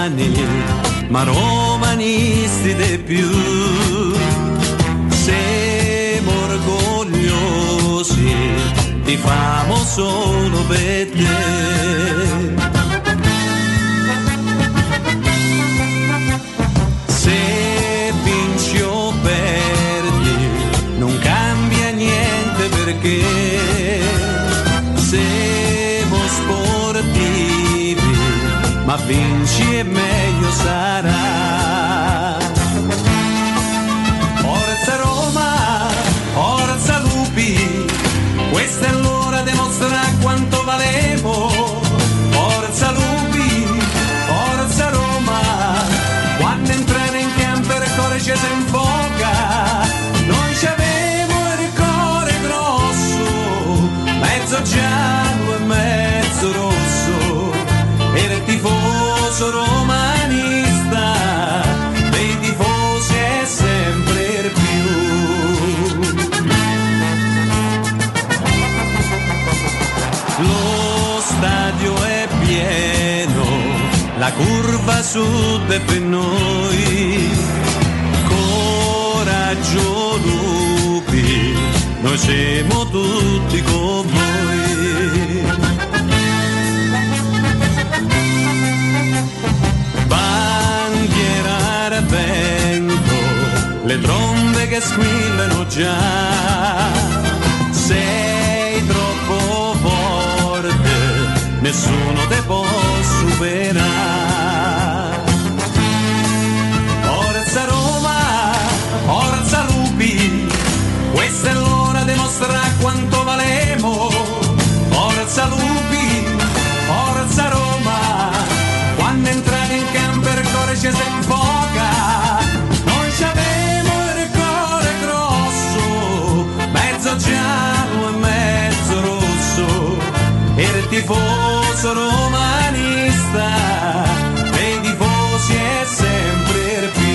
romani, ma romanisti di più. Siamo orgogliosi, ti famo solo per te. Se vinci o perdi, non cambia niente perché siamo sportivi, ma vinci e meglio sarà. Forza Roma, forza Lupi, questa è l'ora di mostrare quanto valemo. Forza Lupi, forza Roma, quando entrare in campo il cuore ci si infoca. Noi ci avevo il cuore grosso, mezzo giallo e mezzo rosso, era il tifoso romanista, dei tifosi è sempre più. Lo stadio è pieno, la curva sud è per noi. Coraggio Lupi, noi siamo tutti con voi. Bandiera al vento, le trombe che squillano già. Sei troppo forte, nessuno te può superare. Forza Roma, forza Lupi, questa è l'ora di mostrare quanto valemo. Forza Lupi, forza Roma, quando entrate in campo il cuore ci si infoca. Noi ci avevo il cuore grosso, mezzo giallo e mezzo rosso, era il tifoso romanista, dei tifosi è sempre più.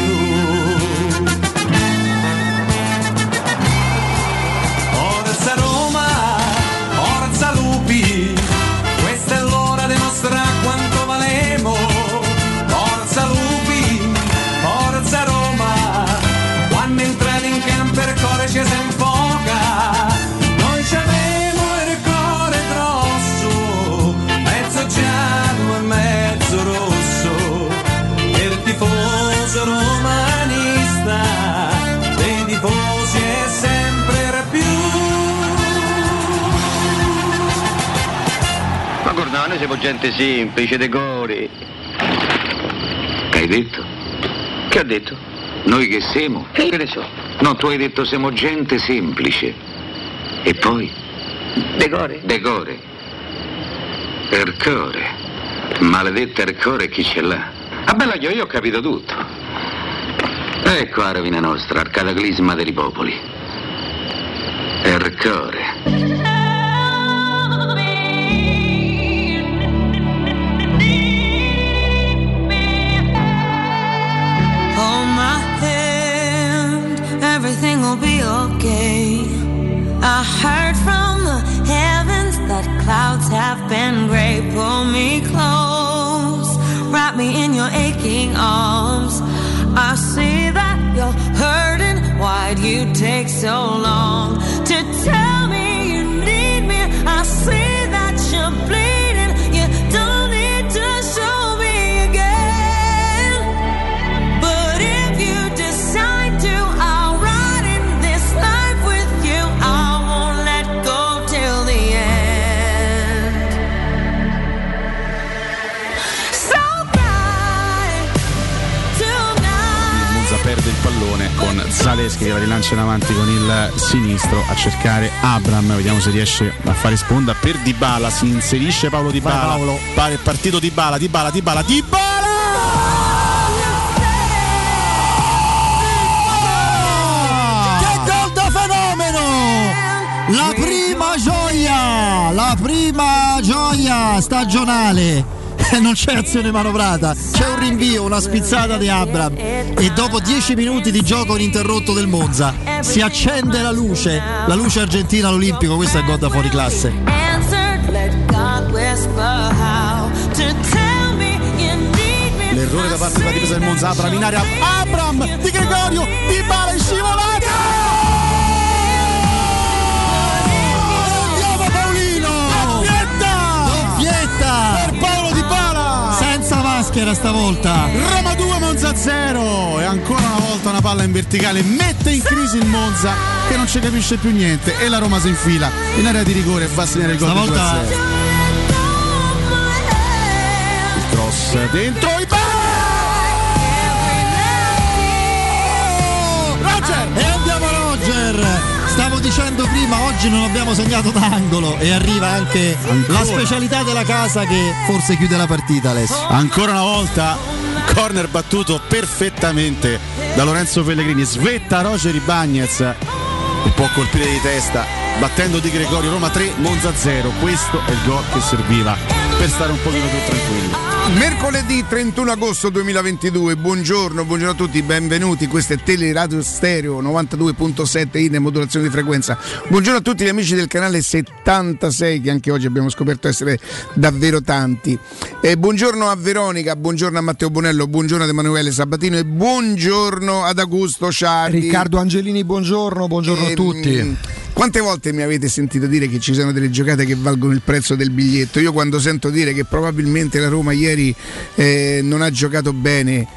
Forza Roma, forza Lupi, questa è l'ora di mostrare quanto valemo. Forza Lupi, forza Roma, quando entrate in campo il cuore ci si infoca. Noi ci avevo il cuore grosso, mezzo giallo e mezzo rosso, il tifoso romanista, dei tifosi è sempre più. Ma guarda, noi siamo gente semplice, decori. Che hai detto? Che ha detto? Noi che siamo? Che ne so? No, tu hai detto siamo gente semplice. E poi? Decore. Decore. Ercore. Maledetta Ercore, chi ce l'ha? Ah bella, io ho capito tutto. Ecco la rovina nostra, al cataclisma dei popoli. Ercore. Everything will be okay. I heard from the heavens that clouds have been gray. Pull me close, wrap me in your aching arms. I see that you're hurting. Why'd you take so long to tell me you need me? I see that you're bleeding. You don't need to show me again. But if you decide to, I'll ride in this life with you. I won't let go till the end. So bright tonight. Monza perde il pallone con Zaleschi che la rilancia in avanti con il sinistro a cercare Abram. Vediamo se riesce a fare sponda per Dybala. Si inserisce Paolo Dybala. Paolo. Pare partito Dybala. Che gol da fenomeno! La prima gioia stagionale. Non c'è azione manovrata, c'è un rinvio, una spizzata di Abram e dopo 10 minuti di gioco ininterrotto del Monza si accende la luce argentina all'Olimpico. Questo è gol da fuori classe. L'errore da parte della difesa del Monza. Abram in area, Abram Di Gregorio, Dybala in scivolata. Andiamo Paolino, doppietta per Paolo Dybala, senza maschera stavolta. Roma 2 Monza 0 e ancora una volta una palla in verticale mette in crisi il Monza che non ci capisce più niente e la Roma si infila in area di rigore e va a segnare il gol di 2-0. Il cross dentro Roger e andiamo Roger. Stavo dicendo prima, oggi non abbiamo segnato d'angolo e arriva anche la specialità della casa che forse chiude la partita, Alessio. Ancora una volta corner battuto perfettamente da Lorenzo Pellegrini, svetta Roger Ibañez e può colpire di testa battendo Di Gregorio. Roma 3 Monza 0. Questo è il gol che serviva per stare un pochino più tranquilli. Mercoledì 31 agosto 2022, buongiorno a tutti, benvenuti, questo è Teleradio Stereo 92.7 in modulazione di frequenza. Buongiorno a tutti gli amici del canale 76 che anche oggi abbiamo scoperto essere davvero tanti. Buongiorno a Veronica, buongiorno a Matteo Bonello, buongiorno ad Emanuele Sabatino e buongiorno ad Augusto Ciardi. Riccardo Angelini, buongiorno a tutti. Quante volte mi avete sentito dire che ci sono delle giocate che valgono il prezzo del biglietto? Io quando sento dire che probabilmente la Roma ieri non ha giocato bene,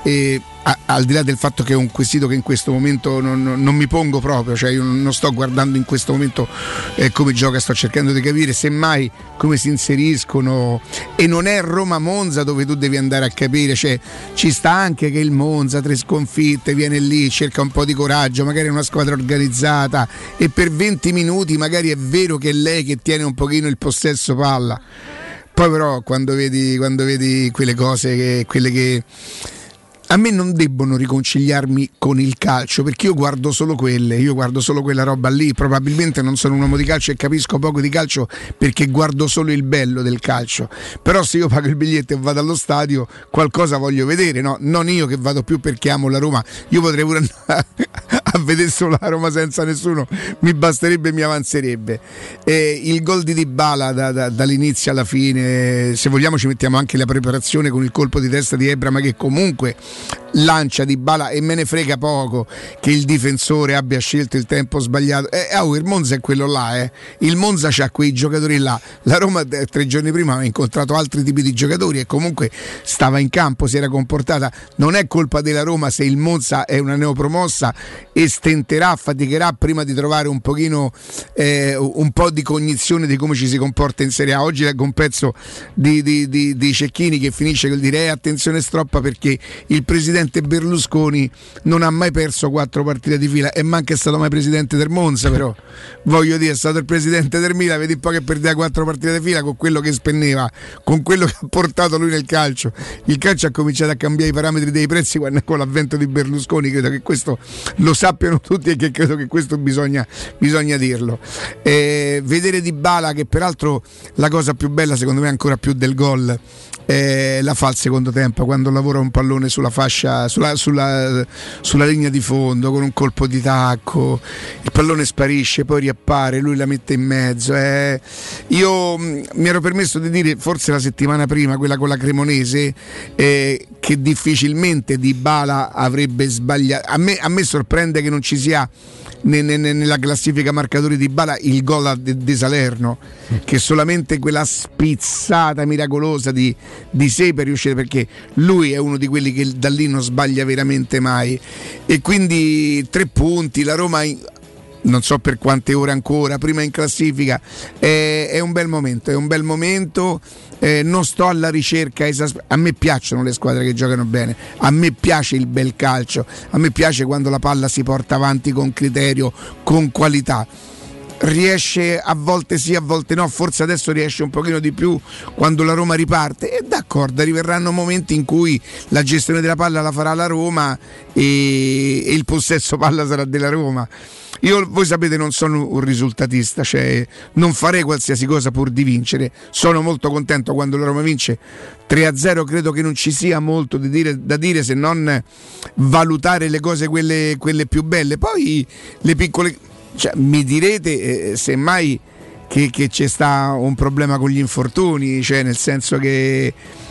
al di là del fatto che è un quesito che in questo momento non mi pongo proprio, cioè io non sto guardando in questo momento come gioca, sto cercando di capire semmai come si inseriscono, e non è Roma-Monza dove tu devi andare a capire, cioè ci sta anche che il Monza 3 sconfitte viene lì, cerca un po' di coraggio, magari è una squadra organizzata e per 20 minuti magari è vero che è lei che tiene un pochino il possesso palla, poi però quando vedi quelle cose quelle che a me non debbono riconciliarmi con il calcio, perché io guardo solo quella roba lì, probabilmente non sono un uomo di calcio e capisco poco di calcio perché guardo solo il bello del calcio, però se io pago il biglietto e vado allo stadio qualcosa voglio vedere, no? Non io che vado più perché amo la Roma, io potrei pure andare a vedere solo la Roma senza nessuno, mi basterebbe e mi avanzerebbe. Il gol di Dybala dall'inizio alla fine, se vogliamo ci mettiamo anche la preparazione con il colpo di testa di Ebra, ma che comunque lancia Dybala e me ne frega poco che il difensore abbia scelto il tempo sbagliato. Il Monza è quello là, il Monza c'ha quei giocatori là. La Roma 3 giorni prima aveva incontrato altri tipi di giocatori e comunque stava in campo, si era comportata. Non è colpa della Roma se il Monza è una neopromossa e stenterà, faticherà prima di trovare un pochino un po' di cognizione di come ci si comporta in Serie A. Oggi leggo un pezzo di Cecchini che finisce col dire attenzione stroppa perché il presidente Berlusconi non ha mai perso 4 partite di fila e manca è stato mai presidente del Monza, però voglio dire, è stato il presidente del Milan, vedi un po' che perdeva 4 partite di fila con quello che spendeva, con quello che ha portato lui nel calcio. Il calcio ha cominciato a cambiare i parametri dei prezzi con l'avvento di Berlusconi, credo che questo lo sappiano tutti e che credo che questo bisogna dirlo. Vedere Dybala, che peraltro la cosa più bella secondo me ancora più del gol la fa al secondo tempo, quando lavora un pallone sulla fascia, sulla linea di fondo con un colpo di tacco, il pallone sparisce, poi riappare, lui la mette in mezzo. Io mi ero permesso di dire forse la settimana prima, quella con la Cremonese, che difficilmente Dybala avrebbe sbagliato. A me sorprende che non ci sia nella classifica marcatori di Dybala il gol di Salerno, che solamente quella spizzata miracolosa di sé per riuscire, perché lui è uno di quelli che da lì non sbaglia veramente mai, e quindi 3 punti, la Roma non so per quante ore ancora, prima in classifica, è un bel momento, non sto alla ricerca, a me piacciono le squadre che giocano bene, a me piace il bel calcio, a me piace quando la palla si porta avanti con criterio, con qualità. Riesce a volte sì, a volte no, forse adesso riesce un pochino di più quando la Roma riparte, e d'accordo, arriveranno momenti in cui la gestione della palla la farà la Roma e il possesso palla sarà della Roma. Voi sapete, non sono un risultatista, cioè non farei qualsiasi cosa pur di vincere. Sono molto contento quando la Roma vince 3-0, credo che non ci sia molto da dire se non valutare le cose quelle più belle. Poi le piccole, cioè, mi direte semmai che c'è sta un problema con gli infortuni, cioè nel senso che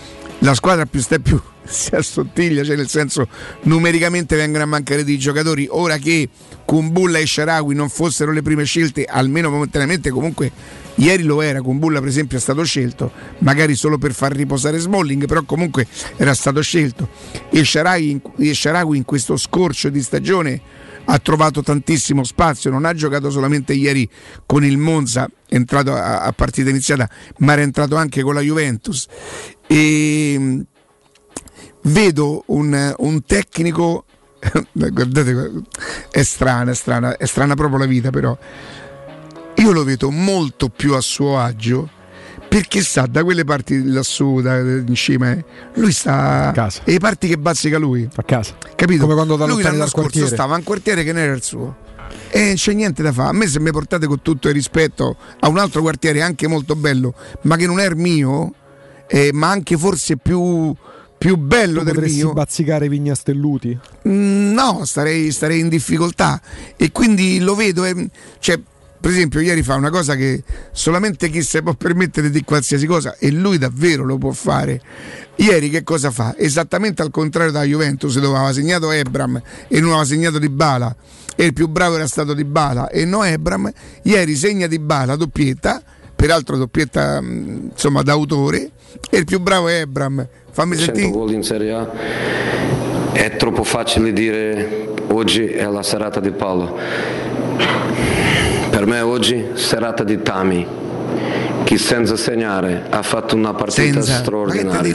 la squadra più si assottiglia, cioè nel senso numericamente vengono a mancare dei giocatori. Ora che Kumbulla e Shaarawy non fossero le prime scelte, almeno momentaneamente, comunque ieri lo era. Kumbulla per esempio è stato scelto magari solo per far riposare Smalling, però comunque era stato scelto, e Shaarawy in questo scorcio di stagione ha trovato tantissimo spazio, non ha giocato solamente ieri con il Monza, è entrato a partita iniziata, ma era entrato anche con la Juventus, e vedo un tecnico guardate, è strana proprio la vita, però io lo vedo molto più a suo agio, perché sta da quelle parti lassù in cima, lui sta a casa, e le parti che bazzica lui a casa, capito? Come quando da lui l'anno dal scorso quartiere stava in quartiere che non era il suo, e non c'è niente da fare. A me, se mi portate con tutto il rispetto a un altro quartiere anche molto bello, ma che non è il mio, ma anche forse più bello del mio, potresti bazzicare Vigna Stelluti? No, starei in difficoltà, e quindi lo vedo, cioè, per esempio ieri fa una cosa che solamente chi si può permettere di qualsiasi cosa, e lui davvero lo può fare. Ieri che cosa fa? Esattamente al contrario della Juventus, dove aveva segnato Ebram e non aveva segnato Dybala, e il più bravo era stato Dybala e no Ebram. Ieri segna Dybala, doppietta, peraltro doppietta insomma d'autore, e il più bravo è Ebram. Fammi 100 sentire. gol in Serie A. È troppo facile dire oggi è la serata di Paolo. Per me oggi serata di Tammy, che senza segnare ha fatto una partita straordinaria.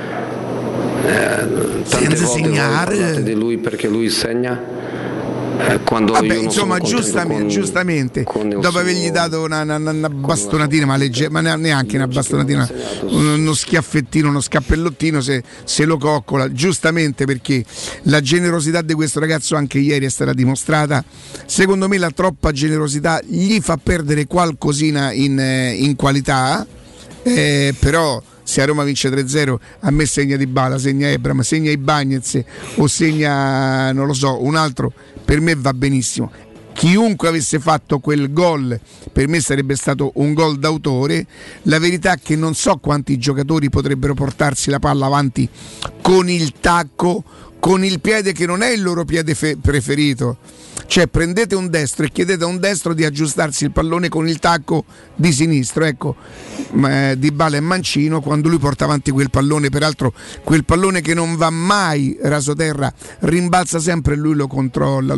Tante volte segnare di lui, perché lui segna. Quando vabbè, insomma, giustamente dopo avergli dato una bastonatina, ma neanche una bastonatina, uno schiaffettino, uno scappellottino, se lo coccola, giustamente, perché la generosità di questo ragazzo anche ieri è stata dimostrata. Secondo me la troppa generosità gli fa perdere qualcosina in qualità, però se a Roma vince 3-0, a me segna Dybala, segna Ebram, segna Ibañez o segna, non lo so, un altro, per me va benissimo. Chiunque avesse fatto quel gol per me sarebbe stato un gol d'autore. La verità è che non so quanti giocatori potrebbero portarsi la palla avanti con il tacco, con il piede che non è il loro piede preferito. Cioè, prendete un destro e chiedete a un destro di aggiustarsi il pallone con il tacco di sinistro. Ecco, Dybala è mancino quando lui porta avanti quel pallone, peraltro quel pallone che non va mai rasoterra, rimbalza sempre e lui lo controlla.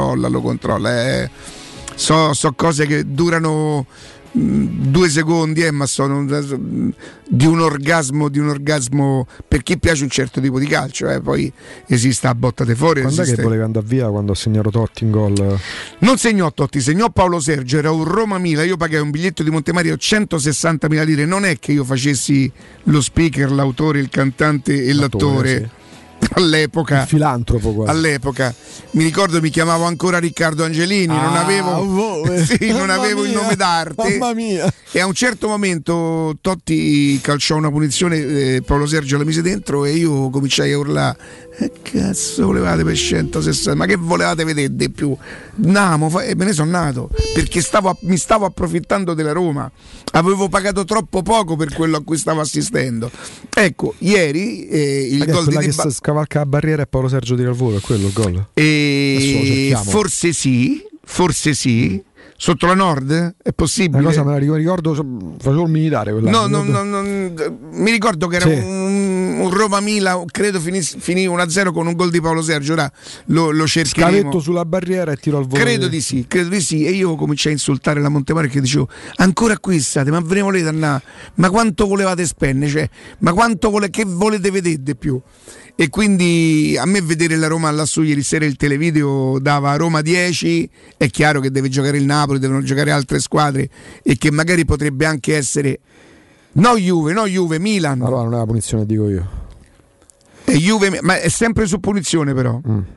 So cose che durano 2 secondi, ma sono di un orgasmo per chi piace un certo tipo di calcio, poi esiste a botta de fuori. Quando è che voleva andare via quando ha segnato Totti in gol? Non segnò Totti, segnò Paolo Sergio, era un Roma-Milan, io pagai un biglietto di Montemario 160.000 lire, non è che io facessi lo speaker, l'autore, il cantante e l'attore. Sì. All'epoca, il filantropo quasi. All'epoca mi ricordo mi chiamavo ancora Riccardo Angelini, non avevo il nome d'arte. Mamma mia. E a un certo momento Totti calciò una punizione, Paolo Sergio la mise dentro e io cominciai a urlare: cazzo volevate per 160? Ma che volevate vedere di più? E me ne sono nato, perché mi stavo approfittando della Roma, avevo pagato troppo poco per quello a cui stavo assistendo. Ecco, ieri il gol di Dybala, che scavalca la barriera e Paolo Sergio tira al volo, è quello il gol? Forse sì. Sotto la Nord? È possibile? Una cosa me la ricordo, facevo il militare quella. No, mi ricordo che era un Roma-Milan, credo finì 1-0 con un gol di Paolo Sergio. Ora lo cercheremo. Scavetto sulla barriera e tiro al volo. Credo di sì. E io cominciai a insultare la Montemario, che dicevo: ancora qui state, ma ve ne volete andare? Ma quanto volevate spendere? Cioè, ma che volete vedere di più? E quindi a me vedere la Roma lassù ieri sera, il televideo dava Roma 10, è chiaro che deve giocare il Napoli, devono giocare altre squadre e che magari potrebbe anche essere no Juve, Milan. Allora non è la punizione, dico io. E Juve, ma è sempre su punizione però.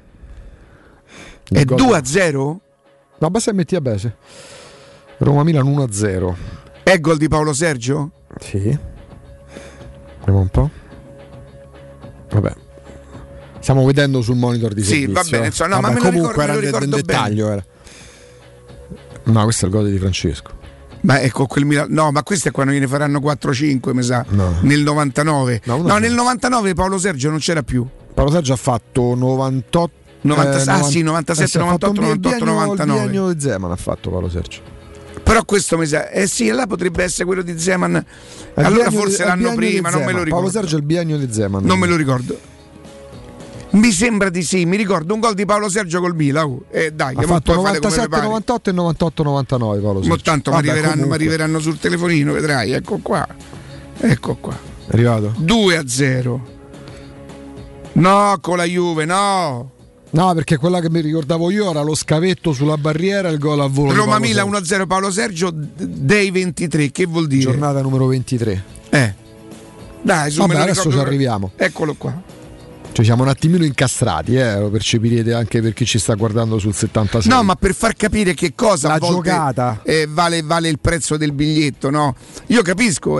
È 2-0? No, basta che metti a base. Roma-Milan 1-0. È gol di Paolo Sergio? Sì. Vediamo un po'. Vabbè. Stiamo vedendo sul monitor di servizio. Sì, va bene, no, ma comunque me lo ricordo in dettaglio era. No, questo è il gol di Francesco. Ma ecco quel Milan. No, ma questo è quando gliene faranno 4-5, mi sa. No. Nel 99. No, nel 99 Paolo Sergio non c'era più. Paolo Sergio ha fatto 98. 97, 98, 98, 99. Il biennio di Zeman ha fatto Paolo Sergio. Però questo mi sa. Sì, là potrebbe essere quello di Zeman. Allora forse l'anno prima, non me lo ricordo. Paolo Sergio è il biennio di Zeman. Non me lo ricordo. Mi sembra di sì, mi ricordo un gol di Paolo Sergio col Milan. Dai, ha fatto 97, 98 e 98, 99 Paolo Sergio. Tanto mi arriveranno sul telefonino, vedrai, ecco qua. È arrivato 2-0. No, con la Juve, no. No, perché quella che mi ricordavo io era lo scavetto sulla barriera e il gol al volo. Roma Milan 1-0 Paolo Sergio dei 23, che vuol dire? Giornata numero 23. Dai, vabbè, adesso ci arriviamo. Eccolo qua. Cioè siamo un attimino incastrati, lo percepirete anche per chi ci sta guardando sul 76. No, ma per far capire che cosa la giocata vale il prezzo del biglietto, no? Io capisco.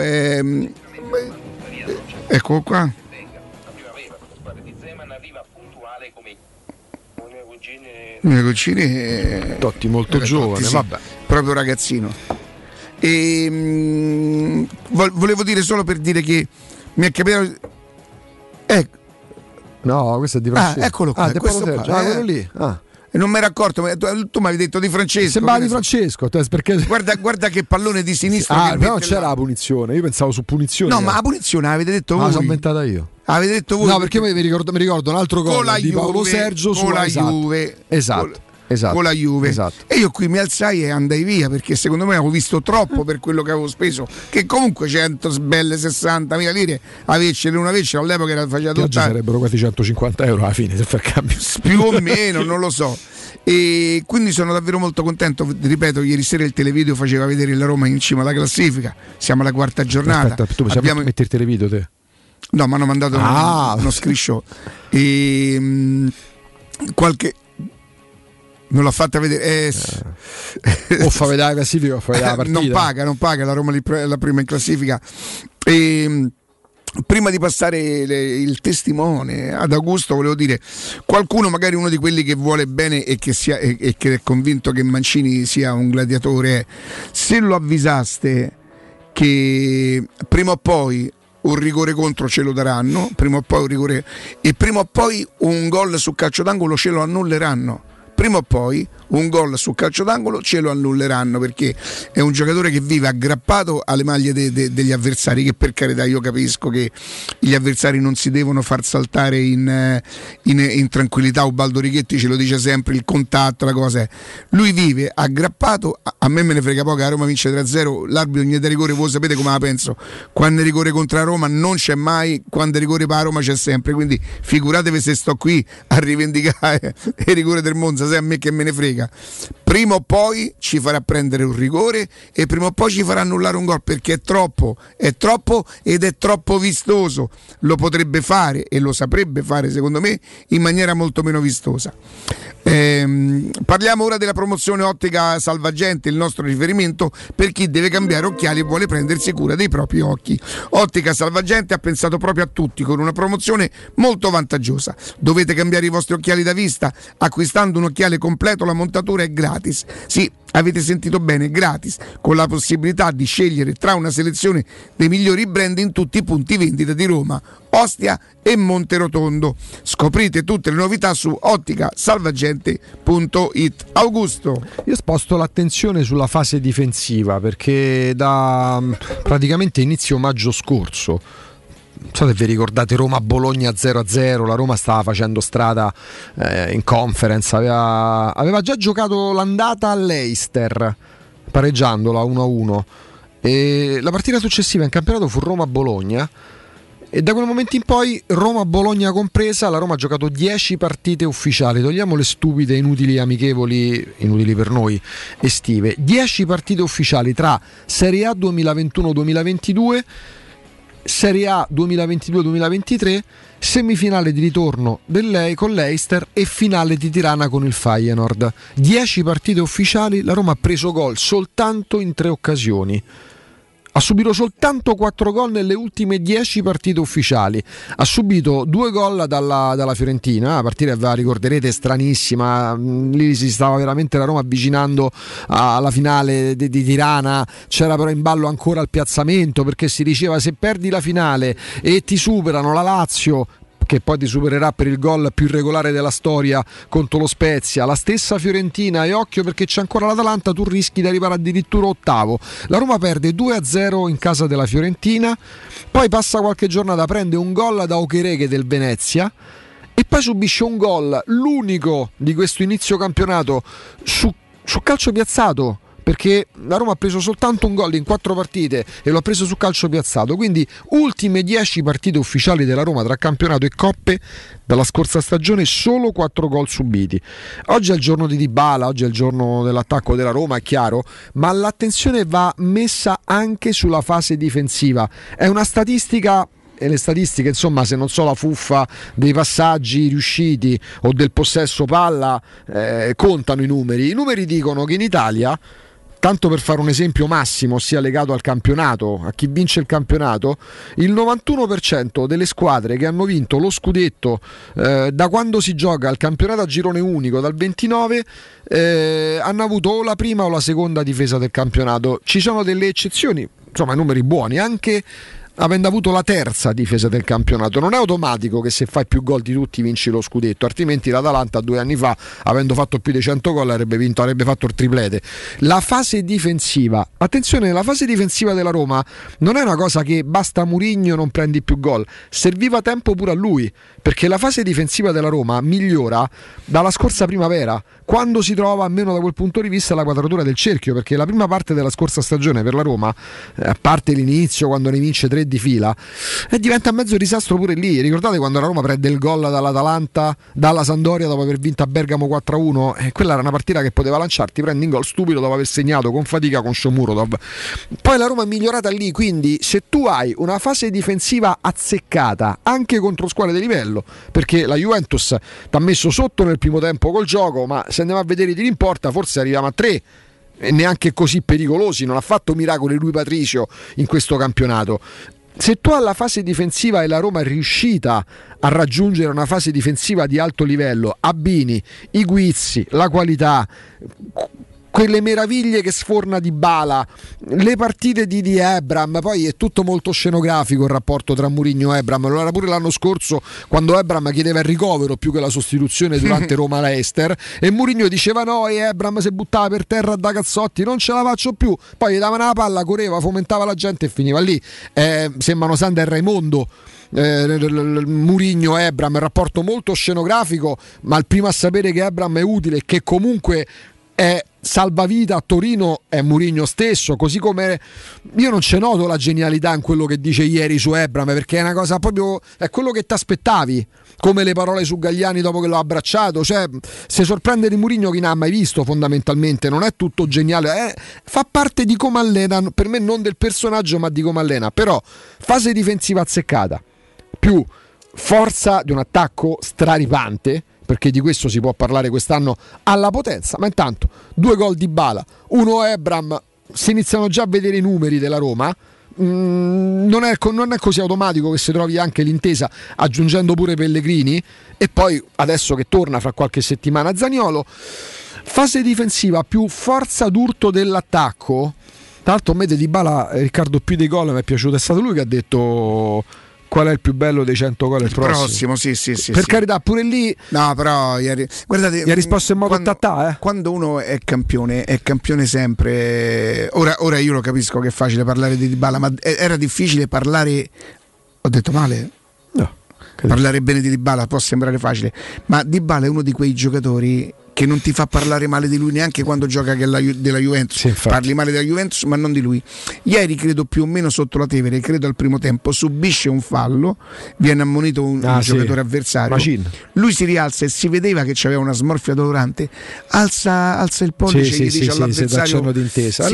Ecco qua. Mie cugine Totti molto giovane, sì, vabbè. Proprio ragazzino. Volevo dire solo per dire che mi è capitato. No, questo è di Francesco. Eccolo qua, questo qua. Quello lì. E non mi ero accorto, tu mi avevi detto di Francesco. Sembrava di Francesco, perché... guarda che pallone di sinistra. Però non c'era la punizione, io pensavo su punizione. No, ma la punizione avete detto voi. No, l'ho inventata io. Avete detto voi. No, perché mi ricordo un altro gol di Paolo Sergio con la Juve. Esatto. Con la Juve. Esatto. E io qui mi alzai e andai via perché secondo me avevo visto troppo per quello che avevo speso, che comunque 100 belle 60.000 lire avercene una vecchia all'epoca era faceva tutta. Oggi sarebbero quasi 150 euro alla fine se fa cambio. Più o meno, non lo so. E quindi sono davvero molto contento. Ripeto, ieri sera il televideo faceva vedere la Roma in cima alla classifica. Siamo alla quarta giornata. Aspetta, tu possiamo mettere il televideo te? No, ma hanno mandato uno screenshot. E qualche non l'ha fatta vedere. O fa vedere la classifica o fa vedere la partita. Non paga la Roma la prima in classifica. E prima di passare il testimone ad Augusto, volevo dire, qualcuno, magari uno di quelli che vuole bene e che è convinto che Mancini sia un gladiatore, se lo avvisaste che prima o poi un rigore contro ce lo daranno, prima o poi un rigore, e prima o poi un gol su calcio d'angolo ce lo annulleranno. Prima o poi un gol su calcio d'angolo ce lo annulleranno, perché è un giocatore che vive aggrappato alle maglie degli avversari, che per carità io capisco che gli avversari non si devono far saltare in tranquillità. Ubaldo Righetti ce lo dice sempre, il contatto, la cosa è, lui vive aggrappato. A me ne frega poco, a Roma vince 3-0, l'arbitro gli dà rigore, voi sapete come la penso, quando è rigore contro la Roma non c'è mai, quando è rigore per la Roma c'è sempre, quindi figuratevi se sto qui a rivendicare il rigore del Monza, se a me che me ne frega. Prima o poi ci farà prendere un rigore e prima o poi ci farà annullare un gol, perché è troppo ed è troppo vistoso. Lo potrebbe fare e lo saprebbe fare, secondo me, in maniera molto meno vistosa. Parliamo ora della promozione Ottica Salvagente, il nostro riferimento per chi deve cambiare occhiali e vuole prendersi cura dei propri occhi. Ottica Salvagente ha pensato proprio a tutti con una promozione molto vantaggiosa. Dovete cambiare i vostri occhiali da vista? Acquistando un occhiale completo la montatura è gratis. Sì, avete sentito bene, gratis, con la possibilità di scegliere tra una selezione dei migliori brand in tutti i punti vendita di Roma, Ostia e Monterotondo. Scoprite tutte le novità su otticasalvagente.it. Augusto. Io sposto l'attenzione sulla fase difensiva, perché da praticamente inizio maggio scorso, non so se vi ricordate, Roma-Bologna 0-0, la Roma stava facendo strada in Conference, aveva già giocato l'andata all'Eister pareggiandola 1-1, e la partita successiva in campionato fu Roma-Bologna, e da quel momento in poi, Roma-Bologna compresa, la Roma ha giocato 10 partite ufficiali, togliamo le stupide, inutili amichevoli, inutili per noi, estive, 10 partite ufficiali tra Serie A 2021-2022, Serie A 2022-2023, semifinale di ritorno con l'Eister e finale di Tirana con il Feyenoord. 10 partite ufficiali, la Roma ha preso gol soltanto in 3 occasioni. ha subito soltanto 4 gol nelle ultime 10 partite ufficiali. Ha subito 2 gol dalla Fiorentina, la partita, ricorderete, stranissima, lì si stava veramente la Roma avvicinando alla finale di Tirana, c'era però in ballo ancora il piazzamento, perché si diceva: se perdi la finale e ti superano la Lazio, che poi ti supererà per il gol più irregolare della storia contro lo Spezia, la stessa Fiorentina, e occhio perché c'è ancora l'Atalanta, tu rischi di arrivare addirittura ottavo. La Roma perde 2-0 in casa della Fiorentina, poi passa qualche giornata, prende un gol da Okereke del Venezia e poi subisce un gol, l'unico di questo inizio campionato, su calcio piazzato, perché la Roma ha preso soltanto un gol in 4 partite e lo ha preso su calcio piazzato. Quindi ultime 10 partite ufficiali della Roma tra campionato e coppe dalla scorsa stagione, solo 4 gol subiti. Oggi è il giorno di Dybala, oggi è il giorno dell'attacco della Roma, è chiaro, ma l'attenzione va messa anche sulla fase difensiva. È una statistica, e le statistiche, insomma, se non so la fuffa dei passaggi riusciti o del possesso palla, contano i numeri. I numeri dicono che in Italia, tanto per fare un esempio massimo, sia legato al campionato, a chi vince il campionato, il 91% delle squadre che hanno vinto lo scudetto da quando si gioca al campionato a girone unico, dal 29, hanno avuto o la prima o la seconda difesa del campionato. Ci sono delle eccezioni, insomma, numeri buoni, anche avendo avuto la terza difesa del campionato. Non è automatico che se fai più gol di tutti vinci lo scudetto, altrimenti l'Atalanta 2 anni fa, avendo fatto più di 100 gol, avrebbe fatto il triplete. La fase difensiva, attenzione, la fase difensiva della Roma non è una cosa che basta Mourinho e non prendi più gol, serviva tempo pure a lui, perché la fase difensiva della Roma migliora dalla scorsa primavera, quando si trova, almeno da quel punto di vista, la quadratura del cerchio, perché la prima parte della scorsa stagione per la Roma, a parte l'inizio quando ne vince 3 di fila, diventa mezzo disastro pure lì. Ricordate quando la Roma prende il gol dall'Atalanta, dalla Sampdoria, dopo aver vinto a Bergamo 4-1? Quella era una partita che poteva lanciarti, prendi in gol stupido dopo aver segnato con fatica con Shomurodov. Poi la Roma è migliorata lì, quindi se tu hai una fase difensiva azzeccata anche contro squadre di livello, perché la Juventus ti ha messo sotto nel primo tempo col gioco, ma se andiamo a vedere i tiri in porta forse arriviamo a 3 e neanche così pericolosi, non ha fatto miracoli lui Patricio in questo campionato. Se tu alla fase difensiva e la Roma è riuscita a raggiungere una fase difensiva di alto livello, abbini i guizzi, la qualità, quelle meraviglie che sforna Dybala, le partite di Ebram, poi è tutto molto scenografico il rapporto tra Mourinho e Ebram, lo era pure l'anno scorso quando Ebram chiedeva il ricovero più che la sostituzione durante Roma-Leicester e Mourinho diceva no, e Ebram si buttava per terra da cazzotti, non ce la faccio più, poi gli davano la palla, correva, fomentava la gente e finiva lì. Sembrano Sander e Raimondo. Mourinho e Ebram, un rapporto molto scenografico, ma il primo a sapere che Ebram è utile e che comunque è salvavita a Torino è Mourinho stesso, così come io non ci noto la genialità in quello che dice ieri su Ebram, perché è una cosa proprio, è quello che ti aspettavi, come le parole su Galliani dopo che l'ho abbracciato, cioè se sorprende di Mourinho chi ne ha mai visto, fondamentalmente non è tutto geniale, fa parte di come allena, per me non del personaggio ma di come allena, però fase difensiva azzeccata più forza di un attacco straripante, perché di questo si può parlare quest'anno alla potenza, ma intanto 2 gol di Dybala, 1 Ebram, si iniziano già a vedere i numeri della Roma. Non è così automatico che si trovi anche l'intesa aggiungendo pure Pellegrini e poi adesso che torna fra qualche settimana Zaniolo. Fase difensiva più forza d'urto dell'attacco. Tra l'altro a me di Dybala, Riccardo, più dei gol mi è piaciuto, è stato lui che ha detto qual è il più bello dei 100 gol? Il prossimo. Sì, per carità, pure lì. No, però guardate, gli ha risposto in modo tatà. Quando uno è campione sempre. Ora io lo capisco che è facile parlare di Dybala, ma era difficile parlare. Ho detto male? No. Parlare bene di Dybala può sembrare facile, ma Dybala è uno di quei giocatori che non ti fa parlare male di lui neanche quando gioca della Juventus. Sì, parli male della Juventus ma non di lui. Ieri credo più o meno sotto la Tevere, credo al primo tempo subisce un fallo, viene ammonito un giocatore avversario, lui si rialza e si vedeva che c'aveva una smorfia dolorante, alza il pollice e gli dice all'avversario d'intesa.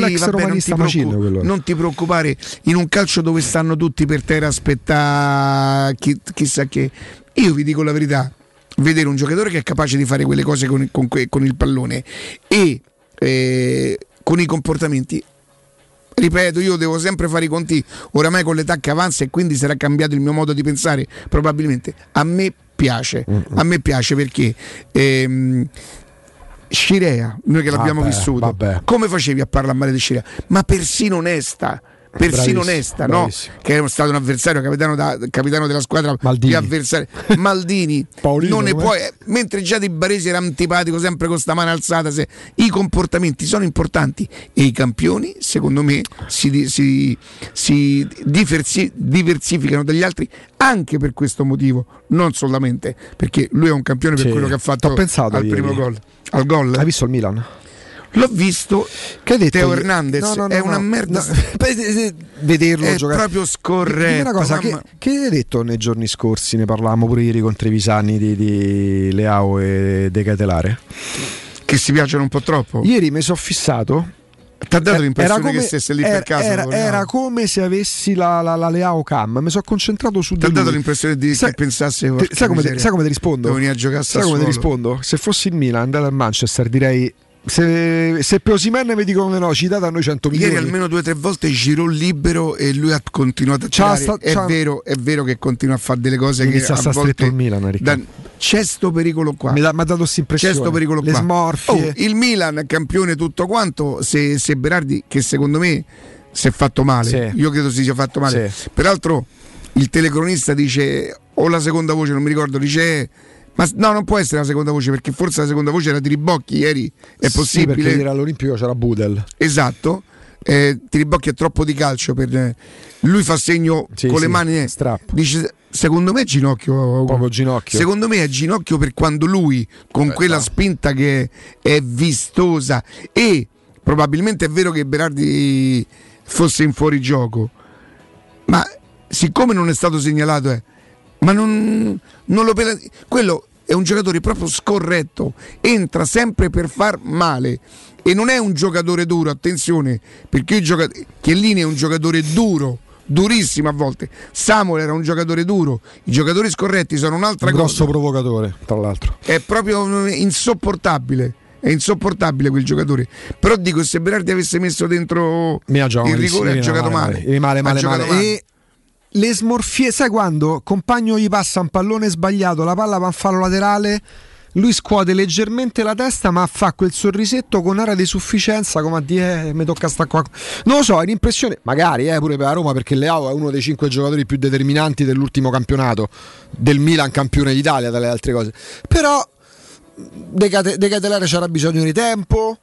Non ti preoccupare, in un calcio dove stanno tutti per terra aspetta chissà che. Io vi dico la verità, vedere un giocatore che è capace di fare quelle cose con il pallone e con i comportamenti, ripeto, io devo sempre fare i conti oramai con l'età che avanza, e quindi sarà cambiato il mio modo di pensare probabilmente. A me piace perché Scirea, noi che l'abbiamo vissuto, come facevi a parlare male di Scirea? Ma persino onesta, no? Che è stato un avversario, capitano della squadra più avversario, Maldini. Paolino, non ne puoi, mentre già Di Baresi era antipatico, sempre con sta mano alzata. I comportamenti sono importanti e i campioni, secondo me, si diversificano dagli altri anche per questo motivo, non solamente perché lui è un campione per quello che ha fatto al primo gol. Al gol. Hai visto il Milan? L'ho visto. Che hai detto? Teo Hernandez è una merda. Vederlo è giocare. Proprio scorretto. Una cosa che hai detto nei giorni scorsi, ne parlavamo pure ieri con Trevisani di Leao e De Ketelare, che si piacciono un po' troppo. Ieri mi sono fissato. Ti ha dato l'impressione che stesse lì per caso? Era come se avessi la Leao Cam. Mi sono concentrato su di lui. Ti ha dato l'impressione che pensasse. Sai come ti rispondo? Devo venire a giocare. Sai come ti rispondo? Se fossi il Milan, andate a Manchester, direi. Se per Osimhen mi dicono no, ci date a noi 100 milioni. Ieri almeno 2 o 3 volte girò libero e lui ha continuato a tirare. È vero che continua a fare delle cose che a volte il Milan, c'è sto pericolo qua. Mi ha dato questa impressione. C'è sto pericolo le qua. Smorfie. Il Milan campione tutto quanto. Se Berardi, che secondo me si è fatto male, io credo si sia fatto male. Peraltro il telecronista dice, o la seconda voce non mi ricordo, dice ma no, non può essere la seconda voce, perché forse la seconda voce era Tiribocchi ieri, è possibile? Perché ieri all'Olimpico c'era Budel. Esatto. Tiribocchi è troppo di calcio per lui, fa segno con le mani, dice secondo me è ginocchio, proprio ginocchio. Secondo me è ginocchio, per quando lui con quella spinta che è vistosa, e probabilmente è vero che Berardi fosse in fuorigioco, ma siccome non è stato segnalato ma non lo quello è un giocatore proprio scorretto, entra sempre per far male e non è un giocatore duro, attenzione, perché Chiellini è un giocatore duro, durissimo a volte. Samuel era un giocatore duro. I giocatori scorretti sono un'altra cosa. Grosso provocatore, tra l'altro. È proprio insopportabile. È insopportabile quel giocatore. Però dico, se Berardi avesse messo dentro il rigore, ha giocato male. E le smorfie, sai quando compagno gli passa un pallone sbagliato, la palla va in fallo laterale, lui scuote leggermente la testa ma fa quel sorrisetto con aria di sufficienza, come a dire mi tocca sta qua. Non lo so, è l'impressione, magari pure per la Roma, perché Leao è uno dei 5 giocatori più determinanti dell'ultimo campionato, del Milan campione d'Italia dalle altre cose, però De Ketelare c'era bisogno di tempo.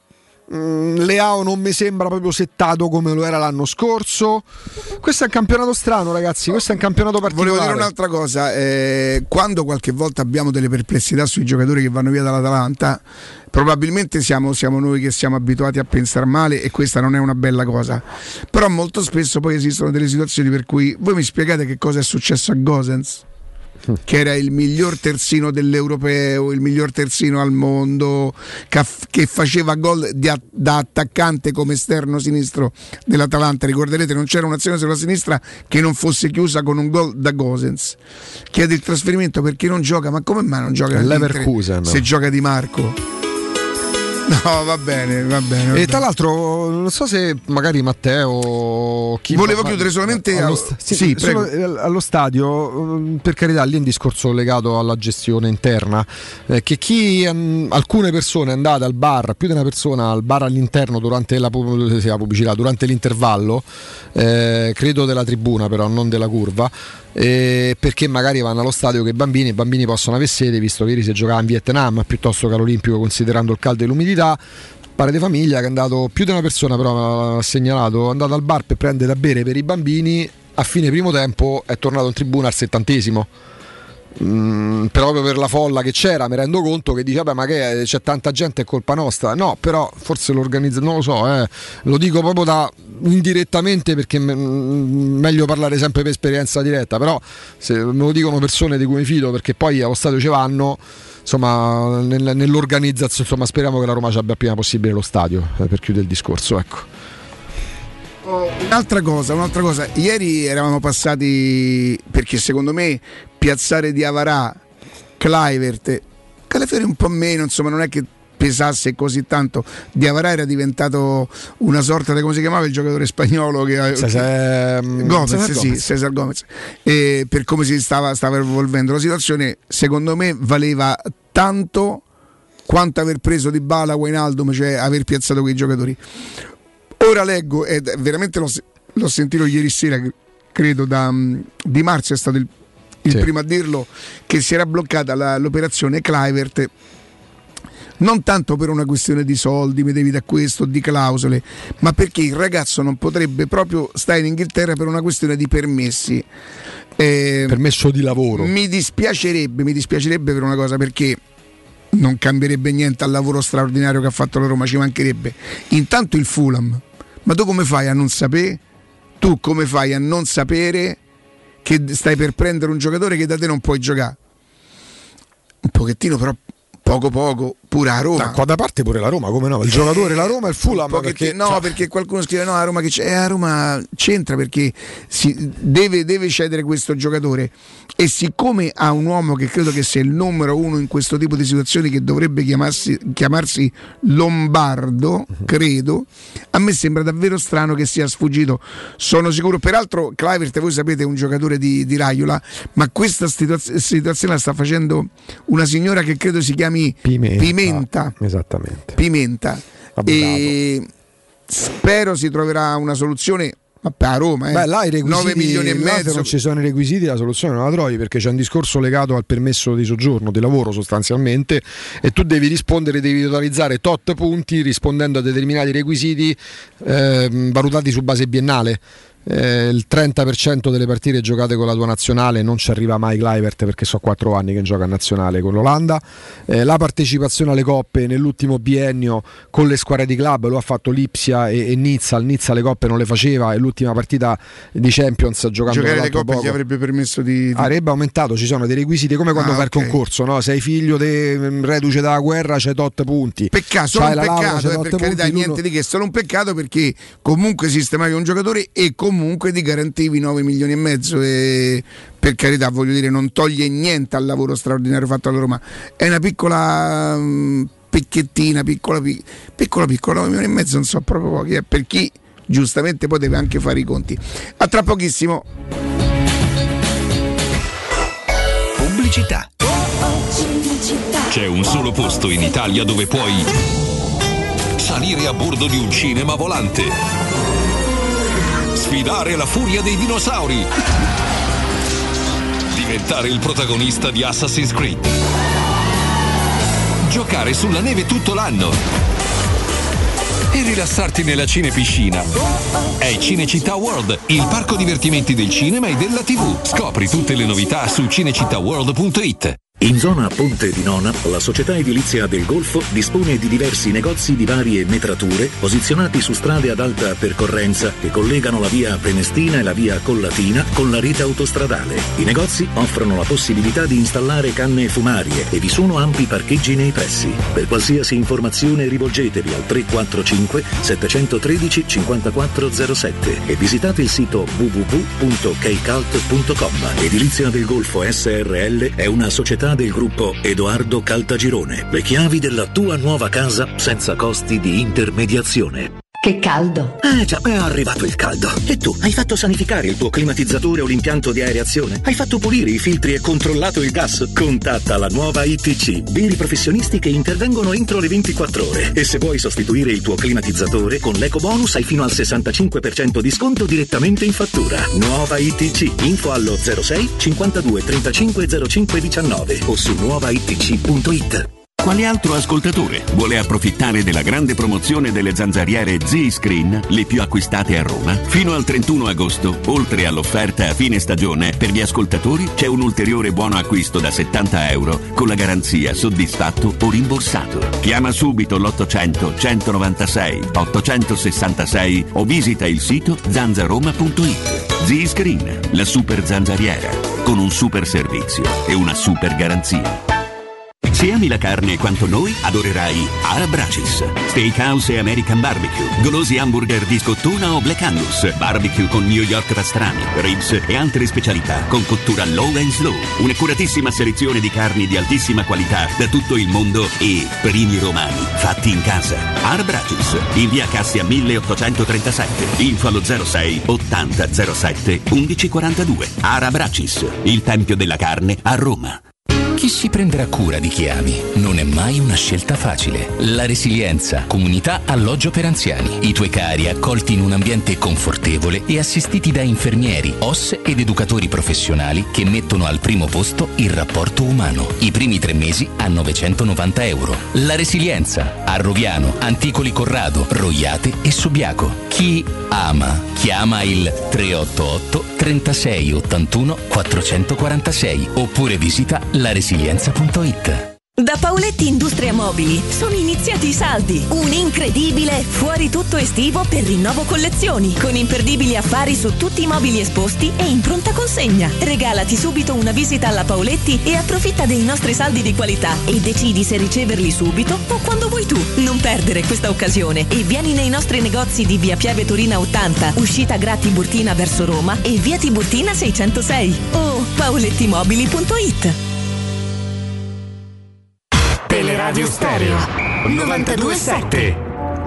Leao non mi sembra proprio settato come lo era l'anno scorso. Questo è un campionato strano, ragazzi. Questo è un campionato particolare. Volevo dire un'altra cosa, quando qualche volta abbiamo delle perplessità sui giocatori che vanno via dall'Atalanta, probabilmente siamo noi che siamo abituati a pensare male, e questa non è una bella cosa. Però molto spesso poi esistono delle situazioni per cui voi mi spiegate che cosa è successo a Gosens, che era il miglior terzino dell'Europeo, il miglior terzino al mondo, che faceva gol da attaccante come esterno sinistro dell'Atalanta. Ricorderete, non c'era un'azione sulla sinistra che non fosse chiusa con un gol da Gosens. Chiede il trasferimento perché non gioca, ma come mai non gioca Leverkusen, se gioca Di Marco? No, va bene. E tra l'altro, non so se magari Matteo. Volevo chiudere solamente allo stadio, per carità, lì è un discorso legato alla gestione interna. Che alcune persone andate al bar, più di una persona al bar all'interno durante la pubblicità, durante l'intervallo, credo della tribuna, però non della curva. Perché magari vanno allo stadio che i bambini possono avere sede, visto che ieri si giocava in Vietnam piuttosto che all'Olimpico, considerando il caldo e l'umidità. Pare di famiglia che è andato, più di una persona però ha segnalato, è andato al bar per prendere da bere per i bambini, a fine primo tempo è tornato in tribuna al 70°. Proprio per la folla che c'era, mi rendo conto che dice vabbè, ma che c'è tanta gente, è colpa nostra. No, però forse l'organizzazione, non lo so, lo dico proprio indirettamente, perché meglio parlare sempre per esperienza diretta, però se me lo dicono persone di cui mi fido, perché poi allo stadio ci vanno, insomma, nell'organizzazione, insomma, speriamo che la Roma ci abbia prima possibile lo stadio, per chiudere il discorso, ecco. Un'altra cosa, ieri eravamo passati, perché secondo me piazzare Diawara, Kluivert, Calafiori un po' meno, insomma, non è che pesasse così tanto. Diawara era diventato una sorta di, come si chiamava il giocatore spagnolo che César Gomez, per come si stava evolvendo la situazione. Secondo me valeva tanto quanto aver preso Dybala, Wijnaldum, cioè aver piazzato quei giocatori. Ora leggo, e veramente l'ho sentito ieri sera, credo Di Marzio è stato il primo a dirlo, che si era bloccata l'operazione Kluivert non tanto per una questione di soldi, mi devi da questo, di clausole, ma perché il ragazzo non potrebbe proprio stare in Inghilterra per una questione di permessi. Permesso di lavoro. Mi dispiacerebbe per una cosa, perché non cambierebbe niente al lavoro straordinario che ha fatto la Roma, ci mancherebbe. Intanto il Fulham, ma tu come fai a non sapere? Tu come fai a non sapere che stai per prendere un giocatore che da te non puoi giocare? Un pochettino, però poco pure a Roma. Qua da parte pure la Roma, come no? Il giocatore la Roma e il Fulham, perché qualcuno scrive no, a Roma a Roma c'entra, perché deve cedere questo giocatore, e siccome ha un uomo che credo che sia il numero uno in questo tipo di situazioni, che dovrebbe chiamarsi Lombardo, credo, a me sembra davvero strano che sia sfuggito. Sono sicuro, peraltro Kluivert, voi sapete, è un giocatore di Raiola, ma questa situazione la sta facendo una signora che credo si chiami Pimenta. Esattamente. Pimenta. E spero si troverà una soluzione a Roma. Beh, là i requisiti, 9 milioni e mezzo. Non ci sono i requisiti, la soluzione non la trovi, perché c'è un discorso legato al permesso di soggiorno, di lavoro sostanzialmente, e tu devi rispondere, devi totalizzare tot punti rispondendo a determinati requisiti valutati su base biennale. Il 30% delle partite giocate con la tua nazionale non ci arriva mai Kluivert, perché so 4 anni che gioca a nazionale con l'Olanda. La partecipazione alle coppe nell'ultimo biennio con le squadre di club lo ha fatto Lipsia e Nizza. Il Nizza le coppe non le faceva, e l'ultima partita di Champions giocando giocare le coppe gli avrebbe permesso di avrebbe aumentato. Ci sono dei requisiti come quando fai il concorso, no? Sei figlio reduce dalla guerra, c'hai tot punti. Solo un peccato, per carità, niente di che, solo un peccato, perché comunque sistemavi un giocatore e comunque ti garantivi 9 milioni e mezzo, e per carità, voglio dire, non toglie niente al lavoro straordinario fatto alla Roma. È una piccola pecchettina, piccola 9 milioni e mezzo, non so proprio pochi, per chi giustamente poi deve anche fare i conti. A tra pochissimo. Pubblicità. C'è un solo posto in Italia dove puoi salire a bordo di un cinema volante, sfidare la furia dei dinosauri, diventare il protagonista di Assassin's Creed, giocare sulla neve tutto l'anno e rilassarti nella cinepiscina. È Cinecittà World, il parco divertimenti del cinema e della TV. Scopri tutte le novità su cinecittàworld.it. In zona Ponte di Nona, la società edilizia del Golfo dispone di diversi negozi di varie metrature posizionati su strade ad alta percorrenza che collegano la via Prenestina e la via Collatina con la rete autostradale. I negozi offrono la possibilità di installare canne fumarie e vi sono ampi parcheggi nei pressi. Per qualsiasi informazione rivolgetevi al 345 713 5407 e visitate il sito www.keicalt.com. Edilizia del Golfo SRL è una società del gruppo Edoardo Caltagirone. Le chiavi della tua nuova casa senza costi di intermediazione. Che caldo! Già, è arrivato il caldo. E tu, hai fatto sanificare il tuo climatizzatore o l'impianto di areazione? Hai fatto pulire i filtri e controllato il gas? Contatta la nuova ITC, veri professionisti che intervengono entro le 24 ore. E se vuoi sostituire il tuo climatizzatore, con l'ecobonus hai fino al 65% di sconto direttamente in fattura. Nuova ITC, info allo 06 52 35 05 19 o su nuovaitc.it. Quale altro ascoltatore vuole approfittare della grande promozione delle zanzariere Z-Screen, le più acquistate a Roma? Fino al 31 agosto, oltre all'offerta a fine stagione, per gli ascoltatori c'è un ulteriore buono acquisto da €70 con la garanzia soddisfatto o rimborsato. Chiama subito l'800 196 866 o visita il sito zanzaroma.it. Z-Screen, la super zanzariera, con un super servizio e una super garanzia. Se ami la carne quanto noi, adorerai Arab Bracis. Steakhouse e American Barbecue, golosi hamburger di scottuna o Black Angus, barbecue con New York pastrami, ribs e altre specialità con cottura low and slow. Un'accuratissima selezione di carni di altissima qualità da tutto il mondo e primi romani fatti in casa. Arab Bracis, in via Cassia 1837, info allo 06 80 07 1142. Arab Bracis, il tempio della carne a Roma. Chi si prenderà cura di chi ami? Non è mai una scelta facile. La Resilienza, comunità alloggio per anziani. I tuoi cari accolti in un ambiente confortevole e assistiti da infermieri, OSS ed educatori professionali che mettono al primo posto il rapporto umano. I primi 3 mesi a €990. La Resilienza, a Roviano, Anticoli Corrado, Roiate e Subiaco. Chi ama, chiama il 388 36 81 446 oppure visita laresilienza.it. Da Paoletti Industria Mobili sono iniziati i saldi, un incredibile fuori tutto estivo per rinnovo collezioni, con imperdibili affari su tutti i mobili esposti e in pronta consegna. Regalati subito una visita alla Paoletti e approfitta dei nostri saldi di qualità e decidi se riceverli subito o quando vuoi tu. Non perdere questa occasione e vieni nei nostri negozi di via Piave Torina 80, uscita Gra Tiburtina verso Roma e via Tiburtina 606 o paolettimobili.it. Teleradio Stereo 92.7.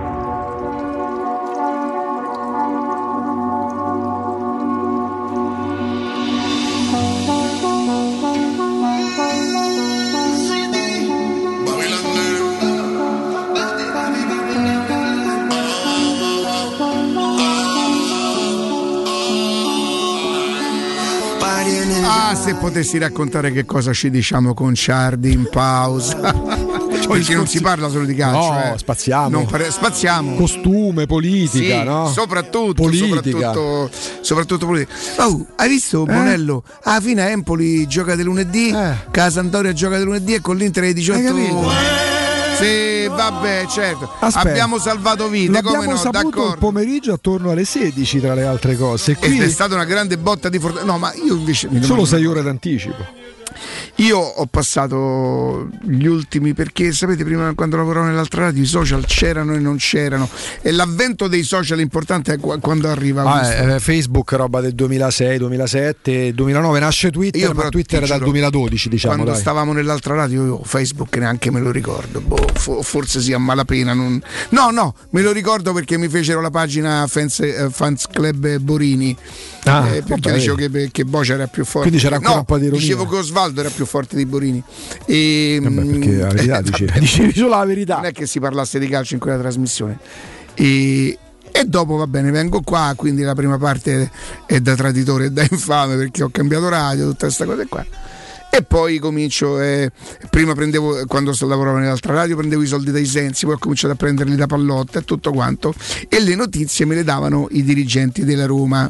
Se potessi raccontare che cosa ci diciamo con Ciardi in pausa. Perché non si parla solo di calcio. No, spaziamo. Spaziamo. Costume, politica, sì, no? Soprattutto politica. Soprattutto politica. Oh, hai visto Bonello? Alla fine Empoli gioca di lunedì, Casandoria gioca di lunedì e con l'Inter alle 18. Hai capito? Sì, vabbè, certo. Aspetta, abbiamo salvato vite. L'abbiamo come no, saputo d'accordo. il pomeriggio attorno alle 16, tra le altre cose. Ed è stata una grande botta di fortuna. No, ma io invece solo 6 ore d'anticipo. Io ho passato gli ultimi, perché sapete, prima quando lavoravo nell'altra radio i social c'erano e non c'erano, e l'avvento dei social importante è quando arriva Facebook, roba del 2006, 2007, 2009 nasce Twitter, ma Twitter era dal 2012, diciamo. Quando stavamo nell'altra radio io Facebook neanche me lo ricordo, forse sì, a malapena no, me lo ricordo perché mi fecero la pagina Fans Club Borini, perché dicevo che Bocia era più forte, quindi c'era ancora un po' di ironia. Dicevo che Osvaldo era più forte di Borini perché la verità dicevi solo la verità, non è che si parlasse di calcio in quella trasmissione, e dopo va bene, vengo qua, quindi la prima parte è da traditore e da infame perché ho cambiato radio, tutte queste cose qua, e poi comincio, prima prendevo, quando lavoravo nell'altra radio prendevo i soldi dai Sensi, poi ho cominciato a prenderli da Pallotta e tutto quanto, e le notizie me le davano i dirigenti della Roma.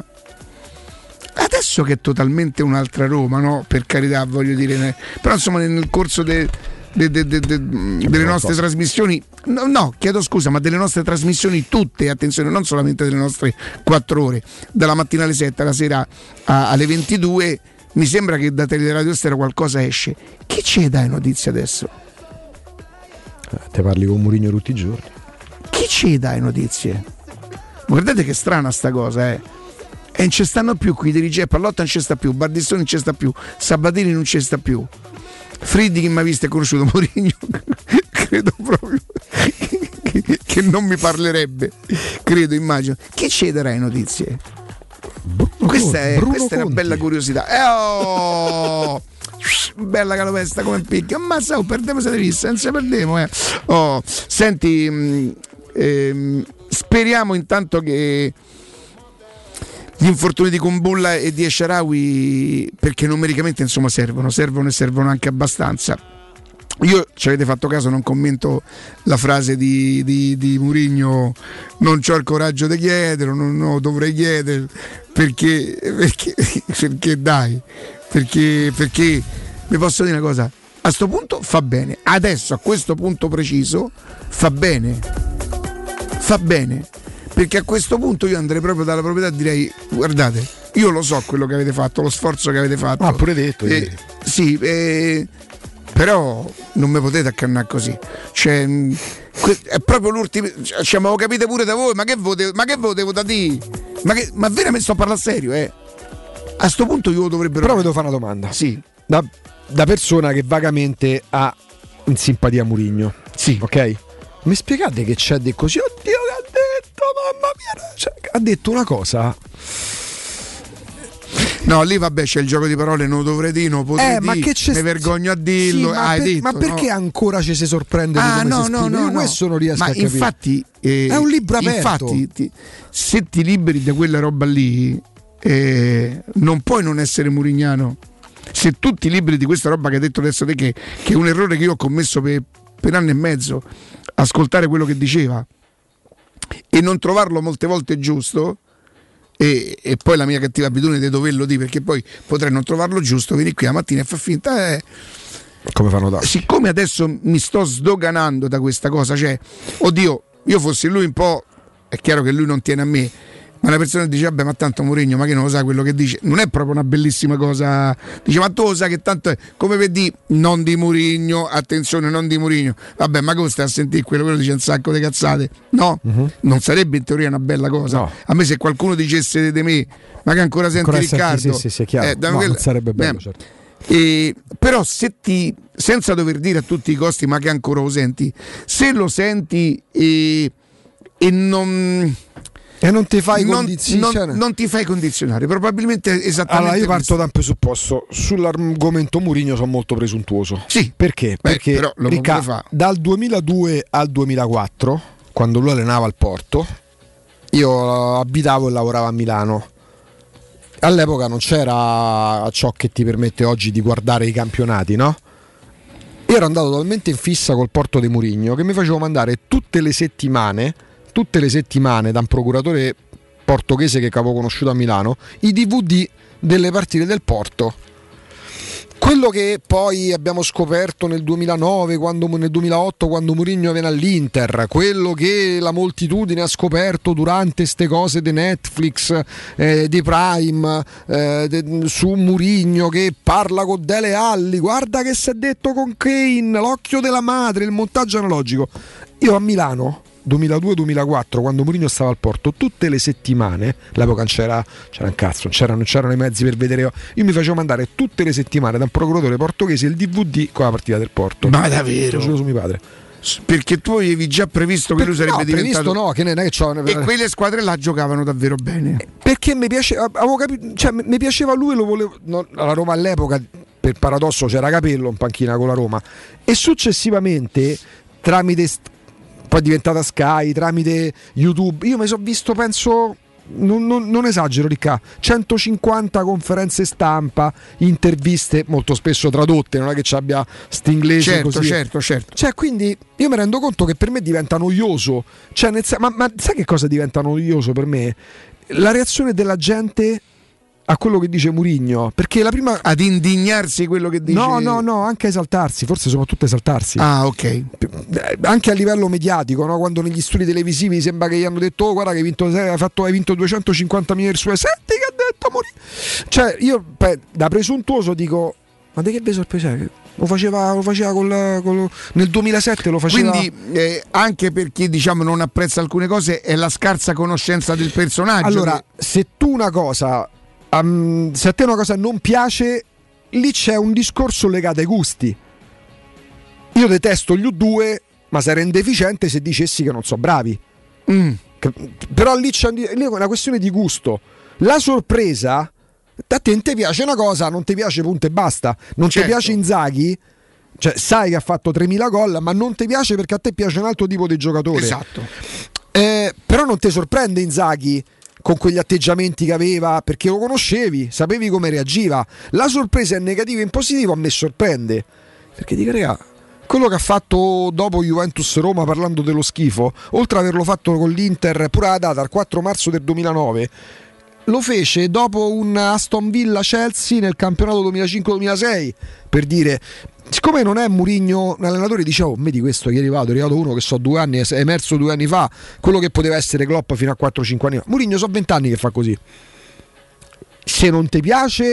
Adesso che è totalmente un'altra Roma, no? Per carità, voglio dire, però insomma nel corso delle nostre trasmissioni, no, chiedo scusa, ma delle nostre trasmissioni tutte, attenzione, non solamente delle nostre 4 ore, dalla mattina alle 7 alla sera alle 22, mi sembra che da Teleradio Stereo qualcosa esce. Chi ci dai notizie adesso? Te parli con Mourinho tutti i giorni. Chi ci dai notizie? Guardate che strana sta cosa, E non ci stanno più qui i dirigenti, Pallotta non ci sta più, Bardissoni non ci sta più, Sabatini non ci sta più, Friddi che mi ha visto e conosciuto, Mourinho credo proprio che non mi parlerebbe, credo, immagino. Chi ci darai notizie? Questa è una bella curiosità. Bella calopesta come picchia, ammazza, perdiamo se vista, non se perdiamo. Senti, speriamo intanto che gli infortuni di Kumbulla e di Esharawi, perché numericamente insomma servono e servono anche abbastanza. Io, ci avete fatto caso, non commento la frase di Mourinho, non c'ho il coraggio di chiedere, no, dovrei chiedere perché dai, perché vi posso dire una cosa, a sto punto fa bene, adesso a questo punto preciso fa bene, perché a questo punto io andrei proprio dalla proprietà e direi: guardate, io lo so quello che avete fatto, lo sforzo che avete fatto. Pure detto. Sì, Però non mi potete accannare così. Cioè, è proprio l'ultimo. Cioè, ma lo capite pure da voi, ma che votevo da dire? Ma veramente sto a parlare serio, A sto punto io lo dovrebbero. Però vi devo fare una domanda. Sì. Da persona che vagamente ha in simpatia Mourinho. Sì. Ok? Mi spiegate che c'è di così? Oddio, che ha detto, mamma mia! Cioè, ha detto una cosa. No, lì vabbè c'è il gioco di parole, non lo dovrei dire, non lo potrei ma dire, che c'è... mi vergogno a dirlo. Sì, hai detto, ma perché ancora ci si sorprende di come si esprime? Io questo non riesco a capire. Infatti è un libro aperto. Infatti se ti liberi da quella roba lì non puoi non essere murignano. Se tu ti liberi di questa roba che hai detto adesso te, che è un errore che io ho commesso per anni e mezzo, ascoltare quello che diceva e non trovarlo molte volte giusto, e poi la mia cattiva abitudine di doverlo dire, perché poi potrei non trovarlo giusto, vieni qui la mattina e fa finta come fanno da. Siccome adesso mi sto sdoganando da questa cosa, cioè oddio, io fossi lui un po', è chiaro che lui non tiene a me, ma la persona dice vabbè, ma tanto Mourinho, ma che non lo sa quello che dice, non è proprio una bellissima cosa, dice ma tu lo sai che tanto è, come vedi, non di Mourinho, attenzione, non di Mourinho, vabbè, ma come stai a sentire quello dice un sacco di cazzate, no? Non sarebbe in teoria una bella cosa, no. A me se qualcuno dicesse di me ma che ancora senti Riccardo, sì, è chiaro, non sarebbe bello, certo. Però senza dover dire a tutti i costi ma che ancora lo senti, se lo senti e non ti fai condizionare. Non ti fai condizionare, probabilmente esattamente. Allora io parto da un presupposto. Sull'argomento Mourinho sono molto presuntuoso. Sì. Perché? Perché però dal 2002 al 2004, quando lui allenava al Porto, io abitavo e lavoravo a Milano. All'epoca non c'era ciò che ti permette oggi di guardare i campionati, no? Io ero andato talmente in fissa col Porto di Mourinho che mi facevo mandare tutte le settimane da un procuratore portoghese che avevo conosciuto a Milano i DVD delle partite del Porto. Quello che poi abbiamo scoperto nel 2009, nel 2008 quando Mourinho viene all'Inter, quello che la moltitudine ha scoperto durante ste cose di Netflix, di Prime, su Mourinho che parla con Dele Alli, guarda che si è detto con Kane, l'occhio della madre, il montaggio analogico. Io a Milano 2002-2004, quando Mourinho stava al Porto, tutte le settimane, all'epoca non c'era un cazzo, non c'erano i mezzi per vedere, io mi facevo mandare tutte le settimane da un procuratore portoghese il DVD con la partita del Porto. Ma davvero? Lo giuro su mio padre. Perché tu avevi già previsto che lui sarebbe diventato. No, che non è che e quelle squadre là giocavano davvero bene. Perché mi piaceva, avevo capito, cioè mi piaceva lui, lo volevo. No, la Roma all'epoca, per paradosso, c'era Capello in panchina con la Roma. E successivamente, tramite poi è diventata Sky, tramite YouTube, io mi sono visto, penso, non esagero, Ricca, 150 conferenze stampa, interviste molto spesso tradotte, non è che ci abbia st'inglese così. Certo. Cioè, quindi io mi rendo conto che per me diventa noioso, cioè, ma sai che cosa diventa noioso per me? La reazione della gente a quello che dice Mourinho, perché la prima ad indignarsi quello che dice, no, anche a esaltarsi, forse soprattutto esaltarsi, ok, anche a livello mediatico, no? Quando negli studi televisivi sembra che gli hanno detto guarda che hai vinto 250 milioni su senti che ha detto Mourinho, cioè io da presuntuoso dico ma di che vi sorprese? Lo faceva nel 2007 lo faceva. Quindi anche per chi diciamo non apprezza alcune cose è la scarsa conoscenza del personaggio. Allora, se a te una cosa non piace, lì c'è un discorso legato ai gusti. Io detesto gli U2, ma sarei indeficiente se dicessi che non so bravi. Però lì è una questione di gusto. La sorpresa, a te non ti piace una cosa, non ti piace punto e basta. Non ti piace Inzaghi, cioè sai che ha fatto 3.000 gol, ma non ti piace perché a te piace un altro tipo di giocatore. Esatto. Però non ti sorprende Inzaghi con quegli atteggiamenti che aveva, perché lo conoscevi, sapevi come reagiva. La sorpresa è negativa e in positivo, a me sorprende, perché dico raga, quello che ha fatto dopo Juventus-Roma parlando dello schifo, oltre ad averlo fatto con l'Inter pure la data, il 4 marzo del 2009, lo fece dopo un Aston Villa-Chelsea nel campionato 2005-2006, per dire, siccome non è Mourinho un allenatore, dicevo vedi questo che è arrivato uno che so 2 anni, è emerso 2 anni fa, quello che poteva essere Klopp fino a 4-5 anni fa. Mourinho so 20 anni che fa così. Se non ti piace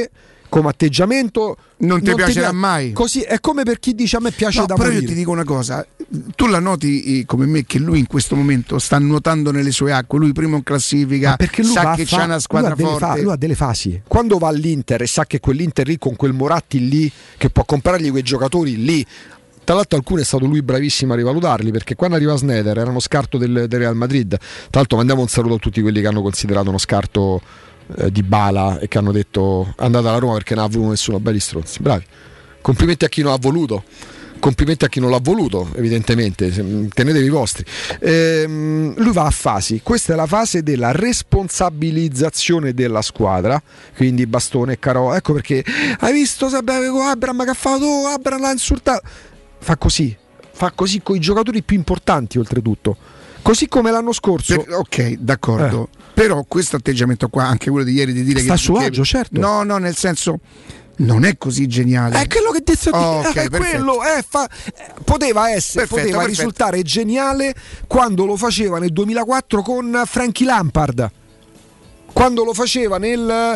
come atteggiamento non ti piacerà mai. Così è come per chi dice a me piace da morire. Però io ti dico una cosa, tu la noti come me che lui in questo momento sta nuotando nelle sue acque, lui primo in classifica, perché lui sa che c'ha una squadra forte. Lui ha delle fasi. Quando va all'Inter e sa che quell'Inter lì con quel Moratti lì che può comprargli quei giocatori lì. Tra l'altro alcuni è stato lui bravissimo a rivalutarli, perché quando arriva Sneijder era uno scarto del Real Madrid. Tra l'altro mandiamo un saluto a tutti quelli che hanno considerato uno scarto di Bala e che hanno detto andate alla Roma perché non ha voluto nessuno. Belli stronzi, bravi. Complimenti a chi non ha voluto, complimenti a chi non l'ha voluto, evidentemente, tenetevi i vostri. Lui va a fasi. Questa è la fase della responsabilizzazione della squadra, quindi Bastone e Carò. Ecco perché hai visto Abraham che ha fatto, Abraham l'ha insultato. Fa così con i giocatori più importanti, oltretutto, così come l'anno scorso. Ok, d'accordo. Però questo atteggiamento qua, anche quello di ieri, di dire sta a suo agio, certo. No, nel senso, non è così geniale. È quello che detto okay, quello poteva risultare geniale quando lo faceva nel 2004 con Frankie Lampard, quando lo faceva nel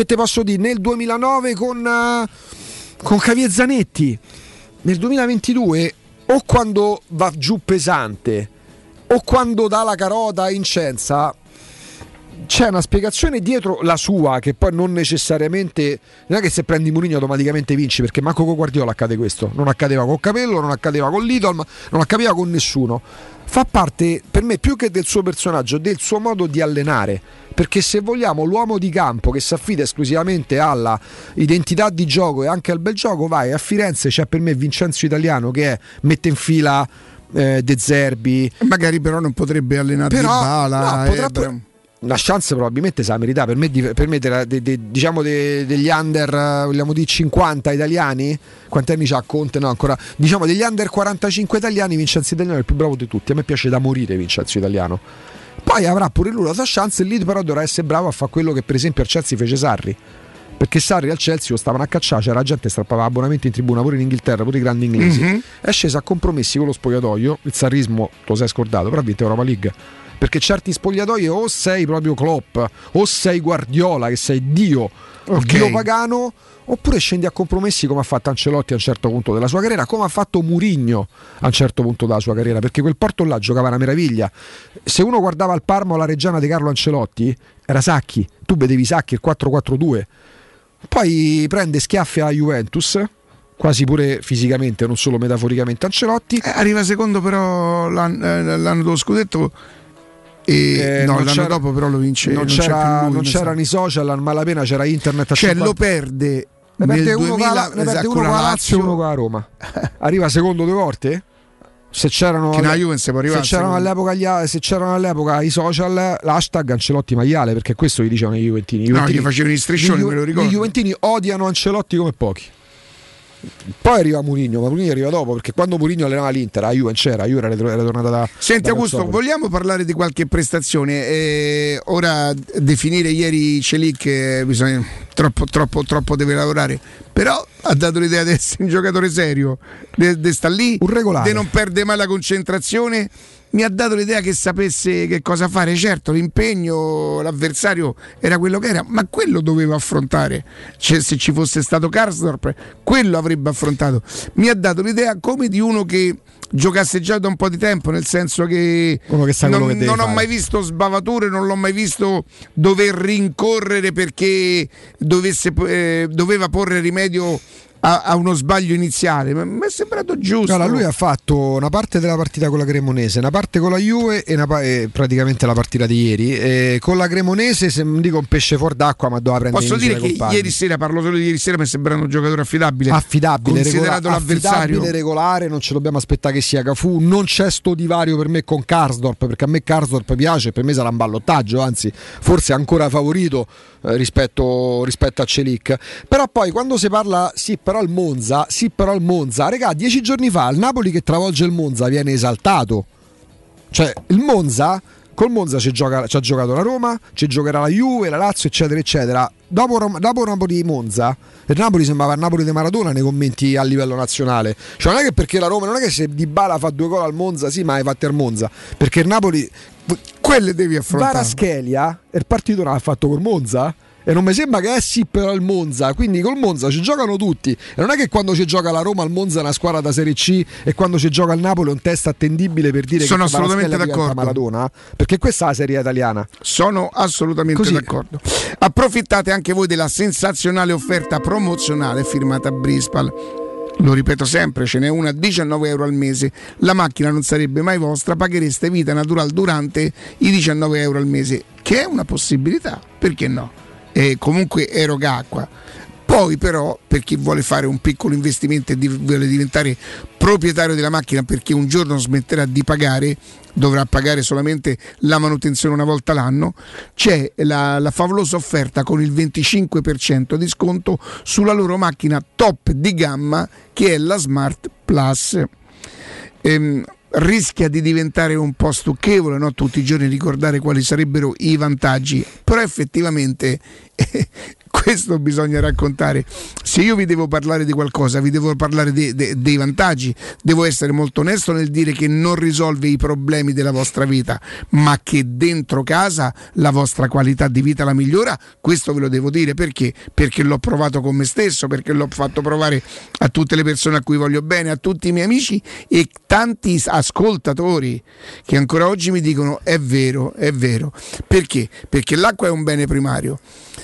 2009 con Javier Zanetti, nel 2022 o quando va giù pesante o quando dà la carota in Cenza. C'è una spiegazione dietro la sua, che poi non necessariamente, non è che se prendi Mourinho automaticamente vinci, perché manco con Guardiola accade questo, non accadeva con Capello, non accadeva con Lidl, non accadeva con nessuno. Fa parte per me più che del suo personaggio, del suo modo di allenare, perché se vogliamo l'uomo di campo che si affida esclusivamente alla identità di gioco e anche al bel gioco, vai a Firenze, c'è per me Vincenzo Italiano che mette in fila De Zerbi, magari però non potrebbe allenare Dybala, una chance probabilmente se la merita. Per me diciamo degli under, vogliamo dire 50 italiani, quanti anni c'ha Conte? No, ancora, diciamo degli under 45 italiani, Vincenzo Italiano è il più bravo di tutti. A me piace da morire Vincenzo Italiano. Poi avrà pure lui la sua chance, e lì però dovrà essere bravo a fare quello che per esempio al Chelsea fece Sarri, perché Sarri al Chelsea lo stavano a cacciare, c'era la gente strappava abbonamenti in tribuna pure in Inghilterra, pure i grandi inglesi. È sceso a compromessi con lo spogliatoio. Il sarrismo te lo sei scordato, però ha vinto Europa League, perché certi spogliatoi o sei proprio Klopp o sei Guardiola che sei Dio pagano, oppure scendi a compromessi come ha fatto Ancelotti a un certo punto della sua carriera, come ha fatto Mourinho a un certo punto della sua carriera, perché quel Porto là giocava una meraviglia. Se uno guardava il Parma o la Reggiana di Carlo Ancelotti era Sacchi, tu vedevi Sacchi il 4-4-2, poi prende schiaffi alla Juventus, quasi pure fisicamente, non solo metaforicamente, Ancelotti. Arriva secondo però l'anno dello scudetto. L'anno dopo però lo vince. Non c'erano i social, a malapena c'era internet a 50. Lo perde. Ne perde uno con la Lazio e uno con la Roma. Arriva secondo 2 volte. Se c'erano all'epoca i social, l'hashtag Ancelotti maiale, perché questo gli dicevano i Juventini. No, gli facevano i striscioni, me lo ricordo. I Juventini odiano Ancelotti come pochi. Poi arriva Mourinho, ma Mourinho arriva dopo, perché quando Mourinho allenava l'Inter, la Juve c'era, Juve era tornata da. Senti Augusto, vogliamo parlare di qualche prestazione? Ora definire ieri Celik bisogna troppo deve lavorare, però ha dato l'idea di essere un giocatore serio, di sta lì, un regolare, di non perde mai la concentrazione. Mi ha dato l'idea che sapesse che cosa fare. Certo, l'impegno, l'avversario era quello che era, ma quello doveva affrontare. Cioè, se ci fosse stato Karsdorp, quello avrebbe affrontato. Mi ha dato l'idea come di uno che giocasse già da un po' di tempo, nel senso che non ho mai visto sbavature, non l'ho mai visto dover rincorrere perché doveva porre rimedio a uno sbaglio iniziale. Mi è sembrato giusto. Allora, lui ha fatto una parte della partita con la Cremonese, una parte con la Juve e praticamente la partita di ieri. Con la Cremonese, se non dico un pesce fuor d'acqua, ma doveva prendere. Posso dire che compagni. Ieri sera, parlo solo di ieri sera, mi sembra un giocatore affidabile, considerato l'avversario. Affidabile, regolare, non ce dobbiamo aspettare che sia Cafù. Non c'è sto divario per me con Karsdorp, perché a me Karsdorp piace, per me sarà un ballottaggio, anzi forse ancora favorito rispetto a Celik. Però poi quando si parla però il Monza, regà, 10 giorni fa il Napoli che travolge il Monza viene esaltato. Cioè il Monza, col Monza ci ha giocato la Roma, ci giocherà la Juve, la Lazio, eccetera eccetera. Dopo Napoli-Monza, il Napoli sembrava il Napoli di Maradona nei commenti a livello nazionale. Cioè non è che perché la Roma, non è che se Dybala fa 2 gol al Monza, sì, ma hai fatto al Monza, perché il Napoli quelle devi affrontare. Kvaratskhelia il partito non l'ha fatto col Monza E non mi sembra che è sì però il Monza, quindi col Monza ci giocano tutti. E non è che quando ci gioca la Roma il Monza è una squadra da Serie C e quando ci gioca il Napoli è un test attendibile per dire sono che assolutamente d'accordo. Maradona, perché questa è la Serie italiana. Sono assolutamente d'accordo. Approfittate anche voi della sensazionale offerta promozionale firmata Brispal. Lo ripeto sempre, ce n'è una a 19 euro al mese. La macchina non sarebbe mai vostra, paghereste vita natural durante i 19 euro al mese, che è una possibilità, perché no? E comunque eroga acqua. Poi però, per chi vuole fare un piccolo investimento e vuole diventare proprietario della macchina, perché un giorno smetterà di pagare, dovrà pagare solamente la manutenzione una volta l'anno, c'è la favolosa offerta con il 25% di sconto sulla loro macchina top di gamma, che è la Smart Plus. Rischia di diventare un po' stucchevole, no? Tutti i giorni ricordare quali sarebbero i vantaggi, però effettivamente questo bisogna raccontare. Se io vi devo parlare di qualcosa, vi devo parlare dei vantaggi. Devo essere molto onesto nel dire che non risolve i problemi della vostra vita, ma che dentro casa la vostra qualità di vita la migliora. Questo ve lo devo dire perché l'ho provato con me stesso, perché l'ho fatto provare a tutte le persone a cui voglio bene, a tutti i miei amici e tanti ascoltatori che ancora oggi mi dicono è vero. Perché? Perché l'acqua è un bene primario,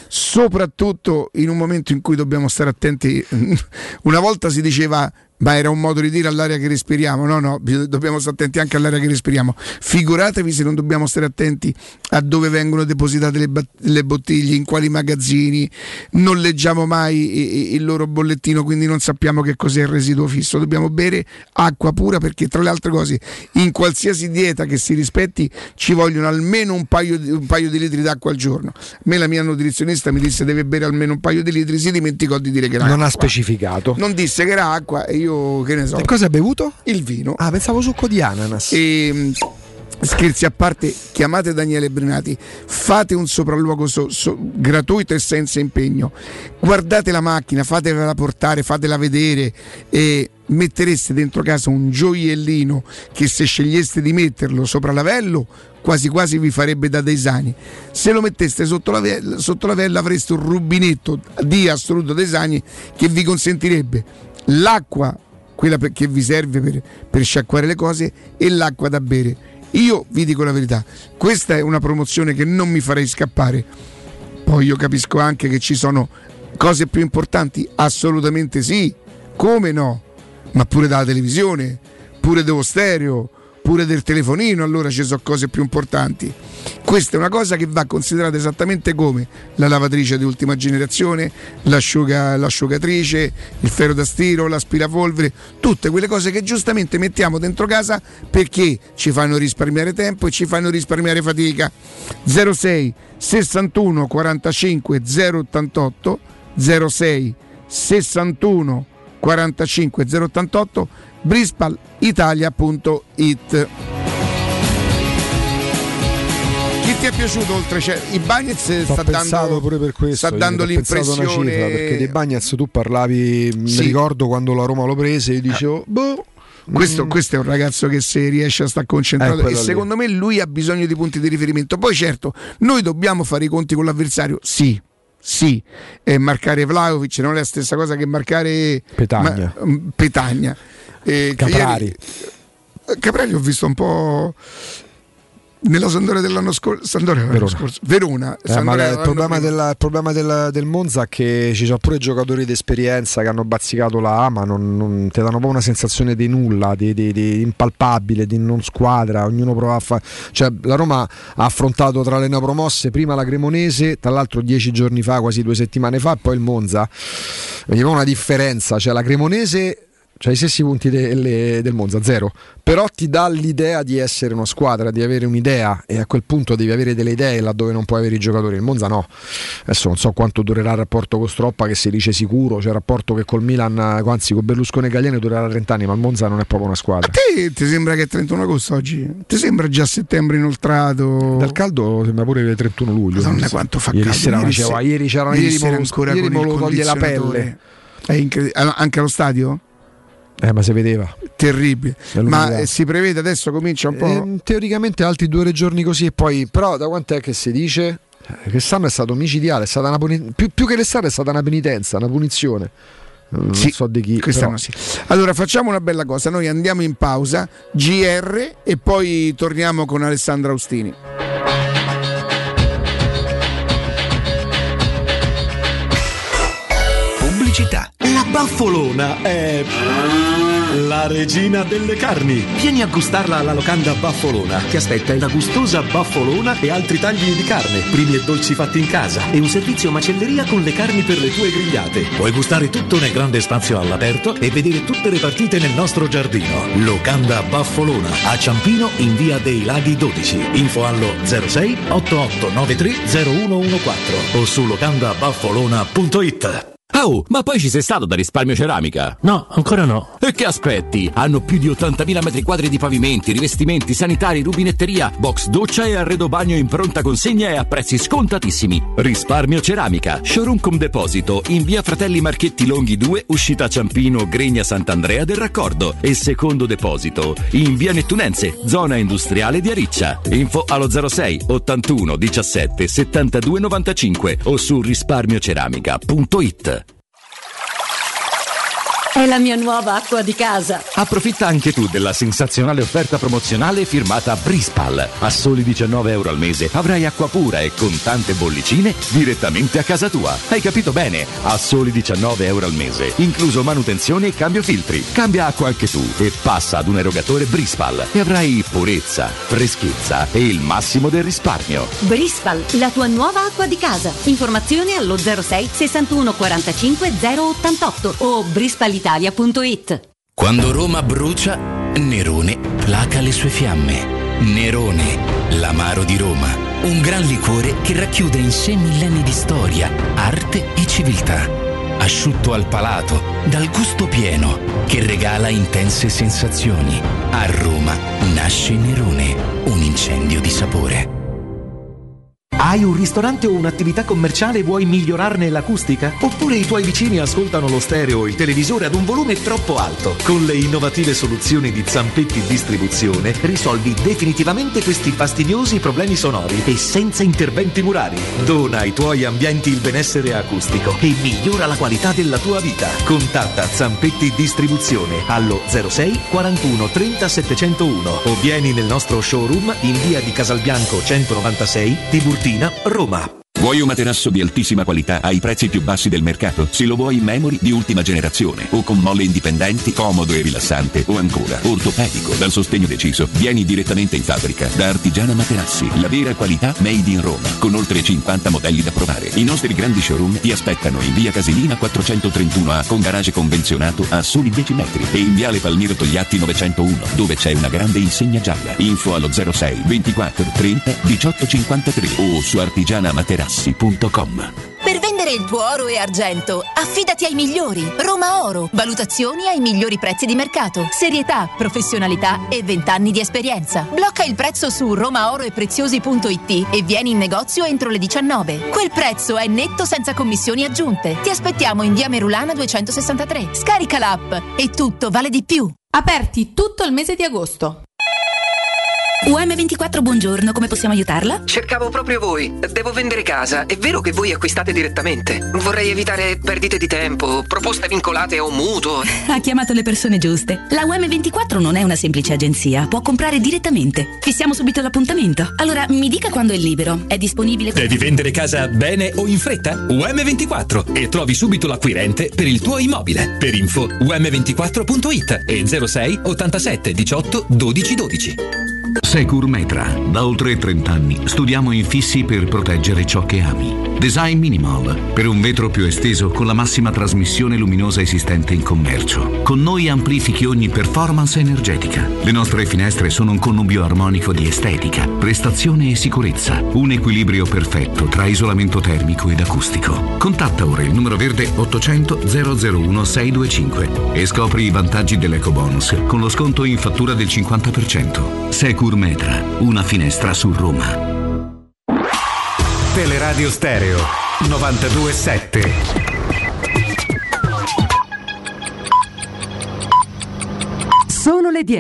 soprattutto in un momento in cui dobbiamo stare attenti. Una volta si diceva, ma era un modo di dire all'aria che respiriamo. No, dobbiamo stare attenti anche all'aria che respiriamo. Figuratevi se non dobbiamo stare attenti a dove vengono depositate le bottiglie, in quali magazzini. Non leggiamo mai il loro bollettino, quindi non sappiamo che cos'è il residuo fisso. Dobbiamo bere acqua pura, perché tra le altre cose in qualsiasi dieta che si rispetti ci vogliono almeno un paio di litri d'acqua al giorno. A me la mia nutrizionista mi disse deve bere almeno un paio di litri, si dimenticò di dire che era non acqua. Ha specificato, non disse che era acqua e io che ne so. E cosa hai bevuto? Il vino. Ah, pensavo succo di ananas. E scherzi a parte, chiamate Daniele Brinati, fate un sopralluogo gratuito e senza impegno. Guardate la macchina, fatela portare, fatela vedere e mettereste dentro casa un gioiellino che, se sceglieste di metterlo sopra l'avello, quasi quasi vi farebbe da Desani. Se lo metteste sotto la vella avreste un rubinetto di assoluto Desani che vi consentirebbe l'acqua, quella che vi serve per sciacquare le cose, e l'acqua da bere. Io vi dico la verità, questa è una promozione che non mi farei scappare. Poi io capisco anche che ci sono cose più importanti, assolutamente sì, come no, ma pure dalla televisione, pure dello stereo, pure del telefonino, allora ci sono cose più importanti. Questa è una cosa che va considerata esattamente come la lavatrice di ultima generazione, l'asciugatrice, il ferro da stiro, l'aspirapolvere, tutte quelle cose che giustamente mettiamo dentro casa perché ci fanno risparmiare tempo e ci fanno risparmiare fatica. 06 61 45 088 06 61 45 088 brispalitalia.it. Chi ti è piaciuto oltre Ibañez? Sta dando l'impressione una cifra, perché di Ibañez tu parlavi, sì. Mi ricordo quando la Roma lo prese e dicevo questo è un ragazzo che se riesce a stare concentrato e secondo me lui ha bisogno di punti di riferimento. Poi certo, noi dobbiamo fare i conti con l'avversario, sì, marcare Vlahovic non è la stessa cosa che marcare Petagna. Caprari ho visto un po' nella Sampdoria dell'anno scorso, Verona. Il problema del Monza è che ci sono pure giocatori di esperienza che hanno bazzicato la A, ma non ti danno proprio una sensazione di nulla, di impalpabile, di non squadra. Ognuno prova a fare. Cioè, la Roma ha affrontato tra le neopromosse prima la Cremonese, tra l'altro 10 giorni fa, quasi 2 settimane fa, e poi il Monza. Vedi una differenza, cioè la Cremonese c'ha i stessi punti del Monza, 0, però ti dà l'idea di essere una squadra, di avere un'idea, e a quel punto devi avere delle idee laddove non puoi avere i giocatori. Il Monza no, adesso non so quanto durerà il rapporto con Stroppa, che si dice sicuro, c'è il rapporto che col Milan, anzi con Berlusconi e Galliani durerà 30 anni, ma il Monza non è proprio una squadra. A te ti sembra che è 31 agosto oggi? Ti sembra già settembre inoltrato? Dal caldo sembra pure il 31 luglio. Madonna quanto fa ieri caldo. Ieri c'era ancora ieri me lo toglie la pelle. È incredibile. Anche allo stadio? Ma si vedeva. Terribile. Ma si prevede adesso, comincia un po'. Teoricamente altri 2 o 3 giorni così e poi. Però da quant'è che si dice? Quest'anno è stato micidiale, è stata più che l'estate è stata una penitenza, una punizione. Non so di chi. Quest'anno sì. Allora facciamo una bella cosa, noi andiamo in pausa, GR e poi torniamo con Alessandro Austini. Pubblicità. La Baffolona è la regina delle carni. Vieni a gustarla alla locanda Baffolona. Ti aspetta una gustosa baffolona e altri tagli di carne, primi e dolci fatti in casa e un servizio macelleria con le carni per le tue grigliate. Puoi gustare tutto nel grande spazio all'aperto e vedere tutte le partite nel nostro giardino. Locanda Baffolona a Ciampino in via dei Laghi 12. Info allo 06 8893 0114 o su locandabaffolona.it. Oh, ma poi ci sei stato da Risparmio Ceramica? No, ancora no. E che aspetti? Hanno più di 80.000 metri quadri di pavimenti, rivestimenti, sanitari, rubinetteria, box doccia e arredo bagno in pronta consegna e a prezzi scontatissimi. Risparmio Ceramica, showroom con deposito in via Fratelli Marchetti Longhi 2, uscita Ciampino, Gregna Sant'Andrea del Raccordo e secondo deposito in via Nettunense, zona industriale di Ariccia. Info allo 06 81 17 72 95 o su risparmioceramica.it. È la mia nuova acqua di casa. Approfitta anche tu della sensazionale offerta promozionale firmata Brispal. A soli €19 al mese avrai acqua pura e con tante bollicine direttamente a casa tua. Hai capito bene? A soli €19 al mese, incluso manutenzione e cambio filtri. Cambia acqua anche tu e passa ad un erogatore Brispal e avrai purezza, freschezza e il massimo del risparmio. Brispal, la tua nuova acqua di casa. Informazioni allo 06 61 45 088 o brispalitalia.it. Quando Roma brucia, Nerone placa le sue fiamme. Nerone, l'amaro di Roma. Un gran liquore che racchiude in sé millenni di storia, arte e civiltà. Asciutto al palato, dal gusto pieno, che regala intense sensazioni. A Roma nasce Nerone, un incendio di sapore. Hai un ristorante o un'attività commerciale e vuoi migliorarne l'acustica? Oppure i tuoi vicini ascoltano lo stereo o il televisore ad un volume troppo alto? Con le innovative soluzioni di Zampetti Distribuzione risolvi definitivamente questi fastidiosi problemi sonori e senza interventi murari. Dona ai tuoi ambienti il benessere acustico e migliora la qualità della tua vita. Contatta Zampetti Distribuzione allo 06 41 30 701 o vieni nel nostro showroom in via di Casalbianco 196 Tiburtina, Roma. Vuoi un materasso di altissima qualità ai prezzi più bassi del mercato? Se lo vuoi in memory di ultima generazione o con molle indipendenti, comodo e rilassante o ancora ortopedico dal sostegno deciso, vieni direttamente in fabbrica da Artigiana Materassi, la vera qualità made in Roma, con oltre 50 modelli da provare. I nostri grandi showroom ti aspettano in via Casilina 431A con garage convenzionato a soli 10 metri e in viale Palmiro Togliatti 901 dove c'è una grande insegna gialla. Info allo 06 24 30 18 53 o su artigianamaterassi.com. Per vendere il tuo oro e argento, affidati ai migliori. Roma Oro. Valutazioni ai migliori prezzi di mercato. Serietà, professionalità e 20 anni di esperienza. Blocca il prezzo su romaoroepreziosi.it e vieni in negozio entro le 19. Quel prezzo è netto senza commissioni aggiunte. Ti aspettiamo in via Merulana 263. Scarica l'app e tutto vale di più. Aperti tutto il mese di agosto. UM24, buongiorno, come possiamo aiutarla? Cercavo proprio voi. Devo vendere casa. È vero che voi acquistate direttamente? Vorrei evitare perdite di tempo, proposte vincolate o mutuo. Ha chiamato le persone giuste. La UM24 non è una semplice agenzia, può comprare direttamente. Fissiamo subito l'appuntamento. Allora, mi dica quando è libero. È disponibile? Devi vendere casa bene o in fretta? UM24 e trovi subito l'acquirente per il tuo immobile. Per info um24.it e 06 87 18 12 12. Securmetra. Da oltre 30 anni studiamo infissi per proteggere ciò che ami. Design minimal, per un vetro più esteso con la massima trasmissione luminosa esistente in commercio. Con noi amplifichi ogni performance energetica. Le nostre finestre sono un connubio armonico di estetica, prestazione e sicurezza. Un equilibrio perfetto tra isolamento termico ed acustico. Contatta ora il numero verde 800 001 625 e scopri i vantaggi dell'ecobonus con lo sconto in fattura del 50%. Securmetra, una finestra su Roma. Teleradio Stereo 92.7. Sono le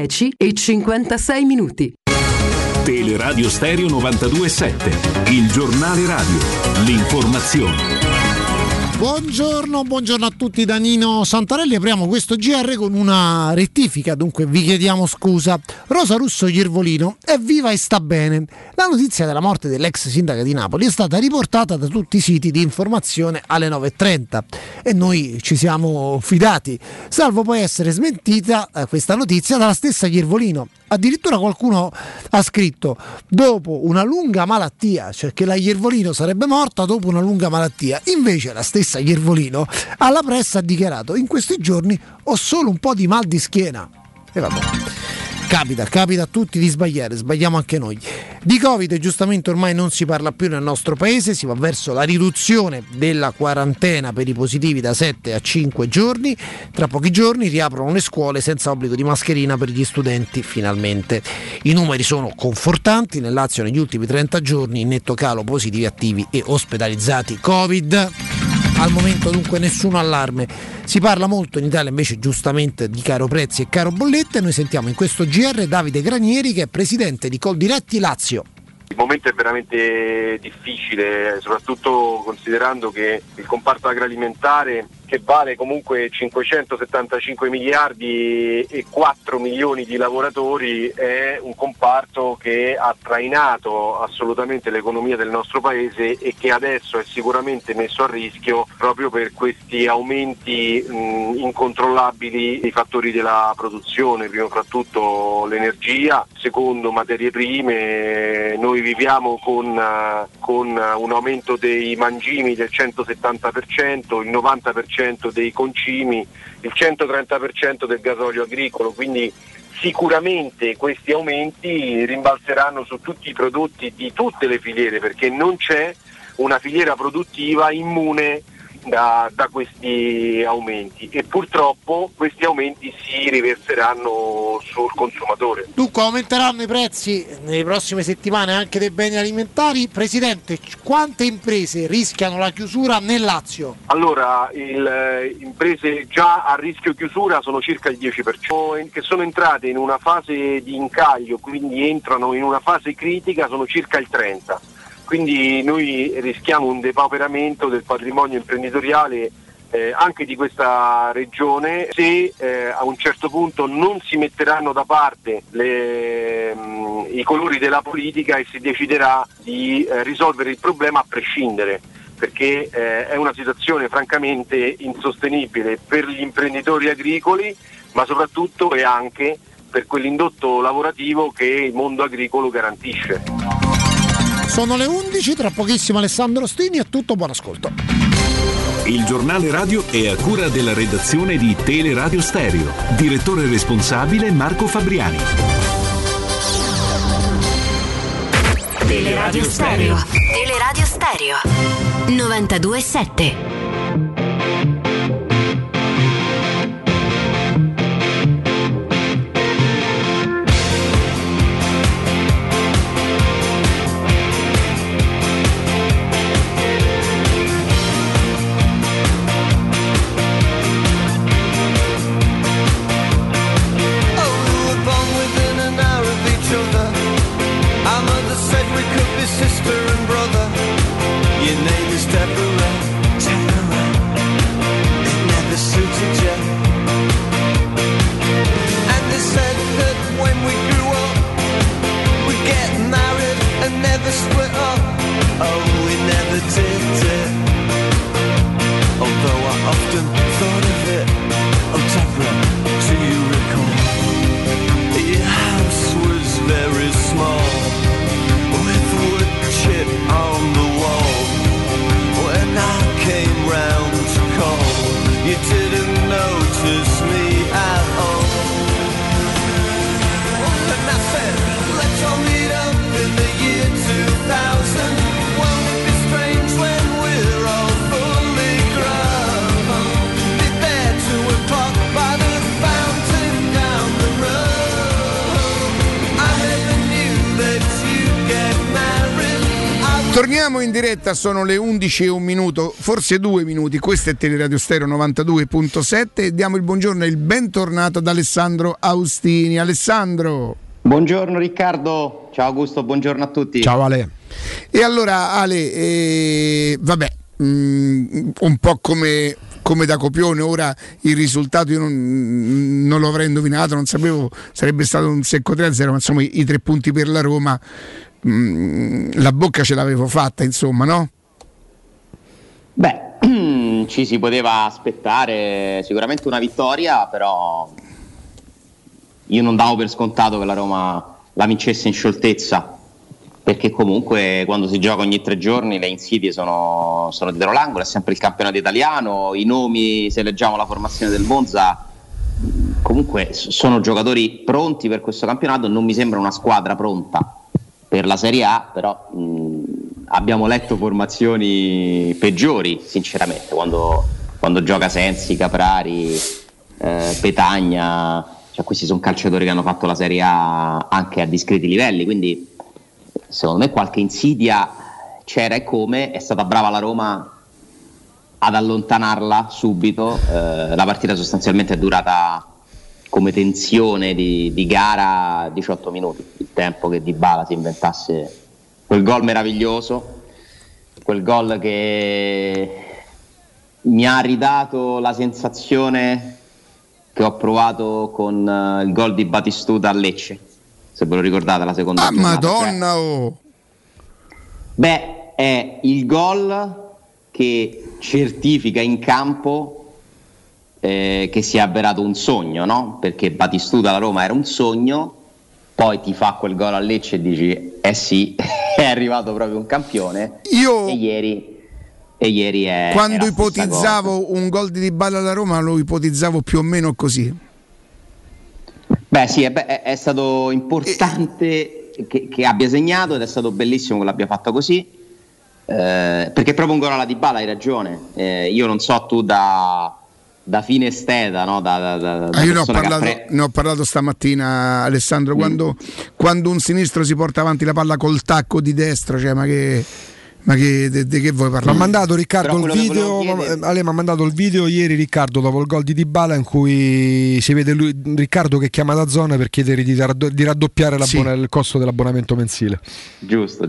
10:56. Teleradio Stereo 92.7, il giornale radio, l'informazione. Buongiorno a tutti da Nino Santarelli. Apriamo questo GR con una rettifica, dunque vi chiediamo scusa. Rosa Russo Iervolino è viva e sta bene. La notizia della morte dell'ex sindaca di Napoli è stata riportata da tutti i siti di informazione alle 9.30 e noi ci siamo fidati, salvo poi essere smentita questa notizia dalla stessa Iervolino. Addirittura qualcuno ha scritto dopo una lunga malattia, cioè che la Iervolino sarebbe morta dopo una lunga malattia. Invece la stessa Iervolino alla pressa ha dichiarato: in questi giorni ho solo un po' di mal di schiena. E vabbè, capita a tutti di sbagliare, sbagliamo anche noi. Di Covid giustamente ormai non si parla più nel nostro paese, si va verso la riduzione della quarantena per i positivi da 7 a 5 giorni. Tra pochi giorni riaprono le scuole senza obbligo di mascherina per gli studenti, finalmente. I numeri sono confortanti, nel Lazio negli ultimi 30 giorni in netto calo positivi attivi e ospedalizzati Covid. Al momento dunque nessun allarme. Si parla molto in Italia invece giustamente di caro prezzi e caro bollette. Noi sentiamo in questo GR Davide Granieri, che è presidente di Coldiretti Lazio. Il momento è veramente difficile, soprattutto considerando che il comparto agroalimentare, che vale comunque 575 miliardi e 4 milioni di lavoratori, è un comparto che ha trainato assolutamente l'economia del nostro paese e che adesso è sicuramente messo a rischio proprio per questi aumenti incontrollabili dei fattori della produzione, prima fra tutto l'energia, secondo materie prime. Noi viviamo con un aumento dei mangimi del 170%, il 90% dei concimi, il 130% del gasolio agricolo, quindi sicuramente questi aumenti rimbalzeranno su tutti i prodotti di tutte le filiere, perché non c'è una filiera produttiva immune da questi aumenti e purtroppo questi aumenti si riverseranno sul consumatore. Dunque aumenteranno i prezzi nelle prossime settimane anche dei beni alimentari. Presidente, quante imprese rischiano la chiusura nel Lazio? Allora, imprese già a rischio chiusura sono circa il 10%, che sono entrate in una fase di incaglio, quindi entrano in una fase critica, sono circa il 30%. Quindi noi rischiamo un depauperamento del patrimonio imprenditoriale anche di questa regione se a un certo punto non si metteranno da parte i colori della politica e si deciderà di risolvere il problema a prescindere, perché è una situazione francamente insostenibile per gli imprenditori agricoli, ma soprattutto e anche per quell'indotto lavorativo che il mondo agricolo garantisce. Sono le 11, tra pochissimo Alessandro Stini, è tutto, buon ascolto. Il giornale radio è a cura della redazione di Teleradio Stereo. Direttore responsabile Marco Fabriani. Teleradio Stereo. Teleradio Stereo 92.7. Sister and brother, your name is Deborah. Torniamo in diretta, sono le 11:01, forse 2 minuti. Questo è Teleradio Stereo 92.7 e diamo il buongiorno e il bentornato ad Alessandro Austini. Alessandro. Buongiorno Riccardo, ciao Augusto, buongiorno a tutti. Ciao Ale. E allora Ale, un po' come da copione, ora il risultato io non lo avrei indovinato, non sapevo, sarebbe stato un secco 3-0, ma insomma i 3 punti per la Roma, la bocca ce l'avevo fatta, insomma, no? Beh, ci si poteva aspettare sicuramente una vittoria, però io non davo per scontato che la Roma la vincesse in scioltezza, perché comunque quando si gioca ogni 3 giorni le insidie sono dietro l'angolo, è sempre il campionato italiano, i nomi, se leggiamo la formazione del Monza, comunque sono giocatori pronti per questo campionato, non mi sembra una squadra pronta per la Serie A, però abbiamo letto formazioni peggiori sinceramente quando gioca Sensi, Caprari, Petagna, cioè questi sono calciatori che hanno fatto la Serie A anche a discreti livelli, quindi secondo me qualche insidia c'era, e come è stata brava la Roma ad allontanarla subito. La partita sostanzialmente è durata come tensione di gara 18 minuti, il tempo che Dybala si inventasse quel gol meraviglioso, quel gol che mi ha ridato la sensazione che ho provato con il gol di Batistuta a Lecce, se ve lo ricordate, la seconda giornata. Madonna, oh. Beh, è il gol che certifica in campo che si è avverato un sogno, no? Perché Batistuta alla Roma era un sogno, poi ti fa quel gol a Lecce e dici sì, è arrivato proprio un campione. E ieri è quando ipotizzavo un gol di Dybala alla Roma lo ipotizzavo più o meno così. Beh sì, è stato importante che abbia segnato, ed è stato bellissimo che l'abbia fatto così, perché è proprio un gol alla Dybala, hai ragione. Io non so tu da fine esteta, no? Io ne ho parlato stamattina, Alessandro, quando un sinistro si porta avanti la palla col tacco di destra, cioè ma che che vuoi parlare? Mi ha mandato Riccardo il video, Ale mi ha mandato il video ieri Riccardo dopo il gol di Dybala in cui si vede Riccardo che chiama da zona per chiedere di raddoppiare il costo dell'abbonamento mensile. Giusto,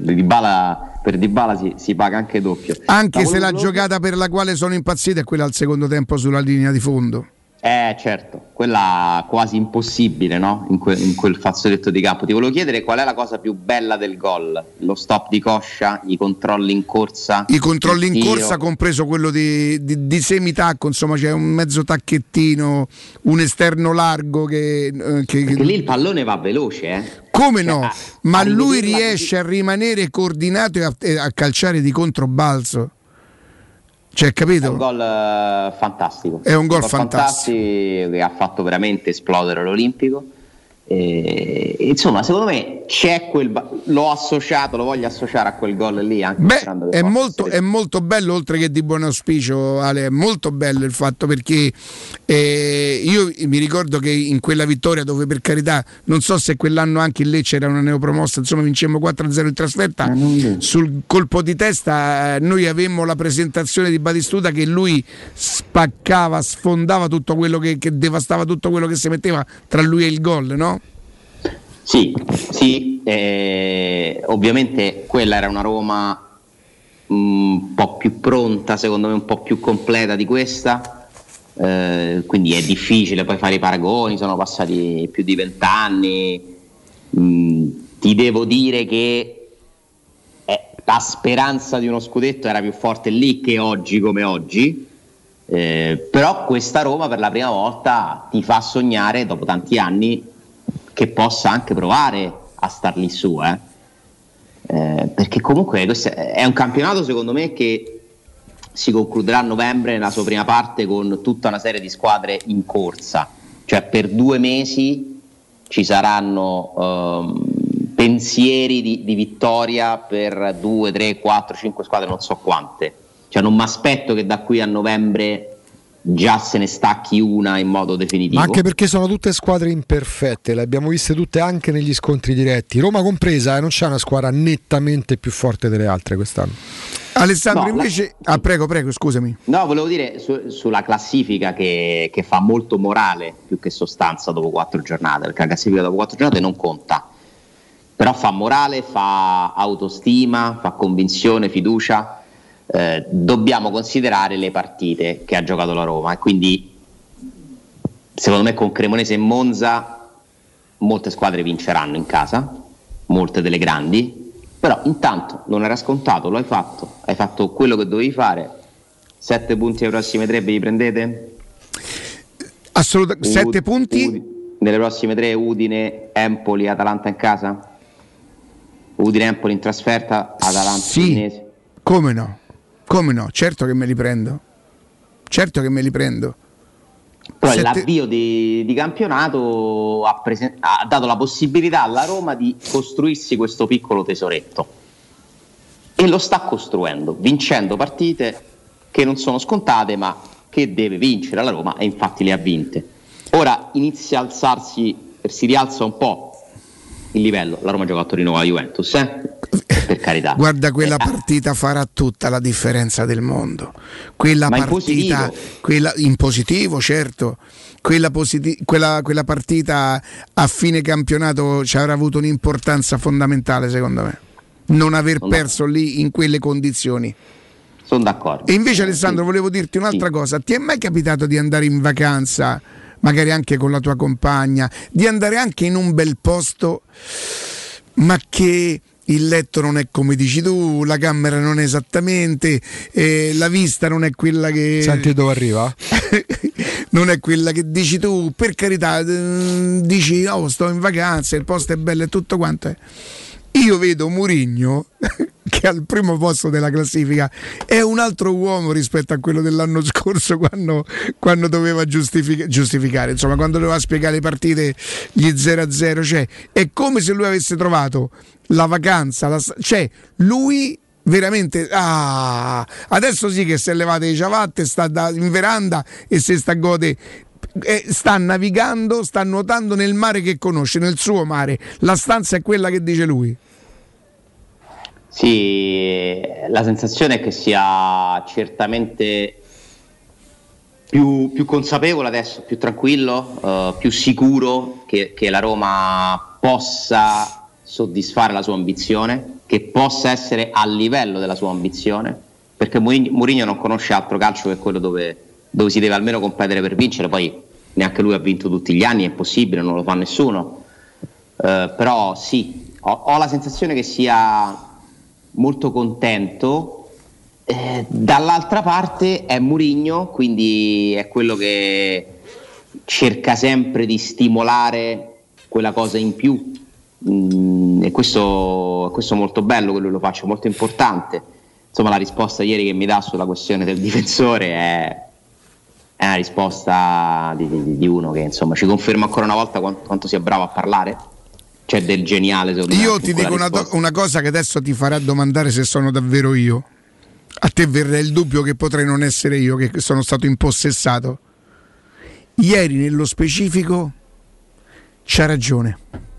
per Dybala si paga anche doppio. Anche se la giocata per la quale sono impazzito è quella al secondo tempo sulla linea di fondo. Certo, quella quasi impossibile, no? In quel fazzoletto di campo. Ti volevo chiedere qual è la cosa più bella del gol? Lo stop di coscia, i controlli in corsa? I controlli in corsa, compreso quello di semitacco, insomma c'è un mezzo tacchettino, un esterno largo perché lì il pallone va veloce, Come no? Ma lui riesce a rimanere coordinato e a calciare di controbalzo. Cioè, capito? È un gol fantastico. È un gol fantastico che ha fatto veramente esplodere l'Olimpico. Insomma, secondo me c'è lo voglio associare a quel gol lì. Anche è molto bello, oltre che di buon auspicio, Ale, è molto bello il fatto, perché io mi ricordo che in quella vittoria, dove per carità non so se quell'anno anche il Lecce era una neopromossa, insomma vincemmo 4-0 in trasferta, sul colpo di testa noi avemmo la presentazione di Batistuta che lui spaccava, sfondava tutto quello che devastava tutto quello che si metteva tra lui e il gol, no? Sì, ovviamente quella era una Roma un po' più pronta, secondo me un po' più completa di questa, quindi è difficile poi fare i paragoni, sono passati più di 20 anni. Ti devo dire che la speranza di uno scudetto era più forte lì che oggi come oggi, però questa Roma per la prima volta ti fa sognare dopo tanti anni che possa anche provare a star lì su, perché comunque questo è un campionato secondo me che si concluderà a novembre nella sua prima parte con tutta una serie di squadre in corsa, cioè per 2 mesi ci saranno pensieri di vittoria per 2, 3, 4, 5 squadre, non so quante, cioè non mi aspetto che da qui a novembre già se ne stacchi una in modo definitivo. Ma anche perché sono tutte squadre imperfette, le abbiamo viste tutte anche negli scontri diretti, Roma compresa, non c'è una squadra nettamente più forte delle altre quest'anno. Alessandro, invece prego, scusami. No, volevo dire sulla classifica che fa molto morale più che sostanza dopo 4 giornate, perché la classifica dopo 4 giornate non conta, però fa morale, fa autostima, fa convinzione, fiducia. Dobbiamo considerare le partite che ha giocato la Roma e quindi secondo me con Cremonese e Monza molte squadre vinceranno in casa, molte delle grandi, però intanto non era scontato, lo hai fatto quello che dovevi fare. 7 punti ai prossimi 3 ve li prendete? Assolutamente. 7 punti nelle prossime 3: Udine, Empoli, Atalanta in casa, Udine, Empoli in trasferta, Atalanta, sì. Udinese. Come no, certo che me li prendo. Però l'avvio di campionato ha dato la possibilità alla Roma di costruirsi questo piccolo tesoretto e lo sta costruendo, vincendo partite che non sono scontate ma che deve vincere la Roma, e infatti le ha vinte. Ora inizia a alzarsi, si rialza un po' il livello. La Roma gioca a Torino con la Juventus, per carità. Guarda, quella partita farà tutta la differenza del mondo. Quella ma partita, in positivo, certo. Quella partita a fine campionato ci avrà avuto un'importanza fondamentale, secondo me. Non aver perso lì in quelle condizioni. Sono d'accordo. E invece, Alessandro, volevo dirti un'altra cosa. Ti è mai capitato di andare in vacanza, magari anche con la tua compagna, di andare anche in un bel posto, ma che il letto non è come dici tu, la camera non è esattamente, la vista non è quella che... Senti dove arriva? Non è quella che dici tu, per carità, dici sto in vacanza, il posto è bello e tutto quanto è. Io vedo Mourinho che al primo posto della classifica è un altro uomo rispetto a quello dell'anno scorso, quando doveva giustificare, insomma, quando doveva spiegare le partite, gli 0-0, cioè è come se lui avesse trovato la vacanza, cioè lui veramente adesso sì che si è levato le ciabatte, sta in veranda e se sta gode, sta navigando, sta nuotando nel mare che conosce, nel suo mare. La stanza è quella che dice lui. Sì, la sensazione è che sia certamente più consapevole adesso, più tranquillo, più sicuro che la Roma possa soddisfare la sua ambizione, che possa essere a livello della sua ambizione, perché Mourinho non conosce altro calcio che quello dove si deve almeno competere per vincere. Poi neanche lui ha vinto tutti gli anni, è possibile, non lo fa nessuno, però sì, ho la sensazione che sia molto contento. Dall'altra parte è Mourinho, quindi è quello che cerca sempre di stimolare quella cosa in più, e questo è molto bello che lui lo faccia, molto importante. Insomma, la risposta ieri che mi dà sulla questione del difensore è una risposta di uno che insomma ci conferma ancora una volta quanto sia bravo a parlare. C'è del geniale, secondo me. Io ti dico una cosa che adesso ti farà domandare se sono davvero io. A te verrà il dubbio che potrei non essere io, che sono stato impossessato. Ieri nello specifico c'ha ragione.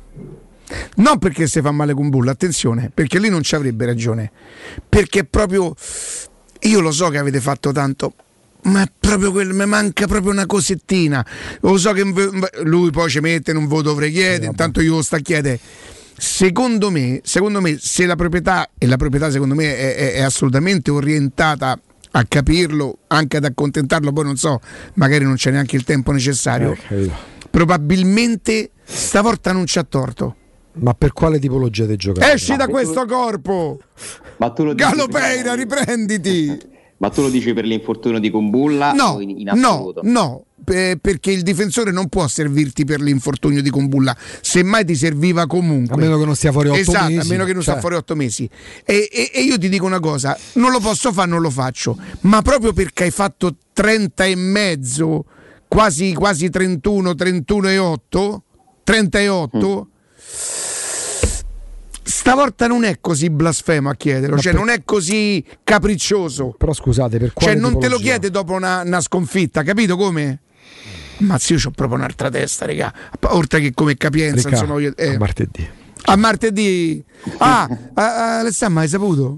Non perché si fa male con Bulla, attenzione, perché lì non ci avrebbe ragione. Perché proprio, io lo so che avete fatto tanto, ma proprio mi manca proprio una cosettina. Lo so che lui poi ci mette, non ve lo dovrei chiedere, intanto io lo sto a chiedere. Secondo me, se la proprietà, e la proprietà secondo me è assolutamente orientata a capirlo, anche ad accontentarlo, poi non so, magari non c'è neanche il tempo necessario, probabilmente stavolta non c'ha torto. Ma per quale tipologia di giocatore? Esci da questo corpo! Galopeira, riprenditi! Ma tu lo dici per l'infortunio di Kumbulla? No, in assoluto? no, perché il difensore non può servirti per l'infortunio di Kumbulla, semmai ti serviva comunque. A meno che non stia fuori 8 mesi. Esatto, a meno che non stia fuori 8 mesi. E io ti dico una cosa, non lo posso fare, non lo faccio, ma proprio perché hai fatto 30 e mezzo, quasi 31 e 8, 38, stavolta non è così blasfemo a chiederlo, cioè non è così capriccioso. Però scusate, per quale cioè non te lo tipologia? chiede dopo una sconfitta, capito come? Ma io c'ho proprio un'altra testa, raga. Oltre che come capienza, Ricca, insomma, a martedì. A martedì. Alessandro, hai saputo?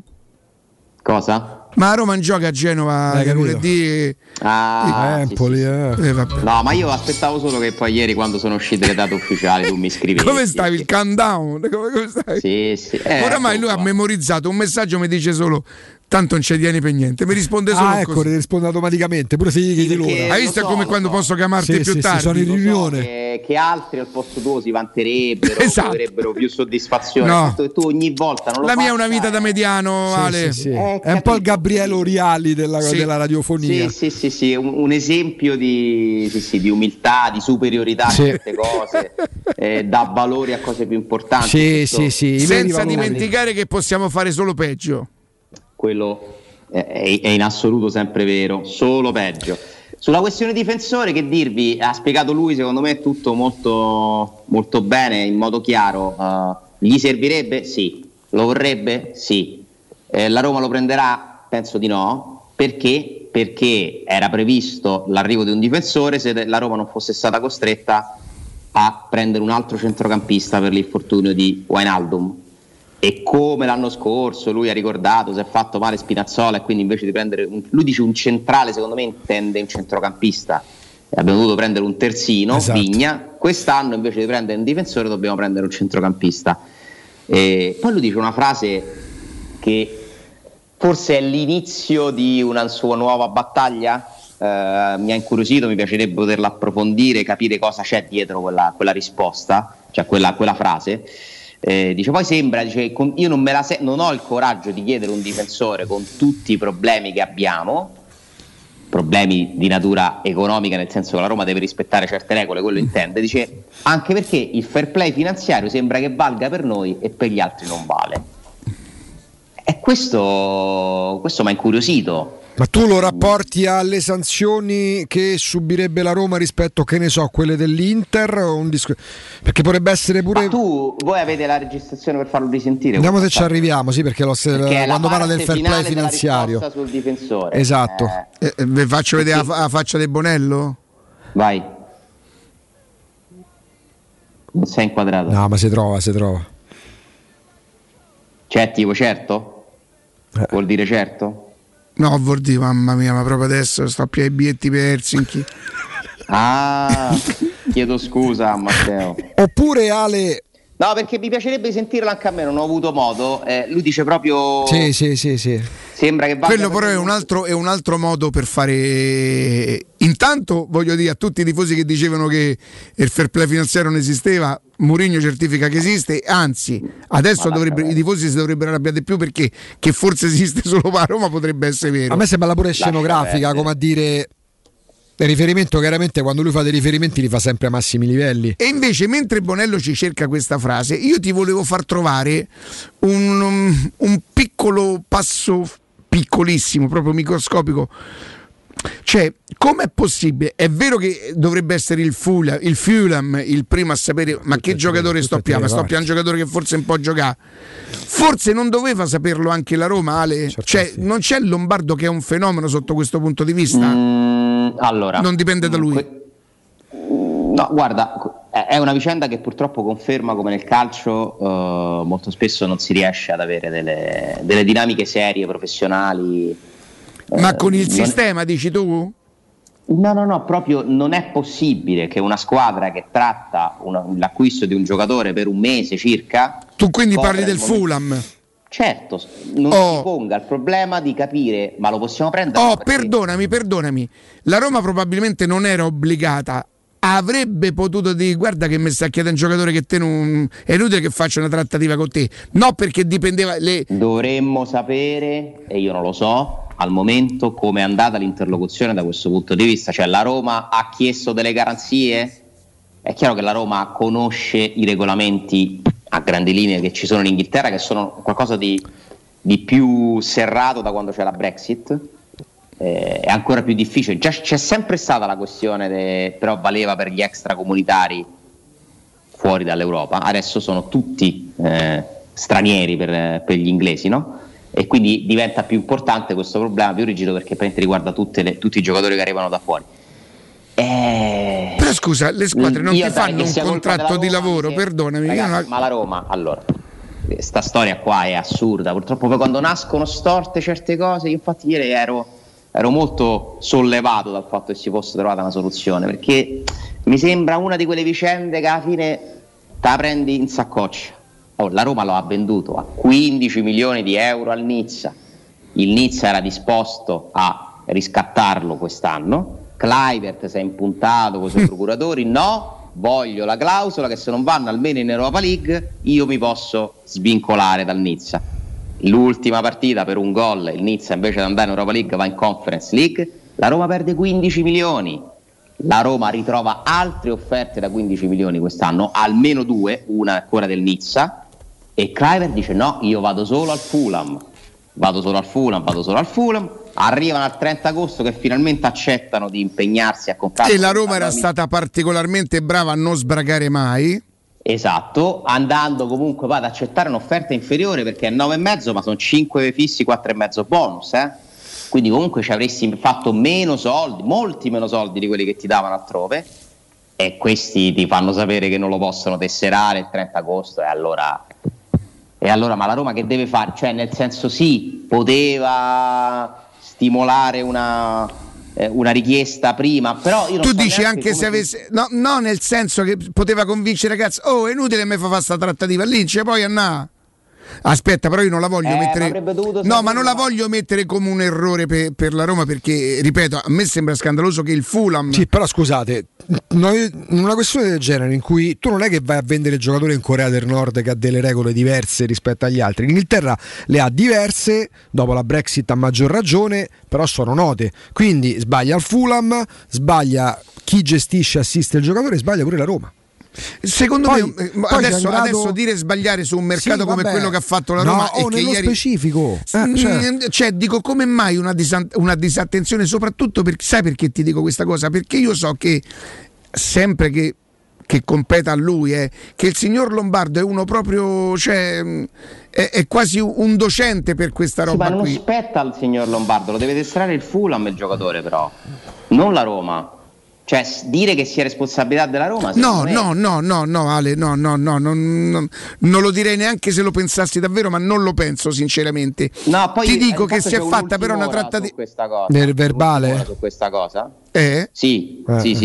Cosa? Ma a Roma in gioca a Genova lunedì. Empoli, No, ma io aspettavo solo che poi ieri, quando sono uscite le date ufficiali, tu mi scrivevi. Come stavi? Il countdown? Come stavi? Sì. Oramai lui ha memorizzato un messaggio, mi dice solo: tanto non ci tieni per niente. Mi risponde solo ecco, così. risponde automaticamente, pure se gli chiedi l'ora. Hai visto come quando posso chiamarti più tardi? Sono in riunione. Che altri al posto tuo si vanterebbero, Esatto. avrebbero più soddisfazione. No. Il fatto che tu ogni volta non lo La mia è faccia, una vita da mediano, Ale. È un po' il Gabriele Oriali della radiofonia. Sì, un esempio di umiltà, di superiorità a certe cose, dà valore a cose più importanti. Senza dimenticare che possiamo fare solo peggio. Quello è in assoluto sempre vero, solo peggio. Sulla questione difensore, che dirvi, ha spiegato lui secondo me tutto molto, molto bene, in modo chiaro. Gli servirebbe? Sì. Lo vorrebbe? Sì. La Roma lo prenderà? Penso di no. Perché? Perché era previsto l'arrivo di un difensore se la Roma non fosse stata costretta a prendere un altro centrocampista per l'infortunio di Wijnaldum. E come l'anno scorso lui ha ricordato, si è fatto male Spinazzola, e quindi invece di prendere lui dice un centrale, secondo me intende un centrocampista, abbiamo dovuto prendere un terzino, esatto. Vigna. Quest'anno invece di prendere un difensore dobbiamo prendere un centrocampista. E poi lui dice una frase che forse è l'inizio di una sua nuova battaglia, mi ha incuriosito, mi piacerebbe poterla approfondire, capire cosa c'è dietro quella risposta, cioè quella frase. Dice poi sembra, io non ho il coraggio di chiedere un difensore con tutti i problemi che abbiamo, problemi di natura economica, nel senso che la Roma deve rispettare certe regole, quello intende, dice anche perché il fair play finanziario sembra che valga per noi e per gli altri non vale. E questo mi ha incuriosito. Ma tu lo rapporti alle sanzioni che subirebbe la Roma rispetto, che ne so, a quelle dell'Inter? Perché potrebbe essere pure. Ma voi avete la registrazione per farlo risentire? Vediamo se ci arriviamo, sì, perché quando parla del fair play finanziario. Sul difensore. Esatto. Vi faccio vedere la faccia del Bonello? Vai. Non sei inquadrato. No, ma si trova. Cioè, tipo, certo? Vuol dire certo? No, vuol dire, mamma mia, ma proprio adesso sto a piedi i biglietti per Helsinki. Chiedo scusa a Matteo. Oppure Ale. No, perché mi piacerebbe sentirlo anche a me, non ho avuto modo. Lui dice proprio. Sì. Sembra che quello però è un altro modo per fare. Intanto voglio dire a tutti i tifosi che dicevano che il fair play finanziario non esisteva, Mourinho certifica che esiste, anzi adesso i tifosi si dovrebbero arrabbiare di più, perché che forse esiste solo a Roma potrebbe essere vero. A me sembra pure scenografica, come a dire il riferimento, chiaramente quando lui fa dei riferimenti li fa sempre a massimi livelli. E invece mentre Bonello ci cerca questa frase, io ti volevo far trovare un piccolo passo, piccolissimo, proprio microscopico. Cioè, com'è possibile? È vero che dovrebbe essere il Fulham il primo a sapere, ma che giocatore sto piano? Sto piano un giocatore che forse un po' gioca. Forse non doveva saperlo anche la Roma, Ale? Cioè, non c'è il Lombardo che è un fenomeno sotto questo punto di vista? Allora, non dipende da lui. No, guarda, è una vicenda che purtroppo conferma come nel calcio molto spesso non si riesce ad avere delle dinamiche serie, professionali. Ma con il sistema, dici tu? No, proprio non è possibile che una squadra che tratta l'acquisto di un giocatore per un mese circa. Tu quindi parli del Fulham? Certo, non si ponga il problema di capire, ma lo possiamo prendere? Perdonami. La Roma probabilmente non era obbligata, avrebbe potuto dire: guarda che mi sta chiedendo un giocatore che te non è inutile che faccia una trattativa con te. No, perché dipendeva. Dovremmo sapere, e io non lo so al momento, come è andata l'interlocuzione da questo punto di vista. Cioè, la Roma ha chiesto delle garanzie? È chiaro che la Roma conosce i regolamenti a grandi linee che ci sono in Inghilterra, che sono qualcosa di più serrato da quando c'è la Brexit. È ancora più difficile. Già c'è sempre stata la questione, però valeva per gli extracomunitari fuori dall'Europa. Adesso sono tutti stranieri per gli inglesi, no? E quindi diventa più importante questo problema, più rigido, perché riguarda tutti i giocatori che arrivano da fuori. Però scusa, le squadre non ti fanno un contratto di lavoro, perdonami. Ragazzi, ma la Roma, allora, sta storia qua è assurda, purtroppo poi quando nascono storte certe cose, io infatti ieri ero molto sollevato dal fatto che si fosse trovata una soluzione, perché mi sembra una di quelle vicende che alla fine te la prendi in saccoccia. La Roma lo ha venduto a 15 milioni di euro al Nizza, il Nizza era disposto a riscattarlo quest'anno, Kluivert si è impuntato con i suoi procuratori, no, voglio la clausola che se non vanno almeno in Europa League io mi posso svincolare dal Nizza. L'ultima partita per un gol il Nizza invece di andare in Europa League va in Conference League, la Roma perde 15 milioni, la Roma ritrova altre offerte da 15 milioni quest'anno, almeno 2, una ancora del Nizza, e Kluivert dice no, io vado solo al Fulham, arrivano al 30 agosto che finalmente accettano di impegnarsi a comprare, e la Roma era stata particolarmente brava a non sbragare mai. Esatto, andando comunque ad accettare un'offerta inferiore perché è 9,5, ma sono 5 fissi, 4,5 bonus, quindi comunque ci avresti fatto meno soldi, molti meno soldi di quelli che ti davano altrove, e questi ti fanno sapere che non lo possono tesserare il 30 agosto e allora ma la Roma che deve fare? Cioè, nel senso, sì, poteva stimolare una richiesta prima, però io non tu so dici anche se avesse no, nel senso che poteva convincere, ragazzi, è inutile che mi fa sta trattativa, Lince poi annà. Aspetta, però io non la voglio mettere, ma non la voglio mettere come un errore per la Roma, perché ripeto, a me sembra scandaloso che il Fulham, sì, però scusate, una questione del genere in cui tu non è che vai a vendere il giocatore in Corea del Nord che ha delle regole diverse rispetto agli altri, l'Inghilterra le ha diverse, dopo la Brexit a maggior ragione, però sono note, quindi sbaglia il Fulham, sbaglia chi gestisce e assiste il giocatore, sbaglia pure la Roma. Secondo me adesso dire sbagliare su un mercato come quello che ha fatto la Roma è che ieri specifico cioè dico, come mai una disattenzione, soprattutto sai perché ti dico questa cosa? Perché io so che sempre che competa a lui che il signor Lombardo è uno proprio, cioè è quasi un docente per questa roba, ma non qui spetta al signor Lombardo, lo deve tesserare il Fulham il giocatore, però non la Roma. Cioè, dire che sia responsabilità della Roma? No, Ale, no, non lo direi neanche se lo pensassi davvero, ma non lo penso sinceramente. No, poi ti dico che si è fatta però una trattativa nel verbale su questa cosa? Sì.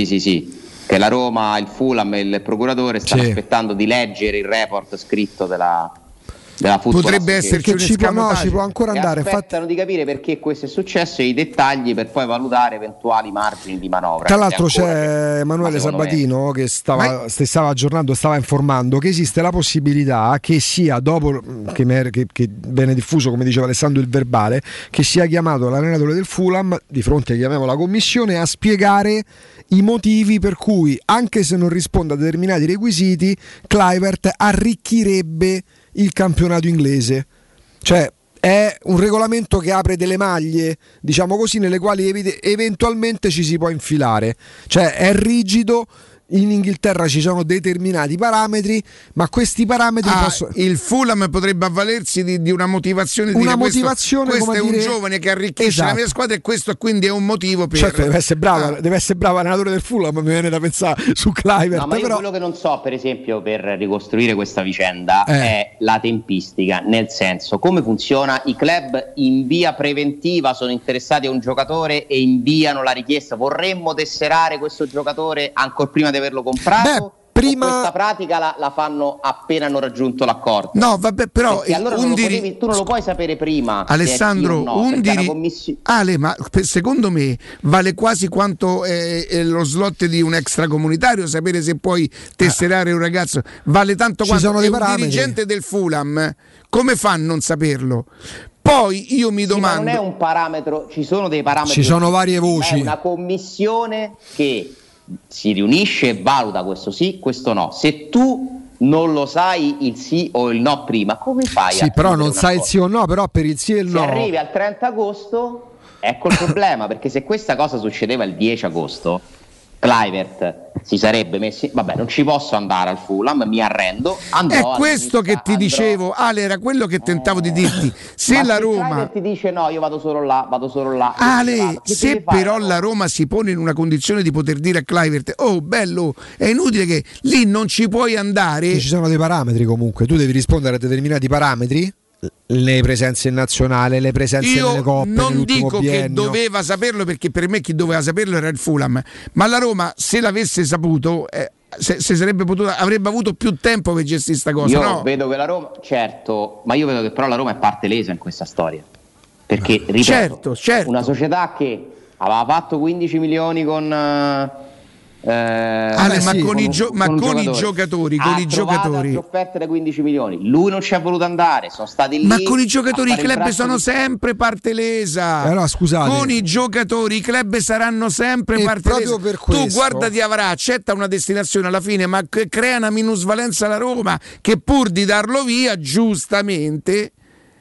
Che la Roma, il Fulham e il procuratore stanno aspettando di leggere il report scritto della potrebbe esserci ci può ancora andare, aspettano di capire perché questo è successo e i dettagli per poi valutare eventuali margini di manovra. Tra l'altro c'è Emanuele Sabatino che stava aggiornando, stava informando che esiste la possibilità che sia dopo che viene diffuso, come diceva Alessandro, il verbale, che sia chiamato l'allenatore del Fulham di fronte, chiamiamo la commissione, a spiegare i motivi per cui, anche se non risponde a determinati requisiti, Kluivert arricchirebbe il campionato inglese. Cioè è un regolamento che apre delle maglie, diciamo così, nelle quali eventualmente ci si può infilare. Cioè è rigido. In Inghilterra ci sono determinati parametri, ma questi parametri possono... Il Fulham potrebbe avvalersi di una motivazione, questo è un giovane che arricchisce la mia squadra e questo quindi è un motivo per... Certo, deve essere bravo allenatore del Fulham, mi viene da pensare su Kluivert. No, ma io quello che non so, per esempio, per ricostruire questa vicenda è la tempistica, nel senso, come funziona? I club in via preventiva sono interessati a un giocatore e inviano la richiesta, vorremmo tesserare questo giocatore ancor prima di averlo comprato. Questa pratica la fanno appena hanno raggiunto l'accordo. No, vabbè, però allora tu non lo puoi sapere prima. Alessandro, Ale, ma secondo me vale quasi quanto lo slot di un extracomunitario, sapere se puoi tesserare un ragazzo, vale tanto quanto un dirigente del Fulham. Come fa a non saperlo? Poi io mi domando, ma non è un parametro, ci sono dei parametri, ci sono varie voci. È una commissione che si riunisce e valuta questo sì, questo no. Se tu non lo sai il sì o il no prima, come fai? Sì, però non sai il sì o no, però per il sì e il no. Se arrivi al 30 agosto, ecco il problema, perché se questa cosa succedeva il 10 agosto, Kluivert si sarebbe messi, vabbè, non ci posso andare al Fulham, mi arrendo. È questo che ti dicevo, Ale, era quello che tentavo di dirti. Se la Roma ti dice no, io vado solo là. Ale, se però la Roma si pone in una condizione di poter dire a Kluivert: oh bello, è inutile che lì non ci puoi andare. Ci sono dei parametri comunque, tu devi rispondere a determinati parametri. Le presenze in nazionale, le presenze nelle coppe. Non dico che doveva saperlo, perché per me chi doveva saperlo era il Fulham, ma la Roma, se l'avesse saputo, se sarebbe potuta, avrebbe avuto più tempo per gestire sta cosa. Io vedo che la Roma, certo, ma io vedo che però la Roma è parte lesa in questa storia, perché ripeto, certo. Una società che aveva fatto 15 milioni con con i giocatori, offerte da 15 milioni, lui non ci è voluto andare, sono stati lì. Ma con i giocatori i club sono sempre parte lesa. No, scusate. Con i giocatori i club saranno sempre parte lesa. Per questo, tu guardati Avrà, accetta una destinazione alla fine, ma crea una minusvalenza alla Roma, che pur di darlo via, giustamente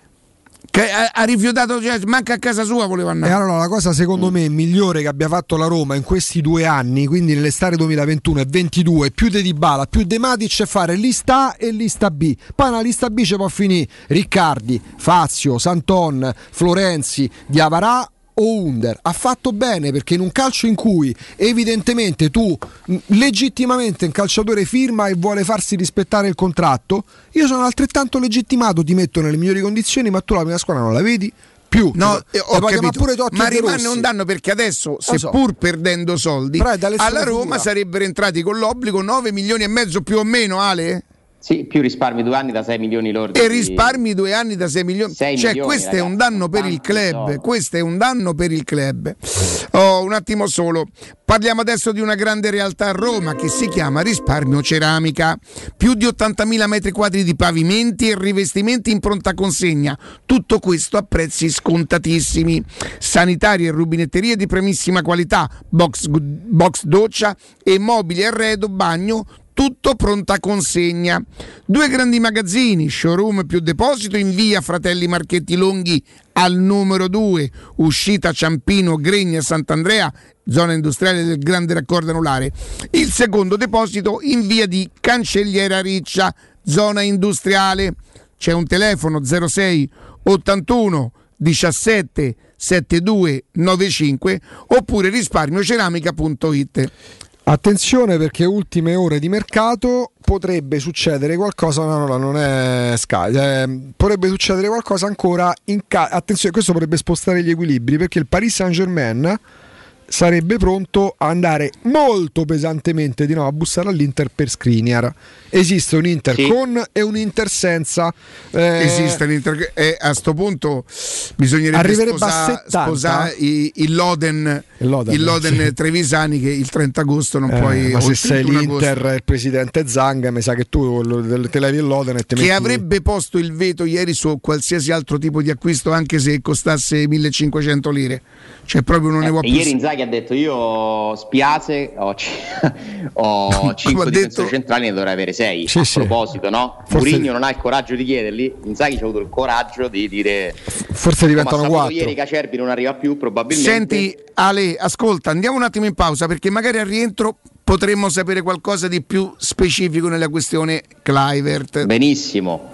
ha rifiutato, cioè, manca a casa sua voleva andare. E allora la cosa secondo me migliore che abbia fatto la Roma in questi 2 anni, quindi nell'estate 2021 e 22, più di Dybala, più De Matic, è fare lista A e lista B. Poi una lista B ci può finire Riccardi, Fazio, Santon, Florenzi, Diavarà o Under. Ha fatto bene, perché in un calcio in cui evidentemente tu legittimamente un calciatore firma e vuole farsi rispettare il contratto, io sono altrettanto legittimato, ti metto nelle migliori condizioni, ma tu la prima squadra non la vedi più. No, ho capito, ma rimane Rossi. un danno, perché adesso, seppur perdendo soldi, alla Roma sarebbero entrati con l'obbligo 9 milioni e mezzo più o meno, Ale? Sì, più risparmi 2 anni da 6 milioni lordi. E risparmi 2 anni da 6 milioni. 6 cioè, milioni, questo ragazzi, è un danno per il club. Questo è un danno per il club. Oh, un attimo solo. Parliamo adesso di una grande realtà a Roma che si chiama Risparmio Ceramica. Più di 80.000 metri quadri di pavimenti e rivestimenti in pronta consegna. Tutto questo a prezzi scontatissimi. Sanitari e rubinetterie di primissima qualità, box doccia e mobili arredo bagno, tutto pronta consegna. 2 grandi magazzini, showroom più deposito in via Fratelli Marchetti Longhi al numero 2, uscita Ciampino, Gregna, Sant'Andrea, zona industriale del grande raccordo anulare. Il secondo deposito in via di Cancelliera Riccia, zona industriale. C'è un telefono 06 81 17 72 95 oppure risparmioceramica.it. Attenzione, perché ultime ore di mercato potrebbe succedere qualcosa. No, non è Sky. Potrebbe succedere qualcosa ancora attenzione, questo potrebbe spostare gli equilibri, perché il Paris Saint-Germain sarebbe pronto a andare molto pesantemente di nuovo a bussare all'Inter per Skriniar. Esiste un Inter con e un Inter senza. Esiste l'Inter, a sto punto bisognerebbe sposare il Loden Trevisani, che il 30 agosto non puoi. Ma se sei l'Inter e il presidente Zanga, mi sa che tu te levi il Loden e te metti. Che avrebbe posto il veto ieri su qualsiasi altro tipo di acquisto, anche se costasse 1.500 lire. Cioè proprio non ne può più. Ieri Inzaghi ha detto: io Spiace ho 5 difensori centrali, ne dovrei avere 6. A proposito, no? Mourinho non ha il coraggio di chiederli. Inzaghi ci ha avuto il coraggio di dire: forse diventano 4. Ieri Cacerbi non arriva più, probabilmente. Senti Ale, ascolta, andiamo un attimo in pausa, perché magari al rientro potremmo sapere qualcosa di più specifico nella questione Kluivert. Benissimo.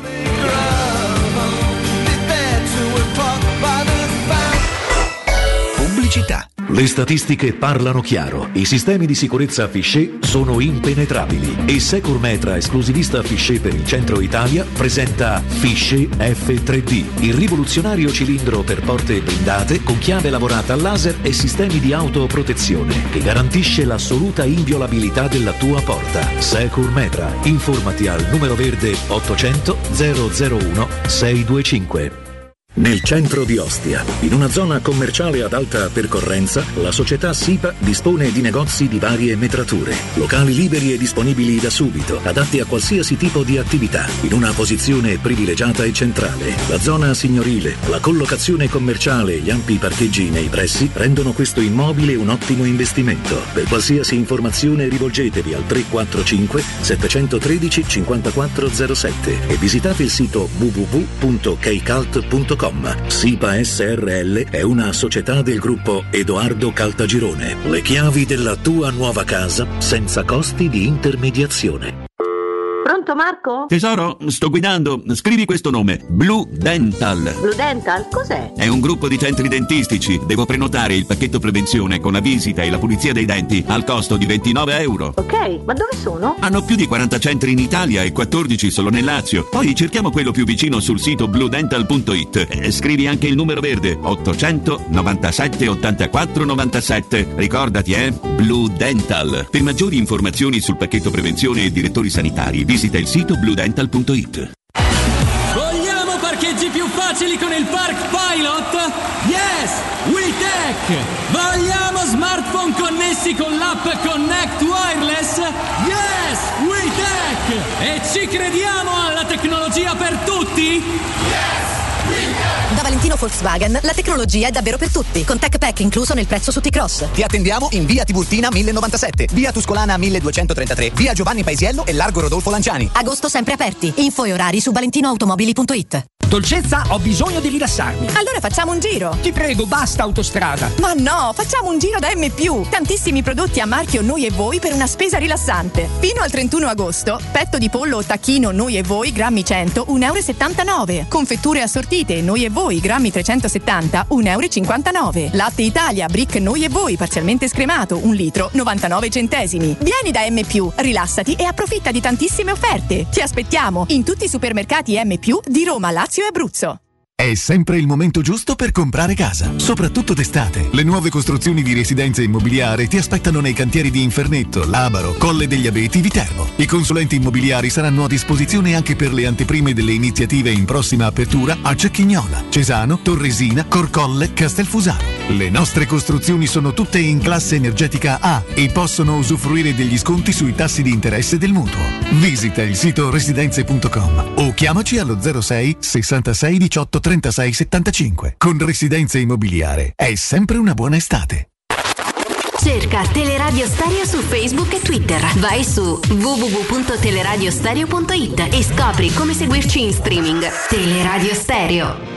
Pubblicità. Le statistiche parlano chiaro. I sistemi di sicurezza Fichet sono impenetrabili e Securmetra, esclusivista Fichet per il centro Italia, presenta Fichet F3D, il rivoluzionario cilindro per porte blindate con chiave lavorata a laser e sistemi di autoprotezione che garantisce l'assoluta inviolabilità della tua porta. Securmetra. Informati al numero verde 800 001 625. Nel centro di Ostia, in una zona commerciale ad alta percorrenza, la società SIPA dispone di negozi di varie metrature, locali liberi e disponibili da subito, adatti a qualsiasi tipo di attività, in una posizione privilegiata e centrale. La zona signorile, la collocazione commerciale e gli ampi parcheggi nei pressi rendono questo immobile un ottimo investimento. Per qualsiasi informazione rivolgetevi al 345 713 5407 e visitate il sito www.kcalt.com. SIPA.com. SIPA SRL è una società del gruppo Edoardo Caltagirone. Le chiavi della tua nuova casa senza costi di intermediazione. Pronto Marco? Tesoro, sto guidando. Scrivi questo nome: Blue Dental. Blue Dental? Cos'è? È un gruppo di centri dentistici. Devo prenotare il pacchetto prevenzione con la visita e la pulizia dei denti al costo di €29. Ok, ma dove sono? Hanno più di 40 centri in Italia e 14 solo nel Lazio. Poi cerchiamo quello più vicino sul sito bluedental.it. Scrivi anche il numero verde: 800 97 84 97. Ricordati, Blue Dental. Per maggiori informazioni sul pacchetto prevenzione e direttori sanitari, visita il sito bluedental.it. Vogliamo parcheggi più facili con il Park Pilot? Yes! WeTech! Vogliamo smartphone connessi con l'app Connect Wireless? Yes! WeTech! E ci crediamo alla tecnologia per tutti? Yes! Da Valentino Volkswagen la tecnologia è davvero per tutti, con Tech Pack incluso nel prezzo su T-Cross. Ti attendiamo in via Tiburtina 1097, via Tuscolana 1233, via Giovanni Paesiello e largo Rodolfo Lanciani. Agosto sempre aperti. Info e orari su valentinoautomobili.it. Dolcezza, ho bisogno di rilassarmi. Allora facciamo un giro. Ti prego, basta autostrada. Ma no, facciamo un giro da M+. Tantissimi prodotti a marchio Noi e Voi per una spesa rilassante. Fino al 31 agosto, petto di pollo o tacchino Noi e Voi, grammi 100, €1,79. Confetture assortite Noi e Voi, grammi 370, €1,59. Latte Italia, brick Noi e Voi, parzialmente scremato, 1 litro, 99 centesimi. Vieni da M+, rilassati e approfitta di tantissime offerte. Ti aspettiamo in tutti i supermercati M+, di Roma, Lazio e Abruzzo. È sempre il momento giusto per comprare casa, soprattutto d'estate. Le nuove costruzioni di residenze immobiliari ti aspettano nei cantieri di Infernetto, Labaro, Colle degli Abeti, Viterbo. I consulenti immobiliari saranno a disposizione anche per le anteprime delle iniziative in prossima apertura a Cecchignola, Cesano, Torresina, Corcolle, Castelfusaro. Le nostre costruzioni sono tutte in classe energetica A e possono usufruire degli sconti sui tassi di interesse del mutuo. Visita il sito residenze.com o chiamaci allo 06 66 18 36 75. Con Residenze Immobiliare è sempre una buona estate. Cerca Teleradio Stereo su Facebook e Twitter. Vai su www.teleradiostereo.it e scopri come seguirci in streaming. Teleradio Stereo.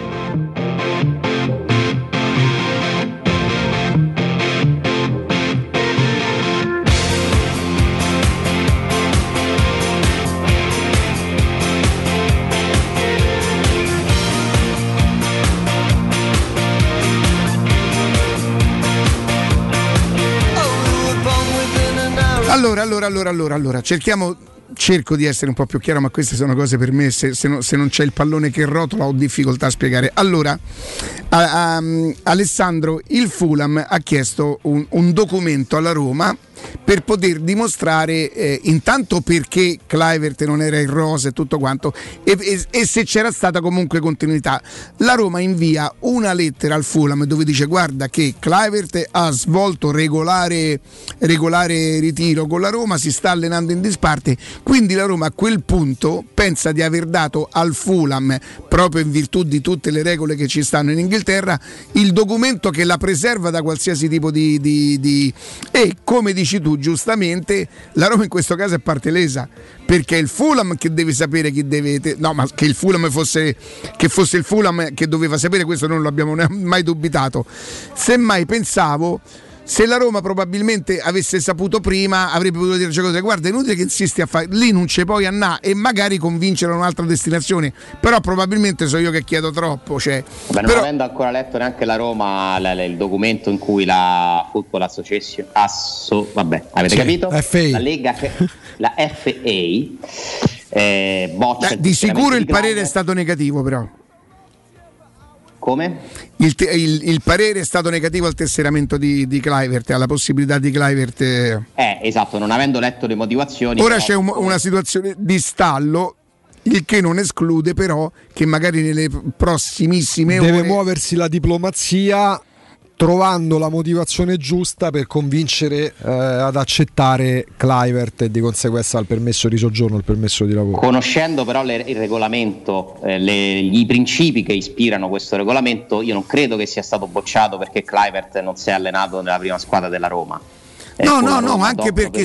Allora, cerco di essere un po' più chiaro, ma queste sono cose per me, se non c'è il pallone che rotola ho difficoltà a spiegare. Allora, Alessandro, il Fulham ha chiesto un documento alla Roma per poter dimostrare intanto perché Kluivert non era in rosa e tutto quanto e se c'era stata comunque continuità. La Roma invia una lettera al Fulham dove dice: guarda che Kluivert ha svolto regolare ritiro con la Roma, si sta allenando in disparte, quindi la Roma a quel punto pensa di aver dato al Fulham, proprio in virtù di tutte le regole che ci stanno in Inghilterra, il documento che la preserva da qualsiasi tipo di e come dici tu giustamente, la Roma in questo caso è parte lesa, perché è il Fulham che deve sapere chi deve ma che il Fulham fosse il Fulham che doveva sapere, questo non lo abbiamo mai dubitato. Semmai pensavo, se la Roma probabilmente avesse saputo prima avrebbe potuto dire cose: guarda, è inutile che insisti a fare, lì non c'è poi a e magari convincere un'altra destinazione, però probabilmente so io che chiedo troppo. Non avendo ancora letto neanche la Roma il documento in cui la Football Association avete capito? FA. La Lega, la FA boccia di sicuro il parere è stato negativo, però. Come? Il parere è stato negativo al tesseramento di Kluivert, alla possibilità di Kluivert. Esatto, non avendo letto le motivazioni. Ora c'è una situazione di stallo, il che non esclude però che magari nelle prossimissime ore deve muoversi la diplomazia, trovando la motivazione giusta per convincere ad accettare Kluivert e di conseguenza il permesso di soggiorno, il permesso di lavoro. Conoscendo però il regolamento, i principi che ispirano questo regolamento, io non credo che sia stato bocciato perché Kluivert non si è allenato nella prima squadra della Roma. No, anche perché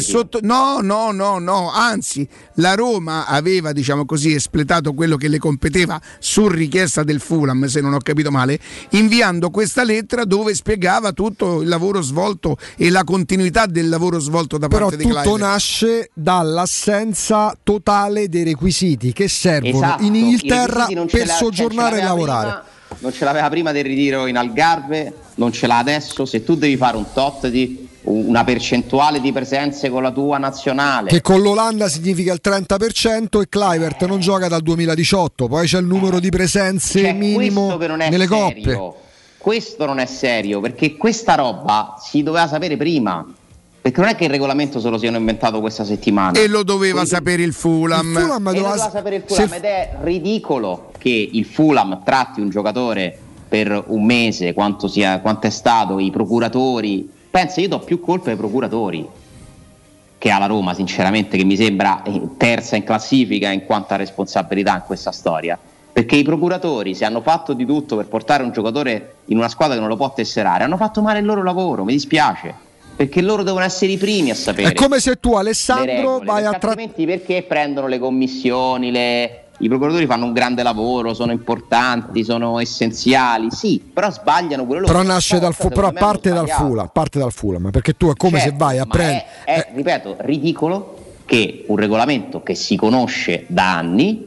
anzi, la Roma aveva, diciamo così, espletato quello che le competeva su richiesta del Fulham, se non ho capito male, inviando questa lettera dove spiegava tutto il lavoro svolto e la continuità del lavoro svolto da parte di Kluivert. Però tutto nasce dall'assenza totale dei requisiti che servono in Inghilterra per soggiornare e lavorare. Non ce l'aveva prima del ritiro in Algarve, non ce l'ha adesso. Se tu devi fare un tot di una percentuale di presenze con la tua nazionale, che con l'Olanda significa il 30%, e Kluivert non gioca dal 2018, poi c'è il numero di presenze minimo nelle coppe. Questo non è serio, perché questa roba si doveva sapere prima, perché non è che il regolamento se lo siano inventato questa settimana, e lo doveva sapere il Fulham. Doveva sapere il Fulham, ed è ridicolo che il Fulham tratti un giocatore per un mese, quanto è stato, i procuratori. Pensa, io do più colpe ai procuratori che alla Roma, sinceramente, che mi sembra terza in classifica in quanto a responsabilità in questa storia, perché i procuratori, se hanno fatto di tutto per portare un giocatore in una squadra che non lo può tesserare, hanno fatto male il loro lavoro, mi dispiace, perché loro devono essere i primi a sapere. È come se tu, Alessandro, vai a altrimenti perché prendono le commissioni, i procuratori fanno un grande lavoro, sono importanti, sono essenziali, sì, però sbagliano quello. Però nasce parte dal Fulham, perché tu è come se vai a prendere. Ripeto, ridicolo che un regolamento che si conosce da anni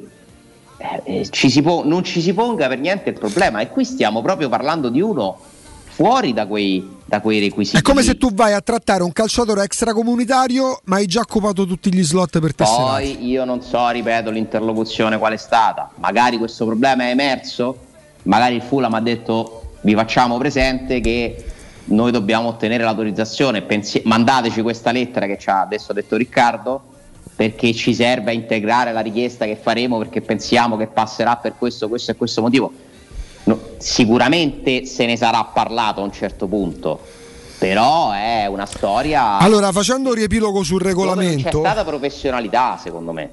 non ci si ponga per niente il problema, e qui stiamo proprio parlando di uno fuori da quei requisiti. È come se tu vai a trattare un calciatore extracomunitario ma hai già occupato tutti gli slot per tesserare. Poi io non so, ripeto, l'interlocuzione qual è stata, magari questo problema è emerso, magari il Fulham ha detto vi facciamo presente che noi dobbiamo ottenere l'autorizzazione, mandateci questa lettera che ci ha adesso detto Riccardo, perché ci serve a integrare la richiesta che faremo, perché pensiamo che passerà per questo e questo motivo. No, sicuramente se ne sarà parlato a un certo punto, però è una storia. Allora, facendo un riepilogo sul regolamento, c'è stata professionalità, secondo me.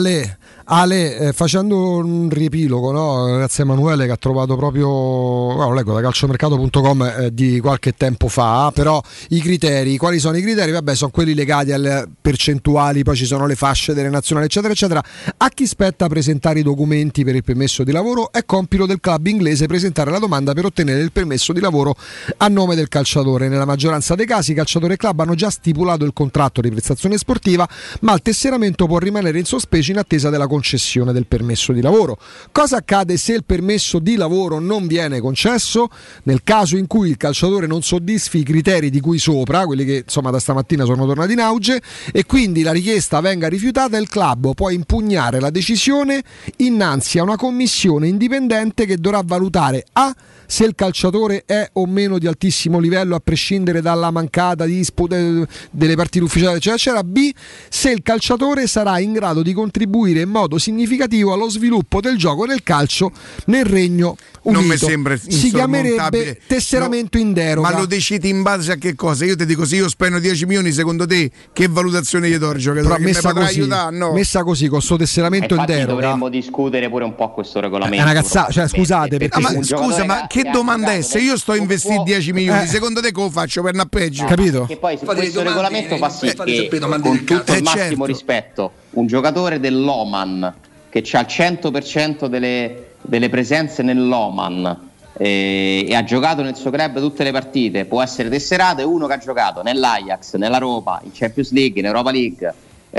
Ale, facendo un riepilogo, no? Grazie a Emanuele che ha trovato proprio, lo leggo da calciomercato.com di qualche tempo fa, però i criteri, quali sono i criteri? Vabbè, sono quelli legati alle percentuali, poi ci sono le fasce delle nazionali, eccetera, eccetera. A chi spetta presentare i documenti per il permesso di lavoro? È compito del club inglese presentare la domanda per ottenere il permesso di lavoro a nome del calciatore. Nella maggioranza dei casi, calciatore e club hanno già stipulato il contratto di prestazione sportiva, ma il tesseramento può rimanere in sospeso in attesa della concessione del permesso di lavoro. Cosa accade se il permesso di lavoro non viene concesso? Nel caso in cui il calciatore non soddisfi i criteri di cui sopra, quelli che insomma da stamattina sono tornati in auge, e quindi la richiesta venga rifiutata, il club può impugnare la decisione innanzi a una commissione indipendente che dovrà valutare se il calciatore è o meno di altissimo livello a prescindere dalla mancata delle partite ufficiali, eccetera, eccetera. B, se il calciatore sarà in grado di contribuire in modo significativo allo sviluppo del gioco nel calcio nel Regno Unito. Non mi sembra si chiamerebbe tesseramento in deroga. Ma lo decidi in base a che cosa? Io ti dico, se io spendo 10 milioni, secondo te che valutazione gli do al giocatore? Che messa mi potrà così, aiutare? No. Messa così, con sto tesseramento in deroga dovremmo discutere pure un po' questo regolamento. È una cazzata, cioè scusate, perché ma che domanda è? Se io sto a investire 10 milioni, secondo te come faccio per una peggio? Capito? Che poi questo regolamento fa sì che, con tutto il massimo rispetto, un giocatore dell'Oman che ha il 100% delle presenze nell'Oman e ha giocato nel suo club tutte le partite, può essere tesserato, e uno che ha giocato nell'Ajax, nella Roma, in Champions League, in Europa League,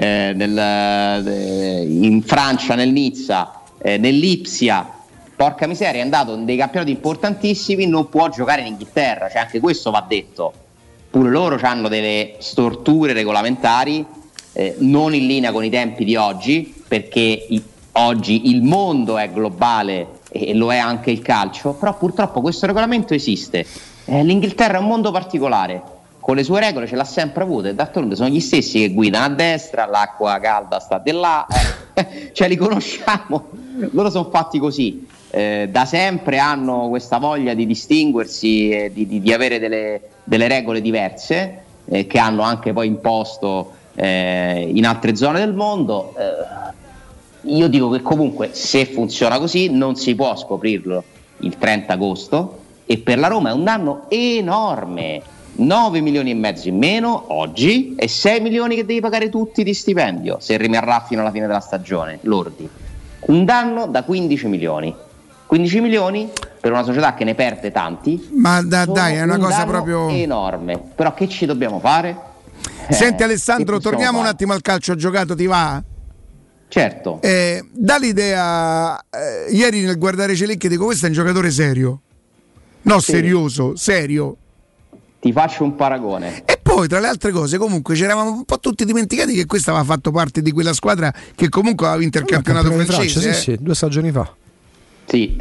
in Francia, nel Nizza, nell'Ipsia, porca miseria, è andato in dei campionati importantissimi, non può giocare in Inghilterra, cioè anche questo va detto. Pure loro hanno delle storture regolamentari non in linea con i tempi di oggi, perché oggi il mondo è globale e lo è anche il calcio, però purtroppo questo regolamento esiste. L'Inghilterra è un mondo particolare, con le sue regole ce l'ha sempre avuto, e d'altronde sono gli stessi che guidano a destra, l'acqua calda sta di là, cioè li conosciamo, loro sono fatti così. Da sempre hanno questa voglia di distinguersi e di avere delle regole diverse che hanno anche poi imposto in altre zone del mondo. Io dico che comunque, se funziona così, non si può scoprirlo il 30 agosto, e per la Roma è un danno enorme. 9 milioni e mezzo in meno oggi e 6 milioni che devi pagare tutti di stipendio se rimarrà fino alla fine della stagione, lordi. Un danno da 15 milioni. 15 milioni per una società che ne perde tanti. Ma dai, è una cosa proprio enorme. Però che ci dobbiamo fare? Senti Alessandro, torniamo un attimo al calcio giocato, ti va? Certo. Dà l'idea, ieri nel guardare Celicchi dico questo è un giocatore serio. No, sì. Serioso, serio. Ti faccio un paragone. E poi tra le altre cose comunque ci eravamo un po' tutti dimenticati che questo aveva fatto parte di quella squadra che comunque aveva vinto il campionato francese. Sì, 2 stagioni fa. Sì,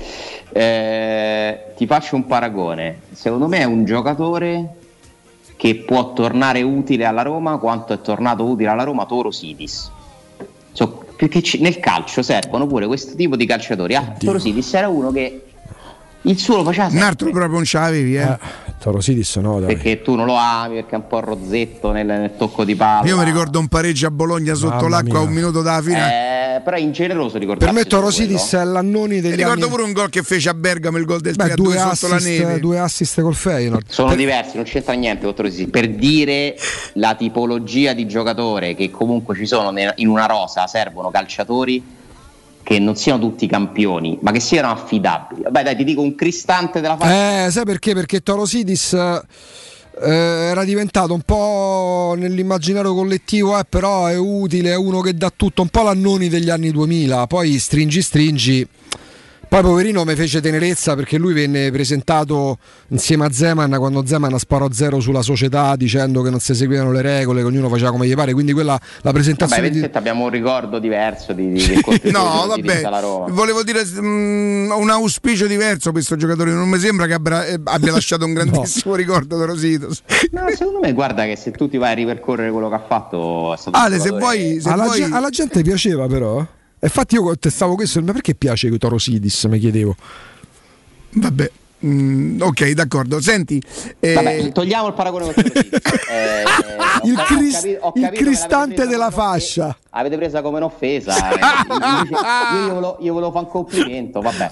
ti faccio un paragone. Secondo me è un giocatore che può tornare utile alla Roma quanto è tornato utile alla Roma Torosidis. Perché nel calcio servono pure questo tipo di calciatori. Torosidis era uno che il suo lo faceva sempre. Un altro proprio non ce l'avevi, Torosidis no, dai. Perché tu non lo ami, perché è un po' rozzetto nel tocco di palla. Io mi ricordo un pareggio a Bologna sotto l'acqua a un minuto dalla fine. Però ingeneroso ricordarsi. Per me Torosidis è l'Annoni degli ricordo pure un gol che fece a Bergamo, il gol del 3-2 sotto la neve. 2 assist col Feyenoord. Sono diversi, non c'entra niente con Torosidis. Per dire la tipologia di giocatore che comunque ci sono in una rosa, servono calciatori che non siano tutti campioni, ma che siano affidabili. Vabbè, dai, ti dico un Cristante della faccia. Sai perché? Perché Torosidis era diventato un po' nell'immaginario collettivo, però è utile, è uno che dà tutto, un po' l'Annoni degli anni 2000. Poi stringi. Poi poverino mi fece tenerezza perché lui venne presentato insieme a Zeman quando Zeman sparò 0 sulla società dicendo che non si seguivano le regole, che ognuno faceva come gli pare, quindi quella la presentazione. Vabbè, abbiamo un ricordo diverso di no, vabbè, volevo dire un auspicio diverso per questo giocatore, non mi sembra che abbia lasciato un grandissimo ricordo Torosidis. No, secondo me guarda che se tu ti vai a ripercorrere quello che ha fatto è stato Ale, se vuoi alla gente piaceva però. Infatti io contestavo questo, ma perché piace Torosidis, mi chiedevo. Vabbè, ok, d'accordo. Senti, vabbè, togliamo il paragone con Torosidis. Il Cristante della fascia. Avete presa come un'offesa. Io volevo fare un complimento, vabbè.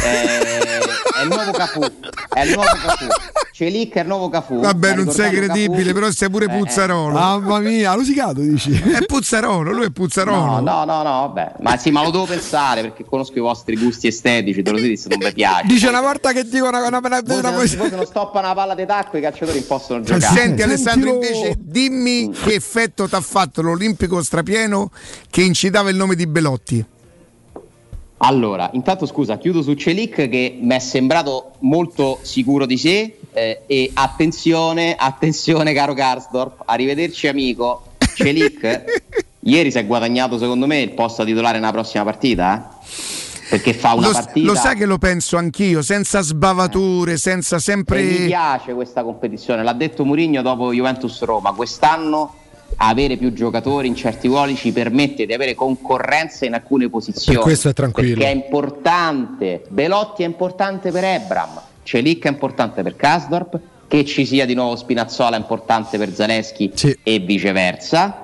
È il nuovo Cafù. Celicchi è il nuovo Cafù. Vabbè, non sei credibile, però sei pure Puzzarolo. Mamma mia, rosicato dici. È Puzzarolo, lui è Puzzarolo. No, vabbè. Ma sì, ma lo devo pensare perché conosco i vostri gusti estetici. Torosidis non mi piace. Dice una volta che dico una voi se non stoppano la palla di tacco, i calciatori possono giocare. Senti Alessandro, invece dimmi che effetto ti ha fatto l'Olimpico strapieno che incitava il nome di Belotti. Allora, intanto scusa, chiudo su Celicchi che mi è sembrato molto sicuro di sé e attenzione caro Karsdorp, arrivederci amico. Celicchi ieri si è guadagnato secondo me il posto da titolare nella prossima partita, perché fa una partita. Lo sai che lo penso anch'io, senza sbavature, senza sempre. E mi piace questa competizione, l'ha detto Mourinho dopo Juventus-Roma, quest'anno avere più giocatori in certi ruoli ci permette di avere concorrenza in alcune posizioni. Per questo è tranquillo. Perché è importante. Belotti è importante per Ebram, Celicchi è importante per Karsdorp, che ci sia di nuovo Spinazzola è importante per Zalewski, sì, e viceversa.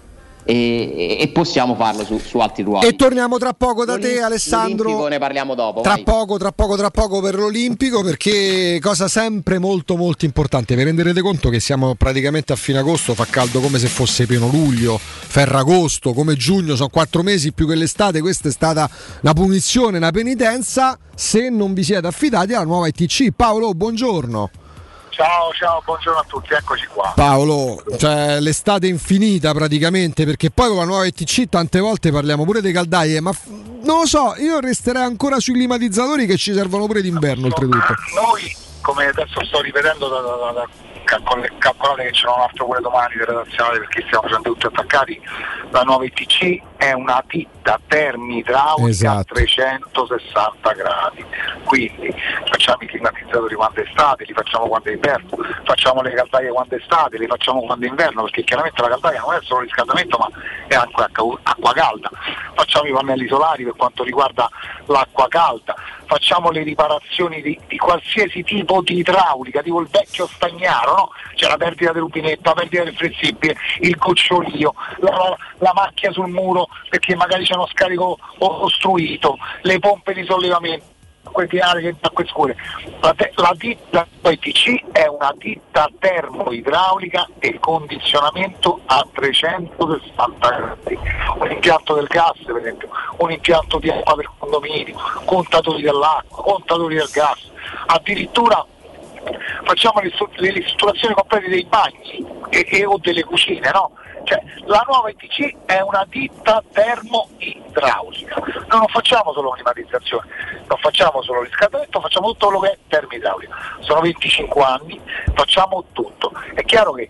E possiamo farlo su altri ruoli. E torniamo tra poco da te, Alessandro. L'Olimpico ne parliamo dopo. Tra poco per l'Olimpico, perché cosa sempre molto molto importante. Vi renderete conto che siamo praticamente a fine agosto, fa caldo come se fosse pieno luglio, Ferragosto, come giugno, sono 4 mesi più che l'estate. Questa è stata una punizione, una penitenza se non vi siete affidati alla nuova ITC. Paolo, buongiorno. Ciao, buongiorno a tutti, eccoci qua. Paolo, cioè l'estate è infinita praticamente, perché poi con la nuova ETC tante volte parliamo pure dei caldaie, ma non lo so, io resterei ancora sui climatizzatori che ci servono pure d'inverno oltretutto. Noi, come adesso sto ripetendo calcolate che c'è un altro pure domani di redazionale perché stiamo facendo tutti attaccati, la nuova ETC è una ditta termoidraulica, esatto, a 360 gradi, quindi facciamo i climatizzatori quando è estate, li facciamo quando è inverno, facciamo le caldaie quando è estate, le facciamo quando è inverno, perché chiaramente la caldaia non è solo riscaldamento ma è anche acqua calda, facciamo i pannelli solari per quanto riguarda l'acqua calda, facciamo le riparazioni di qualsiasi tipo di idraulica, tipo il vecchio Stagnaro, no? C'è la perdita del rubinetto, la perdita del flessibile, il gocciolio, la macchia sul muro perché magari c'è uno scarico ostruito, le pompe di sollevamento. acque chiare che acque scure. La ditta ITC è una ditta termoidraulica e condizionamento a 360 gradi. Un impianto del gas, per esempio, un impianto di acqua per condominio, contatori dell'acqua, contatori del gas, addirittura facciamo le ristrutturazioni complete dei bagni o delle cucine, no? Cioè, la nuova ITC è una ditta termoidraulica, noi non facciamo solo climatizzazione, non facciamo solo riscaldamento, facciamo tutto quello che è termoidraulica. Sono 25 anni, facciamo tutto. È chiaro che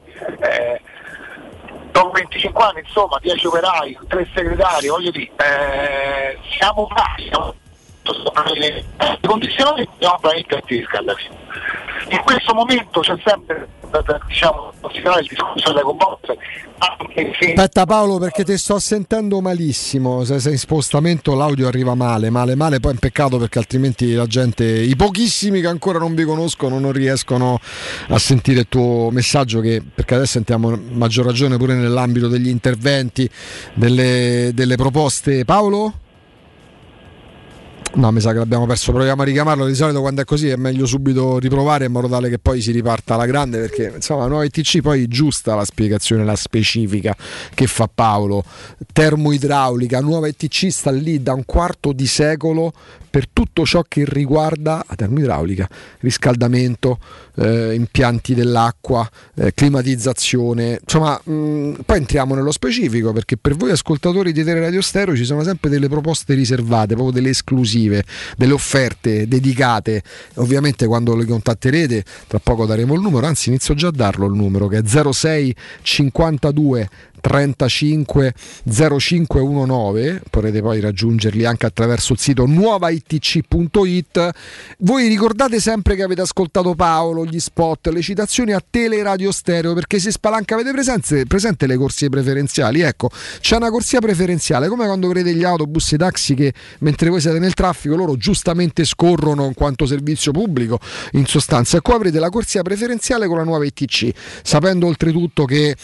dopo 25 anni, insomma, 10 operai, 3 segretari, voglio dire, siamo bravi, i condizionati siamo bravi per il riscaldamento. In questo momento c'è sempre, diciamo, considerare il discorso dell'ecobonus. Aspetta Paolo, perché ti sto sentendo malissimo, se sei in spostamento l'audio arriva male, poi è un peccato perché altrimenti la gente, i pochissimi che ancora non vi conoscono, non riescono a sentire il tuo messaggio, che perché adesso sentiamo maggior ragione pure nell'ambito degli interventi, delle proposte. Paolo? No, mi sa che l'abbiamo perso, proviamo a richiamarlo. Di solito quando è così è meglio subito riprovare in modo tale che poi si riparta alla grande, perché insomma la nuova ITC poi giusta la spiegazione, la specifica che fa Paolo. Termoidraulica, nuova ITC sta lì da un quarto di secolo per tutto ciò che riguarda la termoidraulica, riscaldamento, impianti dell'acqua, climatizzazione, insomma poi entriamo nello specifico, perché per voi ascoltatori di Teleradio Stereo ci sono sempre delle proposte riservate, proprio delle esclusive, delle offerte dedicate. Ovviamente quando le contatterete, tra poco daremo il numero, anzi inizio già a darlo il numero, che è 06 52 35 0519, potrete poi raggiungerli anche attraverso il sito nuovaitc.it. Voi ricordate sempre che avete ascoltato Paolo, gli spot, le citazioni a Teleradio Stereo, perché si spalanca. Avete presente le corsie preferenziali? Ecco, c'è una corsia preferenziale, come quando vedete gli autobus e i taxi che mentre voi siete nel traffico loro giustamente scorrono in quanto servizio pubblico, in sostanza. E qua avrete la corsia preferenziale con la nuova ITC, sapendo oltretutto che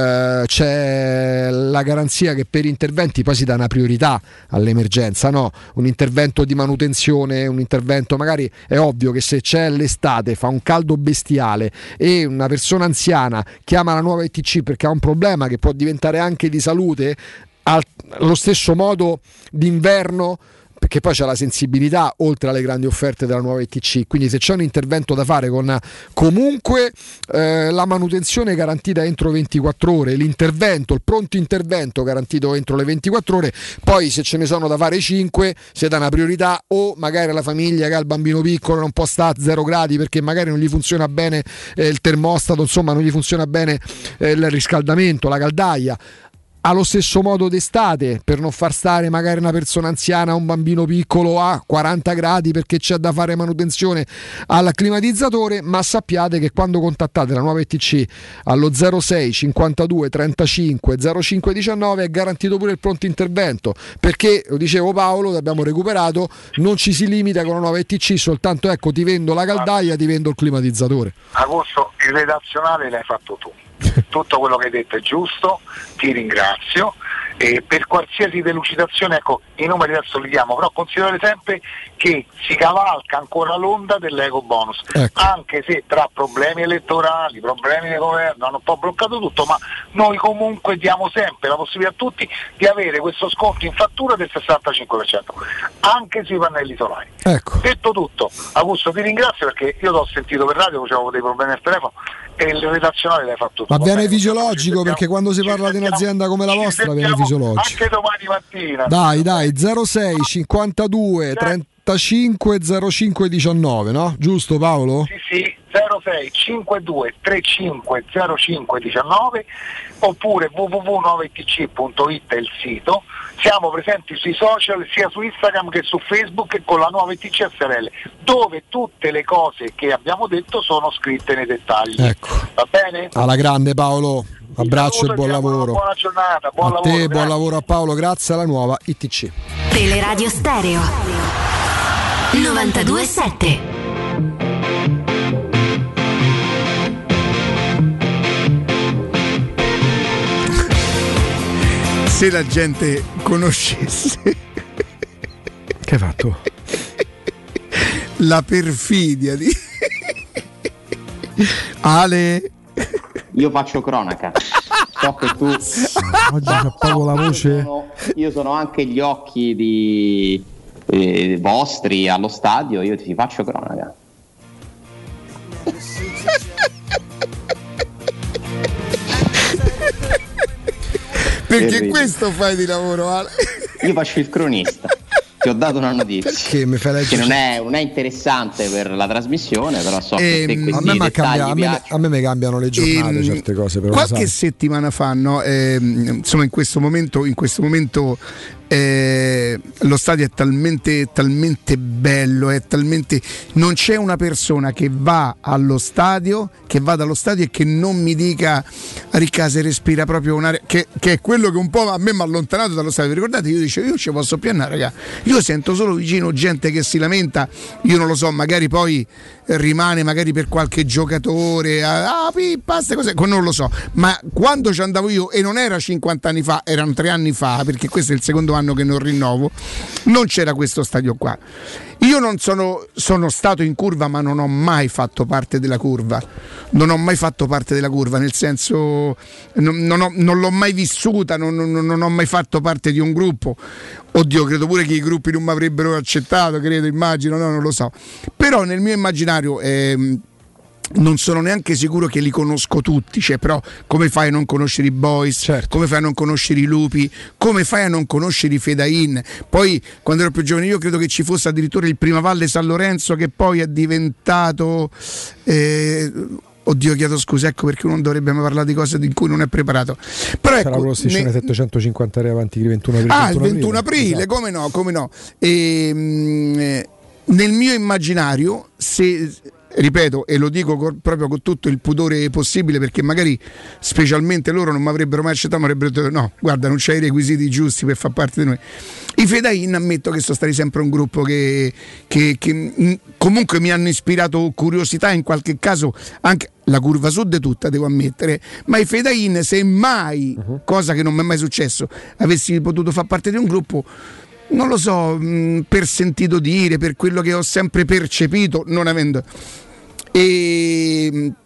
c'è la garanzia che per interventi poi si dà una priorità all'emergenza, no? Un intervento di manutenzione, un intervento, magari è ovvio che se c'è l'estate, fa un caldo bestiale e una persona anziana chiama la nuova ITC perché ha un problema che può diventare anche di salute, allo stesso modo d'inverno, perché poi c'è la sensibilità oltre alle grandi offerte della nuova ITC. Quindi se c'è un intervento da fare con comunque la manutenzione garantita entro 24 ore, l'intervento, il pronto intervento garantito entro le 24 ore, poi se ce ne sono da fare 5 si dà una priorità, o magari la famiglia che ha il bambino piccolo non può stare a 0 gradi perché magari non gli funziona bene il termostato, insomma non gli funziona bene il riscaldamento, la caldaia. Allo stesso modo d'estate, per non far stare magari una persona anziana o un bambino piccolo a 40 gradi perché c'è da fare manutenzione al climatizzatore. Ma sappiate che quando contattate la nuova ITC allo 06 52 35 05 19 è garantito pure il pronto intervento, perché, lo dicevo Paolo, l'abbiamo recuperato, non ci si limita con la nuova ITC soltanto, ecco, ti vendo la caldaia, ti vendo il climatizzatore. Agosto, il redazionale l'hai fatto tu. Tutto quello che hai detto è giusto, ti ringrazio, e per qualsiasi delucidazione, ecco, i numeri adesso li diamo, però considerate sempre che si cavalca ancora l'onda dell'ecobonus, ecco. Anche se tra problemi elettorali, problemi di governo hanno un po' bloccato tutto, ma noi comunque diamo sempre la possibilità a tutti di avere questo sconto in fattura del 65%, anche sui pannelli solari. Ecco. Detto tutto, Augusto, ti ringrazio, perché io t'ho sentito per radio, avevo dei problemi al telefono e il redazionale l'hai fatto tutto. Ma viene fisiologico, perché quando si parla di un'azienda come la vostra viene fisiologico. Anche domani mattina. Dai, 06 52 35 05 19, no? Giusto Paolo? Sì, 06 52 35 05 19, oppure www.nuovaitc.it è il sito. Siamo presenti sui social, sia su Instagram che su Facebook, con la nuova ITC SRL, dove tutte le cose che abbiamo detto sono scritte nei dettagli. Ecco. Va bene? Alla grande Paolo, abbraccio e buon lavoro. Buona giornata, buon lavoro. A te, buon lavoro a Paolo, grazie alla nuova ITC. Teleradio Stereo 92.7. Se la gente conoscesse. Che hai fatto? La perfidia di Ale. Io faccio cronaca. So che tu oggi c'è proprio la voce. Io sono anche gli occhi di vostri allo stadio. Io ti faccio cronaca. Perché questo fai di lavoro, Ale? Io faccio il cronista. Ti ho dato una notizia che non è interessante per la trasmissione, però so che te questi a me mi cambiano le giornate certe cose. Però qualche settimana fa, no? Insomma, in questo momento lo stadio è talmente bello, non c'è una persona che va dallo stadio e che non mi dica Ricca, se respira proprio un'aria, che è quello che un po' a me mi ha allontanato dallo stadio. Vi ricordate, io dicevo, io non ci posso più andare, raga, io sento solo vicino gente che si lamenta, io non lo so, magari poi rimane magari per qualche giocatore, pippa, queste cose, non lo so, ma quando ci andavo io, e non era 50 anni fa, erano 3 anni fa, perché questo è il secondo anno che non rinnovo, non c'era questo stadio qua. Io non sono stato in curva, ma non ho mai fatto parte della curva, nel senso non l'ho mai vissuta, non ho mai fatto parte di un gruppo. Oddio, credo pure che i gruppi non mi avrebbero accettato, immagino, no, non lo so, però nel mio immaginario non sono neanche sicuro che li conosco tutti, cioè, però come fai a non conoscere i Boys, certo, come fai a non conoscere i Lupi, come fai a non conoscere i Fedain? Poi quando ero più giovane io credo che ci fosse addirittura il Primavalle San Lorenzo, che poi è diventato oddio, chiedo scusa, ecco perché uno non dovrebbe mai parlare di cose di cui non è preparato. Però c'era la striscione 750 euro avanti il 21 aprile. Il 21 aprile, esatto. come no. Nel mio immaginario, se ripeto, e lo dico proprio con tutto il pudore possibile, perché magari specialmente loro non mi avrebbero mai accettato, mi avrebbero detto no, guarda, non c'hai i requisiti giusti per far parte di noi. I Fedain, ammetto che sono stati sempre un gruppo che comunque mi hanno ispirato curiosità, in qualche caso anche la curva sud tutta, devo ammettere, ma i Fedain, se mai, cosa che non mi è mai successo, avessi potuto far parte di un gruppo, non lo so, per sentito dire, per quello che ho sempre percepito, non avendo. E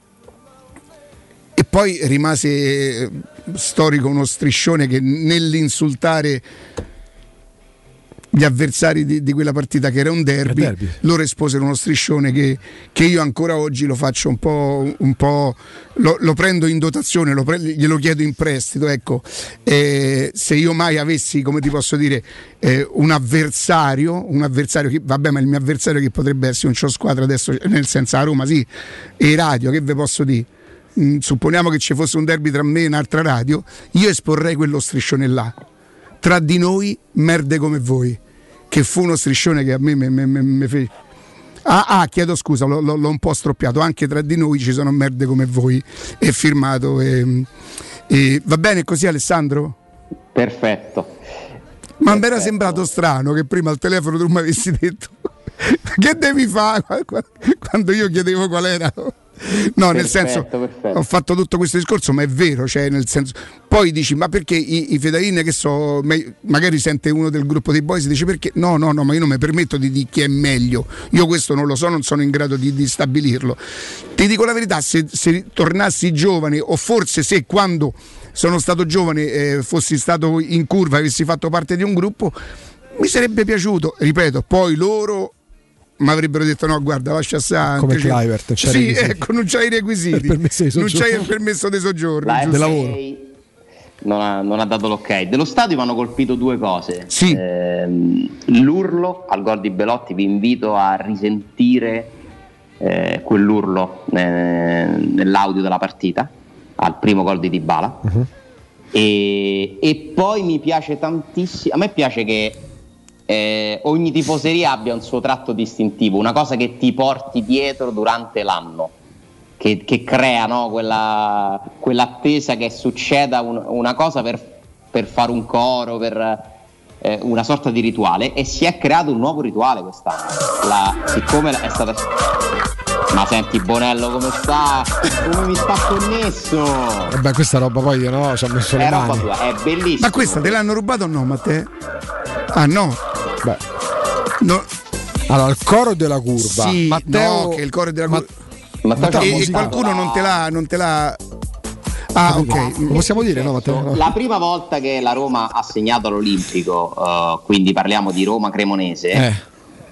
poi rimase storico uno striscione che nell'insultare gli avversari di quella partita, che era un derby, loro esposero uno striscione che io ancora oggi lo faccio un po' lo prendo in dotazione, glielo chiedo in prestito, ecco. Se io mai avessi, come ti posso dire, un avversario che, vabbè, ma il mio avversario che potrebbe essere un c'ho squadra adesso, nel senso a Roma sì, e radio, che ve posso dire, supponiamo che ci fosse un derby tra me e un'altra radio, io esporrei quello striscione là. Tra di noi merde come voi, che fu uno striscione che a me fece. Chiedo scusa, l'ho un po' stroppiato. Anche tra di noi ci sono merde come voi. È firmato. Va bene così, Alessandro? Perfetto. Ma mi era sembrato strano che prima al telefono tu mi avessi detto che devi fare quando io chiedevo qual era. No, nel senso, ho fatto tutto questo discorso, ma è vero, cioè nel senso, poi dici, ma perché i Fedain, che so, magari sente uno del gruppo dei Boys, dice perché no, ma io non mi permetto di dire chi è meglio, io questo non lo so, non sono in grado di stabilirlo. Ti dico la verità, se tornassi giovane, o forse se quando sono stato giovane fossi stato in curva, avessi fatto parte di un gruppo, mi sarebbe piaciuto, ripeto, poi loro mi avrebbero detto no, guarda, lascia stare, come Kluivert, sì, ecco, non c'hai i requisiti, non c'hai il permesso di soggiorno, di lavoro. Non ha dato l'ok. Dello stadio mi hanno colpito due cose. Sì. L'urlo al gol di Belotti, vi invito a risentire quell'urlo nell'audio della partita al primo gol di Dybala. E poi mi piace tantissimo, a me piace che ogni tifoseria abbia un suo tratto distintivo, una cosa che ti porti dietro l'anno, che crea, no, quell'attesa che succeda una cosa per fare un coro, per una sorta di rituale, e si è creato un nuovo rituale quest'anno. Siccome è stata... Ma senti Bonello come sta? Come mi sta connesso? Vabbè, questa roba poi no, ci ha messo le mani. Roba tua, è bellissima. Ma questa te l'hanno rubato o no, Matteo? Ah no? Beh. No. Allora, il coro della curva. Sì, Matteo, no, che il coro della curva. Matteo E qualcuno non te l'ha. Ah, ok. Lo possiamo dire, no, Matteo? La prima volta che la Roma ha segnato all'Olimpico, quindi parliamo di Roma-Cremonese,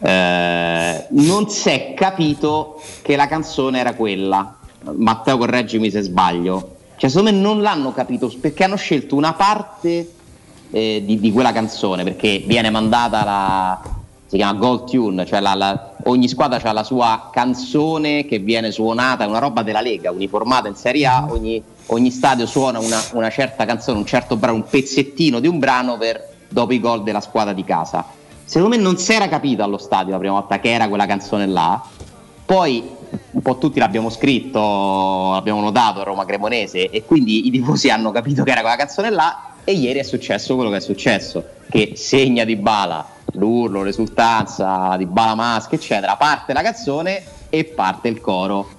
non si è capito che la canzone era quella. Matteo, correggimi se sbaglio. Cioè, secondo me non l'hanno capito perché hanno scelto una parte di quella canzone, perché viene mandata si chiama Goal Tune, cioè ogni squadra ha la sua canzone che viene suonata, è una roba della Lega, uniformata in Serie A, ogni stadio suona una certa canzone, un certo brano, un pezzettino di un brano dopo i gol della squadra di casa. Secondo me non si era capito allo stadio la prima volta che era quella canzone là, poi un po' tutti l'abbiamo scritto, l'abbiamo notato a Roma Cremonese, e quindi i tifosi hanno capito che era quella canzone là, e ieri è successo quello che è successo, che segna Dybala, l'urlo, l'esultanza, Dybala Mask eccetera, parte la canzone e parte il coro,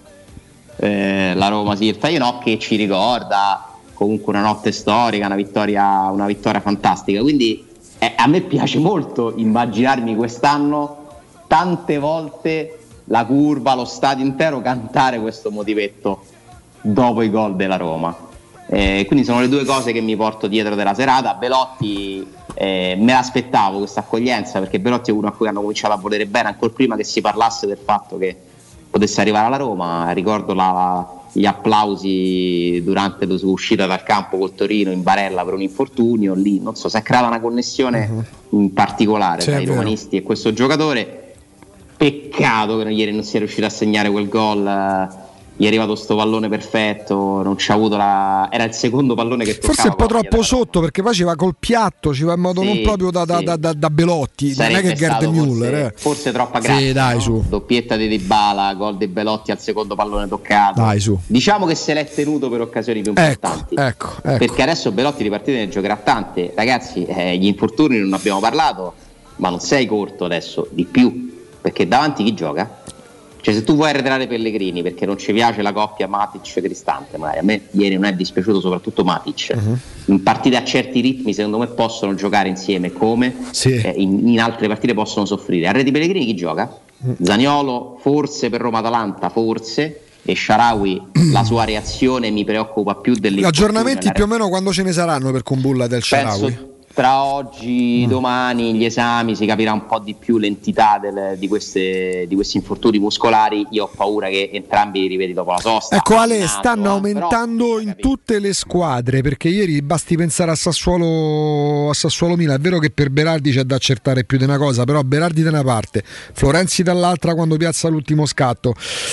la Roma si no, che ci ricorda comunque una notte storica, una vittoria fantastica, quindi a me piace molto immaginarmi quest'anno tante volte la curva, lo stadio intero cantare questo motivetto dopo i gol della Roma. Quindi sono le due cose che mi porto dietro della serata. Belotti, me l'aspettavo questa accoglienza, perché Belotti è uno a cui hanno cominciato a volere bene ancora prima che si parlasse del fatto che potesse arrivare alla Roma. Ricordo gli applausi durante la sua uscita dal campo col Torino in barella per un infortunio, lì non so, si è creata una connessione in particolare tra i romanisti e questo giocatore. Peccato che ieri non sia riuscito a segnare quel gol. Gli è arrivato sto pallone perfetto, non c'ha avuto era il secondo pallone che toccava. Forse un po' troppo sotto, perché faceva col piatto, ci va in modo non proprio da Belotti, sarebbe non è che Gerd Müller. Forse troppa grazia. Sì, dai, su. Doppietta di Dybala, gol di Belotti al secondo pallone toccato. Dai, su. Diciamo che se l'è tenuto per occasioni più importanti. Ecco. Perché adesso Belotti di partite ne giocherà tante. Ragazzi, gli infortuni non abbiamo parlato, ma non sei corto adesso, di più. Perché davanti chi gioca? Cioè, se tu vuoi arretrare Pellegrini perché non ci piace la coppia Matic-Cristante, magari a me ieri non è dispiaciuto soprattutto Matic, in partite a certi ritmi secondo me possono giocare insieme, come in altre partite possono soffrire. Arredi Pellegrini chi gioca? Zaniolo forse per Roma-Atalanta, forse, e Shaarawy la sua reazione mi preoccupa più dell'infortunio. Aggiornamenti più o meno quando ce ne saranno per Kumbulla del Shaarawy? Tra oggi, domani, gli esami si capirà un po' di più l'entità di questi infortuni muscolari. Io ho paura che entrambi li rivedi dopo la sosta. Ecco Ale, stanno aumentando in tutte le squadre, perché ieri basti pensare a Sassuolo Milan. È vero che per Berardi c'è da accertare più di una cosa, però Berardi da una parte, Florenzi dall'altra quando piazza l'ultimo scatto.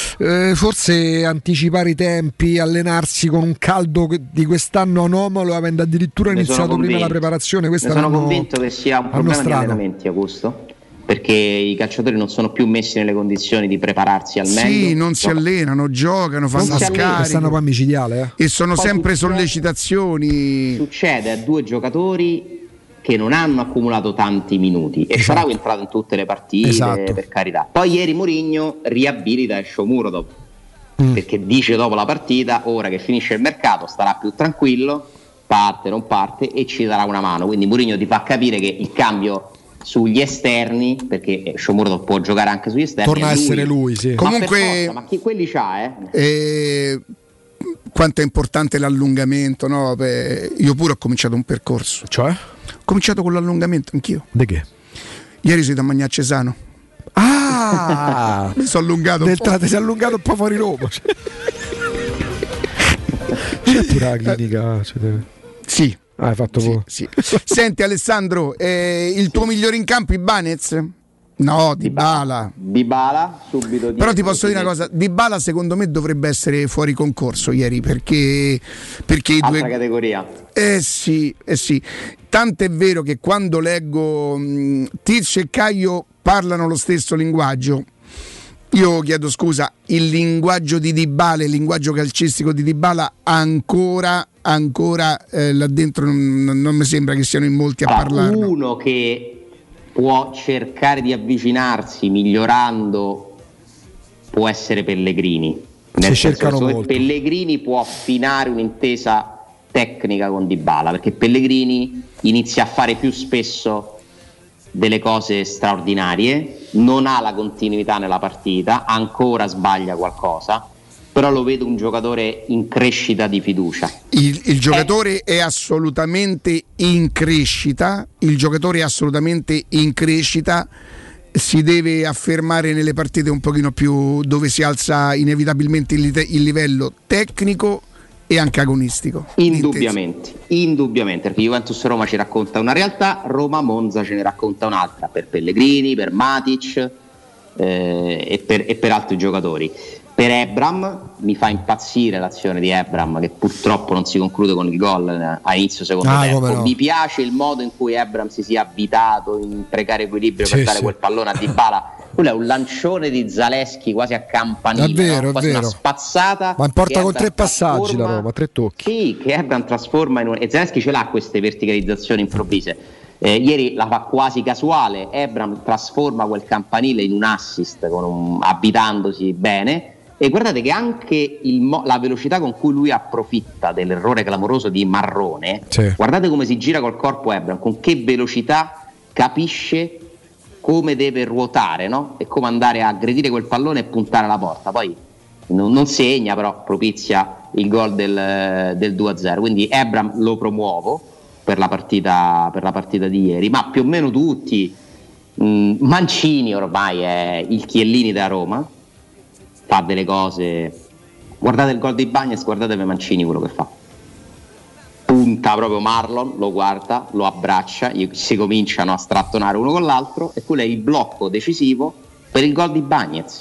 Forse anticipare i tempi, allenarsi con un caldo di quest'anno anomalo, avendo addirittura iniziato prima la preparazione. Sono convinto che sia un problema di allenamenti, Augusto, perché i calciatori non sono più messi nelle condizioni di prepararsi al meglio. Sì, non si allenano, giocano, fanno scarico. Stanno poi micidiale. E sono poi sempre sollecitazioni. Succede a due giocatori che non hanno accumulato tanti minuti, e Shaarawy è entrato in tutte le partite, per carità. Poi ieri Mourinho riabilita Shomurodov, perché dice dopo la partita, ora che finisce il mercato starà più tranquillo, parte, non parte, e ci darà una mano. Quindi Mourinho ti fa capire che il cambio sugli esterni, perché Shomurodov può giocare anche sugli esterni, torna a essere lui, sì. Comunque, ma chi quelli c'ha, quanto è importante l'allungamento, no? Beh, io pure ho cominciato un percorso. Cioè? Ho cominciato con l'allungamento anch'io. De che? Ieri sei da mangiare a Cesano. Ah! Mi sono allungato un po'. Ti sei allungato un po' fuori Roma. C'è pure la clinica. Sì. Hai fatto sì. Senti Alessandro, il tuo migliore in campo Ibanez? No, Dybala subito. Però ti posso dire una cosa, Dybala secondo me dovrebbe essere fuori concorso ieri, perché i altra categoria. Sì. Tanto è vero che quando leggo Tizio e Caio parlano lo stesso linguaggio, io chiedo scusa, il linguaggio di Dybala, il linguaggio calcistico di Dybala ancora là dentro non mi sembra che siano in molti a parlare. Uno che può cercare di avvicinarsi migliorando può essere Pellegrini, nel senso che Pellegrini può affinare un'intesa tecnica con Dybala, perché Pellegrini inizia a fare più spesso delle cose straordinarie, non ha la continuità nella partita, ancora sbaglia qualcosa, però lo vedo un giocatore in crescita di fiducia. Il giocatore è assolutamente in crescita, si deve affermare nelle partite un pochino più dove si alza inevitabilmente il livello tecnico e anche agonistico. Indubbiamente, perché Juventus Roma ci racconta una realtà, Roma Monza ce ne racconta un'altra, per Pellegrini, per Matic e per altri giocatori. Per Ebram mi fa impazzire l'azione di Ebram, che purtroppo non si conclude con il gol a inizio secondo tempo. No. Mi piace il modo in cui Ebram si sia avvitato in precare equilibrio per dare quel pallone a Dybala. Quello è un lancione di Zaleschi quasi a campanile, quasi una spazzata. Ma importa con 3 passaggi la Roma, 3 tocchi. Sì, che Ebram trasforma e Zaleschi ce l'ha queste verticalizzazioni improvvise. Ieri la fa quasi casuale, Ebram trasforma quel campanile in un assist avvitandosi bene. E guardate che anche la velocità con cui lui approfitta dell'errore clamoroso di Marrone, guardate come si gira col corpo Ebram, con che velocità capisce come deve ruotare, no? E come andare a aggredire quel pallone e puntare alla porta. Poi non segna, però propizia il gol del 2-0. Quindi Ebram lo promuovo per la partita di ieri, ma più o meno tutti. Mancini ormai è il Chiellini da Roma, fa delle cose, guardate il gol di Bagnez, guardate per Mancini quello che fa, punta proprio Marlon, lo guarda, lo abbraccia, si cominciano a strattonare uno con l'altro e quello è il blocco decisivo per il gol di Bagnez.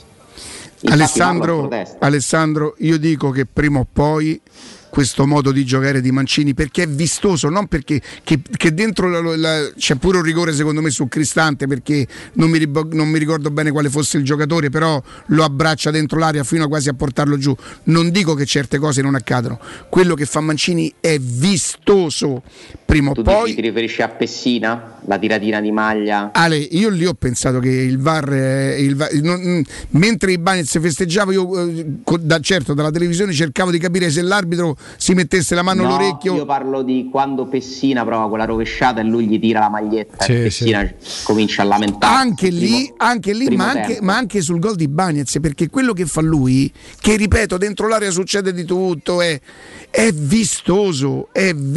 Alessandro, io dico che prima o poi questo modo di giocare di Mancini, perché è vistoso, non perché che dentro c'è pure un rigore secondo me su Cristante, perché non mi ricordo bene quale fosse il giocatore, però lo abbraccia dentro l'aria fino a quasi a portarlo giù. Non dico che certe cose non accadono, quello che fa Mancini è vistoso. Prima o poi ti riferisci a Pessina, la tiratina di maglia? Ale, io lì ho pensato che il VAR mentre i Bagnez festeggiava, io certo dalla televisione cercavo di capire se l'arbitro si mettesse la mano all'orecchio. Io parlo di quando Pessina prova quella rovesciata e lui gli tira la maglietta e Pessina comincia a lamentare. Anche lì, ma anche sul gol di Bagnez, perché quello che fa lui, che ripeto, dentro l'area succede di tutto, è vistoso.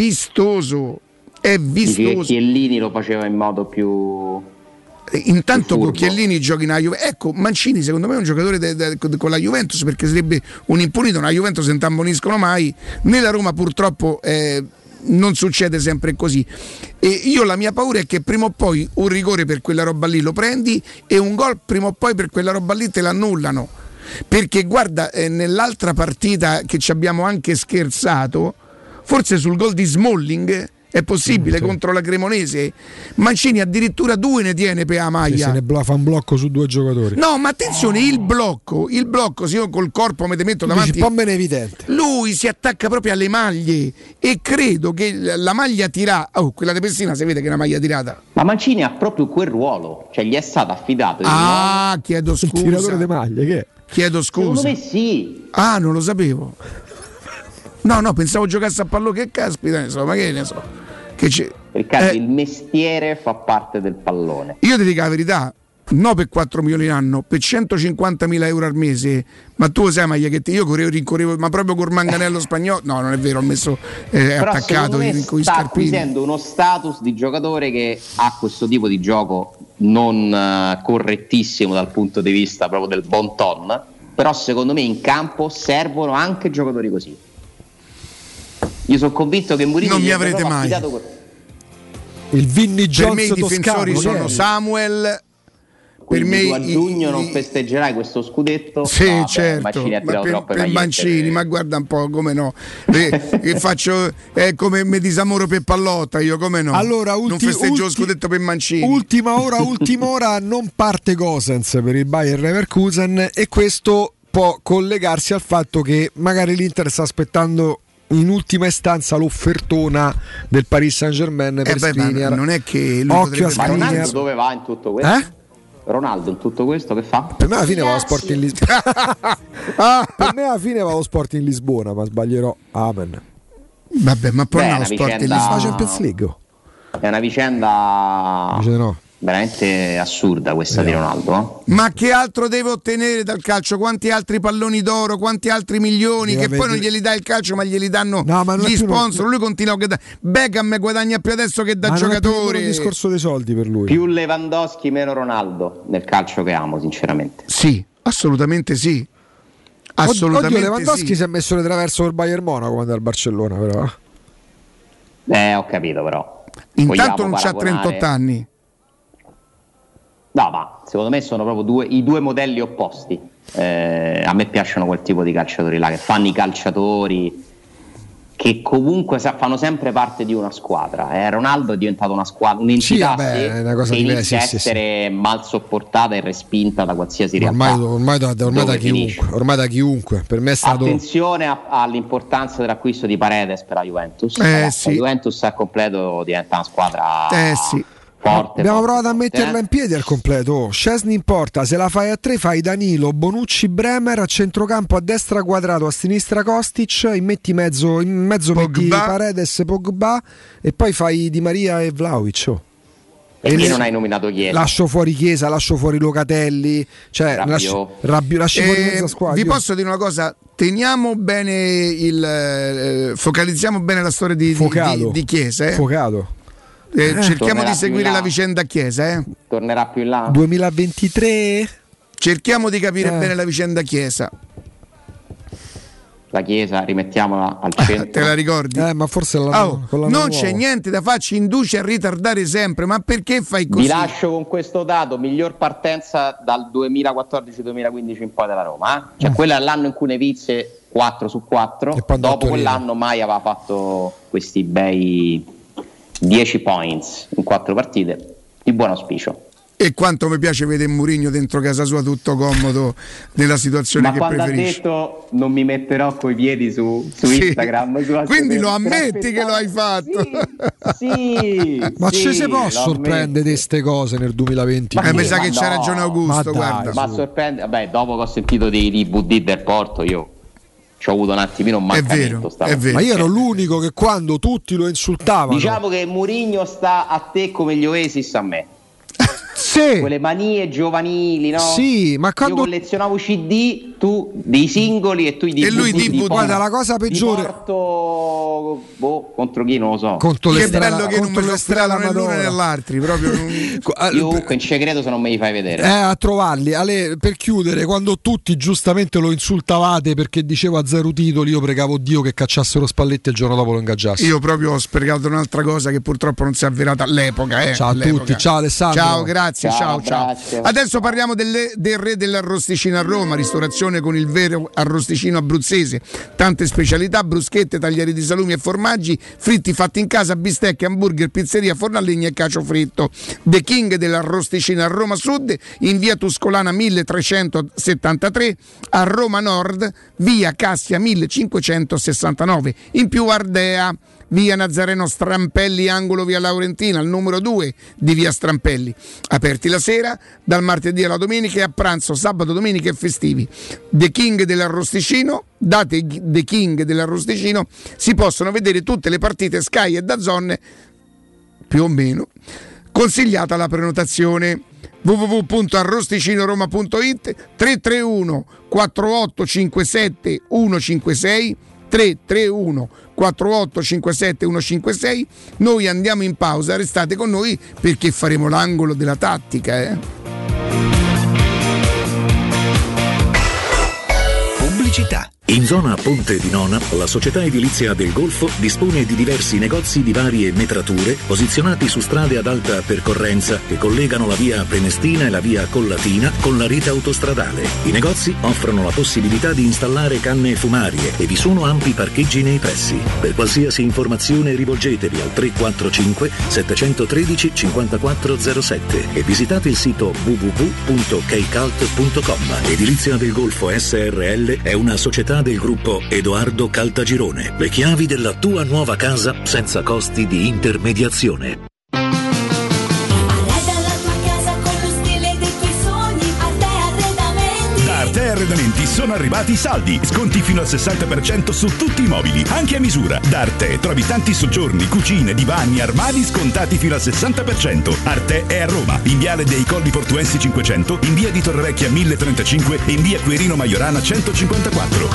Dice che Chiellini lo faceva in modo più. Intanto con Chiellini giochi in Juventus. Ecco, Mancini secondo me è un giocatore con la Juventus, perché sarebbe un impunito. La Juventus non t'ammoniscono mai, nella Roma purtroppo non succede sempre così, e io la mia paura è che prima o poi un rigore per quella roba lì lo prendi e un gol prima o poi per quella roba lì te l'annullano, perché guarda, nell'altra partita che ci abbiamo anche scherzato, forse sul gol di Smalling è possibile, contro la Cremonese Mancini addirittura 2 ne tiene per la maglia, se ne fa un blocco su 2 giocatori. No, ma attenzione, il blocco se io col corpo me te metto davanti, un po' meno evidente, lui si attacca proprio alle maglie e credo che la maglia quella di Pessina si vede che è una maglia tirata, ma Mancini ha proprio quel ruolo, cioè gli è stato affidato chiedo scusa, il tiratore di maglie, che chiedo scusa, secondo me sì, non lo sapevo. No, pensavo giocasse a pallone, che caspita ne so, ma che ne so. Riccardo, il mestiere fa parte del pallone. Io ti dico la verità, no per 4 milioni l'anno, per 150.000 euro al mese, ma tu sai maglia che io rincorrevo, ma proprio col manganello spagnolo, no, non è vero, ho messo attaccato con i sta scarpini. acquisendo uno status di giocatore che ha questo tipo di gioco non correttissimo dal punto di vista proprio del bon ton, però secondo me in campo servono anche giocatori così. Io sono convinto che Mourinho non mi avrete mai. Il Vinny Jones, per me i difensori sono Samuel. Per me a giugno non festeggerai questo scudetto? Sì, certo. Per Mancini, ma guarda un po' come no. Che faccio come mi disamoro per Pallotta, io come no. Allora, non festeggio lo scudetto per Mancini. Ultima ora non parte Gosens per il Bayer Leverkusen, e questo può collegarsi al fatto che magari l'Inter sta aspettando in ultima istanza l'offertona del Paris Saint-Germain per Skriniar. Non è che lui occhio a ma Ronaldo dove va in tutto questo? Ronaldo in tutto questo che fa? Per me alla fine va allo Sporting Lisbona. Per me alla fine va allo Sporting Lisbona, ma sbaglierò. Amen. Vabbè, ma poi allo Sporting Lisbona Champions League. È una vicenda no. veramente assurda questa di Ronaldo. Ma che altro deve ottenere dal calcio? Quanti altri palloni d'oro, quanti altri milioni che poi non glieli dà il calcio ma glieli danno gli sponsor. Lui continua a guadagnare. Beckham guadagna più adesso che da giocatore. È un discorso dei soldi per lui. Più Lewandowski meno Ronaldo nel calcio che amo sinceramente. Sì, assolutamente sì. Assolutamente. Oddio, Lewandowski si è messo le traverso col Bayern Monaco quando è al Barcellona, però. Ho capito, però. Intanto non c'ha 38 anni. No, ma secondo me sono proprio i due modelli opposti. A me piacciono quel tipo di calciatori là, che fanno i calciatori che comunque fanno sempre parte di una squadra. Ronaldo è diventato una squadra, un'entità è una cosa che inizia a essere mal sopportata e respinta da qualsiasi realtà. Ormai da chiunque. Per me è stato... Attenzione all'importanza dell'acquisto di Paredes per la Juventus. La Juventus al completo diventa una squadra forte. Abbiamo provato a metterla in piedi al completo. Szczesny in porta, se la fai a 3 fai Danilo, Bonucci, Bremer, a centrocampo a destra Quadrato, a sinistra Kostic, in mezzo metti Paredes, Pogba e poi fai Di Maria e Vlahovic. Perché non hai nominato Chiesa? Lascio fuori Chiesa, lascio fuori Locatelli, cioè lasci fuori mezza squadra. Vi posso dire una cosa? Teniamo bene focalizziamo bene la storia di Chiesa. Focato. Cerchiamo di seguire la vicenda Chiesa. Tornerà più in là. 2023. Cerchiamo di capire bene la vicenda Chiesa. La Chiesa, rimettiamola al centro. Te la ricordi? Ma forse non c'è niente da fare, ci induce a ritardare sempre. Ma perché fai così? Vi lascio con questo dato: miglior partenza dal 2014-2015 in poi della Roma. Cioè quello è l'anno in cui ne vinse 4 su 4. Dopo quell'anno mai aveva fatto questi bei 10 points in 4 partite di buon auspicio. E quanto mi piace vedere Mourinho dentro casa sua tutto comodo nella situazione che preferisce. Ma quando ha detto non mi metterò coi piedi su Instagram, quindi lo ammetti che lo hai fatto. Sì, ma ci si può sorprendere di queste cose nel 2020? Mi sa che c'ha ragione Augusto, guarda. Ma sorprende, dopo che ho sentito di VD del Porto io ci ho avuto un attimino un mancamento. È vero. Ma io ero l'unico che quando tutti lo insultavano. Diciamo che Mourinho sta a te come gli Oasis a me. Quelle manie giovanili, no? Sì, ma quando io collezionavo CD, tu dei singoli e tu i DVD. E lui guarda, la cosa peggiore. Contro chi non lo so. Contro che bello che non me lo strada nell'uno e nell'altro. Proprio io comunque in segreto se non me li fai vedere. A trovarli. Per chiudere, quando tutti giustamente lo insultavate perché diceva 0 titoli, io pregavo Dio che cacciassero Spalletti e il giorno dopo lo ingaggiasse. Io proprio ho sprecato un'altra cosa che purtroppo non si è avverata all'epoca. Ciao a tutti, ciao Alessandro. Ciao, grazie. Ciao. Adesso parliamo del re dell'arrosticino a Roma, ristorazione con il vero arrosticino abruzzese, tante specialità, bruschette, taglieri di salumi e formaggi, fritti fatti in casa, bistecche, hamburger, pizzeria, forno a legna e cacio fritto. The King dell'arrosticino a Roma Sud, in via Tuscolana 1373, a Roma Nord, via Cassia 1569, in più Ardea, via Nazareno Strampelli, angolo via Laurentina, al numero 2 di via Strampelli. Aperti la sera, dal martedì alla domenica e a pranzo, sabato, domenica e festivi. The King dell'arrosticino, date The King dell'arrosticino, si possono vedere tutte le partite Sky e DAZN, più o meno. Consigliata la prenotazione. www.arrosticinoroma.it 331 4857 156 331 4857 156. Noi andiamo in pausa, restate con noi perché faremo l'angolo della tattica. Pubblicità. In zona Ponte di Nona, la società edilizia del Golfo dispone di diversi negozi di varie metrature posizionati su strade ad alta percorrenza che collegano la via Prenestina e la via Collatina con la rete autostradale. I negozi offrono la possibilità di installare canne fumarie e vi sono ampi parcheggi nei pressi. Per qualsiasi informazione rivolgetevi al 345 713 5407 e visitate il sito www.keicalt.com. Edilizia del Golfo SRL è una società del gruppo Edoardo Caltagirone. Le chiavi della tua nuova casa senza costi di intermediazione. Arte Arredamenti sono arrivati i saldi, sconti fino al 60% su tutti i mobili, anche a misura. Da Arte trovi tanti soggiorni, cucine, divani, armadi scontati fino al 60%. Arte è a Roma, in viale dei Colli Portuensi 500, in via di Torrevecchia 1035 e in via Quirino Maiorana 154.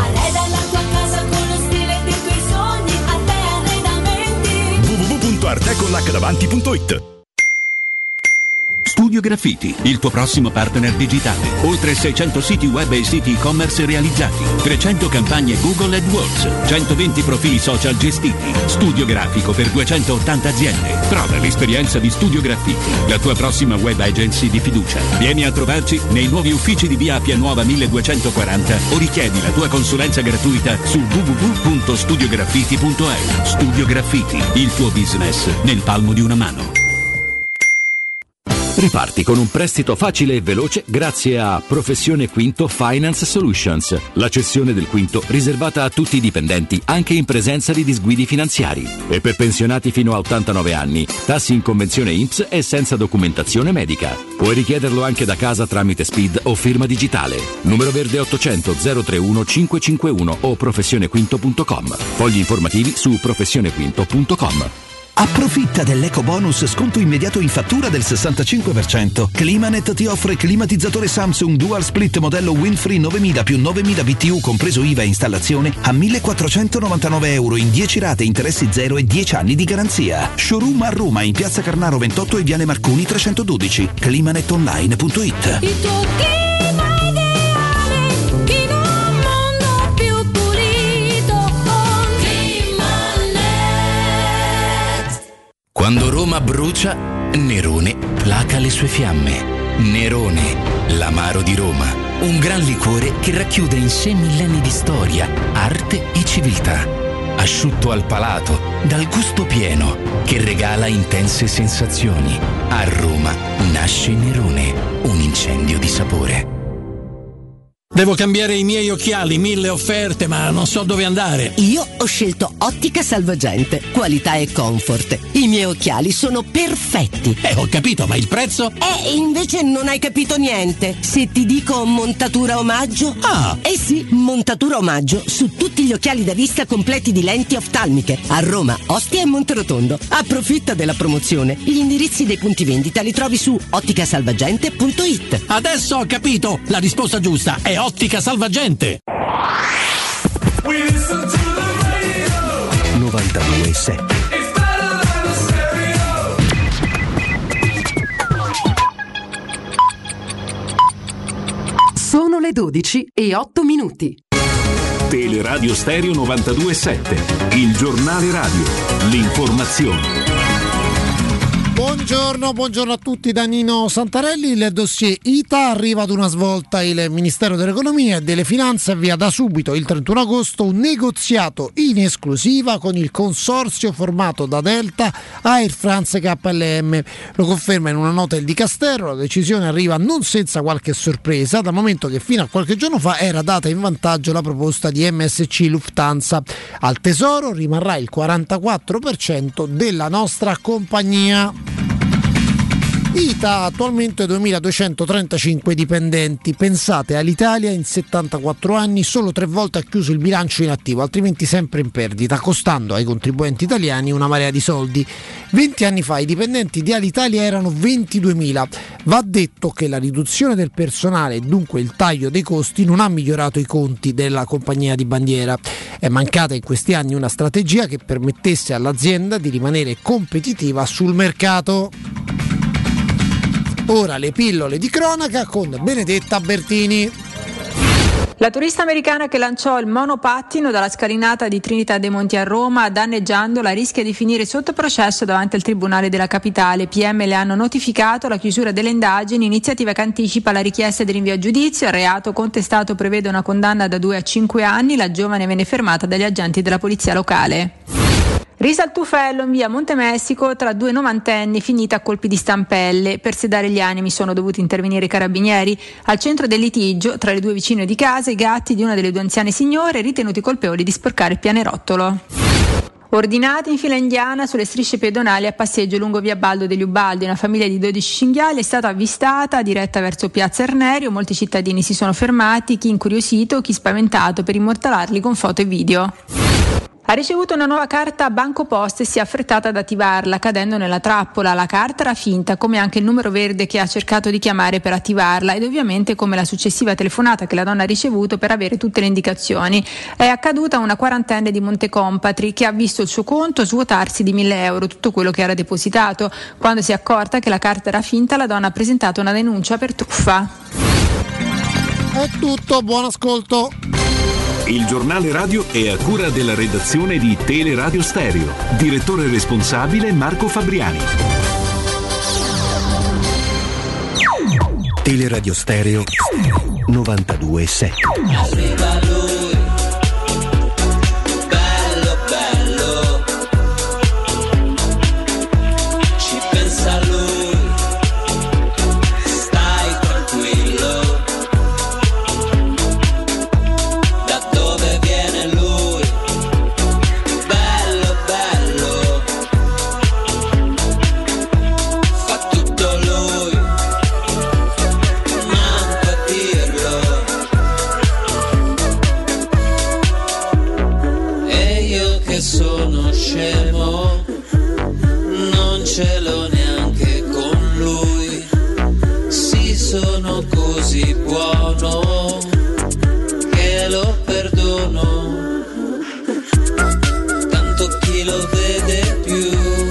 www.arteconlacdavanti.it. Studio Graffiti, il tuo prossimo partner digitale. Oltre 600 siti web e siti e-commerce realizzati, 300 campagne Google AdWords, 120 profili social gestiti. Studio grafico per 280 aziende. Prova l'esperienza di Studio Graffiti, la tua prossima web agency di fiducia. Vieni a trovarci nei nuovi uffici di via Appia Nuova 1240 o richiedi la tua consulenza gratuita su www.studiograffiti.eu. Studio Graffiti, il tuo business nel palmo di una mano. Riparti con un prestito facile e veloce grazie a Professione Quinto Finance Solutions, la cessione del quinto riservata a tutti i dipendenti anche in presenza di disguidi finanziari. E per pensionati fino a 89 anni, tassi in convenzione INPS e senza documentazione medica. Puoi richiederlo anche da casa tramite SPID o firma digitale. Numero verde 800 031 551 o professionequinto.com. Fogli informativi su professionequinto.com. Approfitta dell'eco bonus sconto immediato in fattura del 65%. Climanet ti offre climatizzatore Samsung Dual Split modello Windfree 9000 più 9000 BTU compreso IVA e installazione a €1.499 in 10 rate, interessi zero e 10 anni di garanzia. Showroom a Roma in Piazza Carnaro 28 e Viale Marconi 312. climanetonline.it. Il tuo clima ideale in un mondo più pulito con Climanet. Quando Roma brucia, Nerone placa le sue fiamme. Nerone, l'amaro di Roma. Un gran liquore che racchiude in sé millenni di storia, arte e civiltà. Asciutto al palato, dal gusto pieno, che regala intense sensazioni. A Roma nasce Nerone, un incendio di sapore. Devo cambiare i miei occhiali, 1000 offerte, ma non so dove andare. Io ho scelto Ottica Salvagente, qualità e comfort. I miei occhiali sono perfetti. Ho capito, ma il prezzo? Invece non hai capito niente. Se ti dico montatura omaggio? Sì, montatura omaggio su tutti gli occhiali da vista completi di lenti oftalmiche. A Roma, Ostia e Monterotondo. Approfitta della promozione. Gli indirizzi dei punti vendita li trovi su otticasalvagente.it. Adesso ho capito, la risposta giusta è Ottica Salvagente. 92.7. Sono le 12:08. Teleradio Stereo 92.7, il giornale radio, l'informazione. Buongiorno a tutti da Nino Santarelli. Il dossier ITA arriva ad una svolta. Il Ministero dell'Economia e delle Finanze avvia da subito, il 31 agosto, un negoziato in esclusiva con il consorzio formato da Delta, Air France e KLM. Lo conferma in una nota il Dicastero. La decisione arriva non senza qualche sorpresa, dal momento che fino a qualche giorno fa era data in vantaggio la proposta di MSC Lufthansa. Al Tesoro rimarrà il 44% della nostra compagnia. ITA attualmente 2.235 dipendenti. Pensate, all'Italia in 74 anni solo 3 volte ha chiuso il bilancio in attivo, altrimenti sempre in perdita, costando ai contribuenti italiani una marea di soldi. 20 anni fa i dipendenti di Alitalia erano 22.000. Va detto che la riduzione del personale e dunque il taglio dei costi non ha migliorato i conti della compagnia di bandiera. È mancata in questi anni una strategia che permettesse all'azienda di rimanere competitiva sul mercato. Ora le pillole di cronaca con Benedetta Bertini. La turista americana che lanciò il monopattino dalla scalinata di Trinità dei Monti a Roma, danneggiandola, rischia di finire sotto processo davanti al Tribunale della Capitale. PM le hanno notificato la chiusura delle indagini, iniziativa che anticipa la richiesta di rinvio a giudizio. Il reato contestato prevede una condanna da 2 a 5 anni. La giovane venne fermata dagli agenti della polizia locale. Risa al tufello in via Montemessico tra 2 novantenni finita a colpi di stampelle. Per sedare gli animi sono dovuti intervenire i carabinieri. Al centro del litigio tra le 2 vicine di casa i gatti di una delle 2 anziane signore ritenuti colpevoli di sporcare il pianerottolo. Ordinati in fila indiana sulle strisce pedonali a passeggio lungo via Baldo degli Ubaldi. Una famiglia di 12 cinghiali è stata avvistata diretta verso piazza Ernerio. Molti cittadini si sono fermati, chi incuriosito, chi spaventato, per immortalarli con foto e video. Ha ricevuto una nuova carta a BancoPosta e si è affrettata ad attivarla, cadendo nella trappola. La carta era finta, come anche il numero verde che ha cercato di chiamare per attivarla, ed ovviamente come la successiva telefonata che la donna ha ricevuto per avere tutte le indicazioni. È accaduta a una quarantenne di Montecompatri che ha visto il suo conto svuotarsi di 1.000 euro, tutto quello che era depositato. Quando si è accorta che la carta era finta, la donna ha presentato una denuncia per truffa. È tutto, buon ascolto. Il giornale radio è a cura della redazione di Teleradio Stereo. Direttore responsabile Marco Fabriani. Teleradio Stereo 92.7. Arriva lui, bello bello, ci pensa lui, stai tranquillo. Da dove viene lui, bello bello, fa tutto lui, non patirlo. E io che sono scemo, non ce l'ho neanche con lui. Sì, sono così buono che lo perdono. Tanto chi lo vede più,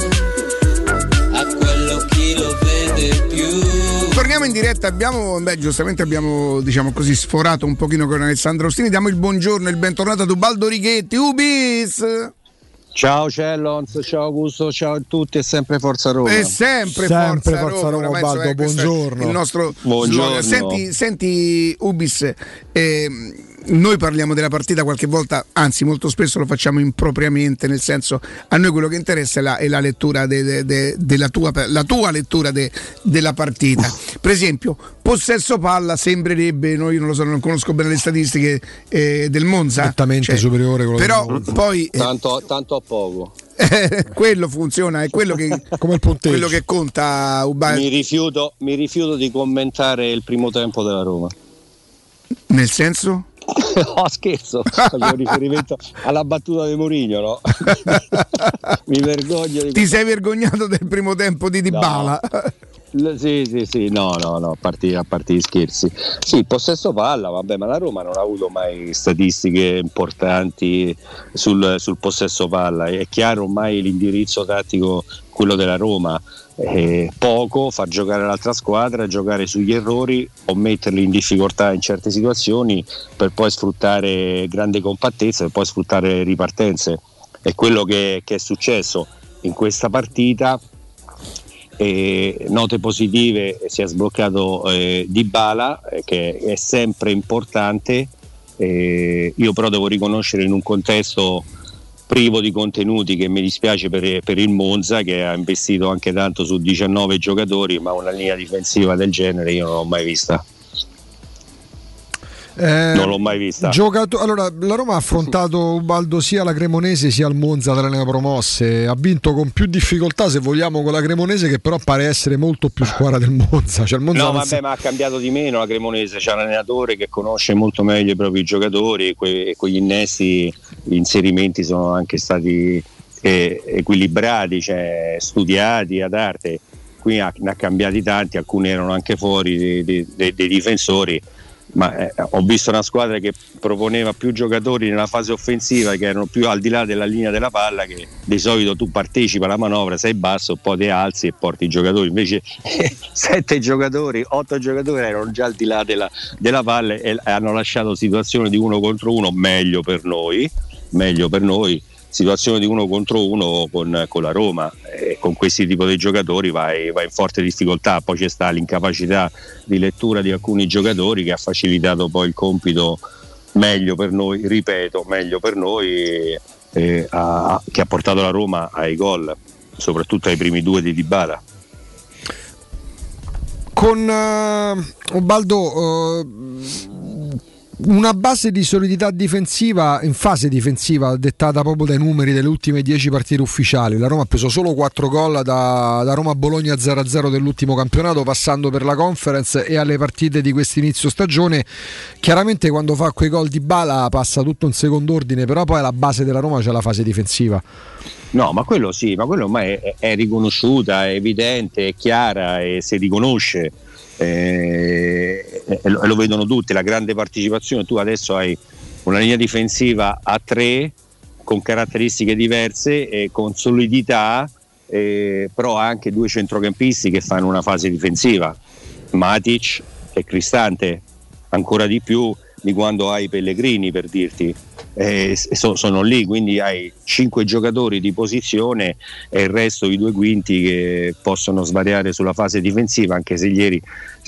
a quello chi lo vede più. Torniamo in diretta, giustamente abbiamo, diciamo così, sforato un pochino con Alessandro Ostini. Diamo il buongiorno e il bentornato ad Ubaldo Righetti. Ubis! Ciao Cellons, ciao Augusto, ciao a tutti e sempre Forza Roma. E sempre Forza Roma, Ubaldo, buongiorno. Il nostro buongiorno. Senti Ubis, noi parliamo della partita qualche volta, anzi molto spesso lo facciamo impropriamente, nel senso, a noi quello che interessa è la lettura della tua lettura della partita. Per esempio, possesso palla sembrerebbe, io non lo so, non conosco bene le statistiche del Monza, esattamente superiore quello però del Monza. Poi tanto a poco. Quello funziona, è quello che come il punteggio, quello che conta. Mi rifiuto di commentare il primo tempo della Roma. Nel senso? No, scherzo, faccio riferimento alla battuta di Mourinho, no? Mi vergogno di... Ti sei vergognato del primo tempo di Dybala? No. Sì, no, a parte gli scherzi. Sì, possesso palla, vabbè, ma la Roma non ha avuto mai statistiche importanti sul possesso palla. È chiaro ormai l'indirizzo tattico, quello della Roma. Poco, far giocare l'altra squadra, giocare sugli errori o metterli in difficoltà in certe situazioni per poi sfruttare grande compattezza, per poi sfruttare ripartenze. È quello che è successo in questa partita. Note positive, si è sbloccato Dybala, che è sempre importante. Io però devo riconoscere, in un contesto privo di contenuti, che mi dispiace per il Monza, che ha investito anche tanto su 19 giocatori, ma una linea difensiva del genere io non l'ho mai vista. Non l'ho mai vista. Allora, la Roma ha affrontato, Ubaldo, sia la Cremonese sia il Monza tra le neopromosse. Ha vinto con più difficoltà, se vogliamo, con la Cremonese, che però pare essere molto più squadra del Monza. Cioè, il Monza ma ha cambiato di meno la Cremonese. C'è un allenatore che conosce molto meglio i propri giocatori, e quegli innesti, gli inserimenti sono anche stati equilibrati, cioè studiati ad arte. Qui ne ha cambiati tanti, alcuni erano anche fuori dei difensori. Ma ho visto una squadra che proponeva più giocatori nella fase offensiva, che erano più al di là della linea della palla, che di solito tu partecipi alla manovra, sei basso, poi ti alzi e porti i giocatori. Invece 7 giocatori, 8 giocatori erano già al di là della palla e hanno lasciato situazioni di 1 contro 1 meglio per noi, situazione di 1 contro 1 con la Roma, e con questi tipo di giocatori vai in forte difficoltà. Poi c'è sta l'incapacità di lettura di alcuni giocatori, che ha facilitato poi il compito, meglio per noi, che ha portato la Roma ai gol, soprattutto ai primi 2 di Dybala. Con Ubaldo, una base di solidità difensiva in fase difensiva dettata proprio dai numeri delle ultime 10 partite ufficiali. La Roma ha preso solo 4 gol da Roma-Bologna 0-0 dell'ultimo campionato, passando per la Conference e alle partite di quest'inizio stagione. Chiaramente quando fa quei gol di Bala passa tutto in secondo ordine, però poi alla base della Roma c'è la fase difensiva. No, ma quello sì, ma quello ormai è riconosciuta, è evidente, è chiara e si riconosce. Lo vedono tutti, la grande partecipazione. Tu adesso hai una linea difensiva a 3 con caratteristiche diverse, con solidità, però anche 2 centrocampisti che fanno una fase difensiva, Matic e Cristante, ancora di più di quando hai Pellegrini, per dirti. Sono lì, quindi hai 5 giocatori di posizione e il resto i 2 quinti che possono svariare sulla fase difensiva, anche se ieri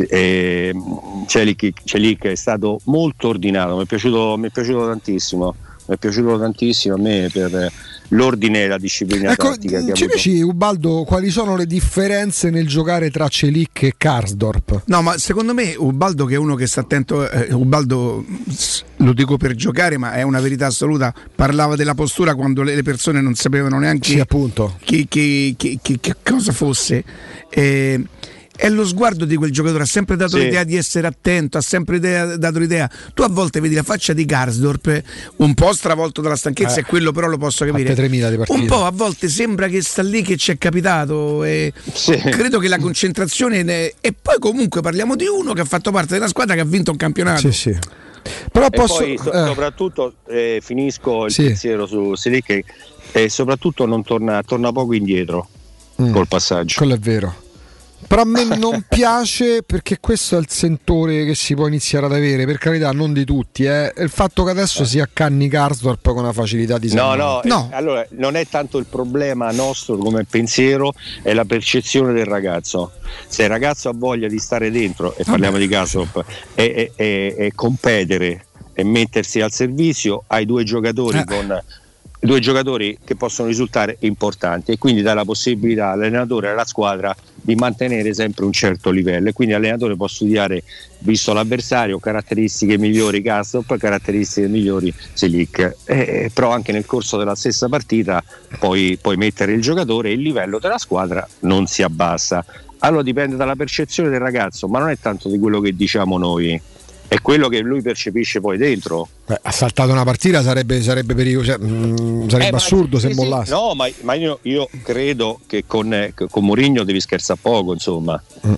Celik è stato molto ordinato, mi è piaciuto tantissimo a me per l'ordine e la disciplina tattica che ha ci avuto. dici, Ubaldo, quali sono le differenze nel giocare tra Celik e Karsdorp? No, ma secondo me Ubaldo, che è uno che sta attento, Ubaldo, lo dico per giocare, ma è una verità assoluta, parlava della postura quando le persone non sapevano neanche sì, appunto, che cosa fosse. È lo sguardo di quel giocatore, ha sempre dato l'idea di essere attento, ha sempre dato l'idea. Tu a volte vedi la faccia di Karsdorp un po' stravolto dalla stanchezza, e quello però lo posso capire. 3.000 di partite. Un po' a volte sembra che sta lì, che ci è capitato, e credo che la concentrazione e poi comunque parliamo di uno che ha fatto parte della squadra che ha vinto un campionato. Sì. Però poi soprattutto finisco il pensiero su Celik, e soprattutto non torna poco indietro col passaggio. Quello è vero. Però a me non piace, perché questo è il sentore che si può iniziare ad avere, per carità, non di tutti, è il fatto che adesso si accanni Karsdorp con una facilità di no. Allora non è tanto il problema nostro come pensiero, è la percezione del ragazzo. Se il ragazzo ha voglia di stare dentro, e parliamo di Karsdorp, e competere e mettersi al servizio, hai 2 giocatori con 2 giocatori che possono risultare importanti, e quindi dà la possibilità all'allenatore e alla squadra di mantenere sempre un certo livello, e quindi l'allenatore può studiare, visto l'avversario, caratteristiche migliori Karsdorp, caratteristiche migliori Celik, però anche nel corso della stessa partita puoi mettere il giocatore e il livello della squadra non si abbassa. Allora dipende dalla percezione del ragazzo, ma non è tanto di quello che diciamo noi, è quello che lui percepisce poi dentro. Ha saltato una partita, sarebbe pericoloso, sarebbe assurdo se mollasse. No, ma io credo che con Mourinho devi scherzare poco, insomma.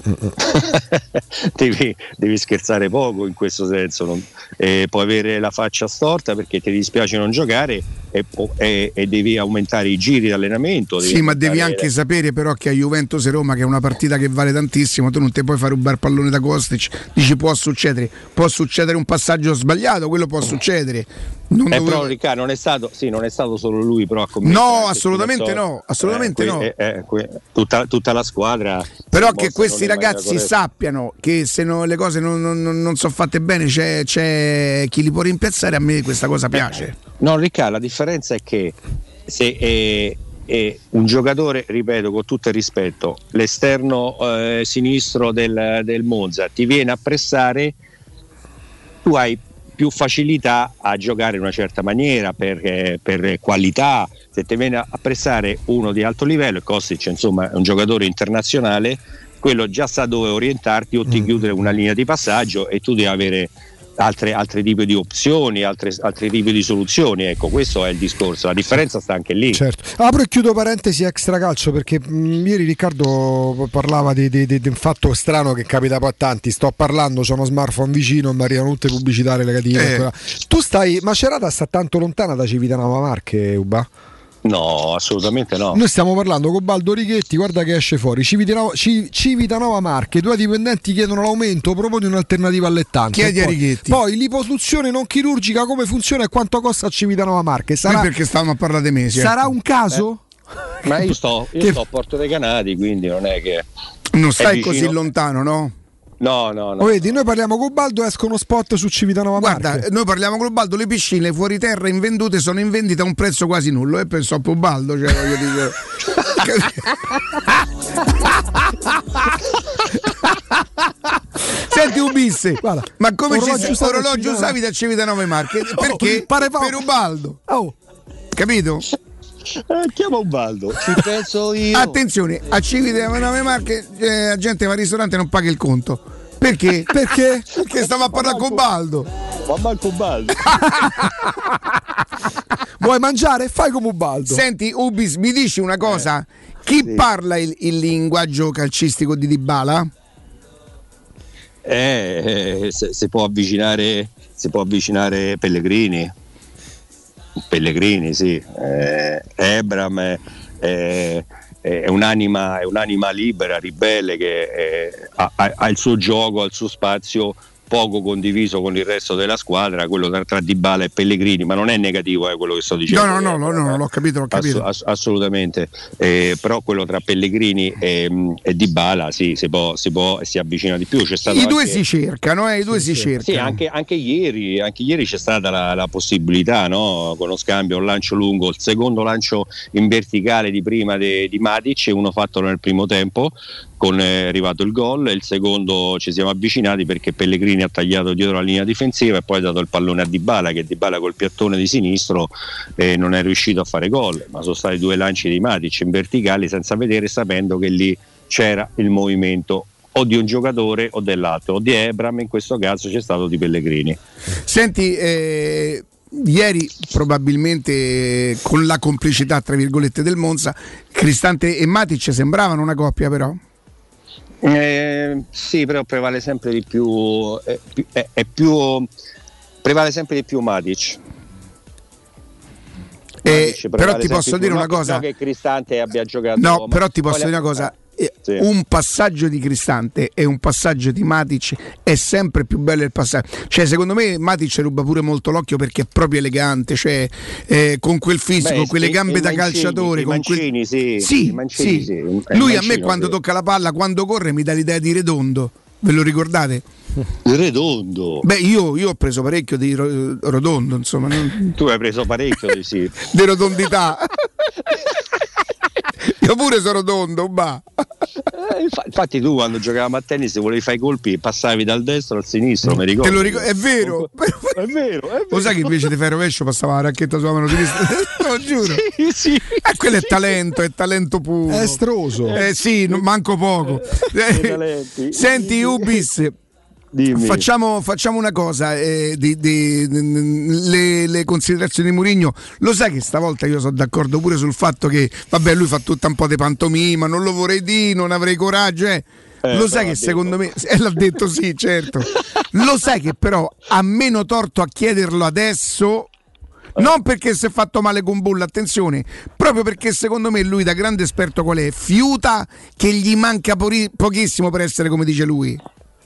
devi scherzare poco in questo senso, puoi avere la faccia storta perché ti dispiace non giocare, e devi aumentare i giri di allenamento. Sì, ma devi anche sapere però che a Juventus e Roma, che è una partita che vale tantissimo, tu non ti puoi fare un bar pallone da Kostic. Dici può succedere un passaggio sbagliato, quello può succedere. Però Riccardo non è stato solo lui però a commettere. No, assolutamente no. Tutta la squadra. Però che questi ragazzi sappiano che se le cose non sono fatte bene c'è chi li può rimpiazzare, a me questa cosa piace. No, Riccardo, la differenza è che se un giocatore, ripeto con tutto il rispetto, l'esterno sinistro del Monza ti viene a pressare, tu hai più facilità a giocare in una certa maniera per qualità. Se ti viene a pressare uno di alto livello, e Kostic insomma è un giocatore internazionale, quello già sa dove orientarti o ti chiudere una linea di passaggio, e tu devi avere altri tipi di opzioni, altri tipi di soluzioni. Ecco, questo è il discorso, la differenza sta anche lì. Certo. Apro e chiudo parentesi extracalcio, perché ieri Riccardo parlava di un fatto strano che capita poi a tanti. Sto parlando, c'ho uno smartphone vicino, mi arrivano tutte pubblicità relative. Tu Macerata sta tanto lontana da Civitanova Marche, Uba? No, assolutamente no. Noi stiamo parlando con Baldo Righetti, guarda che esce fuori. Civitanova Marche, 2 dipendenti chiedono l'aumento, proponi un'alternativa allettante. Chiedi a Righetti. Poi l'iposuzione non chirurgica come funziona e quanto costa a Civitanova Marche? Perché stavamo a parlare dei mesi. Sarà un caso? Ma io sto a Porto dei Canati, quindi non è che non stai così lontano, no? No. Vedi, noi parliamo con Baldo, escono spot su Civitanova Marche. Guarda, noi parliamo con Baldo, le piscine fuori terra invendute sono in vendita a un prezzo quasi nullo, e penso a Baldo, cioè voglio dire. Senti Ubis, ma come orologio usavi da Civitanove Marche? Perché? Per Ubaldo. Capito? Chiama Ubaldo, ci penso io. Attenzione, a Civitanove Marche la gente va al ristorante e non paga il conto. Perché? Perché stava a parlare con Ubaldo. Ma manco Ubaldo. Vuoi mangiare? Fai come Ubaldo. Senti Ubis, mi dici una cosa? Chi parla il linguaggio calcistico di Dybala? Si può avvicinare Pellegrini, sì. Ebram è un'anima libera, ribelle, che ha il suo gioco, ha il suo spazio, poco condiviso con il resto della squadra, quello tra Dybala e Pellegrini, ma non è negativo quello che sto dicendo. No, l'ho capito. Assolutamente, però quello tra Pellegrini e Dybala si avvicina di più. C'è stato I due si cercano. Sì, anche ieri c'è stata la possibilità, no? Con lo scambio, un lancio lungo, il secondo lancio in verticale di prima di Matic, uno fatto nel primo tempo, è arrivato il gol, e il secondo ci siamo avvicinati perché Pellegrini ha tagliato dietro la linea difensiva e poi ha dato il pallone a Dybala, che Dybala col piattone di sinistro non è riuscito a fare gol, ma sono stati due lanci di Matic in verticali senza vedere, sapendo che lì c'era il movimento o di un giocatore o dell'altro, o di Ebram, in questo caso c'è stato di Pellegrini. Senti, ieri probabilmente con la complicità tra virgolette del Monza, Cristante e Matic sembravano una coppia, però sì, però prevale sempre di più prevale sempre di più Matic. Però ti posso dire una cosa, che Cristante abbia giocato, no, però ti posso dire una cosa, sì. Un passaggio di Cristante e un passaggio di Matic è sempre più bello il passaggio. Cioè, secondo me Matic ruba pure molto l'occhio perché è proprio elegante, cioè con quel fisico, con quelle gambe da calciatore, con Mancini, sì. Lui a me quando tocca la palla, quando corre, mi dà l'idea di Redondo. Ve lo ricordate? Redondo. Beh, io ho preso parecchio di Rodondo, insomma. Tu hai preso parecchio di rotondità. Io pure sono rotondo, infatti tu quando giocavamo a tennis volevi fare i colpi, passavi dal destro al sinistro, mi ricordo. È vero. È vero. Lo sai che invece di fare rovescio passava la racchetta sulla mano sinistra? Lo giuro. Sì. Quello è talento puro. È estroso. Sì, manco poco. Senti Ubis, facciamo una cosa, le considerazioni di Mourinho. Lo sai che stavolta io sono d'accordo pure sul fatto che lui fa tutta un po' di pantomima, non lo vorrei dire, non avrei coraggio, lo sai che secondo me l'ha detto, sì, certo. Lo sai che però ha meno torto a chiederlo adesso, non perché si è fatto male con Bull, attenzione, proprio perché secondo me lui, da grande esperto qual è, fiuta che gli manca pochissimo per essere come dice lui.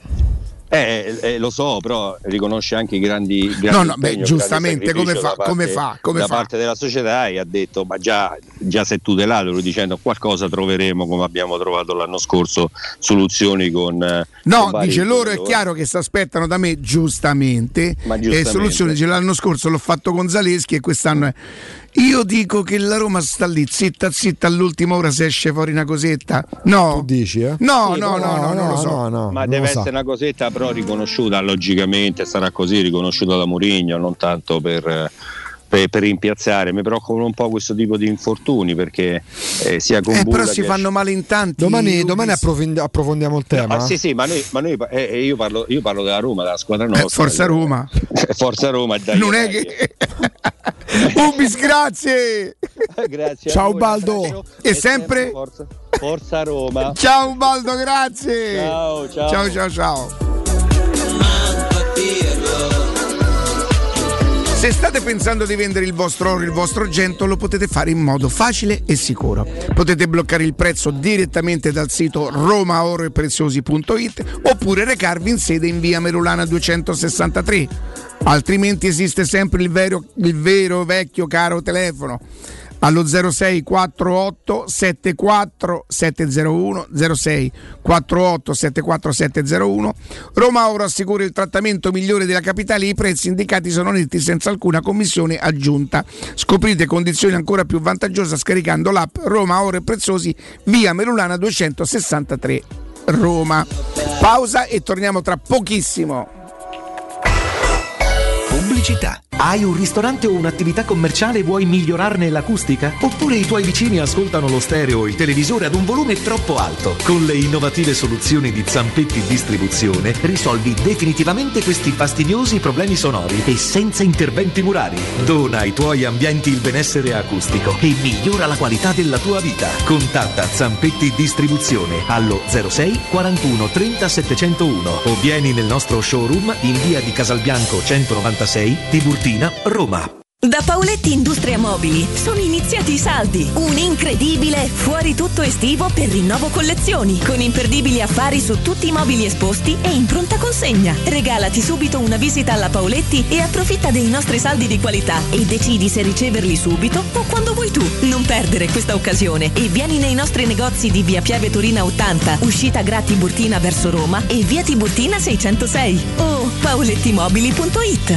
Lo so, però riconosce anche i grandi giustamente, come fa parte della società, e ha detto ma già si è tutelato, lui dicendo qualcosa troveremo, come abbiamo trovato l'anno scorso soluzioni con dice loro è chiaro che si aspettano da me giustamente soluzioni. L'anno scorso l'ho fatto con Zaleschi e quest'anno è. Io dico che la Roma sta lì zitta all'ultima ora, se esce fuori una cosetta. No, tu dici, No, non lo so. Ma deve essere una cosetta però riconosciuta, logicamente sarà così, riconosciuta da Mourinho, non tanto per rimpiazzare. Mi preoccupano un po' questo tipo di infortuni, perché sia con Bulla però si fanno male in tanti. Domani approfondiamo il tema. Sì, ma noi io parlo della Roma, della squadra nostra. Forza Roma. Forza Roma, dai. Non è che Ubis, grazie. Grazie. Ciao Baldo. E sempre Forza Roma. Ciao Baldo, grazie. Ciao. Se state pensando di vendere il vostro oro, il vostro argento, lo potete fare in modo facile e sicuro. Potete bloccare il prezzo direttamente dal sito romaoroepreziosi.it oppure recarvi in sede in via Merulana 263. Altrimenti esiste sempre il vero vecchio caro telefono allo 06 48 74 701 06 48 74 701. Roma Oro assicura il trattamento migliore della capitale, i prezzi indicati sono netti senza alcuna commissione aggiunta. Scoprite condizioni ancora più vantaggiose scaricando l'app Roma Oro e Preziosi, via Merulana 263. Roma. Pausa e torniamo tra pochissimo. Pubblicità. Hai un ristorante o un'attività commerciale e vuoi migliorarne l'acustica? Oppure i tuoi vicini ascoltano lo stereo o il televisore ad un volume troppo alto? Con le innovative soluzioni di Zampetti Distribuzione risolvi definitivamente questi fastidiosi problemi sonori e senza interventi murari. Dona ai tuoi ambienti il benessere acustico e migliora la qualità della tua vita. Contatta Zampetti Distribuzione allo 06 41 30 701 o vieni nel nostro showroom in via di Casalbianco 196 Tiburtina, Roma. Da Paoletti Industria Mobili sono iniziati i saldi, un incredibile fuori tutto estivo per rinnovo collezioni, con imperdibili affari su tutti i mobili esposti e in pronta consegna. Regalati subito una visita alla Paoletti e approfitta dei nostri saldi di qualità e decidi se riceverli subito o quando vuoi tu. Non perdere questa occasione e vieni nei nostri negozi di via Pieve Torina 80, uscita Gra Tiburtina verso Roma e via Tiburtina 606 o paolettimobili.it.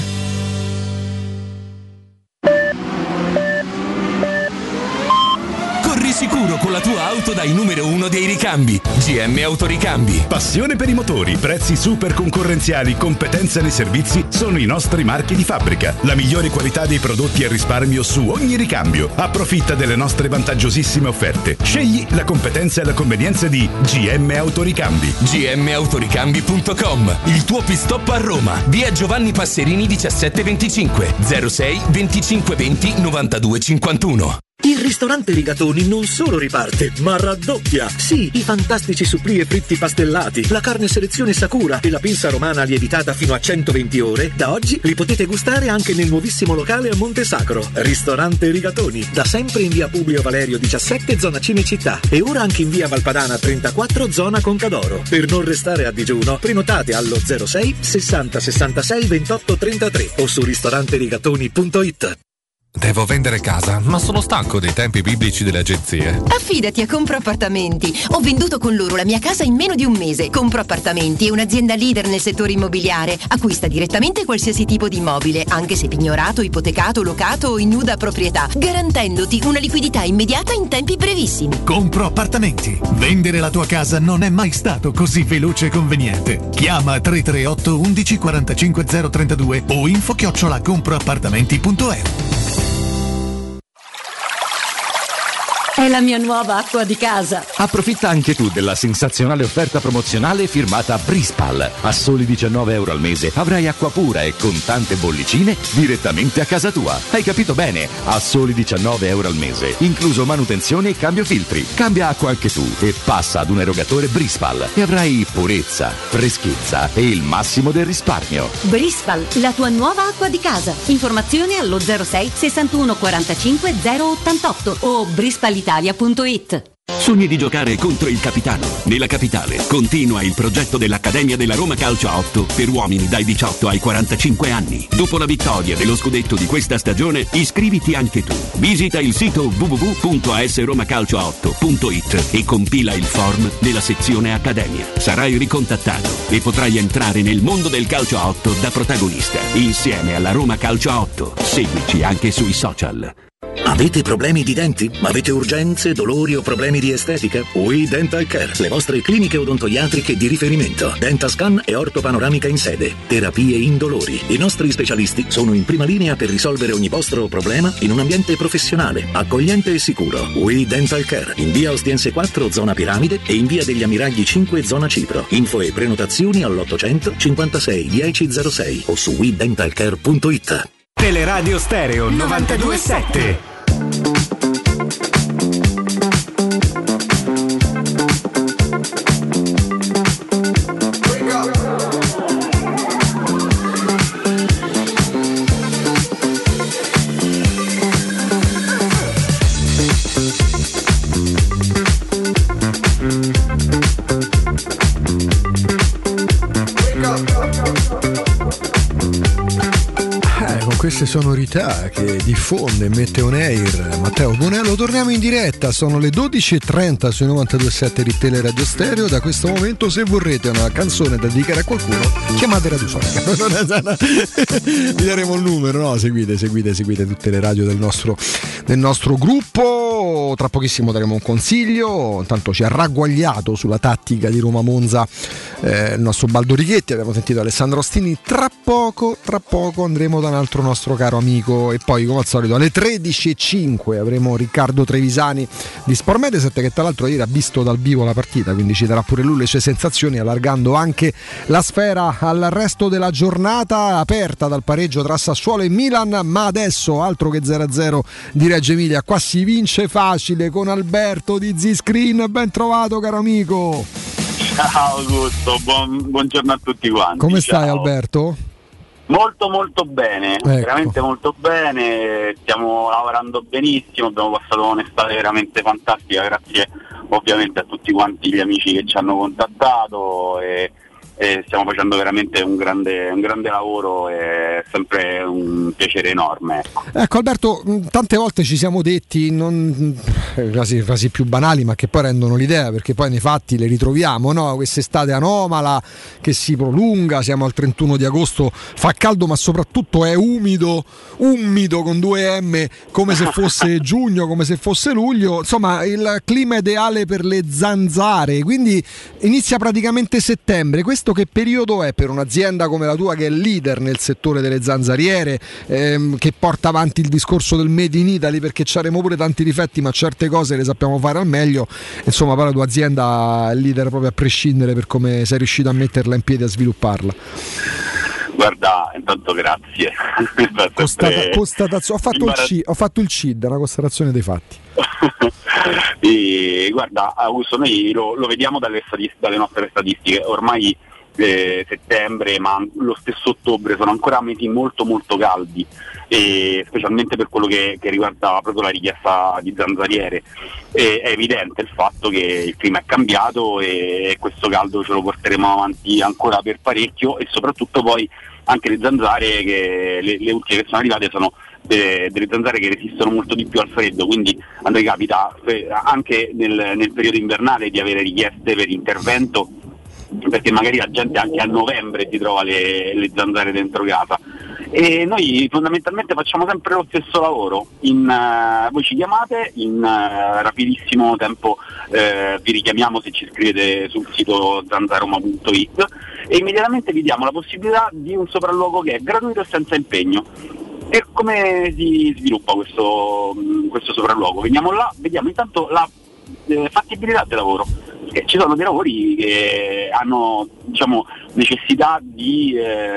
Sicuro con la tua auto dai numero 1 dei ricambi. GM Autoricambi. Passione per i motori, prezzi super concorrenziali, competenza nei servizi sono i nostri marchi di fabbrica. La migliore qualità dei prodotti e risparmio su ogni ricambio. Approfitta delle nostre vantaggiosissime offerte. Scegli la competenza e la convenienza di GM Autoricambi. gmautoricambi.com. Il tuo pit-stop a Roma. Via Giovanni Passerini 1725 06 25 20 92 51. Il ristorante Rigatoni non solo riparte, ma raddoppia. Sì, i fantastici supplì e fritti pastellati, la carne selezione Sakura e la pinza romana lievitata fino a 120 ore, da oggi li potete gustare anche nel nuovissimo locale a Monte Sacro. Ristorante Rigatoni, da sempre in via Publio Valerio 17, zona Cinecittà, e ora anche in via Valpadana 34, zona Concadoro. Per non restare a digiuno, prenotate allo 06 60 66 28 33 o su ristoranterigatoni.it. Devo vendere casa, ma sono stanco dei tempi biblici delle agenzie. Affidati a Compro Appartamenti. Ho venduto con loro la mia casa in meno di un mese. Compro Appartamenti è un'azienda leader nel settore immobiliare. Acquista direttamente qualsiasi tipo di immobile, anche se pignorato, ipotecato, locato o in nuda proprietà, garantendoti una liquidità immediata in tempi brevissimi. Compro Appartamenti. Vendere la tua casa non è mai stato così veloce e conveniente. Chiama 338 11 45 032 o info@comproappartamenti.eu. È la mia nuova acqua di casa. Approfitta anche tu della sensazionale offerta promozionale firmata Brispal. A soli €19 al mese avrai acqua pura e con tante bollicine direttamente a casa tua. Hai capito bene? A soli €19 al mese, incluso manutenzione e cambio filtri. Cambia acqua anche tu e passa ad un erogatore Brispal e avrai purezza, freschezza e il massimo del risparmio. Brispal, la tua nuova acqua di casa. Informazioni allo 06 61 45 088 o brispalitalia.it. Sogni di giocare contro il capitano? Nella capitale continua il progetto dell'Accademia della Roma Calcio a 8 per uomini dai 18 ai 45 anni. Dopo la vittoria dello scudetto di questa stagione, iscriviti anche tu. Visita il sito www.asromacalcio8.it e compila il form nella sezione Accademia. Sarai ricontattato e potrai entrare nel mondo del calcio a 8 da protagonista, insieme alla Roma Calcio a 8. Seguici anche sui social. Avete problemi di denti? Avete urgenze, dolori o problemi di estetica? We Dental Care, le vostre cliniche odontoiatriche di riferimento. Dentascan e ortopanoramica in sede. Terapie indolori. I nostri specialisti sono in prima linea per risolvere ogni vostro problema in un ambiente professionale, accogliente e sicuro. We Dental Care, in via Ostiense 4, zona Piramide, e in via degli Ammiragli 5, zona Cipro. Info e prenotazioni all'800 56 1006 o su wedentalcare.it. Teleradio Stereo 92.7. Queste sonorità che diffonde e mette on air Matteo Bonello. Torniamo in diretta, sono le 12.30 sui 92.7 di Teleradio Stereo. Da questo momento, se vorrete una canzone da dedicare a qualcuno, chiamate Radio Sonica. Vi daremo il numero, no? Seguite tutte le radio del nostro gruppo. tutto, tra pochissimo daremo un consiglio, intanto ci ha ragguagliato sulla tattica di Roma-Monza il nostro Baldo Righetti, abbiamo sentito Alessandro Ostini, tra poco andremo da un altro nostro caro amico e poi come al solito alle 13.05 avremo Riccardo Trevisani di Sport Mediaset, che tra l'altro ieri ha visto dal vivo la partita, quindi ci darà pure lui le sue sensazioni, allargando anche la sfera al resto della giornata, aperta dal pareggio tra Sassuolo e Milan, ma adesso altro che 0-0 di Reggio Emilia, qua si vince facile con Alberto di Z-Screen. Ben trovato caro amico. Ciao Augusto, buongiorno a tutti quanti. Come stai Alberto? Molto molto bene, ecco. Veramente molto bene, stiamo lavorando benissimo, abbiamo passato un'estate veramente fantastica, grazie ovviamente a tutti quanti gli amici che ci hanno contattato e stiamo facendo veramente un grande lavoro, è sempre un piacere enorme. Ecco Alberto, tante volte ci siamo detti, frasi più banali ma che poi rendono l'idea, perché poi nei fatti le ritroviamo, no? Quest'estate anomala che si prolunga, siamo al 31 di agosto, fa caldo ma soprattutto è umido con 2 M, come se fosse giugno, come se fosse luglio, insomma il clima ideale per le zanzare, quindi inizia praticamente settembre. Questo che periodo è per un'azienda come la tua, che è leader nel settore delle zanzariere, che porta avanti il discorso del Made in Italy, perché c'aremo pure tanti difetti ma certe cose le sappiamo fare al meglio, insomma poi la tua azienda è leader proprio a prescindere per come sei riuscito a metterla in piedi e a svilupparla. Guarda, intanto grazie. Ho fatto il CID, una constatazione dei fatti. E, guarda Augusto, noi lo vediamo dalle nostre statistiche, ormai settembre ma lo stesso ottobre sono ancora mesi molto molto caldi, e specialmente per quello che riguarda proprio la richiesta di zanzariere. È evidente il fatto che il clima è cambiato e questo caldo ce lo porteremo avanti ancora per parecchio, e soprattutto poi anche le zanzare le ultime che sono arrivate sono delle zanzare che resistono molto di più al freddo, quindi a noi capita anche nel periodo invernale di avere richieste per intervento, perché magari la gente anche a novembre si trova le zanzare dentro casa, e noi fondamentalmente facciamo sempre lo stesso lavoro. Voi ci chiamate, in rapidissimo tempo vi richiamiamo se ci scrivete sul sito zanzaroma.it e immediatamente vi diamo la possibilità di un sopralluogo che è gratuito e senza impegno. E come si sviluppa questo sopralluogo? Veniamo là, vediamo intanto la fattibilità del lavoro. Ci sono dei lavori che hanno, diciamo, necessità di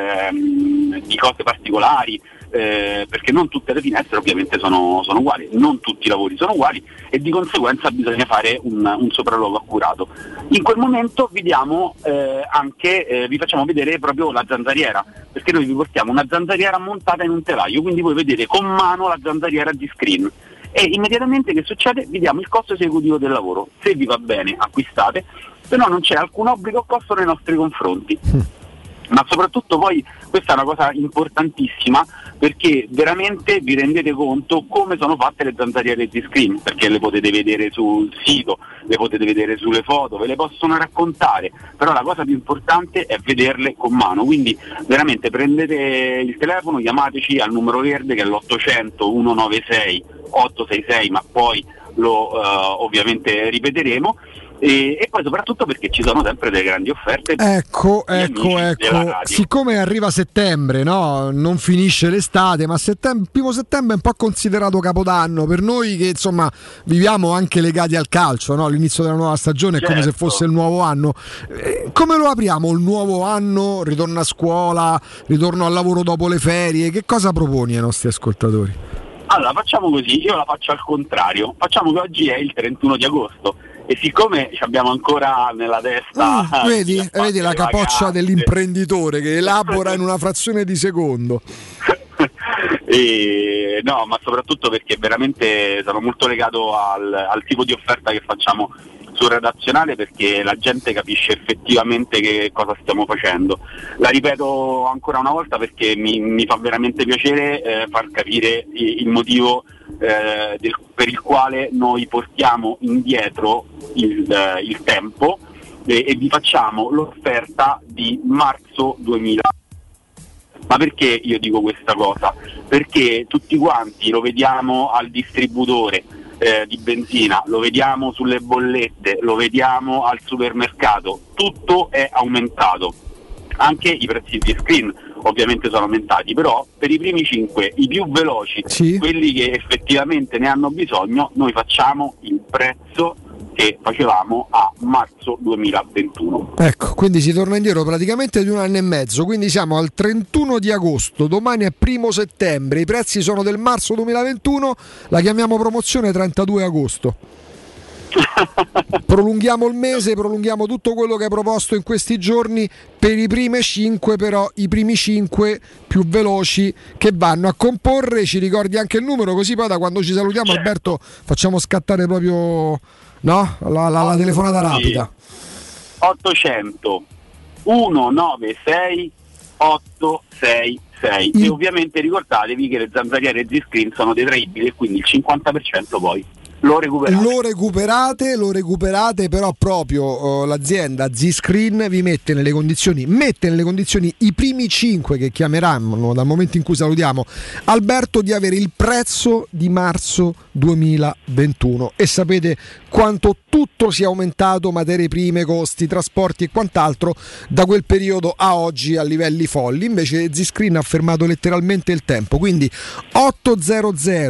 cose particolari, perché non tutte le finestre ovviamente sono uguali, non tutti i lavori sono uguali, e di conseguenza bisogna fare un sopralluogo accurato. In quel momento vi diamo vi facciamo vedere proprio la zanzariera, perché noi vi portiamo una zanzariera montata in un telaio, quindi voi vedete con mano la zanzariera Z-Screen. E immediatamente che succede? Vi diamo il costo esecutivo del lavoro. Se vi va bene acquistate, se no non c'è alcun obbligo o costo nei nostri confronti. Ma soprattutto poi questa è una cosa importantissima, perché veramente vi rendete conto come sono fatte le zanzariere Z-Screen, perché le potete vedere sul sito, le potete vedere sulle foto, ve le possono raccontare, però la cosa più importante è vederle con mano. Quindi veramente prendete il telefono, chiamateci al numero verde che è l'800 196 866, ma poi lo ovviamente ripeteremo, e poi soprattutto perché ci sono sempre delle grandi offerte. Ecco. Siccome arriva settembre, no? Non finisce l'estate, ma primo settembre è un po' considerato Capodanno per noi che insomma viviamo anche legati al calcio, no? L'inizio della nuova stagione è come se fosse il nuovo anno. Come lo apriamo il nuovo anno? Ritorno a scuola, ritorno al lavoro dopo le ferie, che cosa proponi ai nostri ascoltatori? Allora facciamo così, io la faccio al contrario, facciamo che oggi è il 31 di agosto e siccome abbiamo ancora nella testa vedi la capoccia dell'imprenditore che elabora in una frazione di secondo. No, ma soprattutto perché veramente sono molto legato al tipo di offerta che facciamo sul redazionale, perché la gente capisce effettivamente che cosa stiamo facendo. La ripeto ancora una volta perché mi fa veramente piacere far capire il motivo per il quale noi portiamo indietro il tempo e vi facciamo l'offerta di marzo 2000. Ma perché io dico questa cosa? Perché tutti quanti lo vediamo al distributore, di benzina, lo vediamo sulle bollette, lo vediamo al supermercato, tutto è aumentato. Anche i prezzi di screen ovviamente sono aumentati, però per i primi 5, i più veloci, quelli che effettivamente ne hanno bisogno, noi facciamo il prezzo che facevamo a marzo 2021. Ecco, quindi si torna indietro praticamente di un anno e mezzo, quindi siamo al 31 di agosto, domani è 1 settembre, i prezzi sono del marzo 2021, la chiamiamo promozione 32 agosto. Prolunghiamo il mese, prolunghiamo tutto quello che hai proposto in questi giorni per i primi 5, però i primi 5 più veloci che vanno a comporre. Ci ricordi anche il numero, così poi da quando ci salutiamo, Alberto, facciamo scattare proprio la telefonata rapida. 800 196 866 e ovviamente ricordatevi che le zanzariere Z-Screen sono detraibili e quindi il 50% poi lo recuperate, però proprio l'azienda Z-Screen vi mette nelle condizioni i primi 5 che chiameranno dal momento in cui salutiamo Alberto di avere il prezzo di marzo 2021, e sapete quanto tutto sia aumentato, materie prime, costi, trasporti e quant'altro da quel periodo a oggi a livelli folli. Invece Z-Screen ha fermato letteralmente il tempo, quindi 800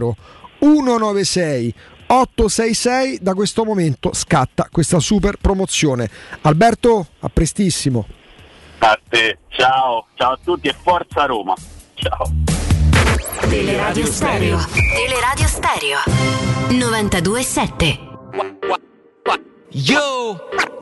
196 866, da questo momento scatta questa super promozione. Alberto, a prestissimo. A te, ciao a tutti e forza Roma. Ciao. Teleradio Stereo 92.7. Yo,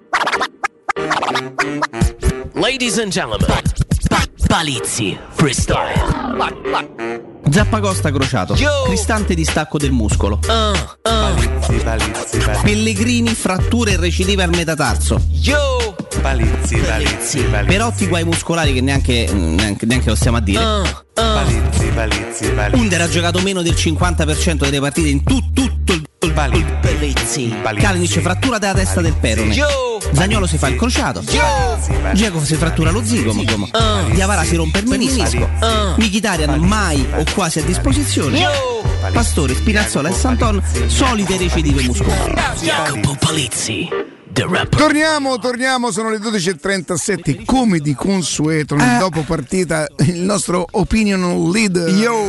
ladies and gentlemen, Palizzi Freestyle. Zappacosta crociato, Cristante distacco del muscolo, Palizzi. Pellegrini fratture e recidive al metatarso, Palizzi. Perotti guai muscolari che neanche lo stiamo a dire, Palizzi. Under ha giocato meno del 50% delle partite in tutto il Palizzi. Kalinic frattura della testa del perone, Zaniolo si fa il crociato, Dzeko si frattura lo zigomo, Diawara si rompe il menisco, Mkhitaryan mai o quasi a disposizione, Pastore, Spinazzola e Santon solite recidive muscolari. Jacopo Palizzi. Torniamo, sono le 12.37, come di consueto nel dopo partita il nostro opinion leader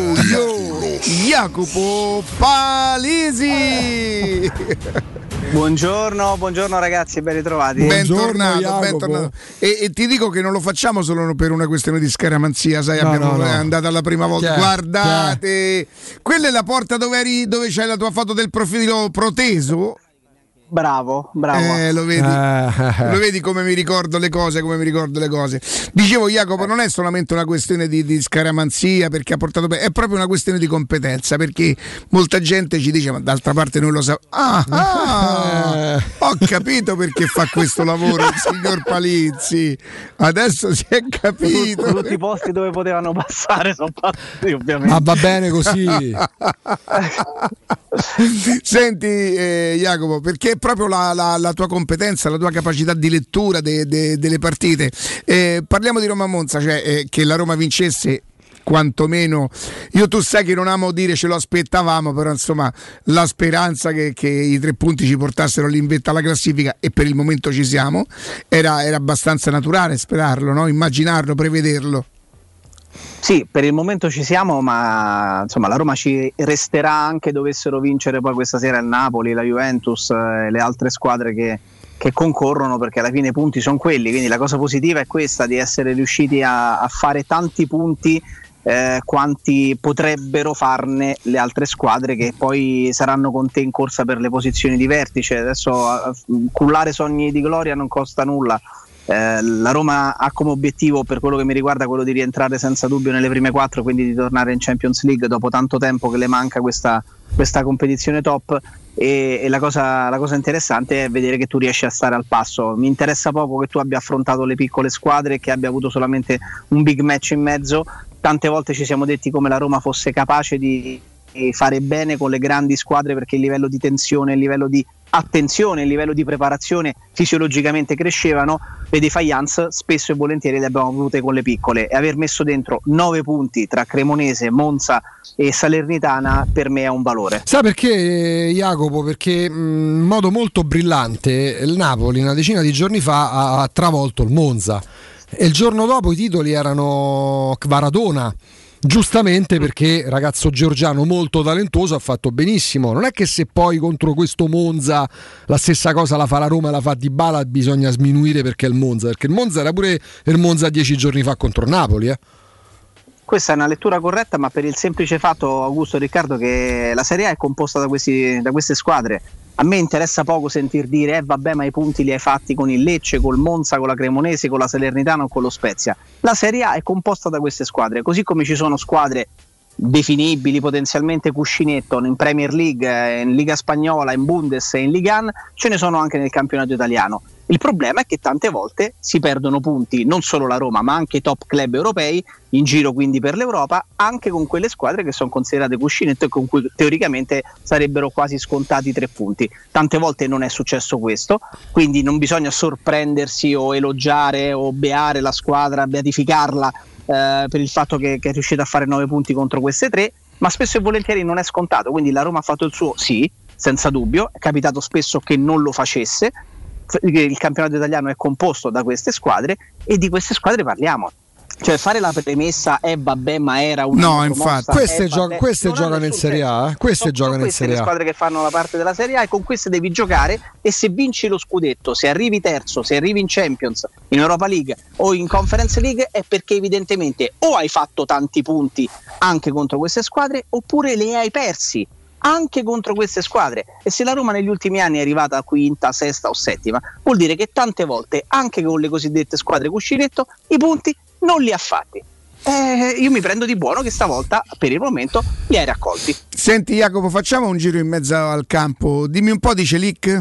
Jacopo Palizzi. Buongiorno ragazzi, ben ritrovati. Bentornato. E ti dico che non lo facciamo solo per una questione di scaramanzia, sai, abbiamo andata la prima volta. Guardate, quella è la porta dove c'hai la tua foto del profilo proteso. Bravo. Lo vedi come mi ricordo le cose. Dicevo, Jacopo, non è solamente una questione di scaramanzia perché ha portato è proprio una questione di competenza, perché molta gente ci dice, ma d'altra parte noi lo sappiamo. Ho capito perché fa questo lavoro il signor Palizzi, adesso si è capito. Tutti i posti dove potevano passare sono passati, ovviamente. Ma va bene così. Senti, Jacopo, perché è proprio la tua competenza, la tua capacità di lettura delle partite. Parliamo di Roma-Monza, cioè che la Roma vincesse, quantomeno tu sai che non amo dire ce lo aspettavamo, però insomma la speranza che i 3 punti ci portassero all'invetta alla classifica, e per il momento ci siamo, era abbastanza naturale sperarlo, no? Immaginarlo, prevederlo. Sì, per il momento ci siamo, ma insomma la Roma ci resterà anche dovessero vincere poi questa sera il Napoli, la Juventus e le altre squadre che concorrono, perché alla fine i punti sono quelli. Quindi la cosa positiva è questa, di essere riusciti a fare tanti punti quanti potrebbero farne le altre squadre che poi saranno con te in corsa per le posizioni di vertice. Adesso cullare sogni di gloria non costa nulla. La Roma ha come obiettivo, per quello che mi riguarda, quello di rientrare senza dubbio nelle prime 4, quindi di tornare in Champions League dopo tanto tempo che le manca questa competizione top, e la cosa interessante è vedere che tu riesci a stare al passo. Mi interessa poco che tu abbia affrontato le piccole squadre e che abbia avuto solamente un big match in mezzo. Tante volte ci siamo detti come la Roma fosse capace di fare bene con le grandi squadre, perché il livello di tensione, il livello di attenzione, il livello di preparazione fisiologicamente crescevano, le defiance spesso e volentieri le abbiamo avute con le piccole, e aver messo dentro 9 punti tra Cremonese, Monza e Salernitana per me è un valore. Sai perché, Jacopo? Perché in modo molto brillante il Napoli una decina di giorni fa ha travolto il Monza e il giorno dopo i titoli erano Kvaradona, giustamente, perché ragazzo georgiano molto talentuoso, ha fatto benissimo. Non è che se poi contro questo Monza la stessa cosa la fa la Roma e la fa Dybala bisogna sminuire perché è il Monza, perché il Monza era pure il Monza 10 giorni fa contro il Napoli, Questa è una lettura corretta, ma per il semplice fatto, Augusto e Riccardo, che la Serie A è composta da queste squadre. A me interessa poco sentir dire vabbè, ma i punti li hai fatti con il Lecce, col Monza, con la Cremonese, con la Salernitana o con lo Spezia. La Serie A è composta da queste squadre, così come ci sono squadre definibili potenzialmente cuscinetto in Premier League, in Liga Spagnola, in Bundes e in Ligue 1, ce ne sono anche nel campionato italiano. Il problema è che tante volte si perdono punti, non solo la Roma ma anche i top club europei, in giro quindi per l'Europa, anche con quelle squadre che sono considerate cuscinetto e con cui teoricamente sarebbero quasi scontati 3 punti. Tante volte non è successo questo, quindi non bisogna sorprendersi o elogiare o beare la squadra, beatificarla per il fatto che è riuscita a fare 9 punti contro queste 3, ma spesso e volentieri non è scontato. Quindi la Roma ha fatto il suo, sì, senza dubbio, è capitato spesso che non lo facesse. Il campionato italiano è composto da queste squadre e di queste squadre parliamo. Cioè fare la premessa vabbè, ma era una no, infatti queste giocano in Serie A, queste giocano in Serie A. Le squadre che fanno la parte della Serie A, e con queste devi giocare, e se vinci lo scudetto, se arrivi terzo, se arrivi in Champions, in Europa League o in Conference League, è perché evidentemente o hai fatto tanti punti anche contro queste squadre oppure le hai persi anche contro queste squadre. E se la Roma negli ultimi anni è arrivata a quinta, sesta o settima, vuol dire che tante volte anche con le cosiddette squadre cuscinetto i punti non li ha fatti. Io mi prendo di buono che stavolta per il momento li hai raccolti. Senti Jacopo, facciamo un giro in mezzo al campo, dimmi un po' di Celic.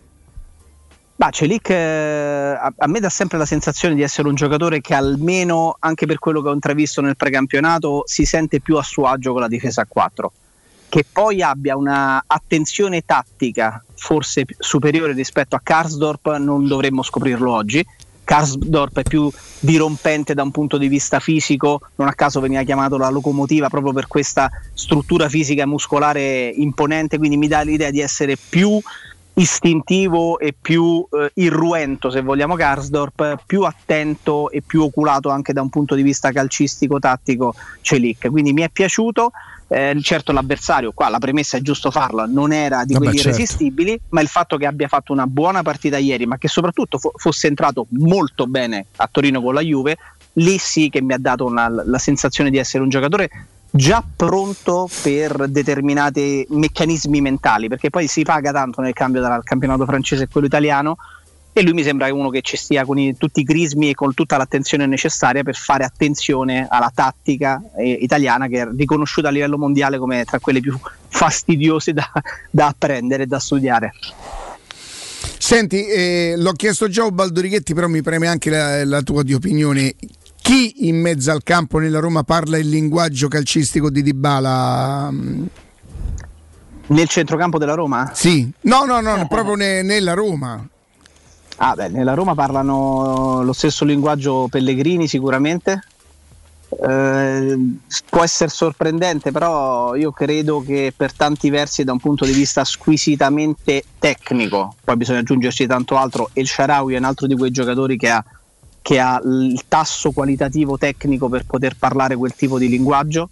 Celic a me dà sempre la sensazione di essere un giocatore che almeno, anche per quello che ho intravisto nel precampionato, si sente più a suo agio con la difesa a 4. Che poi abbia una attenzione tattica forse superiore rispetto a Karsdorp non dovremmo scoprirlo oggi. Karsdorp è più dirompente da un punto di vista fisico, non a caso veniva chiamato la locomotiva proprio per questa struttura fisica e muscolare imponente, quindi mi dà l'idea di essere più istintivo e più irruento, se vogliamo, Karsdorp, più attento e più oculato anche da un punto di vista calcistico tattico Celic, quindi mi è piaciuto. Certo l'avversario, qua la premessa è giusto farla, non era di quelli irresistibili, certo. Ma il fatto che abbia fatto una buona partita ieri, ma che soprattutto fosse entrato molto bene a Torino con la Juve, lì sì che mi ha dato la sensazione di essere un giocatore già pronto per determinati meccanismi mentali, perché poi si paga tanto nel cambio tra il campionato francese e quello italiano, e lui mi sembra uno che ci stia con tutti i crismi e con tutta l'attenzione necessaria per fare attenzione alla tattica italiana, che è riconosciuta a livello mondiale come tra quelle più fastidiose da apprendere e da studiare. Senti, l'ho chiesto già a Baldorighetti, però mi preme anche la tua di opinione. Chi in mezzo al campo nella Roma parla il linguaggio calcistico di Dybala? Nel centrocampo della Roma? Sì, no, proprio nella Roma. Nella Roma parlano lo stesso linguaggio Pellegrini sicuramente. Può essere sorprendente, però io credo che per tanti versi da un punto di vista squisitamente tecnico, poi bisogna aggiungerci tanto altro, El Shaarawy è un altro di quei giocatori che ha il tasso qualitativo tecnico per poter parlare quel tipo di linguaggio.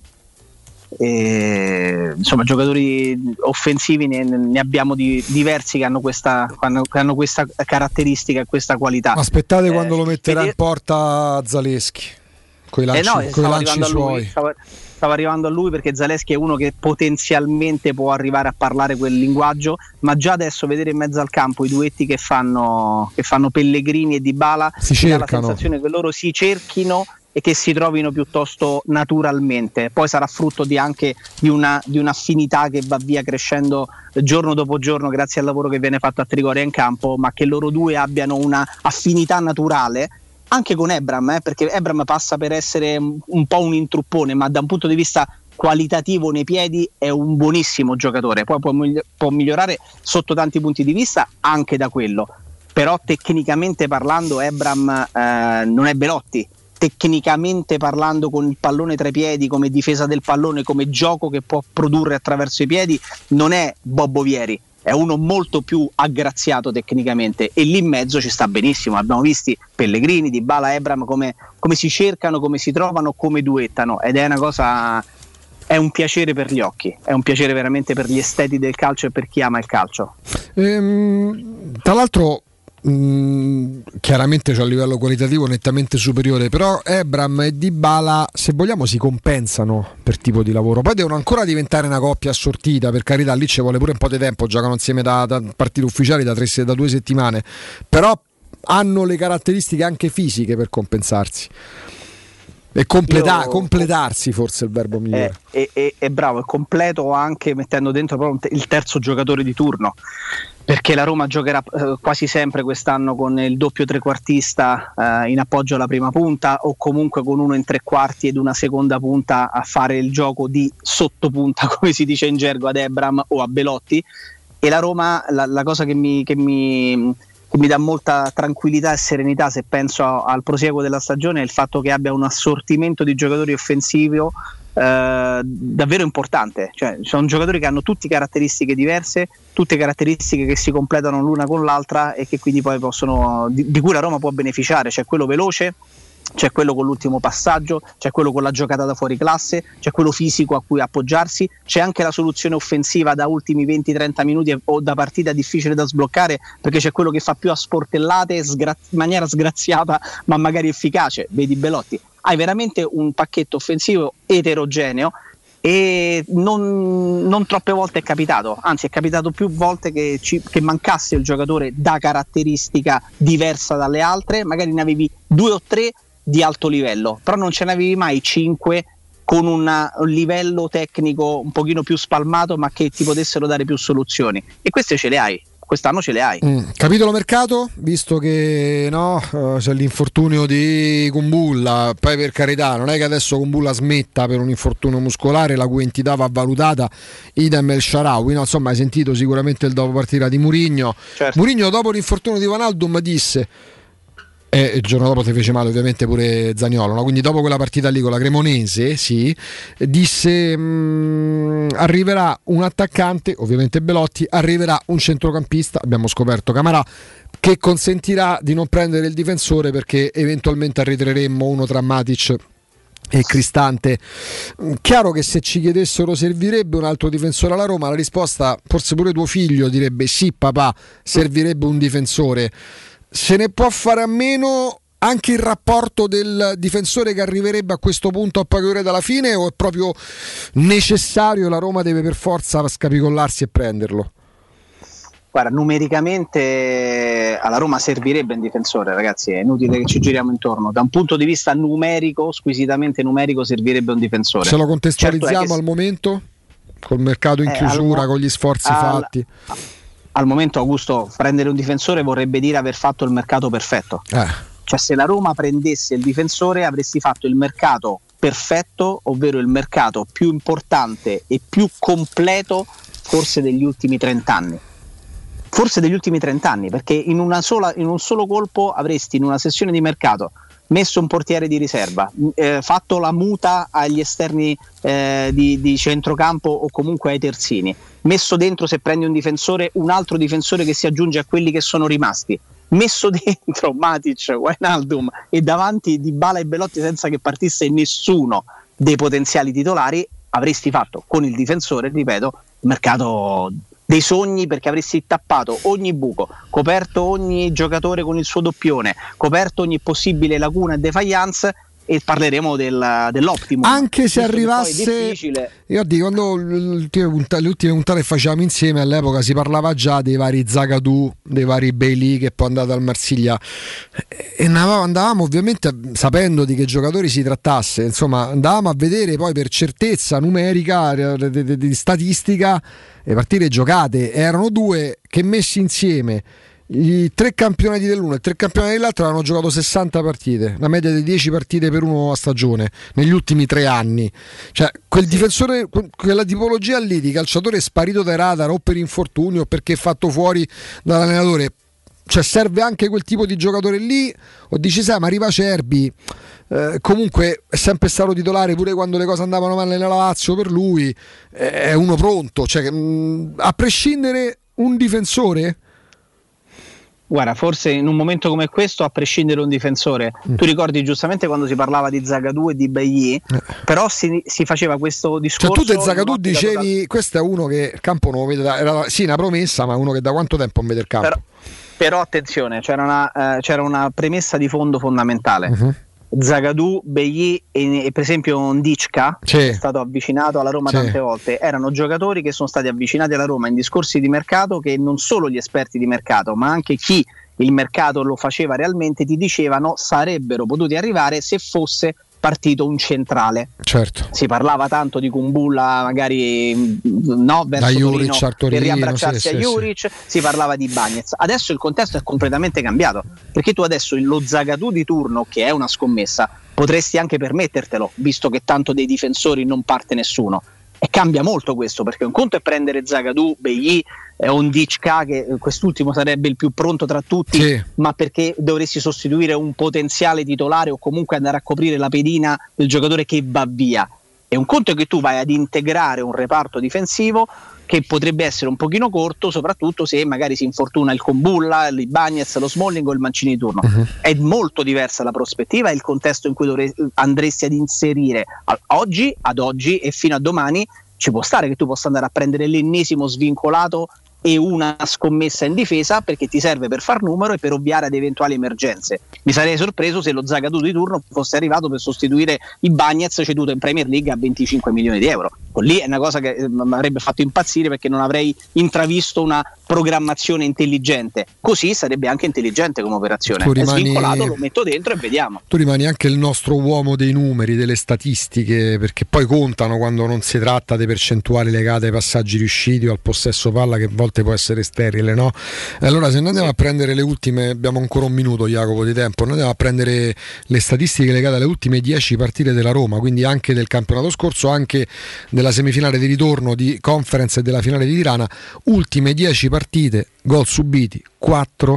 Insomma, giocatori offensivi ne abbiamo diversi che hanno questa caratteristica e questa qualità. Aspettate quando lo metterà in porta Zaleschi coi lanci suoi. Stava arrivando a lui, perché Zaleschi è uno che potenzialmente può arrivare a parlare quel linguaggio, ma già adesso vedere in mezzo al campo i duetti che fanno Pellegrini e Dybala mi dà la sensazione che loro si cerchino e che si trovino piuttosto naturalmente. Poi sarà frutto anche di un'affinità che va via crescendo giorno dopo giorno grazie al lavoro che viene fatto a Trigoria in campo, ma che loro due abbiano una affinità naturale anche con Ebram, perché Ebram passa per essere un po' un intruppone, ma da un punto di vista qualitativo nei piedi è un buonissimo giocatore, poi può migliorare sotto tanti punti di vista anche da quello, però tecnicamente parlando Ebram non è Belotti, tecnicamente parlando con il pallone tra i piedi, come difesa del pallone, come gioco che può produrre attraverso i piedi, non è Bobbo Vieri, è uno molto più aggraziato tecnicamente, e lì in mezzo ci sta benissimo. Abbiamo visti Pellegrini, Dybala, Ebram come si cercano, come si trovano, come duettano, ed è una cosa, è un piacere per gli occhi, è un piacere veramente per gli esteti del calcio e per chi ama il calcio. Tra l'altro chiaramente c'è un livello qualitativo nettamente superiore, però Ebram e Dybala, se vogliamo, si compensano per tipo di lavoro. Poi devono ancora diventare una coppia assortita, per carità, lì ci vuole pure un po' di tempo, giocano insieme da partite ufficiali da 2 settimane, però hanno le caratteristiche anche fisiche per compensarsi e completarsi, forse è il verbo migliore. È bravo, è completo anche mettendo dentro proprio il terzo giocatore di turno, perché la Roma giocherà quasi sempre quest'anno con il doppio trequartista in appoggio alla prima punta, o comunque con uno in tre quarti ed una seconda punta a fare il gioco di sottopunta, come si dice in gergo, ad Ebram o a Belotti. E la Roma, la cosa che mi dà molta tranquillità e serenità, se penso al prosieguo della stagione, è il fatto che abbia un assortimento di giocatori offensivo davvero importante. Cioè, sono giocatori che hanno tutte caratteristiche diverse, tutte caratteristiche che si completano l'una con l'altra e che quindi poi possono, di cui la Roma può beneficiare. C'è quello veloce, c'è quello con l'ultimo passaggio, c'è quello con la giocata da fuori classe, c'è quello fisico a cui appoggiarsi, c'è anche la soluzione offensiva da ultimi 20-30 minuti o da partita difficile da sbloccare, perché c'è quello che fa più a sportellate in maniera sgraziata ma magari efficace, vedi Belotti. Hai veramente un pacchetto offensivo eterogeneo, e non troppe volte è capitato, anzi è capitato più volte che mancasse il giocatore da caratteristica diversa dalle altre. Magari ne avevi 2 o 3 di alto livello, però non ce ne avevi mai 5 con un livello tecnico un pochino più spalmato, ma che ti potessero dare più soluzioni, e queste ce le hai. Quest'anno ce le hai. Capitolo mercato, visto che c'è l'infortunio di Kumbulla, poi per carità non è che adesso Kumbulla smetta per un infortunio muscolare la cui entità va valutata, idem El Shaarawy, insomma hai sentito sicuramente il dopo partita di Mourinho. Certo. Mourinho dopo l'infortunio di Wijnaldum disse, e il giorno dopo si fece male ovviamente pure Zaniolo, quindi dopo quella partita lì con la Cremonese disse arriverà un attaccante, ovviamente Belotti, arriverà un centrocampista, abbiamo scoperto Camarà, che consentirà di non prendere il difensore perché eventualmente arretreremmo uno tra Matic e Cristante. Chiaro che se ci chiedessero servirebbe un altro difensore alla Roma, la risposta, forse pure tuo figlio direbbe sì papà, servirebbe un difensore. Se ne può fare a meno anche il rapporto del difensore che arriverebbe a questo punto a poche ore dalla fine, o è proprio necessario, la Roma deve per forza scapicollarsi e prenderlo? Guarda, numericamente alla Roma servirebbe un difensore, ragazzi, è inutile che ci giriamo intorno. Da un punto di vista numerico, squisitamente numerico, servirebbe un difensore. Se lo contestualizziamo al momento, col mercato in chiusura, con gli sforzi fatti. Al momento, Augusto, prendere un difensore vorrebbe dire aver fatto il mercato perfetto. Cioè, se la Roma prendesse il difensore avresti fatto il mercato perfetto, ovvero il mercato più importante e più completo forse degli ultimi 30 anni. Forse degli ultimi 30 anni, perché in un solo colpo avresti in una sessione di mercato messo un portiere di riserva, fatto la muta agli esterni di centrocampo o comunque ai terzini, messo dentro, se prendi un difensore, un altro difensore che si aggiunge a quelli che sono rimasti, messo dentro Matic, Wijnaldum e davanti Dybala e Belotti senza che partisse nessuno dei potenziali titolari, avresti fatto con il difensore, ripeto, il mercato dei sogni, perché avresti tappato ogni buco, coperto ogni giocatore con il suo doppione, coperto ogni possibile lacuna e defiance, e parleremo dell'optimum. Anche se arrivasse, io dico, quando le ultime puntate che facevamo insieme all'epoca si parlava già dei vari Zagadou, dei vari Bailey che poi è andato al Marsiglia, e andavamo ovviamente sapendo di che giocatori si trattasse, insomma andavamo a vedere poi per certezza numerica di statistica le partite giocate. Erano due che messi insieme i 3 campionati dell'uno e 3 campionati dell'altro hanno giocato 60 partite, una media di 10 partite per uno a stagione negli ultimi 3 anni. Cioè quel difensore, quella tipologia lì di calciatore sparito dai radar o per infortunio o perché fatto fuori dall'allenatore, cioè serve anche quel tipo di giocatore lì? O dici sai, ma arriva Cerbi, comunque è sempre stato titolare pure quando le cose andavano male nella Lazio, per lui è uno pronto, cioè, a prescindere un difensore? Guarda, forse in un momento come questo, a prescindere un difensore, tu ricordi giustamente quando si parlava di Zagadou e di Bailly, però si faceva questo discorso. Cioè tu di Zagadou dicevi, questo è uno che il campo non lo vede, era sì una promessa, ma uno che da quanto tempo non vede il campo? Però attenzione, c'era una premessa di fondo fondamentale. Zagadou, Bailly e per esempio Ndicka, che è stato avvicinato alla Roma tante volte, erano giocatori che sono stati avvicinati alla Roma in discorsi di mercato che non solo gli esperti di mercato, ma anche chi il mercato lo faceva realmente ti dicevano sarebbero potuti arrivare se fosse partito un centrale. Certo. Si parlava tanto di Kumbulla magari verso Torino per riabbracciarsi a Juric, si parlava di Bagnez. Adesso il contesto è completamente cambiato, perché tu adesso lo Zagadou di turno, che è una scommessa, potresti anche permettertelo, visto che tanto dei difensori non parte nessuno. E cambia molto questo, perché un conto è prendere Zagadou, Bailly o Ndicka, che quest'ultimo sarebbe il più pronto tra tutti, ma perché dovresti sostituire un potenziale titolare o comunque andare a coprire la pedina del giocatore che va via. E un conto è che tu vai ad integrare un reparto difensivo che potrebbe essere un pochino corto, soprattutto se magari si infortuna il Kumbulla, il Bagnez, lo Smalling o il Mancini di turno. È molto diversa la prospettiva e il contesto in cui andresti ad inserire ad oggi e fino a domani. Ci può stare che tu possa andare a prendere l'ennesimo svincolato e una scommessa in difesa, perché ti serve per far numero e per ovviare ad eventuali emergenze. Mi sarei sorpreso se lo Zagadou di turno fosse arrivato per sostituire i Bagnez ceduto in Premier League a 25 milioni di euro. Lì è una cosa che mi avrebbe fatto impazzire, perché non avrei intravisto una programmazione intelligente. Così sarebbe anche intelligente come operazione. È svincolato, lo metto dentro e vediamo. Tu rimani anche il nostro uomo dei numeri, delle statistiche, perché poi contano quando non si tratta di percentuali legate ai passaggi riusciti o al possesso palla, che a volte può essere sterile, no? Allora se noi andiamo a prendere le ultime, abbiamo ancora un minuto, Jacopo, di tempo, noi andiamo a prendere le statistiche legate alle ultime 10 partite della Roma, quindi anche del campionato scorso, anche della semifinale di ritorno di Conference e della finale di Tirana. Ultime 10 partite, gol subiti 4,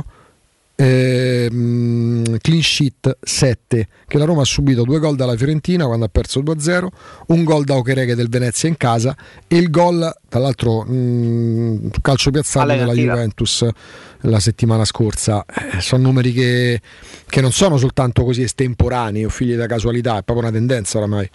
clean sheet 7, che la Roma ha subito 2 gol dalla Fiorentina quando ha perso 2-0, un gol da Okereke del Venezia in casa e il gol, tra l'altro calcio piazzato della Juventus la settimana scorsa. Sono numeri che non sono soltanto così estemporanei o figli da casualità, è proprio una tendenza oramai.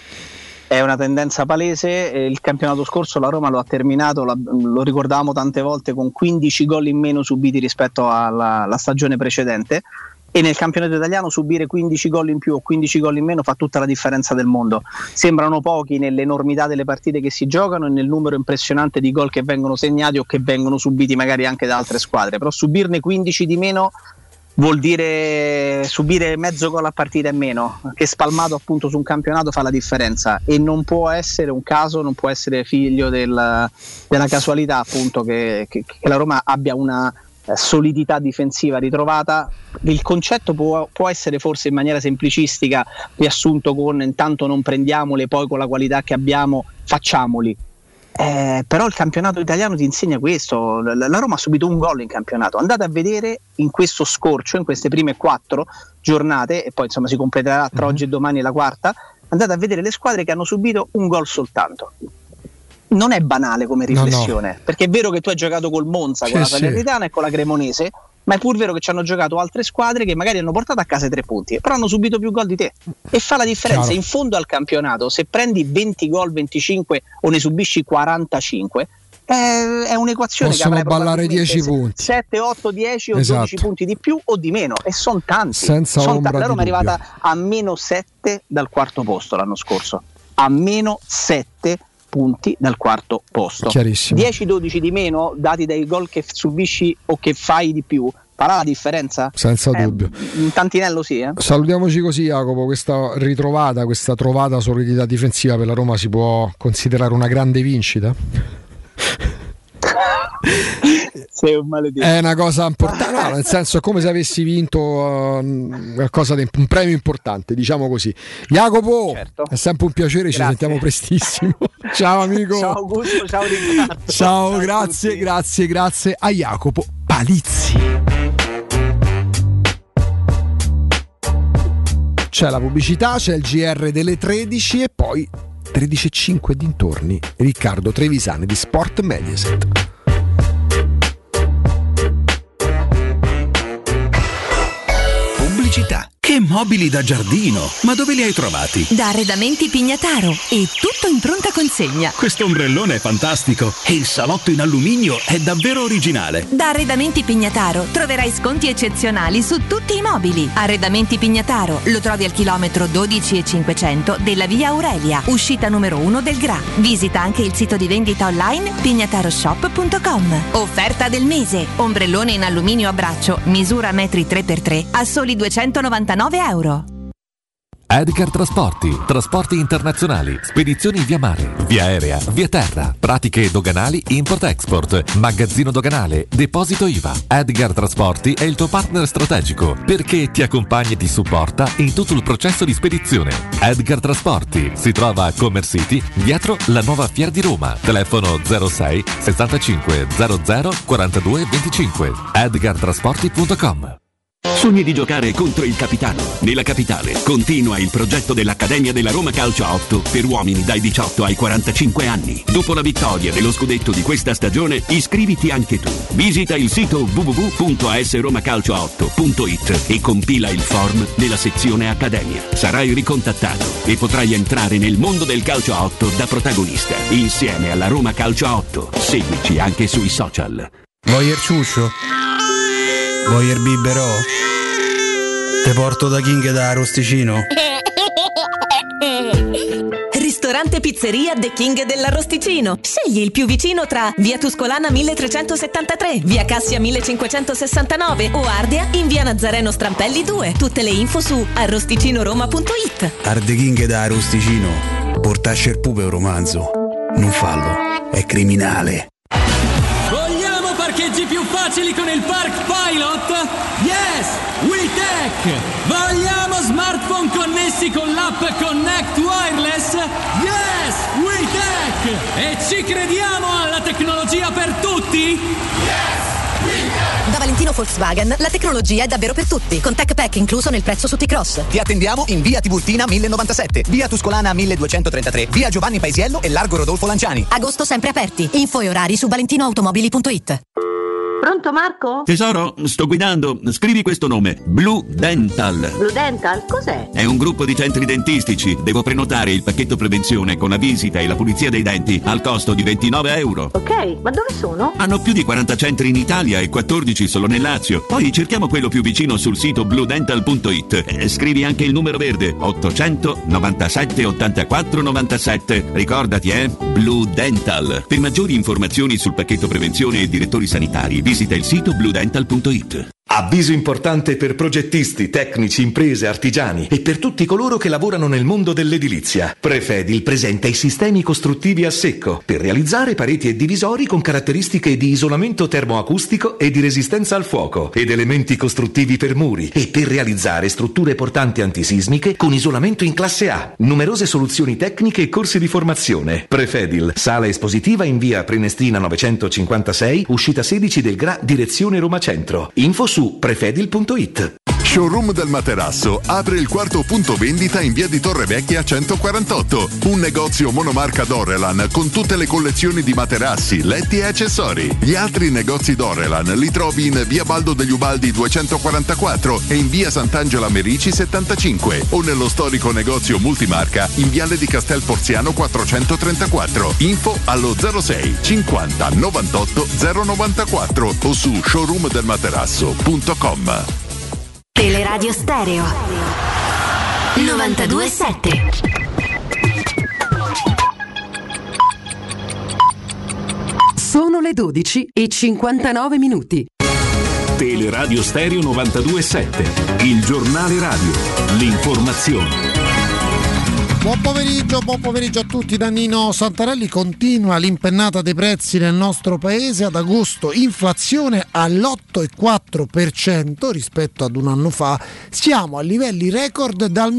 È una tendenza palese. Il campionato scorso la Roma lo ha terminato, lo ricordavamo tante volte, con 15 gol in meno subiti rispetto alla stagione precedente, e nel campionato italiano subire 15 gol in più o 15 gol in meno fa tutta la differenza del mondo. Sembrano pochi nell'enormità delle partite che si giocano e nel numero impressionante di gol che vengono segnati o che vengono subiti magari anche da altre squadre, però subirne 15 di meno vuol dire subire mezzo gol a partita in meno, che spalmato appunto su un campionato fa la differenza, e non può essere un caso, non può essere figlio della casualità appunto che la Roma abbia una solidità difensiva ritrovata. Il concetto può essere forse in maniera semplicistica riassunto con intanto non prendiamoli, poi con la qualità che abbiamo facciamoli. Però il campionato italiano ti insegna questo. La Roma ha subito un gol in campionato. Andate a vedere in questo scorcio, in queste prime 4 giornate, e poi insomma si completerà tra oggi e domani la quarta, andate a vedere le squadre che hanno subito un gol soltanto. Non è banale come riflessione, no. Perché è vero che tu hai giocato col Monza, con la Salernitana e con la Cremonese, ma è pur vero che ci hanno giocato altre squadre che magari hanno portato a casa i 3 punti, però hanno subito più gol di te, e fa la differenza. Chiaro. In fondo al campionato, se prendi 20 gol, 25 o ne subisci 45, è un'equazione possono che avrai ballare 10 punti, 7, 8, 10 o 12 punti di più o di meno, e sono tanti. Senza ombra la Roma di è arrivata a meno 7 dal quarto posto l'anno scorso, a meno 7 punti dal quarto posto. 10-12 di meno dati dai gol che subisci o che fai di più farà la differenza? Senza dubbio. Un tantinello sì. Salutiamoci così, Jacopo. Questa trovata solidità difensiva per la Roma si può considerare una grande vincita? Sei un maledetto. È una cosa importante, no, nel senso è come se avessi vinto qualcosa di un premio importante, diciamo così. Jacopo, certo. È sempre un piacere, grazie. Ci sentiamo prestissimo. Ciao amico. Ciao Augusto, ciao Riccardo. Ciao, grazie a Jacopo Palizzi. C'è la pubblicità, c'è il GR delle 13 e poi 13.05 dintorni Riccardo Trevisani di Sport Mediaset. Pubblicità. Che mobili da giardino! Ma dove li hai trovati? Da Arredamenti Pignataro e tutto in pronta consegna. Questo ombrellone è fantastico e il salotto in alluminio è davvero originale. Da Arredamenti Pignataro troverai sconti eccezionali su tutti i mobili. Arredamenti Pignataro lo trovi al chilometro 12,500 della via Aurelia, uscita numero 1 del GRA. Visita anche il sito di vendita online pignataroshop.com. Offerta del mese: ombrellone in alluminio a braccio, misura metri 3x3 a soli €299. Edgar trasporti internazionali, spedizioni via mare, via aerea, via terra, pratiche doganali import-export, magazzino doganale, deposito IVA. Edgar Trasporti è il tuo partner strategico perché ti accompagna e ti supporta in tutto il processo di spedizione. Edgar Trasporti si trova a Commerce City, dietro la nuova Fiera di Roma. Telefono 06 65 00 42 25. edgartrasporti.com. Sogni di giocare contro il capitano? Nella capitale continua il progetto dell'Accademia della Roma Calcio a 8 per uomini dai 18 ai 45 anni. Dopo la vittoria dello scudetto di questa stagione, iscriviti anche tu. Visita il sito www.asromacalcio8.it e compila il form nella sezione Accademia. Sarai ricontattato e potrai entrare nel mondo del calcio a 8 da protagonista, insieme alla Roma Calcio a 8. Seguici anche sui social. Voyer ciuscio? Voyer biberò? Te porto da King da Arrosticino? Ristorante Pizzeria The King dell'Arrosticino. Scegli il più vicino tra via Tuscolana 1373, via Cassia 1569 o Ardea in via Nazareno Strampelli 2. Tutte le info su arrosticinoroma.it. Arde King da Arrosticino. Portasce il pupe un romanzo. Non fallo, è criminale. Vogliamo parcheggi più facili con il Park Pilot? Yes! WeTech! Vogliamo smartphone connessi con l'app Connect Wireless? Yes! WeTech! E ci crediamo alla tecnologia per tutti? Yes! Da Valentino Volkswagen la tecnologia è davvero per tutti, con Tech Pack incluso nel prezzo su T-Cross. Ti attendiamo in via Tiburtina 1097, via Tuscolana 1233, via Giovanni Paesiello e largo Rodolfo Lanciani. Agosto sempre aperti. Info e orari su valentinoautomobili.it. Pronto Marco? Tesoro, sto guidando. Scrivi questo nome: Blue Dental. Blue Dental? Cos'è? È un gruppo di centri dentistici. Devo prenotare il pacchetto prevenzione con la visita e la pulizia dei denti al costo di €29. Ok, ma dove sono? Hanno più di 40 centri in Italia e 14 solo nel Lazio. Poi cerchiamo quello più vicino sul sito bluedental.it. Scrivi anche il numero verde: 800 97 84 97. Ricordati, Blue Dental. Per maggiori informazioni sul pacchetto prevenzione e direttori sanitari, visita il sito bluedental.it. Avviso importante per progettisti, tecnici, imprese, artigiani e per tutti coloro che lavorano nel mondo dell'edilizia. Prefedil presenta i sistemi costruttivi a secco per realizzare pareti e divisori con caratteristiche di isolamento termoacustico e di resistenza al fuoco ed elementi costruttivi per muri e per realizzare strutture portanti antisismiche con isolamento in classe A. Numerose soluzioni tecniche e corsi di formazione. Prefedil, sala espositiva in via Prenestina 956, uscita 16 del GRA, direzione Roma Centro. Info su prefedil.it. Showroom del Materasso apre il quarto punto vendita in via di Torrevecchia 148. Un negozio monomarca Dorelan con tutte le collezioni di materassi, letti e accessori. Gli altri negozi Dorelan li trovi in via Baldo degli Ubaldi 244 e in via Sant'Angela Merici 75 o nello storico negozio multimarca in viale di Castel Porziano 434. Info allo 06 50 98 094 o su showroomdelmaterasso.com. Teleradio Stereo 92.7. Sono le 12:59. Teleradio Stereo 92.7, il giornale radio, l'informazione. Buon pomeriggio a tutti da Nino Santarelli. Continua l'impennata dei prezzi nel nostro paese. Ad agosto inflazione all'8,4% rispetto ad un anno fa. Siamo a livelli record dal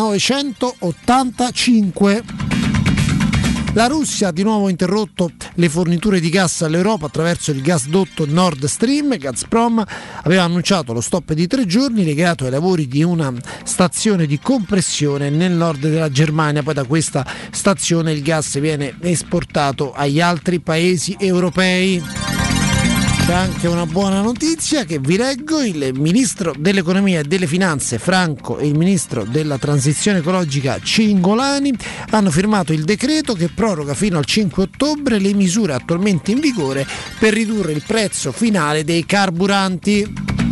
1985. La Russia ha di nuovo interrotto le forniture di gas all'Europa attraverso il gasdotto Nord Stream. Gazprom aveva annunciato lo stop di 3 giorni legato ai lavori di una stazione di compressione nel nord della Germania. Poi da questa stazione il gas viene esportato agli altri paesi europei. C'è anche una buona notizia che vi leggo: il ministro dell'economia e delle finanze Franco e il ministro della transizione ecologica Cingolani hanno firmato il decreto che proroga fino al 5 ottobre le misure attualmente in vigore per ridurre il prezzo finale dei carburanti.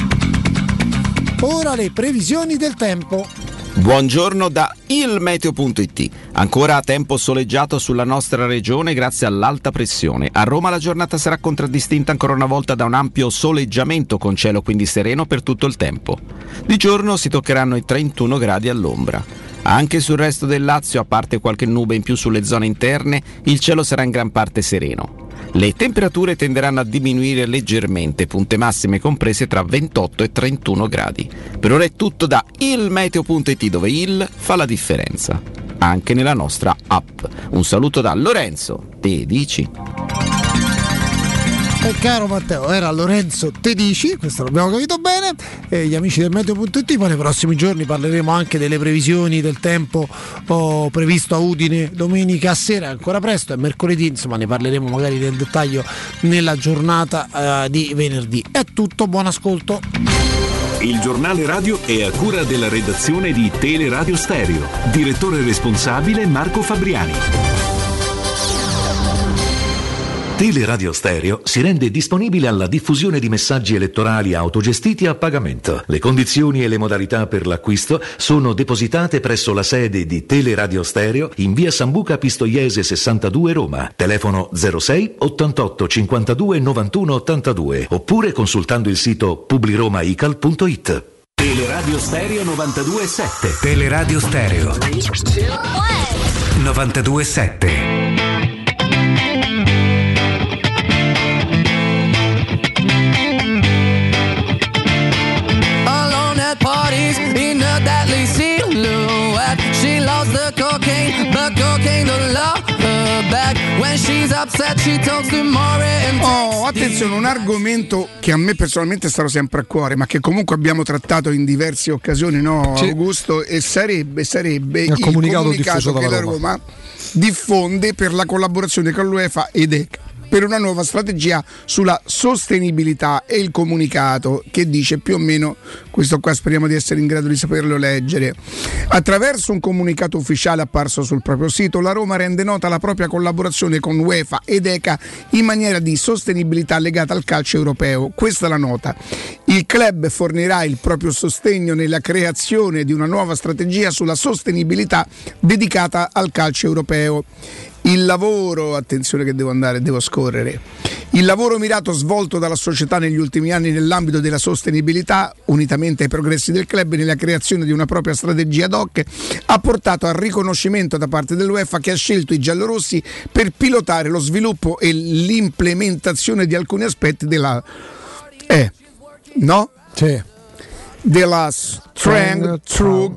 Ora le previsioni del tempo. Buongiorno da ilmeteo.it. Ancora a tempo soleggiato sulla nostra regione grazie all'alta pressione. A Roma la giornata sarà contraddistinta ancora una volta da un ampio soleggiamento con cielo quindi sereno per tutto il tempo. Di giorno si toccheranno i 31 gradi all'ombra. Anche sul resto del Lazio, a parte qualche nube in più sulle zone interne, il cielo sarà in gran parte sereno. Le temperature tenderanno a diminuire leggermente, punte massime comprese tra 28 e 31 gradi. Per ora è tutto da ilmeteo.it, dove il fa la differenza, anche nella nostra app. Un saluto da Lorenzo, te dici? Caro Matteo, era Lorenzo Tedici, questo l'abbiamo capito bene. Gli amici del meteo.it, ma nei prossimi giorni parleremo anche delle previsioni del tempo previsto a Udine domenica sera, ancora presto, è mercoledì, insomma ne parleremo magari nel dettaglio nella giornata di venerdì. È tutto, buon ascolto. Il giornale radio è a cura della redazione di Teleradio Stereo. Direttore responsabile Marco Fabriani. Teleradio Stereo si rende disponibile alla diffusione di messaggi elettorali autogestiti a pagamento. Le condizioni e le modalità per l'acquisto sono depositate presso la sede di Teleradio Stereo in via Sambuca Pistoiese 62 Roma. Telefono 06 88 52 91 82 oppure consultando il sito publiromaical.it. Teleradio Stereo 92.7. Teleradio Stereo 92.7. Parties in a deadly silhouette. She loves the cocaine, but cocaine don't love her back. When she's upset, she talks to Maury and attenzione, un argomento che a me personalmente starà sempre a cuore, ma che comunque abbiamo trattato in diverse occasioni, no, sì. Augusto, e sarebbe il comunicato che la Roma diffonde per la collaborazione con l'UEFA ed ECA per una nuova strategia sulla sostenibilità, e il comunicato che dice più o meno questo qua, speriamo di essere in grado di saperlo leggere. Attraverso un comunicato ufficiale apparso sul proprio sito, la Roma rende nota la propria collaborazione con UEFA ed ECA in maniera di sostenibilità legata al calcio europeo. Questa è la nota. Il club fornirà il proprio sostegno nella creazione di una nuova strategia sulla sostenibilità dedicata al calcio europeo. Il lavoro, attenzione che devo scorrere, il lavoro mirato svolto dalla società negli ultimi anni nell'ambito della sostenibilità, unitamente ai progressi del club nella creazione di una propria strategia ad hoc, ha portato al riconoscimento da parte dell'UEFA, che ha scelto i giallorossi per pilotare lo sviluppo e l'implementazione di alcuni aspetti della della Strength Through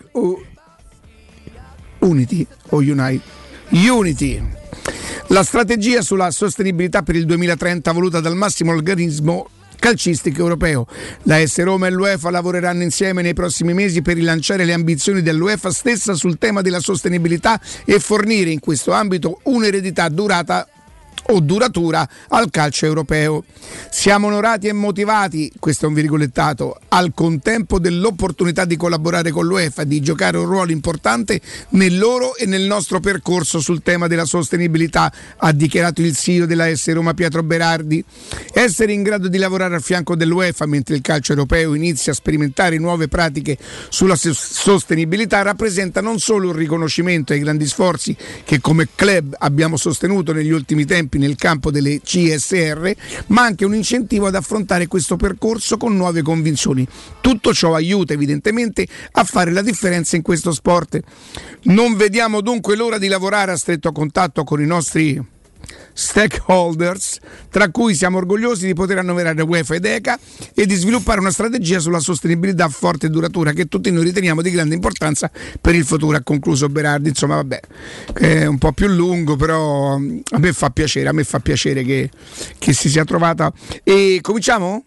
Unity o Unity. La strategia sulla sostenibilità per il 2030 voluta dal massimo organismo calcistico europeo. La AS Roma e l'UEFA lavoreranno insieme nei prossimi mesi per rilanciare le ambizioni dell'UEFA stessa sul tema della sostenibilità e fornire in questo ambito un'eredità duratura al calcio europeo. Siamo onorati e motivati, questo è un virgolettato, al contempo dell'opportunità di collaborare con l'UEFA e di giocare un ruolo importante nel loro e nel nostro percorso sul tema della sostenibilità, ha dichiarato il CEO della AS Roma Pietro Berardi. Essere in grado di lavorare al fianco dell'UEFA mentre il calcio europeo inizia a sperimentare nuove pratiche sulla sostenibilità rappresenta non solo un riconoscimento ai grandi sforzi che come club abbiamo sostenuto negli ultimi tempi tempi nel campo delle CSR, ma anche un incentivo ad affrontare questo percorso con nuove convinzioni. Tutto ciò aiuta evidentemente a fare la differenza in questo sport. Non vediamo dunque l'ora di lavorare a stretto contatto con i nostri stakeholders, tra cui siamo orgogliosi di poter annoverare UEFA ed ECA e di sviluppare una strategia sulla sostenibilità forte e duratura che tutti noi riteniamo di grande importanza per il futuro, ha concluso Berardi. Insomma, vabbè, è un po' più lungo, però a me fa piacere che si sia trovata. E cominciamo?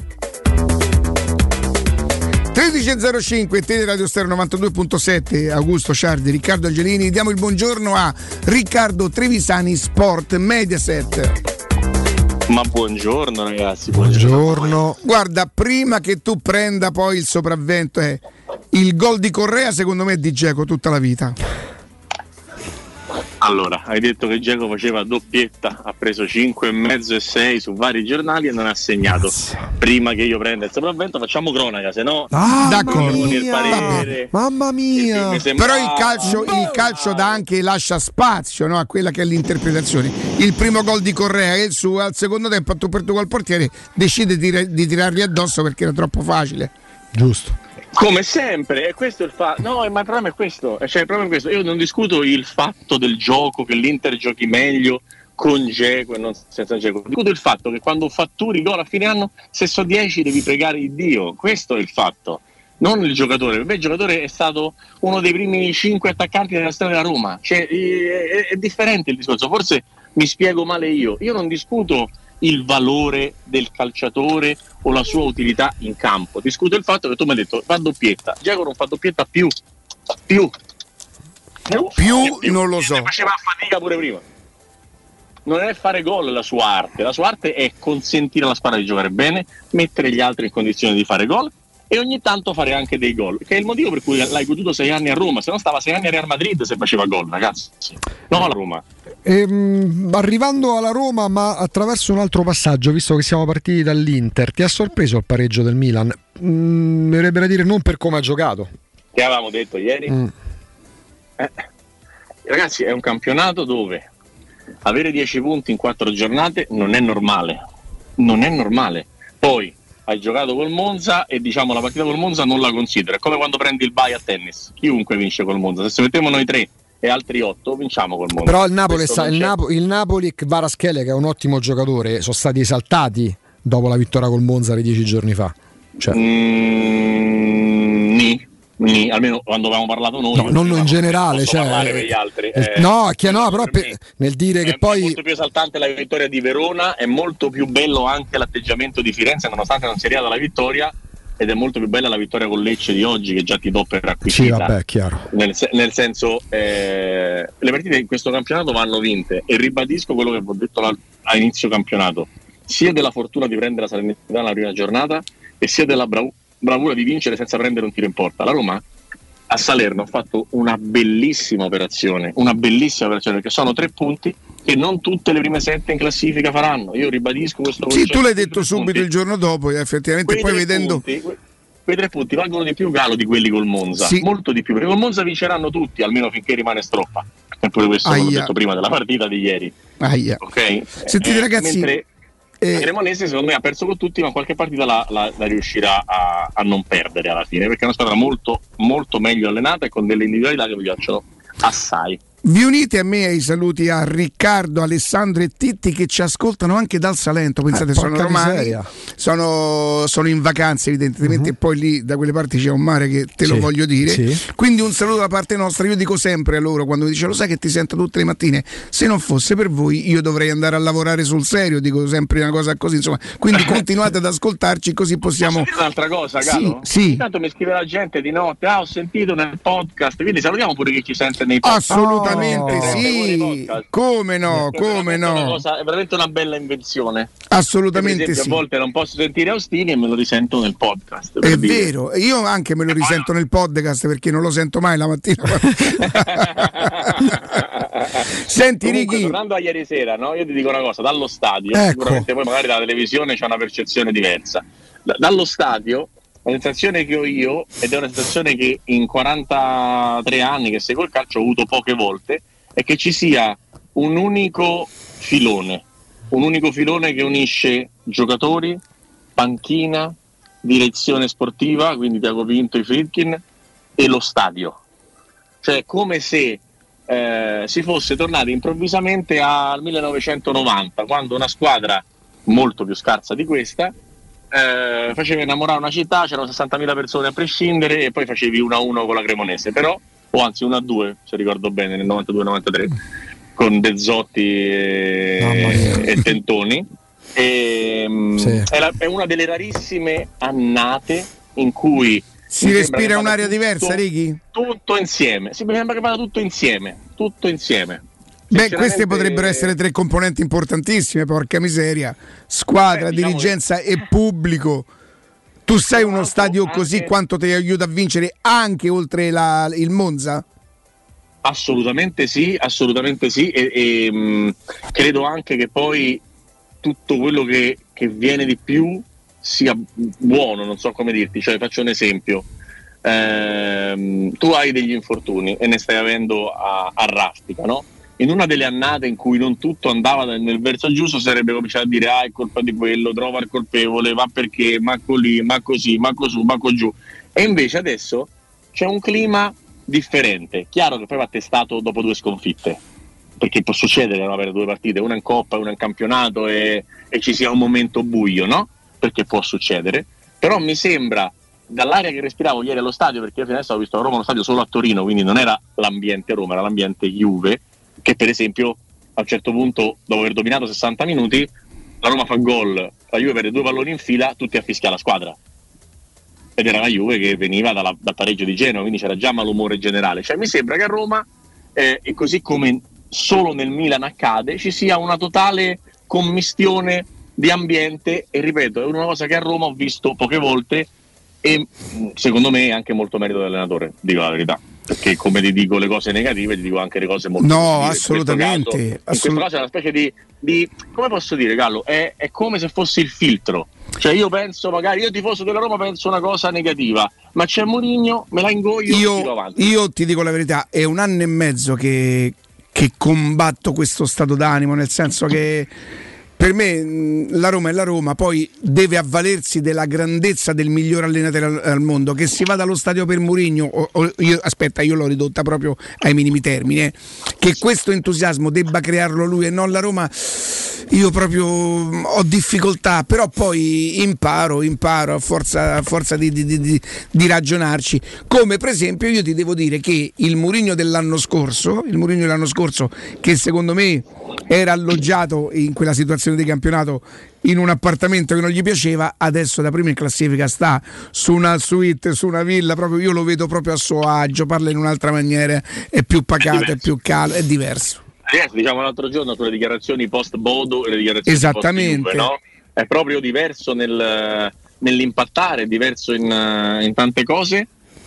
13.05 Tele Radio Stereo 92.7, Augusto Ciardi, Riccardo Angelini. Diamo il buongiorno a Riccardo Trevisani, Sport Mediaset. Ma buongiorno ragazzi, buongiorno. Guarda, prima che tu prenda poi il sopravvento, il gol di Correa secondo me è di Dzeko tutta la vita. Allora, hai detto che Dzeko faceva doppietta, ha preso 5,5 e 6 su vari giornali e non ha segnato. Prima che io prenda il sopravvento facciamo cronaca, se no d'accordo. Mamma mia. Però il calcio dà anche, lascia spazio, no, a quella che è l'interpretazione. Il primo gol di Correa è il suo, al secondo tempo tu per tu col portiere decide di tirargli addosso perché era troppo facile. Giusto. Come sempre, e questo è il fatto. No, ma il problema è questo. Cioè, il problema è questo. Io non discuto il fatto del gioco, che l'Inter giochi meglio con Dzeko e non senza Dzeko. Discuto il fatto che quando fatturi gol a fine anno, se so 10 devi pregare Dio. Questo è il fatto, non il giocatore. Per me il giocatore è stato uno dei primi 5 attaccanti della storia della Roma. Cioè, è differente il discorso. Forse mi spiego male io. Io non discuto il valore del calciatore o la sua utilità in campo, discuto il fatto che tu mi hai detto fa doppietta, Dzeko non fa doppietta più non lo so, faceva fatica pure prima. Non è fare gol la sua arte è consentire alla squadra di giocare bene, mettere gli altri in condizione di fare gol e ogni tanto fare anche dei gol, che è il motivo per cui l'hai goduto 6 anni a Roma, se no stava 6 anni a Real Madrid se faceva gol, ragazzi, no alla Roma. Arrivando alla Roma, ma attraverso un altro passaggio, visto che siamo partiti dall'Inter, ti ha sorpreso il pareggio del Milan? Mi verrebbe da dire non per come ha giocato. Che avevamo detto ieri? Ragazzi, è un campionato dove avere 10 punti in 4 giornate non è normale. Poi hai giocato col Monza e diciamo la partita col Monza non la considero, è come quando prendi il bye a tennis, chiunque vince col Monza, se mettiamo noi 3 e altri 8 vinciamo col Monza. Però il Napoli e Kvaratskhelia, che è un ottimo giocatore, sono stati esaltati dopo la vittoria col Monza di 10 giorni fa, cioè. Almeno quando avevamo parlato noi, no, non in generale, cioè, per gli altri. No, però nel dire che poi è molto più esaltante la vittoria di Verona, è molto più bello anche l'atteggiamento di Firenze nonostante non sia arrivata la vittoria, ed è molto più bella la vittoria con Lecce di oggi che già ti do per acquisita. Sì, vabbè, chiaro. Nel senso, le partite in questo campionato vanno vinte, e ribadisco quello che ho detto a inizio campionato, sia della fortuna di prendere la Salernitana la prima giornata e sia della bravura di vincere senza prendere un tiro in porta. La Roma a Salerno ha fatto una bellissima operazione perché sono 3 punti che non tutte le prime 7 in classifica faranno. Io ribadisco questo concetto. Sì, tu l'hai detto subito il giorno dopo, effettivamente poi vedendo quei 3 punti valgono di più, Galo, di quelli col Monza, sì. Molto di più, perché col Monza vinceranno tutti, almeno finché rimane Stroppa, e pure questo l'ho detto prima della partita di ieri. Ok? Sentite ragazzi, mentre Cremonese secondo me ha perso con tutti, ma qualche partita la riuscirà a non perdere alla fine, perché è una squadra molto, molto meglio allenata e con delle individualità che mi piacciono assai. Vi unite a me ai saluti a Riccardo, Alessandro e Titti che ci ascoltano anche dal Salento. Pensate, sono romani, sono in vacanza evidentemente, e poi lì da quelle parti c'è un mare che te lo voglio dire, quindi un saluto da parte nostra. Io dico sempre a loro, quando mi dice lo sai che ti sento tutte le mattine, se non fosse per voi io dovrei andare a lavorare sul serio, dico sempre una cosa così, insomma, quindi continuate ad ascoltarci così possiamo. Posso dire un'altra cosa, Galo? Sì. Intanto mi scrive la gente di notte, ho sentito nel podcast, quindi salutiamo pure chi ci sente nei podcast. Assolutamente sì, come no. È veramente una bella invenzione. Assolutamente per esempio, sì. A volte non posso sentire Austini e me lo risento nel podcast. È vero, io anche me lo risento nel podcast perché non lo sento mai la mattina. Senti Ricky, tornando a ieri sera, no? Io ti dico una cosa, dallo stadio, sicuramente poi magari dalla televisione c'è una percezione diversa. Dallo stadio la sensazione che ho io, ed è una sensazione che in 43 anni che seguo il calcio ho avuto poche volte, è che ci sia un unico filone, un unico filone che unisce giocatori, panchina, direzione sportiva, quindi Tiago Pinto, i Friedkin, e lo stadio. Cioè come se si fosse tornati improvvisamente al 1990, quando una squadra molto più scarsa di questa faceva innamorare una città, c'erano 60.000 persone a prescindere e poi facevi 1-1 con la Cremonese, però, o anzi 1-2 se ricordo bene, nel 92-93 con Dezzotti e Tentoni. È una delle rarissime annate in cui si respira un'aria diversa, Righi? Tutto insieme. Mi sembra che vada tutto insieme. Beh, queste potrebbero essere 3 componenti importantissime, porca miseria. Squadra, dirigenza e pubblico. Tu sai uno stadio così quanto ti aiuta a vincere anche oltre il Monza? Assolutamente sì. E credo anche che poi tutto quello che viene di più sia buono, non so come dirti, cioè faccio un esempio, tu hai degli infortuni e ne stai avendo a raffica, no? In una delle annate in cui non tutto andava nel verso giusto sarebbe cominciato a dire è colpa di quello, trova il colpevole, ma perché, ma lì, ma così, ma cosù, ma giù, e invece adesso c'è un clima differente. Chiaro che poi va testato dopo 2 sconfitte, perché può succedere no, avere 2 partite, una in Coppa e una in campionato e ci sia un momento buio, no? Perché può succedere, però mi sembra dall'aria che respiravo ieri allo stadio, perché io fino adesso ho visto a Roma uno stadio solo a Torino, quindi non era l'ambiente Roma, era l'ambiente Juve, che per esempio a un certo punto, dopo aver dominato 60 minuti, la Roma fa gol, la Juve perde 2 palloni in fila, tutti a fischiare la squadra, ed era la Juve che veniva dal pareggio di Genova, quindi c'era già malumore generale. Cioè mi sembra che a Roma, e così come solo nel Milan accade, ci sia una totale commistione di ambiente, e ripeto, è una cosa che a Roma ho visto poche volte e secondo me è anche molto merito dell'allenatore, dico la verità, perché come ti dico le cose negative ti dico anche le cose molto positive. Assolutamente. In questo caso è una specie di come posso dire, Gallo, è come se fosse il filtro, cioè io penso, magari io tifoso della Roma penso una cosa negativa, ma c'è Mourinho, me la ingoio e tiro avanti. Io ti dico la verità, è 1 anno e mezzo che combatto questo stato d'animo, nel senso che per me la Roma è la Roma, poi deve avvalersi della grandezza del miglior allenatore al mondo, che si vada allo stadio per Mourinho io l'ho ridotta proprio ai minimi termini, che questo entusiasmo debba crearlo lui e non la Roma, io proprio ho difficoltà, però poi imparo a forza di ragionarci, come per esempio io ti devo dire che il Mourinho dell'anno scorso, che secondo me era alloggiato in quella situazione di campionato in un appartamento che non gli piaceva, adesso da prima in classifica sta su una suite, su una villa, proprio io lo vedo proprio a suo agio, parla in un'altra maniera, è più pacato, è più calmo, è diverso. Diciamo l'altro giorno sulle dichiarazioni post Bodo e le dichiarazioni esattamente post Juve, no? È proprio diverso nell'impattare, è diverso in tante cose.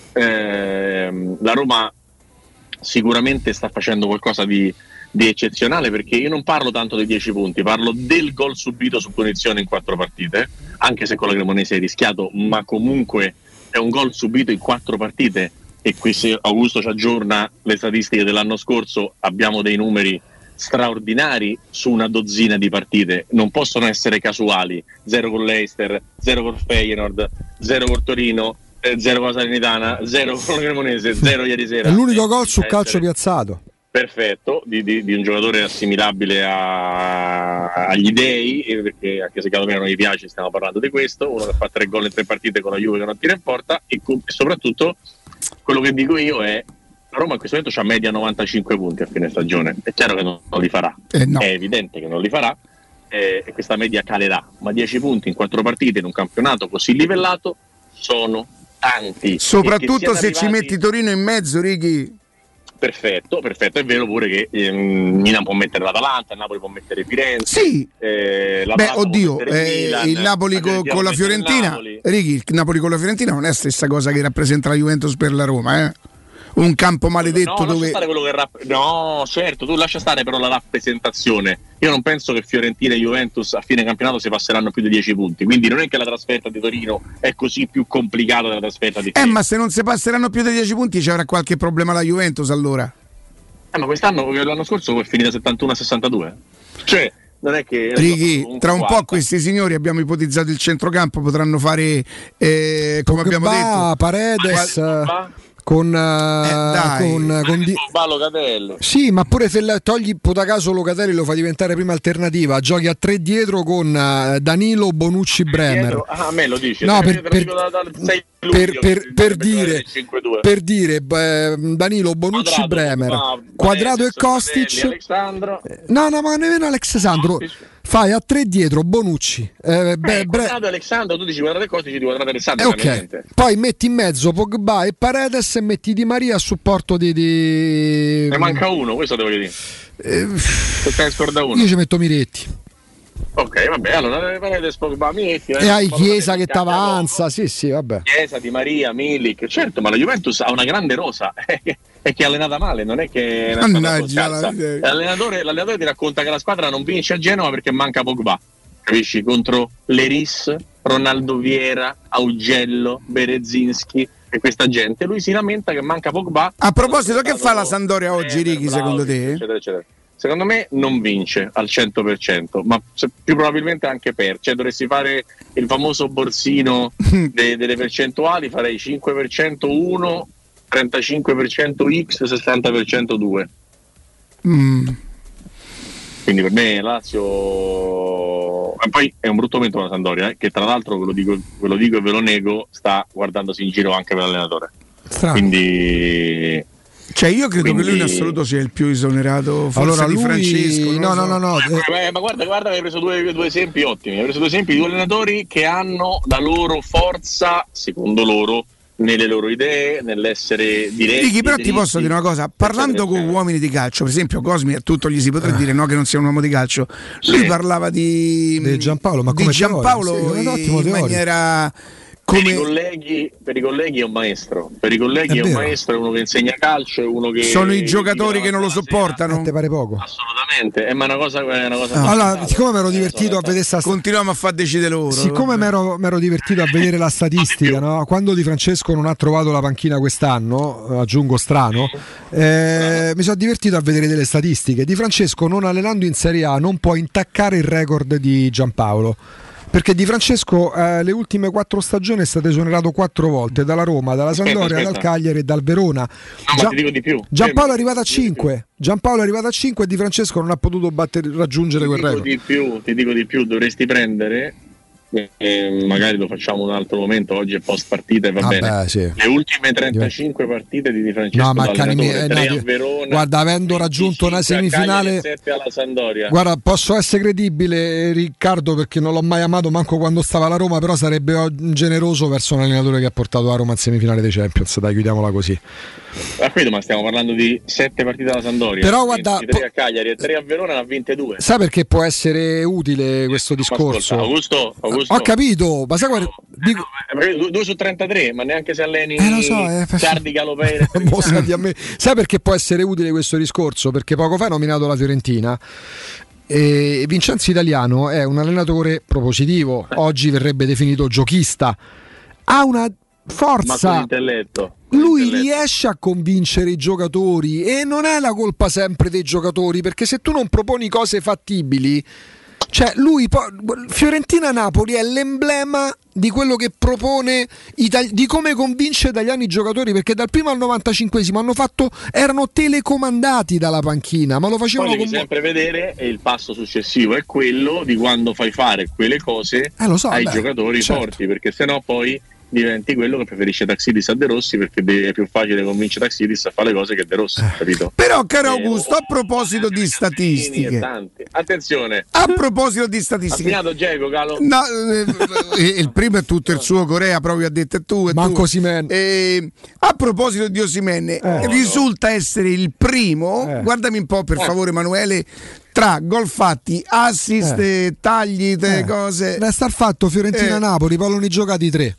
La Roma sicuramente sta facendo qualcosa di eccezionale, perché io non parlo tanto dei 10 punti, parlo del gol subito su punizione in 4 partite, anche se con la Cremonese è rischiato, ma comunque è un gol subito in 4 partite. E qui, se Augusto ci aggiorna le statistiche dell'anno scorso, abbiamo dei numeri straordinari su una dozzina di partite, non possono essere casuali. 0 con l'Eister, 0 con Feyenoord, 0 con Torino, 0 con la Salernitana, 0 con la Cremonese, 0 ieri sera. È l'unico gol su calcio piazzato. Perfetto, di un giocatore assimilabile agli dei, perché anche se a me non gli piace, stiamo parlando di questo, uno che fa 3 gol in 3 partite con la Juve che non tira in porta, e soprattutto quello che dico io è la Roma in questo momento c'ha media 95 punti a fine stagione, è chiaro che non li farà, no. È evidente che non li farà, e questa media calerà, ma 10 punti in 4 partite in un campionato così livellato sono tanti, soprattutto se ci metti Torino in mezzo, Righi. Perfetto, è vero pure che Milan può mettere l'Atalanta, il Napoli può mettere Firenze. Sì. Il Napoli con la Fiorentina. Righi, il Napoli con la Fiorentina non è la stessa cosa che rappresenta la Juventus per la Roma, eh? Un campo maledetto dove. No, certo, tu lascia stare però la rappresentazione. Io non penso che Fiorentina e Juventus a fine campionato si passeranno più di 10 punti. Quindi non è che la trasferta di Torino è così più complicata della trasferta di Firenze. Ma se non si passeranno più di 10 punti ci avrà qualche problema la Juventus allora. Ma quest'anno, l'anno scorso è finita 71-62. Cioè, non è che Righi, tra un po' questi signori abbiamo ipotizzato il centrocampo, potranno fare come abbiamo detto Paredes con Locatelli. Sì, ma pure se togli Potacaso Locatelli lo fa diventare prima alternativa, giochi a 3 dietro con Danilo, Bonucci, Bremer. A me lo dici? No, per dire Danilo, Bonucci, Bremer, Quadrato e Kostic. No, ma nemmeno Alex Sandro. Fai a 3 dietro Bonucci, Quadrato e Alexandro, tu dici Quadrato e Kostic di Quadrato e Alexandro. Ok. Poi metti in mezzo Pogba e Paredes e metti Di Maria a supporto di... Ne manca uno, questo devo dire. Scorda uno. Io ci metto Miretti. Ok, vabbè, allora Paredes, Pogba, Miretti. E hai Chiesa che t'avanza, sì, vabbè. Chiesa, Di Maria, Milik, certo, ma la Juventus ha una grande rosa. È che è allenata male, non è che l'allenatore ti racconta che la squadra non vince a Genova perché manca Pogba, capisci? Contro Leris, Ronaldo Viera, Augello, Berezinski e questa gente, lui si lamenta che manca Pogba. A proposito, che fa la Sampdoria oggi, Righi, secondo te? Eccetera, eccetera. Secondo me non vince al 100%, ma più probabilmente anche cioè dovresti fare il famoso borsino delle percentuali, farei 5% 1, 35% X, 60% 2. Quindi per me Lazio, e poi è un brutto momento per la Sampdoria, che tra l'altro ve lo dico e ve lo nego, sta guardandosi in giro anche per l'allenatore. Quindi cioè io credo che lui in assoluto sia il più esonerato, forse allora, di lui... Francesco. No. Ma guarda, hai preso due esempi ottimi. Hai preso due esempi di due allenatori che hanno la loro forza, secondo loro, nelle loro idee, nell'essere diretti. Righi, però ti posso dire una cosa, parlando con uomini di calcio, per esempio Cosmi, a tutto gli si potrà dire no che non sia un uomo di calcio. Lui parlava di Giampaolo, ma come di Giampaolo in maniera... Per i colleghi è un maestro. Per i colleghi è un maestro, è uno che insegna calcio, è uno che sono i giocatori che non lo sopportano. Te pare poco? Assolutamente, è una cosa allora, siccome mi ero divertito a vedere continuiamo a far decidere loro. Siccome mi ero divertito a vedere la statistica, no? Quando Di Francesco non ha trovato la panchina quest'anno, aggiungo strano, mi sono divertito a vedere delle statistiche. Di Francesco, non allenando in Serie A, non può intaccare il record di Giampaolo. Perché Di Francesco le ultime 4 stagioni è stato esonerato 4 volte dalla Roma, dalla Sampdoria, dal Cagliari e dal Verona. Ma ti dico di più. Giampaolo è arrivato a 5. Giampaolo è arrivato a 5 e Di Francesco non ha potuto raggiungere quel record. Ti dico di più, dovresti prendere, magari lo facciamo un altro momento, oggi è post partita e va bene. Sì. Le ultime 35 partite di Francesco, no, ma a Verona, guarda, avendo raggiunto una semifinale, 7 alla Sampdoria. Guarda, posso essere credibile, Riccardo, perché non l'ho mai amato manco quando stava alla Roma, però sarebbe generoso verso un allenatore che ha portato la Roma in semifinale dei Champions. Dai, chiudiamola così. Ma stiamo parlando di 7 partite alla Sampdoria, però guarda, 3 a Cagliari e 3 a Verona, ne ha vinte 2. Sai perché può essere utile questo discorso? Augusto. Ho capito, ma sai guarda, 2 su 33, ma neanche se alleni Sardi, Galopere. Sai perché può essere utile questo discorso? Perché poco fa hai nominato la Fiorentina. E Vincenzo Italiano è un allenatore propositivo, oggi verrebbe definito giochista, ha una forza, lui riesce a convincere i giocatori e non è la colpa sempre dei giocatori, perché se tu non proponi cose fattibili, cioè lui Fiorentina-Napoli è l'emblema di quello che propone, di come convince italiani i giocatori, perché dal primo al 95esimo erano telecomandati dalla panchina, ma lo facevano devi sempre vedere, e il passo successivo è quello di quando fai fare quelle cose ai giocatori forti, perché sennò poi diventi quello che preferisce Taxidis a De Rossi, perché è più facile convincere Taxidis a fare le cose che De Rossi, capito? Però, caro Augusto, a proposito di statistiche, attenzione, a proposito di statistiche, ha segnato Dzeko, Calo? No, il primo è tutto il suo Corea, proprio ha detto tu e manco Osimhen. A proposito di Osimhen, risulta essere il primo, guardami un po' per favore Emanuele, tra gol fatti, assist, tagli, cose. Resta il fatto Fiorentina-Napoli, palloni giocati 3.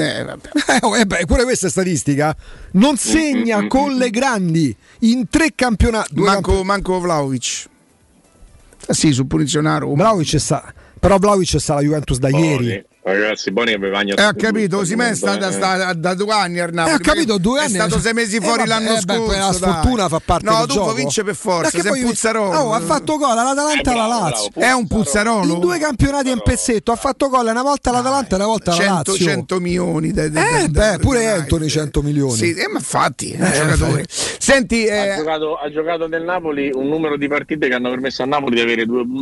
Pure questa è statistica. Non segna con le grandi in 3 campionati. Manco Vlahovic. Sì, su punizione a Roma. Vlahovic sta, però Vlahovic sta alla Juventus da ieri. Ragazzi, Boni che Vevagna. Ho capito, Osimhen sta da 2 anni al Napoli. Ho capito, 2 anni. È stato 6 mesi fuori l'anno scorso. La sfortuna fa parte del gioco. No, tu vince per forza, sei un Puzzarolo. Ha fatto gol all'Atalanta e alla Lazio. È un Puzzarolo. In 2 campionati in pezzetto, ha fatto gol una volta all'Atalanta e una volta alla Lazio. 100 milioni. Pure Anthony 100 milioni. Sì, ma infatti, giocatore. Senti, ha giocato nel Napoli un numero di partite che hanno permesso a Napoli di avere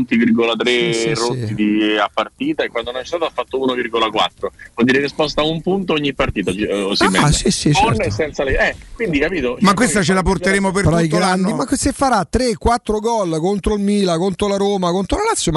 2,3 rotti a partita, e quando non è stato ha fatto 1,4. Vuol dire che sposta un punto ogni partita. Osimhen. Certo. Senza quindi capito. Ma questa ce la porteremo per però tutto l'anno. Ma se farà 3-4 gol contro il Milan, contro la Roma, contro la Lazio,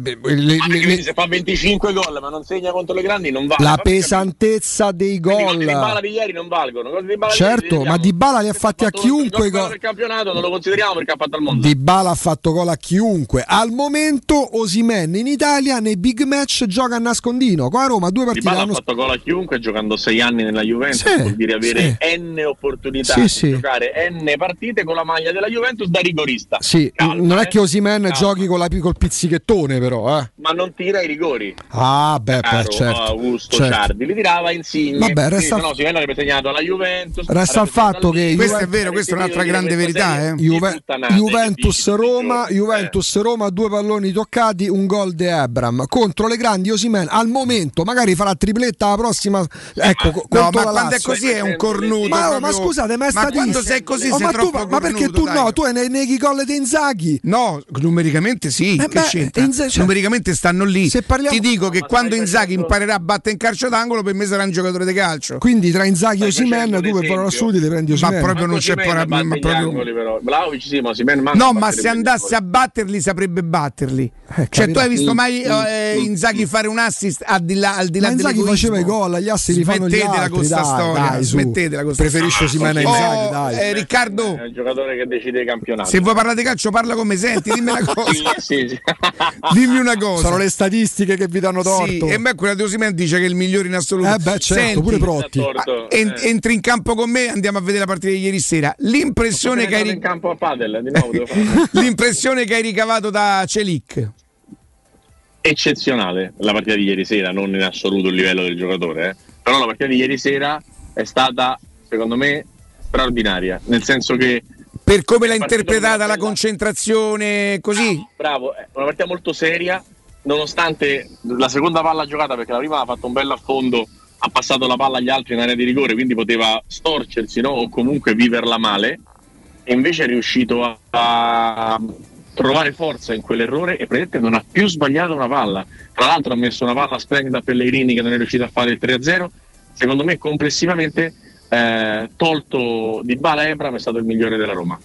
se fa 25 gol ma non segna contro le grandi non vale. La pesantezza dei gol. Di Dybala di ieri non valgono. Certo, ma Dybala li ha fatti a chiunque gol. Il campionato non lo consideriamo perché ha fatto al mondo. Dybala ha fatto gol a chiunque. Al momento Osimhen in Italia nei big match gioca a nascondino. Con la Roma 2 partite. Dybala ha fatto gol a chiunque giocando 6 anni nella Juventus, vuol dire avere N opportunità di giocare N partite con la maglia della Juventus da rigorista. Sì, non è che Osimhen giochi con col pizzichettone però, ma non tira i rigori. Certo. Augusto Ciardi li tirava Insigne. Vabbè, no, Osimhen avrebbe segnato alla Juventus. Resta il fatto che questo è vero, questa è un'altra grande verità, Juventus Roma 2 palloni toccati, un gol di Ebram contro le grandi. Osimhen al momento magari farà tripletta la prossima, ecco, ma la quando Lazio. È così è un cornuto. Ma scusate, ma è statistica. Quando sei così sei troppo cornuto. Ma perché tu tu neghi i gol di Inzaghi? No, numericamente sì, che c'entra? Numericamente stanno lì. Ti dico che quando Inzaghi imparerà a battere in calcio d'angolo, per me sarà un giocatore di calcio. Quindi tra Inzaghi e Osimhen tu per valore assoluti ti prendi Osimhen. Ma proprio non c'è Vlahovic sì, ma Osimhen no, ma se andasse a batterli saprebbe batterli. Cioè tu hai visto mai Inzaghi fare un assist al di là Inzaghi faceva i gol, gli assi li fanno gli altri. Con sta storia. Smettetela con sta storia. Preferisco Osimhen a Inzaghi, dai. Riccardo, è un giocatore che decide i campionati. Se vuoi parlare di calcio parla come senti, dimmi una cosa. sì. Dimmi una cosa. Sono le statistiche che vi danno torto. E beh, quella di Osimhen dice che è il migliore in assoluto. Certo, senti, pure Protti. Entri in campo con me, andiamo a vedere la partita di ieri sera. L'impressione che hai in campo a padel, di nuovo l'impressione che hai ricavato da Celik. Eccezionale la partita di ieri sera, non in assoluto il livello del giocatore, però la partita di ieri sera è stata, secondo me, straordinaria, nel senso che per come l'ha interpretata, la concentrazione, così. Bravo, è una partita molto seria, nonostante la seconda palla giocata, perché la prima ha fatto un bel affondo, ha passato la palla agli altri in area di rigore, quindi poteva storcersi, no? O comunque viverla male, e invece è riuscito a trovare forza in quell'errore e praticamente non ha più sbagliato una palla. Tra l'altro ha messo una palla splendida a Pellegrini che non è riuscito a fare il 3-0. Secondo me complessivamente tolto Dybala e Ebram è stato il migliore della Roma,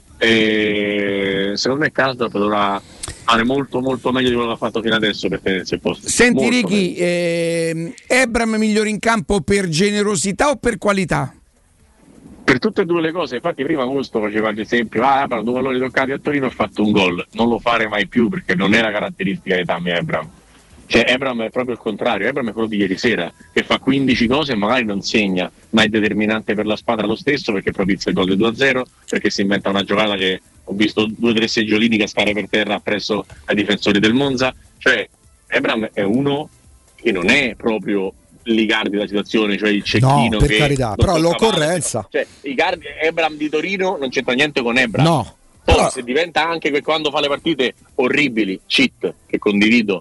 e secondo me Karsdorp dovrà fare molto molto meglio di quello che ha fatto fino adesso per tenersi il posto. Senti Ricky, Ebram migliore in campo per generosità o per qualità? Per tutte e due le cose. Infatti prima Augusto faceva l'esempio, per 2 palloni toccati a Torino ho fatto un gol, non lo fare mai più perché non è la caratteristica di Tammy Abraham. Cioè Abraham è proprio il contrario, Abraham è quello di ieri sera che fa 15 cose e magari non segna, ma è determinante per la squadra lo stesso, perché propizia il gol del 2-0, perché si inventa una giocata che ho visto 2 o 3 seggiolini cascare per terra presso ai difensori del Monza. Cioè Abraham è uno che non è proprio l'Icardi della situazione, cioè il cecchino, no, per carità, però l'occorrenza, cioè Icardi, Abraham di Torino non c'entra niente con Abraham. No. Poi però se diventa anche che quando fa le partite orribili, cheat, che condivido,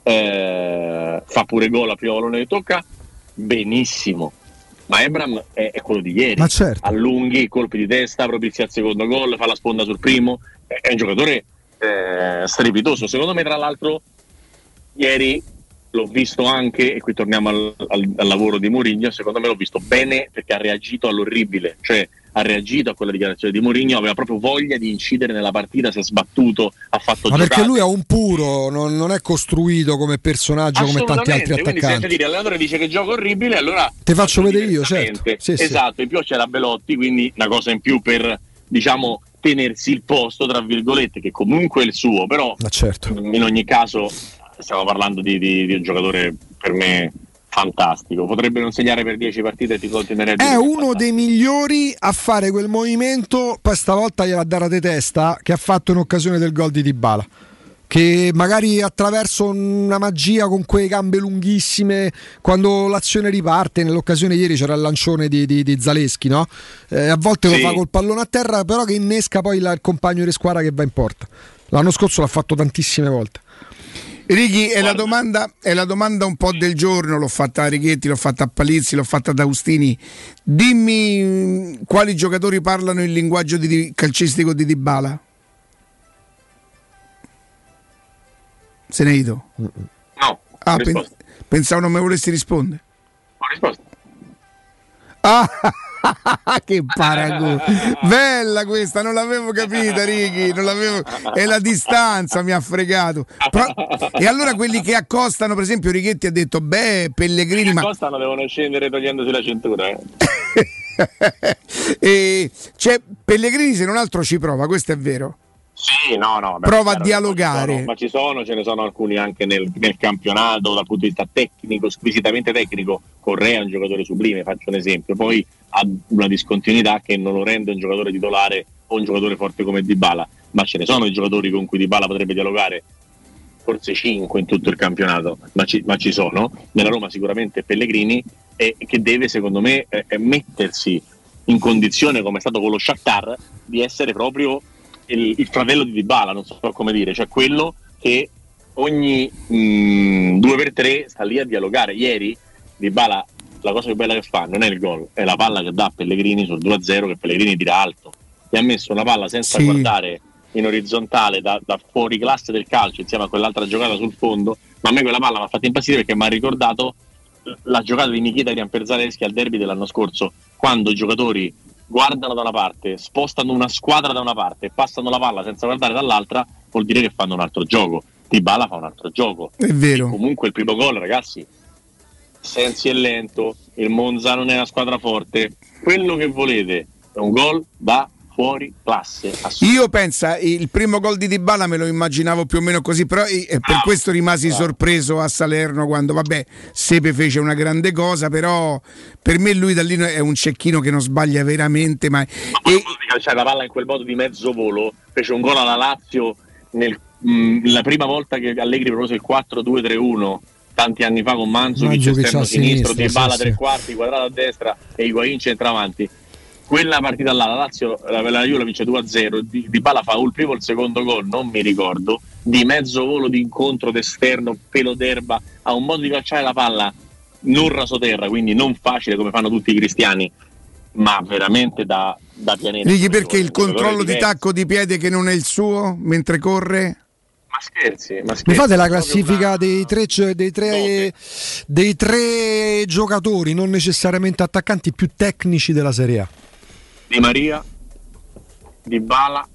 fa pure gol a primo pallone che tocca, benissimo, ma Abraham è quello di ieri, ma certo, allunghi, colpi di testa, propizia il secondo gol, fa la sponda sul primo, è un giocatore strepitoso. Secondo me, tra l'altro, ieri l'ho visto anche, e qui torniamo al lavoro di Mourinho, secondo me l'ho visto bene perché ha reagito all'orribile, cioè ha reagito a quella dichiarazione di Mourinho, aveva proprio voglia di incidere nella partita, si è sbattuto, ha fatto ma giocate. Perché lui è un puro, non è costruito come personaggio come tanti altri attaccanti. Quindi se l'allenatore dice che gioco orribile, allora te faccio vedere io, certo. Sì, esatto, in più c'era Belotti, quindi una cosa in più per, diciamo, tenersi il posto, tra virgolette, che comunque è il suo, però certo, in ogni caso stiamo parlando di un giocatore per me fantastico, potrebbe non segnare per 10 partite e ti continuerebbe. È uno dei migliori a fare quel movimento, poi stavolta gliela dare di testa, che ha fatto in occasione del gol di Dybala. che magari attraverso una magia con quelle gambe lunghissime, quando l'azione riparte, nell'occasione ieri c'era il lancione di Zaleschi, no? A volte lo fa col pallone a terra, però che innesca poi il compagno di squadra che va in porta. L'anno scorso l'ha fatto tantissime volte. Righi, è la domanda un po' del giorno, l'ho fatta a Righetti, l'ho fatta a Palizzi, l'ho fatta ad Agustini. Dimmi quali giocatori parlano il linguaggio calcistico di Dybala? Se ne ido? No, pensavo non mi volessi rispondere. Ho risposto. Che paragone, bella questa, non l'avevo capita, Righi, è la distanza, mi ha fregato. E allora quelli che accostano, per esempio Righetti ha detto Pellegrini, ma accostano devono scendere togliendosi la cintura. E c'è Pellegrini, se non altro ci prova, questo è vero. Sì, no. Prova a dialogare. Ma ce ne sono alcuni anche nel campionato dal punto di vista tecnico, squisitamente tecnico. Correa è un giocatore sublime, faccio un esempio. Poi ha una discontinuità che non lo rende un giocatore titolare o un giocatore forte come Dybala. Ma ce ne sono i giocatori con cui Dybala potrebbe dialogare, forse 5 in tutto il campionato, ma ci sono. Nella Roma sicuramente Pellegrini, che deve, secondo me, mettersi in condizione, come è stato con lo Shakhtar, di essere proprio il fratello di Dybala, non so come dire, cioè quello che ogni 2x3 sta lì a dialogare. Ieri Dybala, la cosa più bella che fa non è il gol, è la palla che dà a Pellegrini sul 2-0, che Pellegrini tira alto. Gli ha messo una palla senza guardare in orizzontale da fuori classe del calcio, insieme a quell'altra giocata sul fondo. Ma a me quella palla mi ha fatto impazzire, perché mi ha ricordato la giocata di Nikita Zaleschi al derby dell'anno scorso, quando i giocatori guardano da una parte, spostano una squadra da una parte e passano la palla senza guardare dall'altra, vuol dire che fanno un altro gioco. Dybala fa un altro gioco. È vero. E comunque il primo gol, ragazzi, Sensi è lento, il Monza non è una squadra forte, quello che volete è un gol da fuori classe. Io pensa, il primo gol di Dybala me lo immaginavo più o meno così, però per questo rimasi sorpreso a Salerno quando, Sepe fece una grande cosa, però per me lui da lì è un cecchino che non sbaglia veramente mai. Calciare la palla in quel modo di mezzo volo, fece un gol alla Lazio la prima volta che Allegri propose il 4-2-3-1 tanti anni fa con Mandzukic esterno sinistro, Dybala tre quarti, Quadrato a destra e Higuaín centravanti. Quella partita là, la Lazio, la Juve la vince 2-0, Dybala fa il primo o il secondo gol, non mi ricordo, di mezzo volo, di incontro d'esterno, pelo d'erba, ha un modo di calciare la palla non rasoterra, quindi non facile come fanno tutti i cristiani, ma veramente da pianeta. Righi, perché il controllo di tacco di piede che non è il suo mentre corre? Ma scherzi. Mi fate la classifica dei tre giocatori, non necessariamente attaccanti, più tecnici della Serie A? Di Maria, Dybala,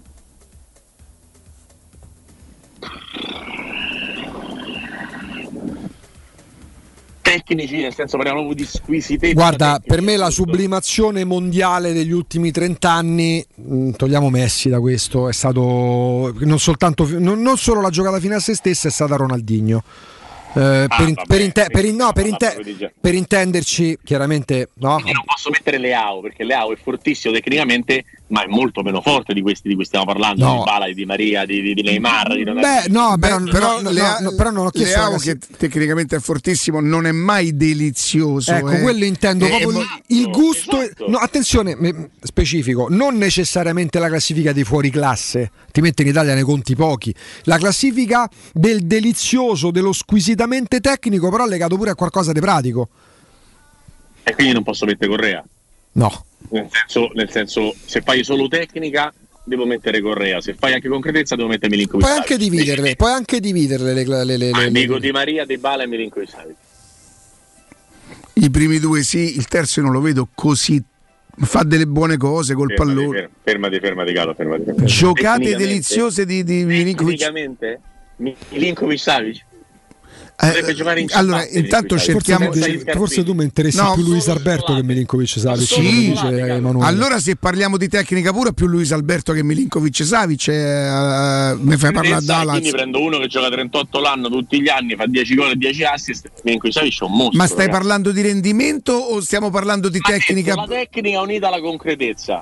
tecnici, nel senso parliamo proprio di squisitezza. Guarda, per me la sublimazione mondiale degli ultimi 30 anni, togliamo Messi da questo, è stato non solo la giocata fine a se stessa, è stata Ronaldinho. Per intenderci, chiaramente, no? Io non posso mettere Leao, perché Leao è fortissimo tecnicamente, ma è molto meno forte di questi di cui stiamo parlando, di Dybala, di Maria, di Neymar, di però non ho chiesto. Leao, che tecnicamente è fortissimo, non è mai delizioso. Ecco, quello intendo, proprio il gusto. Esatto. No, attenzione, specifico, non necessariamente la classifica dei fuori classe, ti mette in Italia ne conti pochi. La classifica del delizioso, dello squisitamente tecnico, però legato pure a qualcosa di pratico. E quindi non posso mettere Correa? No. Nel senso, se fai solo tecnica devo mettere Correa, se fai anche concretezza devo mettere Milinkovic. Puoi anche dividerle le dico Di Maria, Dybala e Milinkovic. I primi due sì, il terzo non lo vedo così, fa delle buone cose col pallone. Fermati Carlo, fermati. Giocate deliziose di Milinkovic. Milinkovic-Savic. Allora, intanto cerchiamo forse tu mi interessi più Luis Alberto che Milinkovic-Savic. Sì, allora se parliamo di tecnica pura, più Luis Alberto che Milinkovic-Savic, mi fai parlare d'Alas. Quindi prendo uno che gioca 38 l'anno tutti gli anni, fa 10 gol e 10 assist. Milinkovic-Savic è un mostro. Ma stai parlando di rendimento o stiamo parlando di tecnica? La tecnica unita alla concretezza.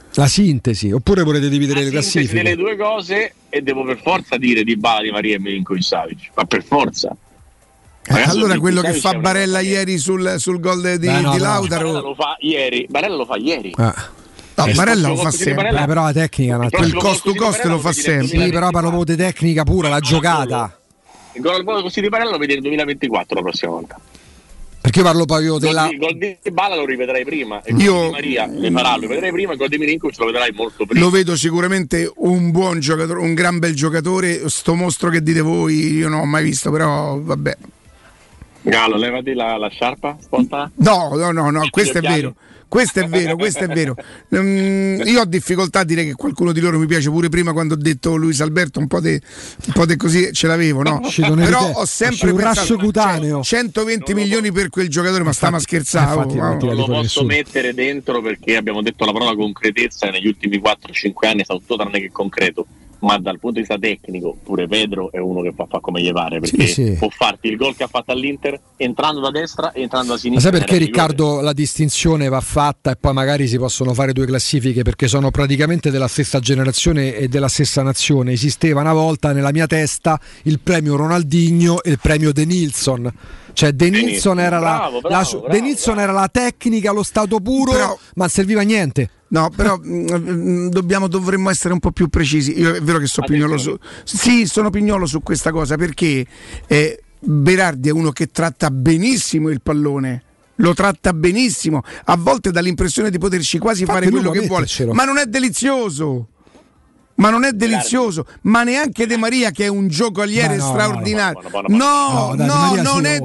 La sintesi, oppure volete dividere le classifiche? Delle due cose, e devo per forza dire Dybala, Di Maria e Milinkovic-Savic, ma per forza. Allora quello che fa Barella ieri sul gol di Lautaro. Barella lo fa ieri. No, Barella lo fa sempre. Però la tecnica il cost to cost lo fa sempre. Sì, però parlo di tecnica pura, la giocata. Il gol al volo così di Barella lo vedi nel 2024 la prossima volta. Perché io parlo proprio della. Il gol di Dybala lo rivedrai prima, il gol di Maria lo rivedrai prima, il gol di Milinkovic lo vedrai molto prima. Lo vedo sicuramente un buon giocatore, un gran bel giocatore. Sto mostro che dite voi io non ho mai visto, però vabbè. Gallo, levati la sciarpa spontana. No, questo è vero. Questo è vero. Io ho difficoltà a dire che qualcuno di loro mi piace, pure prima quando ho detto Luis Alberto un po' di così ce l'avevo, no? Però ho sempre un rasso cutaneo. 120 milioni per quel giocatore, ma stiamo a scherzare. Non lo posso mettere dentro perché abbiamo detto la parola concretezza e negli ultimi 4-5 anni è stato tutto tranne che concreto. Ma dal punto di vista tecnico pure Pedro è uno che fa come gli pare, perché può farti il gol che ha fatto all'Inter entrando da destra e entrando da sinistra. Ma sai perché, Riccardo, la distinzione va fatta e poi magari si possono fare due classifiche, perché sono praticamente della stessa generazione e della stessa nazione. Esisteva una volta nella mia testa il premio Ronaldinho e il premio De Nilsson. Cioè De Nilsson era era la tecnica, lo stato puro, ma non serviva a niente. No, però dovremmo essere un po' più precisi. Io è vero che sono pignolo su questa cosa, perché Berardi è uno che tratta benissimo il pallone. Lo tratta benissimo, a volte dà l'impressione di poterci quasi fare quello che vuole, ma non è delizioso. Ma neanche De Maria, che è un giocoliere straordinario. Non è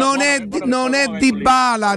Dybala.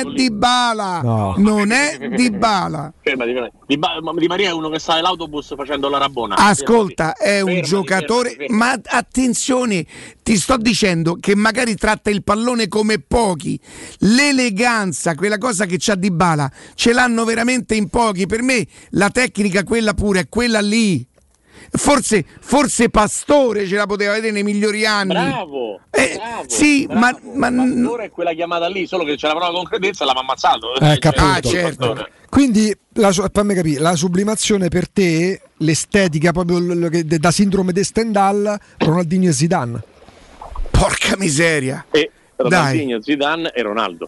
Di Maria è uno che sta nell'autobus facendo la rabbona. Ascolta, è un giocatore, ma attenzione, ti sto dicendo che magari tratta il pallone come pochi. L'eleganza, quella cosa che c'ha Dybala, ce l'hanno veramente in pochi. Per me la tecnica, quella pura, è quella lì. Forse Pastore ce la poteva vedere nei migliori anni. Bravo. Sì, bravo. ma Pastore è quella chiamata lì, solo che c'è la prova concretezza e l'ha ammazzato. Certo. Quindi fammi capire, la sublimazione per te, l'estetica proprio da sindrome di Stendhal, Ronaldinho e Zidane. Porca miseria. E Ronaldinho, Zidane e Ronaldo.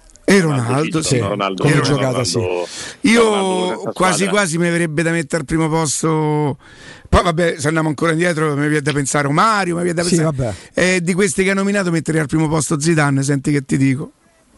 Come giocata, sì. Io quasi mi verrebbe da mettere al primo posto. Poi vabbè, se andiamo ancora indietro mi viene da pensare Mario, mi viene da pensare di questi che ha nominato metterei al primo posto Zidane, senti che ti dico.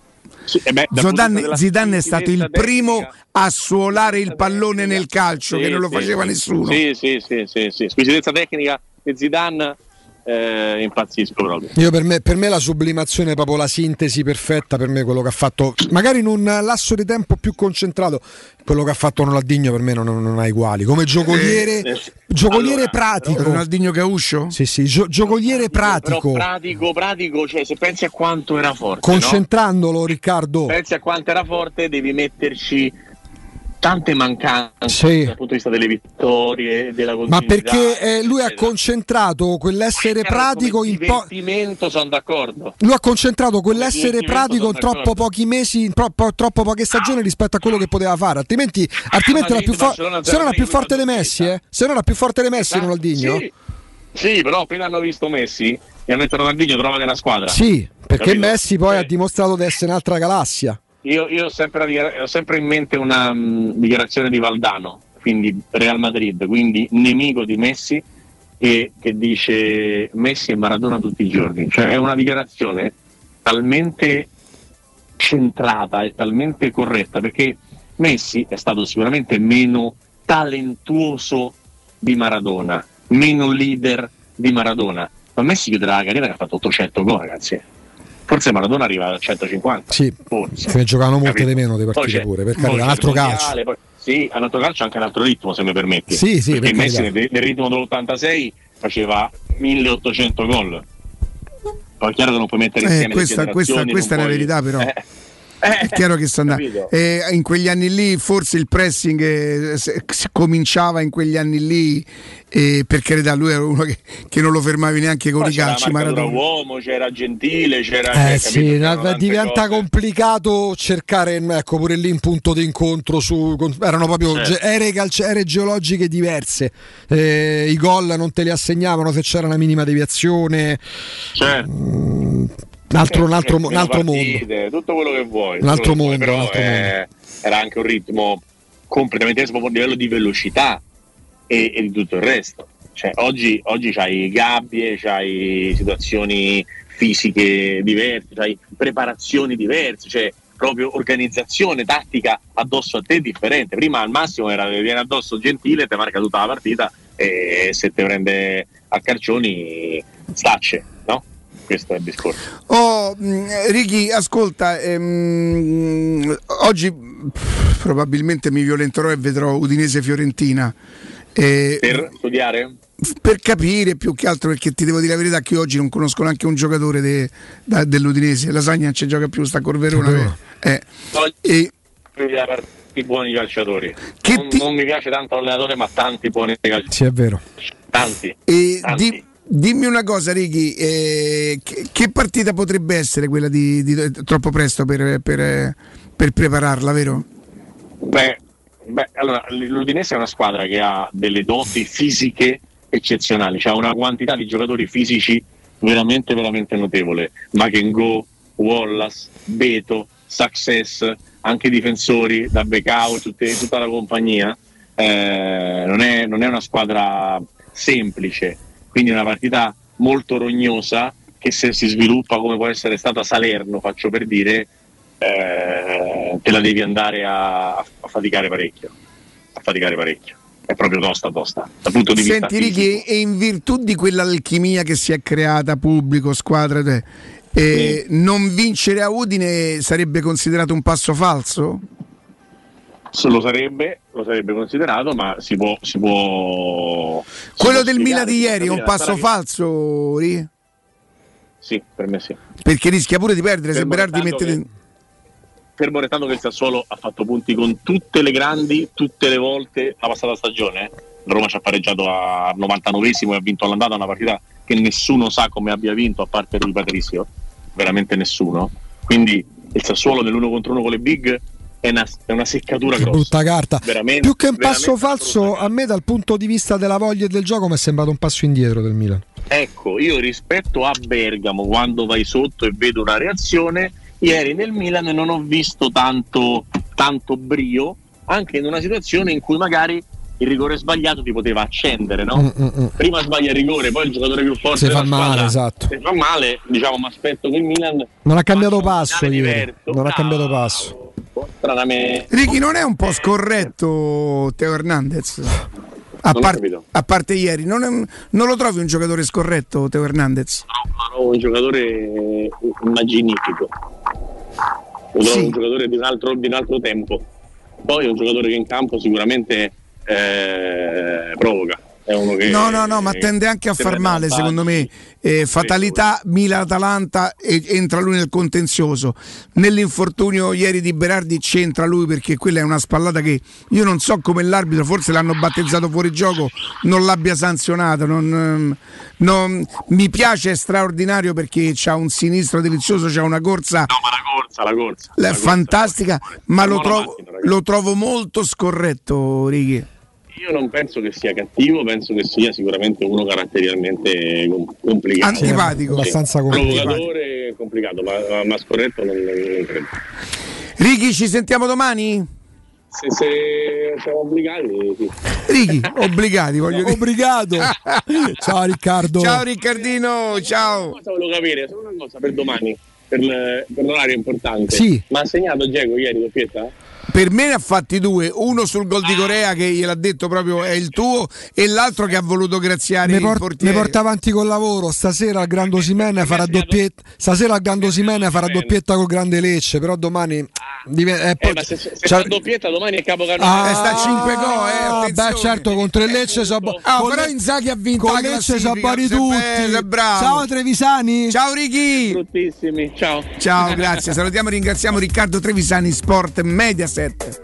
Zidane è stato il primo a suolare il pallone nel calcio, che non lo faceva nessuno. Sì. Squisitezza tecnica e Zidane. Impazzisco proprio. Io per me la sublimazione è proprio la sintesi perfetta. Per me quello che ha fatto, magari in un lasso di tempo più concentrato, quello che ha fatto Ronaldinho per me non ha uguali come giocoliere pratico. Ronaldinho Gauscio? Sì, giocoliere pratico. Però pratico, cioè se pensi a quanto era forte, concentrandolo, no? Riccardo, pensi a quanto era forte, devi metterci tante mancanze dal punto di vista delle vittorie, della continuità. Ma perché lui ha concentrato quell'essere pratico in divertimento, sono d'accordo. Lui ha concentrato quell'essere pratico in troppo pochi mesi, in troppo poche stagioni rispetto a quello che poteva fare. Altrimenti era più se non era più forte dei Messi, se non era più forte dei Messi Ronaldinho. Sì, però appena hanno visto Messi e hanno detto Ronaldinho trova nella squadra. Sì, perché Messi poi ha dimostrato di essere un'altra galassia. Io ho sempre in mente una dichiarazione di Valdano, quindi Real Madrid, quindi nemico di Messi, che dice Messi è Maradona tutti i giorni. Cioè è una dichiarazione talmente centrata e talmente corretta, perché Messi è stato sicuramente meno talentuoso di Maradona, meno leader di Maradona, ma Messi chiuderà la carriera che ha fatto 800 gol, ragazzi. Forse Maradona arriva a 150. Sì, se ne giocavano molte di meno dei partiti pure, per carità, un altro calcio. Sì, un altro calcio, anche un altro ritmo, se mi permetti. Sì, perché Messi nel ritmo dell'86 faceva 1800 gol. Poi è chiaro che non puoi mettere insieme questa è la verità, però. È chiaro che sta andando. In quegli anni lì forse il pressing cominciava in quegli anni lì, per carità, lui era uno che non lo fermavi neanche con i calci. C'era uomo, c'era Gentile, c'era sì, diventa complicato cercare, ecco, pure lì un punto di incontro erano proprio ere geologiche diverse. I gol non te li assegnavano se c'era una minima deviazione. Un altro partite, mondo, tutto quello che vuoi, un altro mondo, però era anche un ritmo completamente diverso proprio a livello di velocità e di tutto il resto. Cioè, oggi c'hai gabbie, c'hai situazioni fisiche diverse, c'hai preparazioni diverse, cioè proprio organizzazione tattica addosso a te differente. Prima al massimo viene addosso Gentile, te marca tutta la partita e se te prende a calcioni stacce, no? Questo è il discorso. Ricky, ascolta, oggi probabilmente mi violenterò e vedrò Udinese-Fiorentina. Per studiare? Per capire più che altro, perché ti devo dire la verità che io oggi non conosco neanche un giocatore dell'Udinese. Lasagna non ci gioca più, sta col Verona. I buoni calciatori. Non mi piace tanto l'allenatore, ma tanti buoni calciatori. Sì, è vero. Tanti. Dimmi una cosa, Ricky, che partita potrebbe essere quella di troppo presto per prepararla, vero? Beh, allora l'Udinese è una squadra che ha delle doti fisiche eccezionali, c'ha una quantità di giocatori fisici veramente veramente notevole. Makengo, Wallace, Beto, Success, anche difensori da Becao, tutta la compagnia. Non è una squadra semplice, quindi è una partita molto rognosa che se si sviluppa come può essere stata Salerno, faccio per dire, te la devi andare a faticare parecchio. È proprio tosta dal punto di vista fisico. Ricky, e in virtù di quell'alchimia che si è creata, pubblico, squadra, non vincere a Udine sarebbe considerato un passo falso? Lo sarebbe considerato, ma si può quello del Milan di ieri è un passo falso, Ricky? Sì, per me sì, perché rischia pure di perdere se Berardi mette fermo restando che il Sassuolo ha fatto punti con tutte le grandi, tutte le volte la passata stagione. La Roma ci ha pareggiato al 99esimo e ha vinto all'andata una partita che nessuno sa come abbia vinto, a parte Rui Patricio, veramente nessuno. Quindi il Sassuolo nell'1 contro 1 con le big è una seccatura grossa, brutta carta. Veramente, più che un passo falso, a me dal punto di vista della voglia e del gioco mi è sembrato un passo indietro del Milan. Ecco, io rispetto a Bergamo, quando vai sotto e vedo una reazione, ieri nel Milan non ho visto tanto brio, anche in una situazione in cui magari il rigore sbagliato ti poteva accendere, no? Prima sbaglia il rigore, poi il giocatore più forte si fa male, esatto. Si fa male, diciamo, ma aspetto che il Milan non ha cambiato passo ieri. Non ha cambiato passo. Ricky, non è un po' scorretto Teo Hernandez? A parte ieri, non lo trovi un giocatore scorretto Teo Hernandez? No, un giocatore magnifico. Lo trovo un giocatore di un altro tempo. Poi è un giocatore che in campo sicuramente provoca. È uno che no, ma tende anche a far male, secondo me. Fatalità, Milan-Atalanta, entra lui nel contenzioso. Nell'infortunio ieri di Berardi c'entra lui, perché quella è una spallata che io non so come l'arbitro, forse l'hanno battezzato fuori gioco, non l'abbia sanzionata. Mi piace, è straordinario perché c'ha un sinistro delizioso, c'ha una corsa. No, ma la corsa è fantastica, ma lo trovo molto scorretto, Ricky. Io non penso che sia cattivo, penso che sia sicuramente uno caratterialmente complicato. Antipatico. Abbastanza complicato. Provocatore complicato, ma scorretto non credo. Ricky, ci sentiamo domani? Se siamo obbligati, sì. Ricky, obbligati, voglio dire. Obbligato. Ciao Riccardo. Ciao Riccardino, ciao. Cosa volevo capire? Solo una cosa per domani, per l'orario importante. Sì. Ma ha segnato Dzeko ieri, doppietta? Per me ne ha fatti due, uno sul gol di Corea che gliel'ha detto proprio è il tuo, e l'altro che ha voluto graziare il portiere. Ne porta avanti col lavoro. Stasera il Grande Osimhen farà doppietta. Stasera il Grande Osimhen farà doppietta col Grande Lecce, però domani ma se fa doppietta domani è capocannoniere. Sta a 5 gol, beh, certo, contro il Lecce però Inzaghi ha vinto con la Lecce sono classifica, buoni tutti. bravo. Ciao Trevisani. Ciao Ricky. Bruttissimi. Ciao, grazie. Salutiamo e ringraziamo Riccardo Trevisani, Sport Mediaset.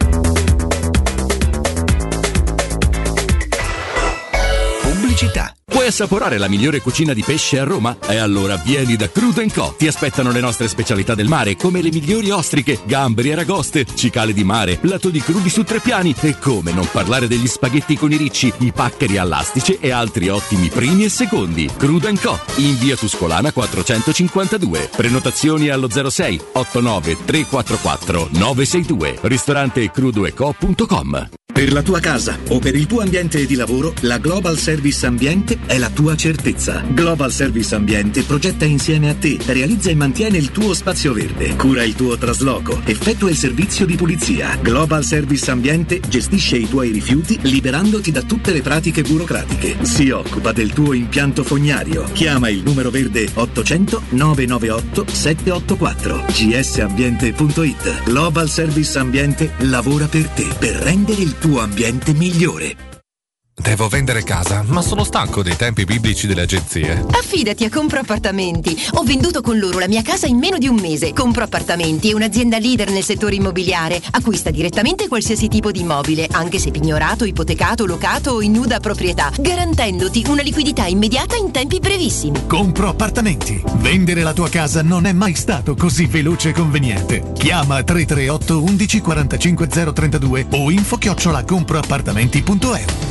Pubblicità. Vuoi assaporare la migliore cucina di pesce a Roma? E allora vieni da Crudo & Co. Ti aspettano le nostre specialità del mare, come le migliori ostriche, gamberi e aragoste, cicale di mare, platò crudi su 3 piani e come non parlare degli spaghetti con i ricci, i paccheri all'astice e altri ottimi primi e secondi. Crudo & Co. in via Tuscolana 452. Prenotazioni allo 06 89 344 962. Ristorante crudoeco.com. Per la tua casa o per il tuo ambiente di lavoro, la Global Service Ambiente è la tua certezza. Global Service Ambiente progetta insieme a te, realizza e mantiene il tuo spazio verde, cura il tuo trasloco, effettua il servizio di pulizia. Global Service Ambiente gestisce i tuoi rifiuti liberandoti da tutte le pratiche burocratiche. Si occupa del tuo impianto fognario. Chiama il numero verde 800 998 784. gsambiente.it. Global Service Ambiente lavora per te, per rendere il tuo ambiente migliore. Devo vendere casa, ma sono stanco dei tempi biblici delle agenzie. Affidati a Compro Appartamenti. Ho venduto con loro la mia casa in meno di un mese. Compro Appartamenti è un'azienda leader nel settore immobiliare. Acquista direttamente qualsiasi tipo di immobile, anche se pignorato, ipotecato, locato o in nuda proprietà, garantendoti una liquidità immediata in tempi brevissimi. Compro Appartamenti. Vendere la tua casa non è mai stato così veloce e conveniente. Chiama 338 11 45 032 o info@comproappartamenti.eu.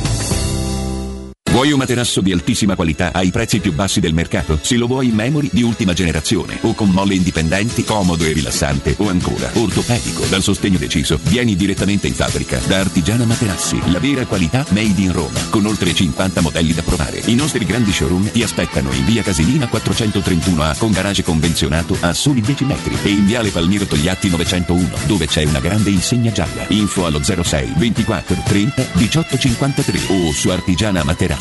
Vuoi un materasso di altissima qualità ai prezzi più bassi del mercato? Se lo vuoi in memory di ultima generazione o con molle indipendenti, comodo e rilassante, o ancora ortopedico dal sostegno deciso, vieni direttamente in fabbrica da Artigiana Materassi, la vera qualità made in Roma, con oltre 50 modelli da provare. I nostri grandi showroom ti aspettano in via Casilina 431A con garage convenzionato a soli 10 metri e in viale Palmiro Togliatti 901 dove c'è una grande insegna gialla. Info allo 06 24 30 18 53 o su artigianamaterassi.com.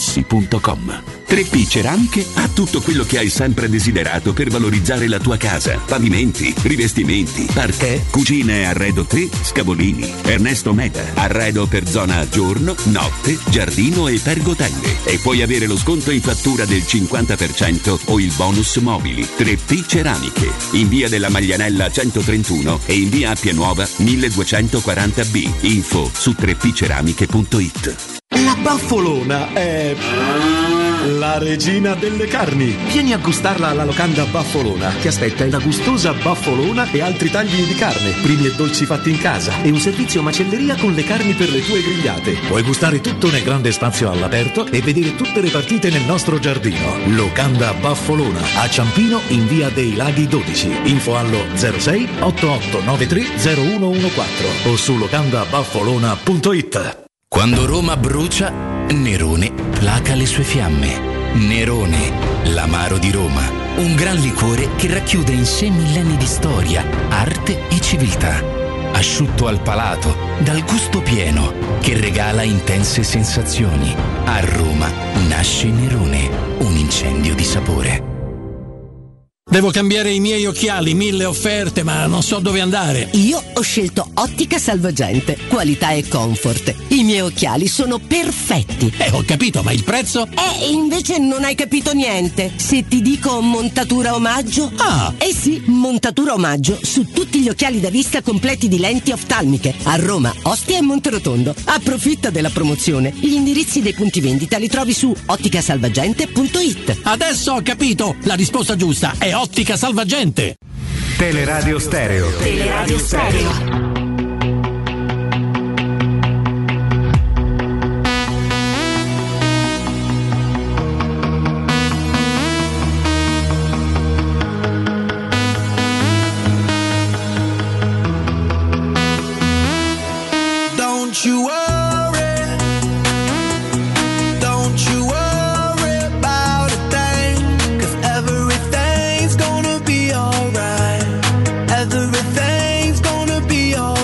3P Ceramiche ha tutto quello che hai sempre desiderato per valorizzare la tua casa: pavimenti, rivestimenti, parquet, cucine e arredo 3, Scavolini. Ernesto Meda, arredo per zona giorno, notte, giardino e pergotelle. E puoi avere lo sconto in fattura del 50% o il bonus mobili. 3P Ceramiche, in via della Maglianella 131 e in via Appia Nuova 1240B. Info su 3pceramiche.it. La Baffolona è la regina delle carni. Vieni a gustarla alla locanda Baffolona. Ti aspetta una gustosa baffolona e altri tagli di carne, primi e dolci fatti in casa e un servizio macelleria con le carni per le tue grigliate. Puoi gustare tutto nel grande spazio all'aperto e vedere tutte le partite nel nostro giardino. Locanda Baffolona a Ciampino in via dei Laghi 12. Info allo 06 8893 0114 o su locandabaffolona.it. Quando Roma brucia, Nerone placa le sue fiamme. Nerone, l'amaro di Roma. Un gran liquore che racchiude in sé millenni di storia, arte e civiltà. Asciutto al palato, dal gusto pieno, che regala intense sensazioni. A Roma nasce Nerone, un incendio di sapore. Devo cambiare i miei occhiali, 1000 offerte, ma non so dove andare. Io ho scelto Ottica Salvagente, qualità e comfort. I miei occhiali sono perfetti. Ho capito, ma il prezzo? Invece non hai capito niente. Se ti dico montatura omaggio? Sì, montatura omaggio su tutti gli occhiali da vista completi di lenti oftalmiche. A Roma, Ostia e Monterotondo. Approfitta della promozione. Gli indirizzi dei punti vendita li trovi su otticasalvagente.it. Adesso ho capito, la risposta giusta è Ottica Salvagente. Teleradio Stereo. Teleradio Stereo. Don't you worry. Everything's gonna be alright.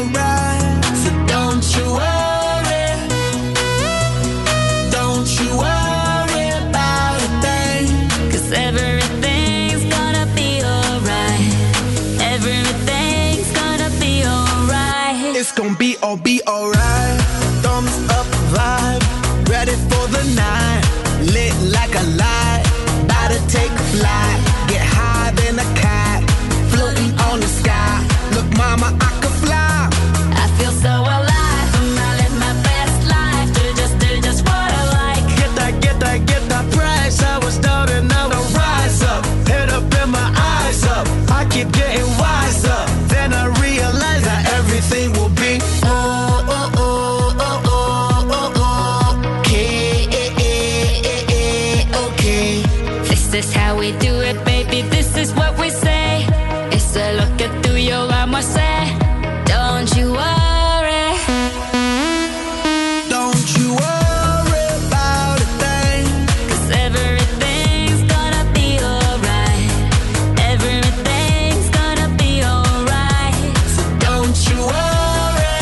gonna be alright. Thumbs up vibe, ready for the night. Lit like a light, about to take flight. Get higher than a cat, floating on the sky. Look mama, I could fly. I feel so alive, I live my best life. Do just what I like. Get that price. I was down and now I rise up. Head up and my eyes up. I keep getting wiser. Then I realize that everything will be okay. This is how we do it, baby. This is what we say. It's a look at through your eyes, I say. Don't you worry. Don't you worry about a thing. 'Cause everything's gonna be alright. Everything's gonna be alright. So don't you worry.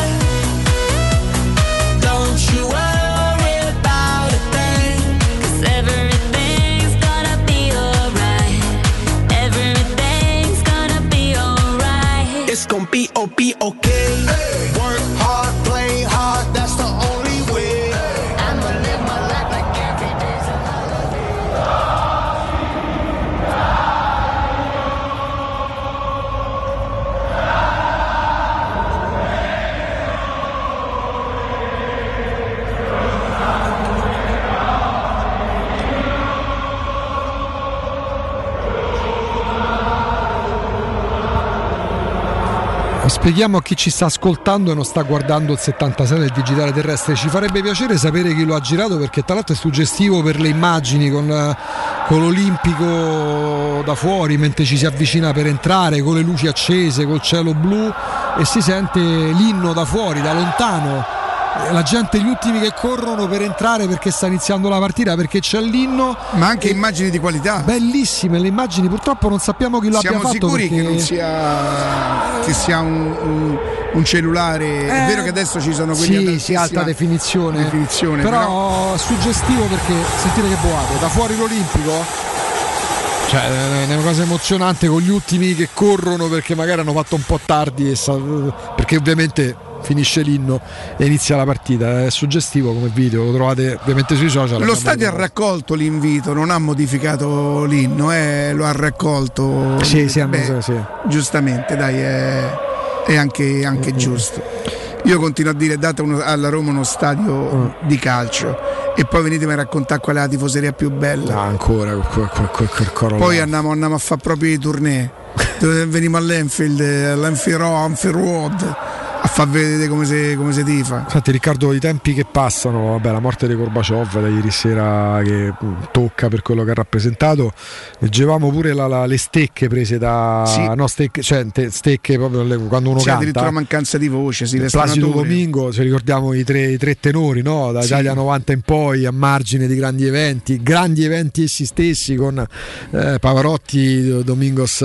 Don't you worry about a thing. 'Cause everything's gonna be alright. Everything's gonna be alright. It's gonna be okay. Work hard, play hard, that's the only way. I'ma live my life like every day's a Spieghiamo a chi ci sta ascoltando e non sta guardando il 76 del digitale terrestre. Ci farebbe piacere sapere chi lo ha girato, perché tra l'altro è suggestivo per le immagini con l'Olimpico da fuori mentre ci si avvicina per entrare, con le luci accese, col cielo blu, e si sente l'inno da fuori, da lontano. La gente, gli ultimi che corrono per entrare perché sta iniziando la partita, perché c'è l'inno, ma anche immagini di qualità bellissime. Le immagini purtroppo non sappiamo chi lo abbia fatto. Siamo sicuri perché... che non sia un cellulare. È vero che adesso ci sono quelli sì, alta definizione, però suggestivo, perché sentite che boato da fuori l'Olimpico. Cioè, è una cosa emozionante, con gli ultimi che corrono perché magari hanno fatto un po' tardi perché ovviamente finisce l'inno e inizia la partita. È suggestivo come video, lo trovate ovviamente sui social. Lo stadio ha raccolto l'invito, non ha modificato l'inno, lo ha raccolto. Sì. Giustamente, dai, è anche giusto. Io continuo a dire: date alla Roma uno stadio di calcio e poi venitemi a raccontare qual è la tifoseria più bella. Ancora poi andiamo a fare proprio i tournée. Veniamo all'Anfield Road a far vedere come si tifa. Infatti, Riccardo, i tempi che passano, vabbè, la morte di Gorbaciov da ieri sera che tocca per quello che ha rappresentato. Leggevamo pure le stecche prese da stecche proprio quando uno canta, addirittura mancanza di voce, Placido Domingo, se ricordiamo i tre tenori, no? Da Italia 90 in poi, a margine di grandi eventi essi stessi, con Pavarotti, Domingos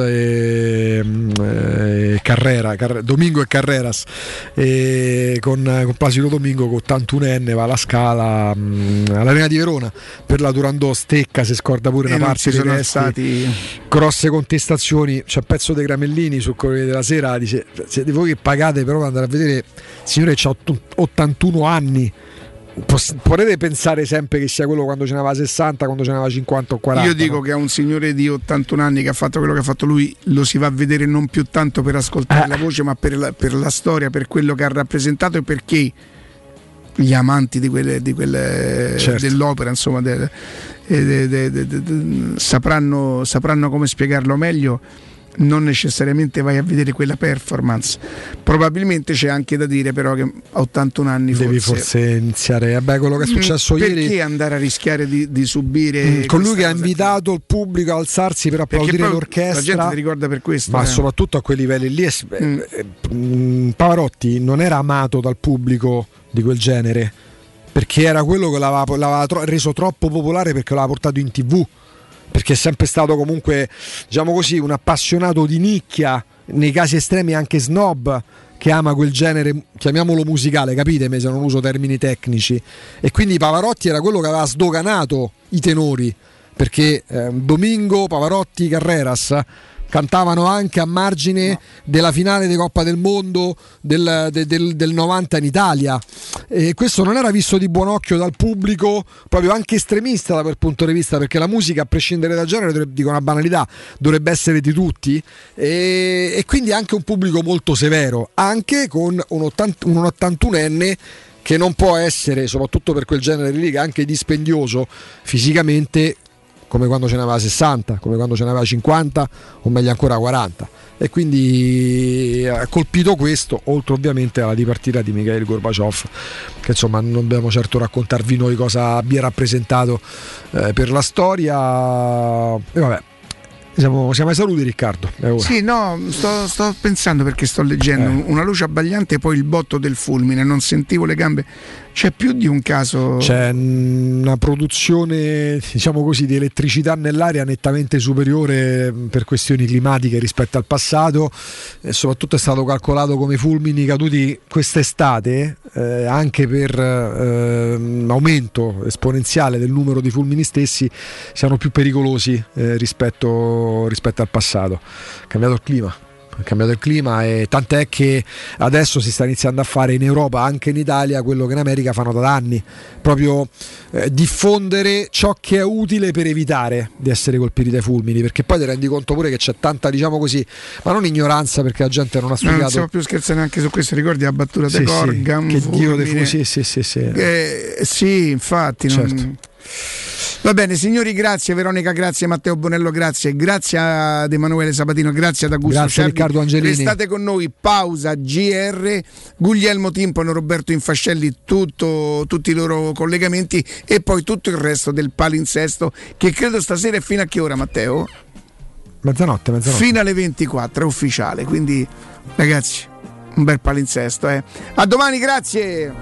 e Carrera, Domingo e Carreras, e con Placido Domingo che 81enne va alla Scala all'Arena di Verona per la Turandot stecca, si scorda pure una parte dei testi, grosse contestazioni. C'è un pezzo dei Gramellini sul Corriere della Sera, dice: siete voi che pagate però andare a vedere il signore c'ha 81 anni. Potete pensare sempre che sia quello quando ce n'aveva 60, quando ce n'aveva 50 o 40. Io dico che a un signore di 81 anni che ha fatto quello che ha fatto lui lo si va a vedere non più tanto per ascoltare la voce, ma per la storia, per quello che ha rappresentato, e perché gli amanti di quelle dell'opera, insomma, sapranno come spiegarlo meglio. Non necessariamente vai a vedere quella performance. Probabilmente c'è anche da dire però che a 81 anni devi forse iniziare. Quello che è successo perché ieri, perché andare a rischiare di subire con lui che ha invitato il pubblico a alzarsi per applaudire l'orchestra. La gente ti ricorda per questo, ma soprattutto a quei livelli lì. Pavarotti non era amato dal pubblico di quel genere, perché era quello che l'aveva reso troppo popolare, perché l'aveva portato in TV, perché è sempre stato comunque, diciamo così, un appassionato di nicchia, nei casi estremi anche snob, che ama quel genere, chiamiamolo musicale, capitemi se non uso termini tecnici. E quindi Pavarotti era quello che aveva sdoganato i tenori, perché Domingo, Pavarotti, Carreras cantavano anche a margine della finale di Coppa del Mondo del 90 in Italia, e questo non era visto di buon occhio dal pubblico, proprio anche estremista da quel punto di vista, perché la musica, a prescindere dal genere, dico una banalità, dovrebbe essere di tutti, e quindi anche un pubblico molto severo, anche con un 81enne che non può essere, soprattutto per quel genere lì, che è anche dispendioso fisicamente, come quando ce n'aveva 60, come quando ce n'aveva 50 o meglio ancora 40, e quindi ha colpito questo, oltre ovviamente alla dipartita di Mikhail Gorbaciov, che insomma non dobbiamo certo raccontarvi noi cosa abbia rappresentato per la storia, e vabbè. Siamo ai saluti, Riccardo. Sì, no, sto pensando, perché sto leggendo una luce abbagliante e poi il botto del fulmine, non sentivo le gambe. C'è più di un caso. C'è una produzione, diciamo così, di elettricità nell'aria nettamente superiore per questioni climatiche rispetto al passato, e soprattutto è stato calcolato come fulmini caduti quest'estate, anche per aumento esponenziale del numero di fulmini stessi, siano più pericolosi rispetto al passato. È cambiato il clima, e tant'è che adesso si sta iniziando a fare in Europa, anche in Italia, quello che in America fanno da anni, proprio diffondere ciò che è utile per evitare di essere colpiti dai fulmini, perché poi ti rendi conto pure che c'è tanta, diciamo così, ma non ignoranza, perché la gente non ha studiato. Non stiamo più scherzando neanche su questo, ricordi la battuta di Corgan? Che Dio dei fulmini. Sì, infatti. Certo. Va bene, signori, grazie Veronica, grazie Matteo Bonello, grazie ad Emanuele Sabatino, grazie ad Augusto Ciardi, Riccardo Angelini. Restate con noi, pausa GR, Guglielmo Timpano, Roberto Infascelli, tutti i loro collegamenti, e poi tutto il resto del palinsesto, che credo stasera è fino a che ora, Matteo? Mezzanotte. Fino alle 24 è ufficiale, quindi ragazzi, un bel palinsesto, A domani, grazie.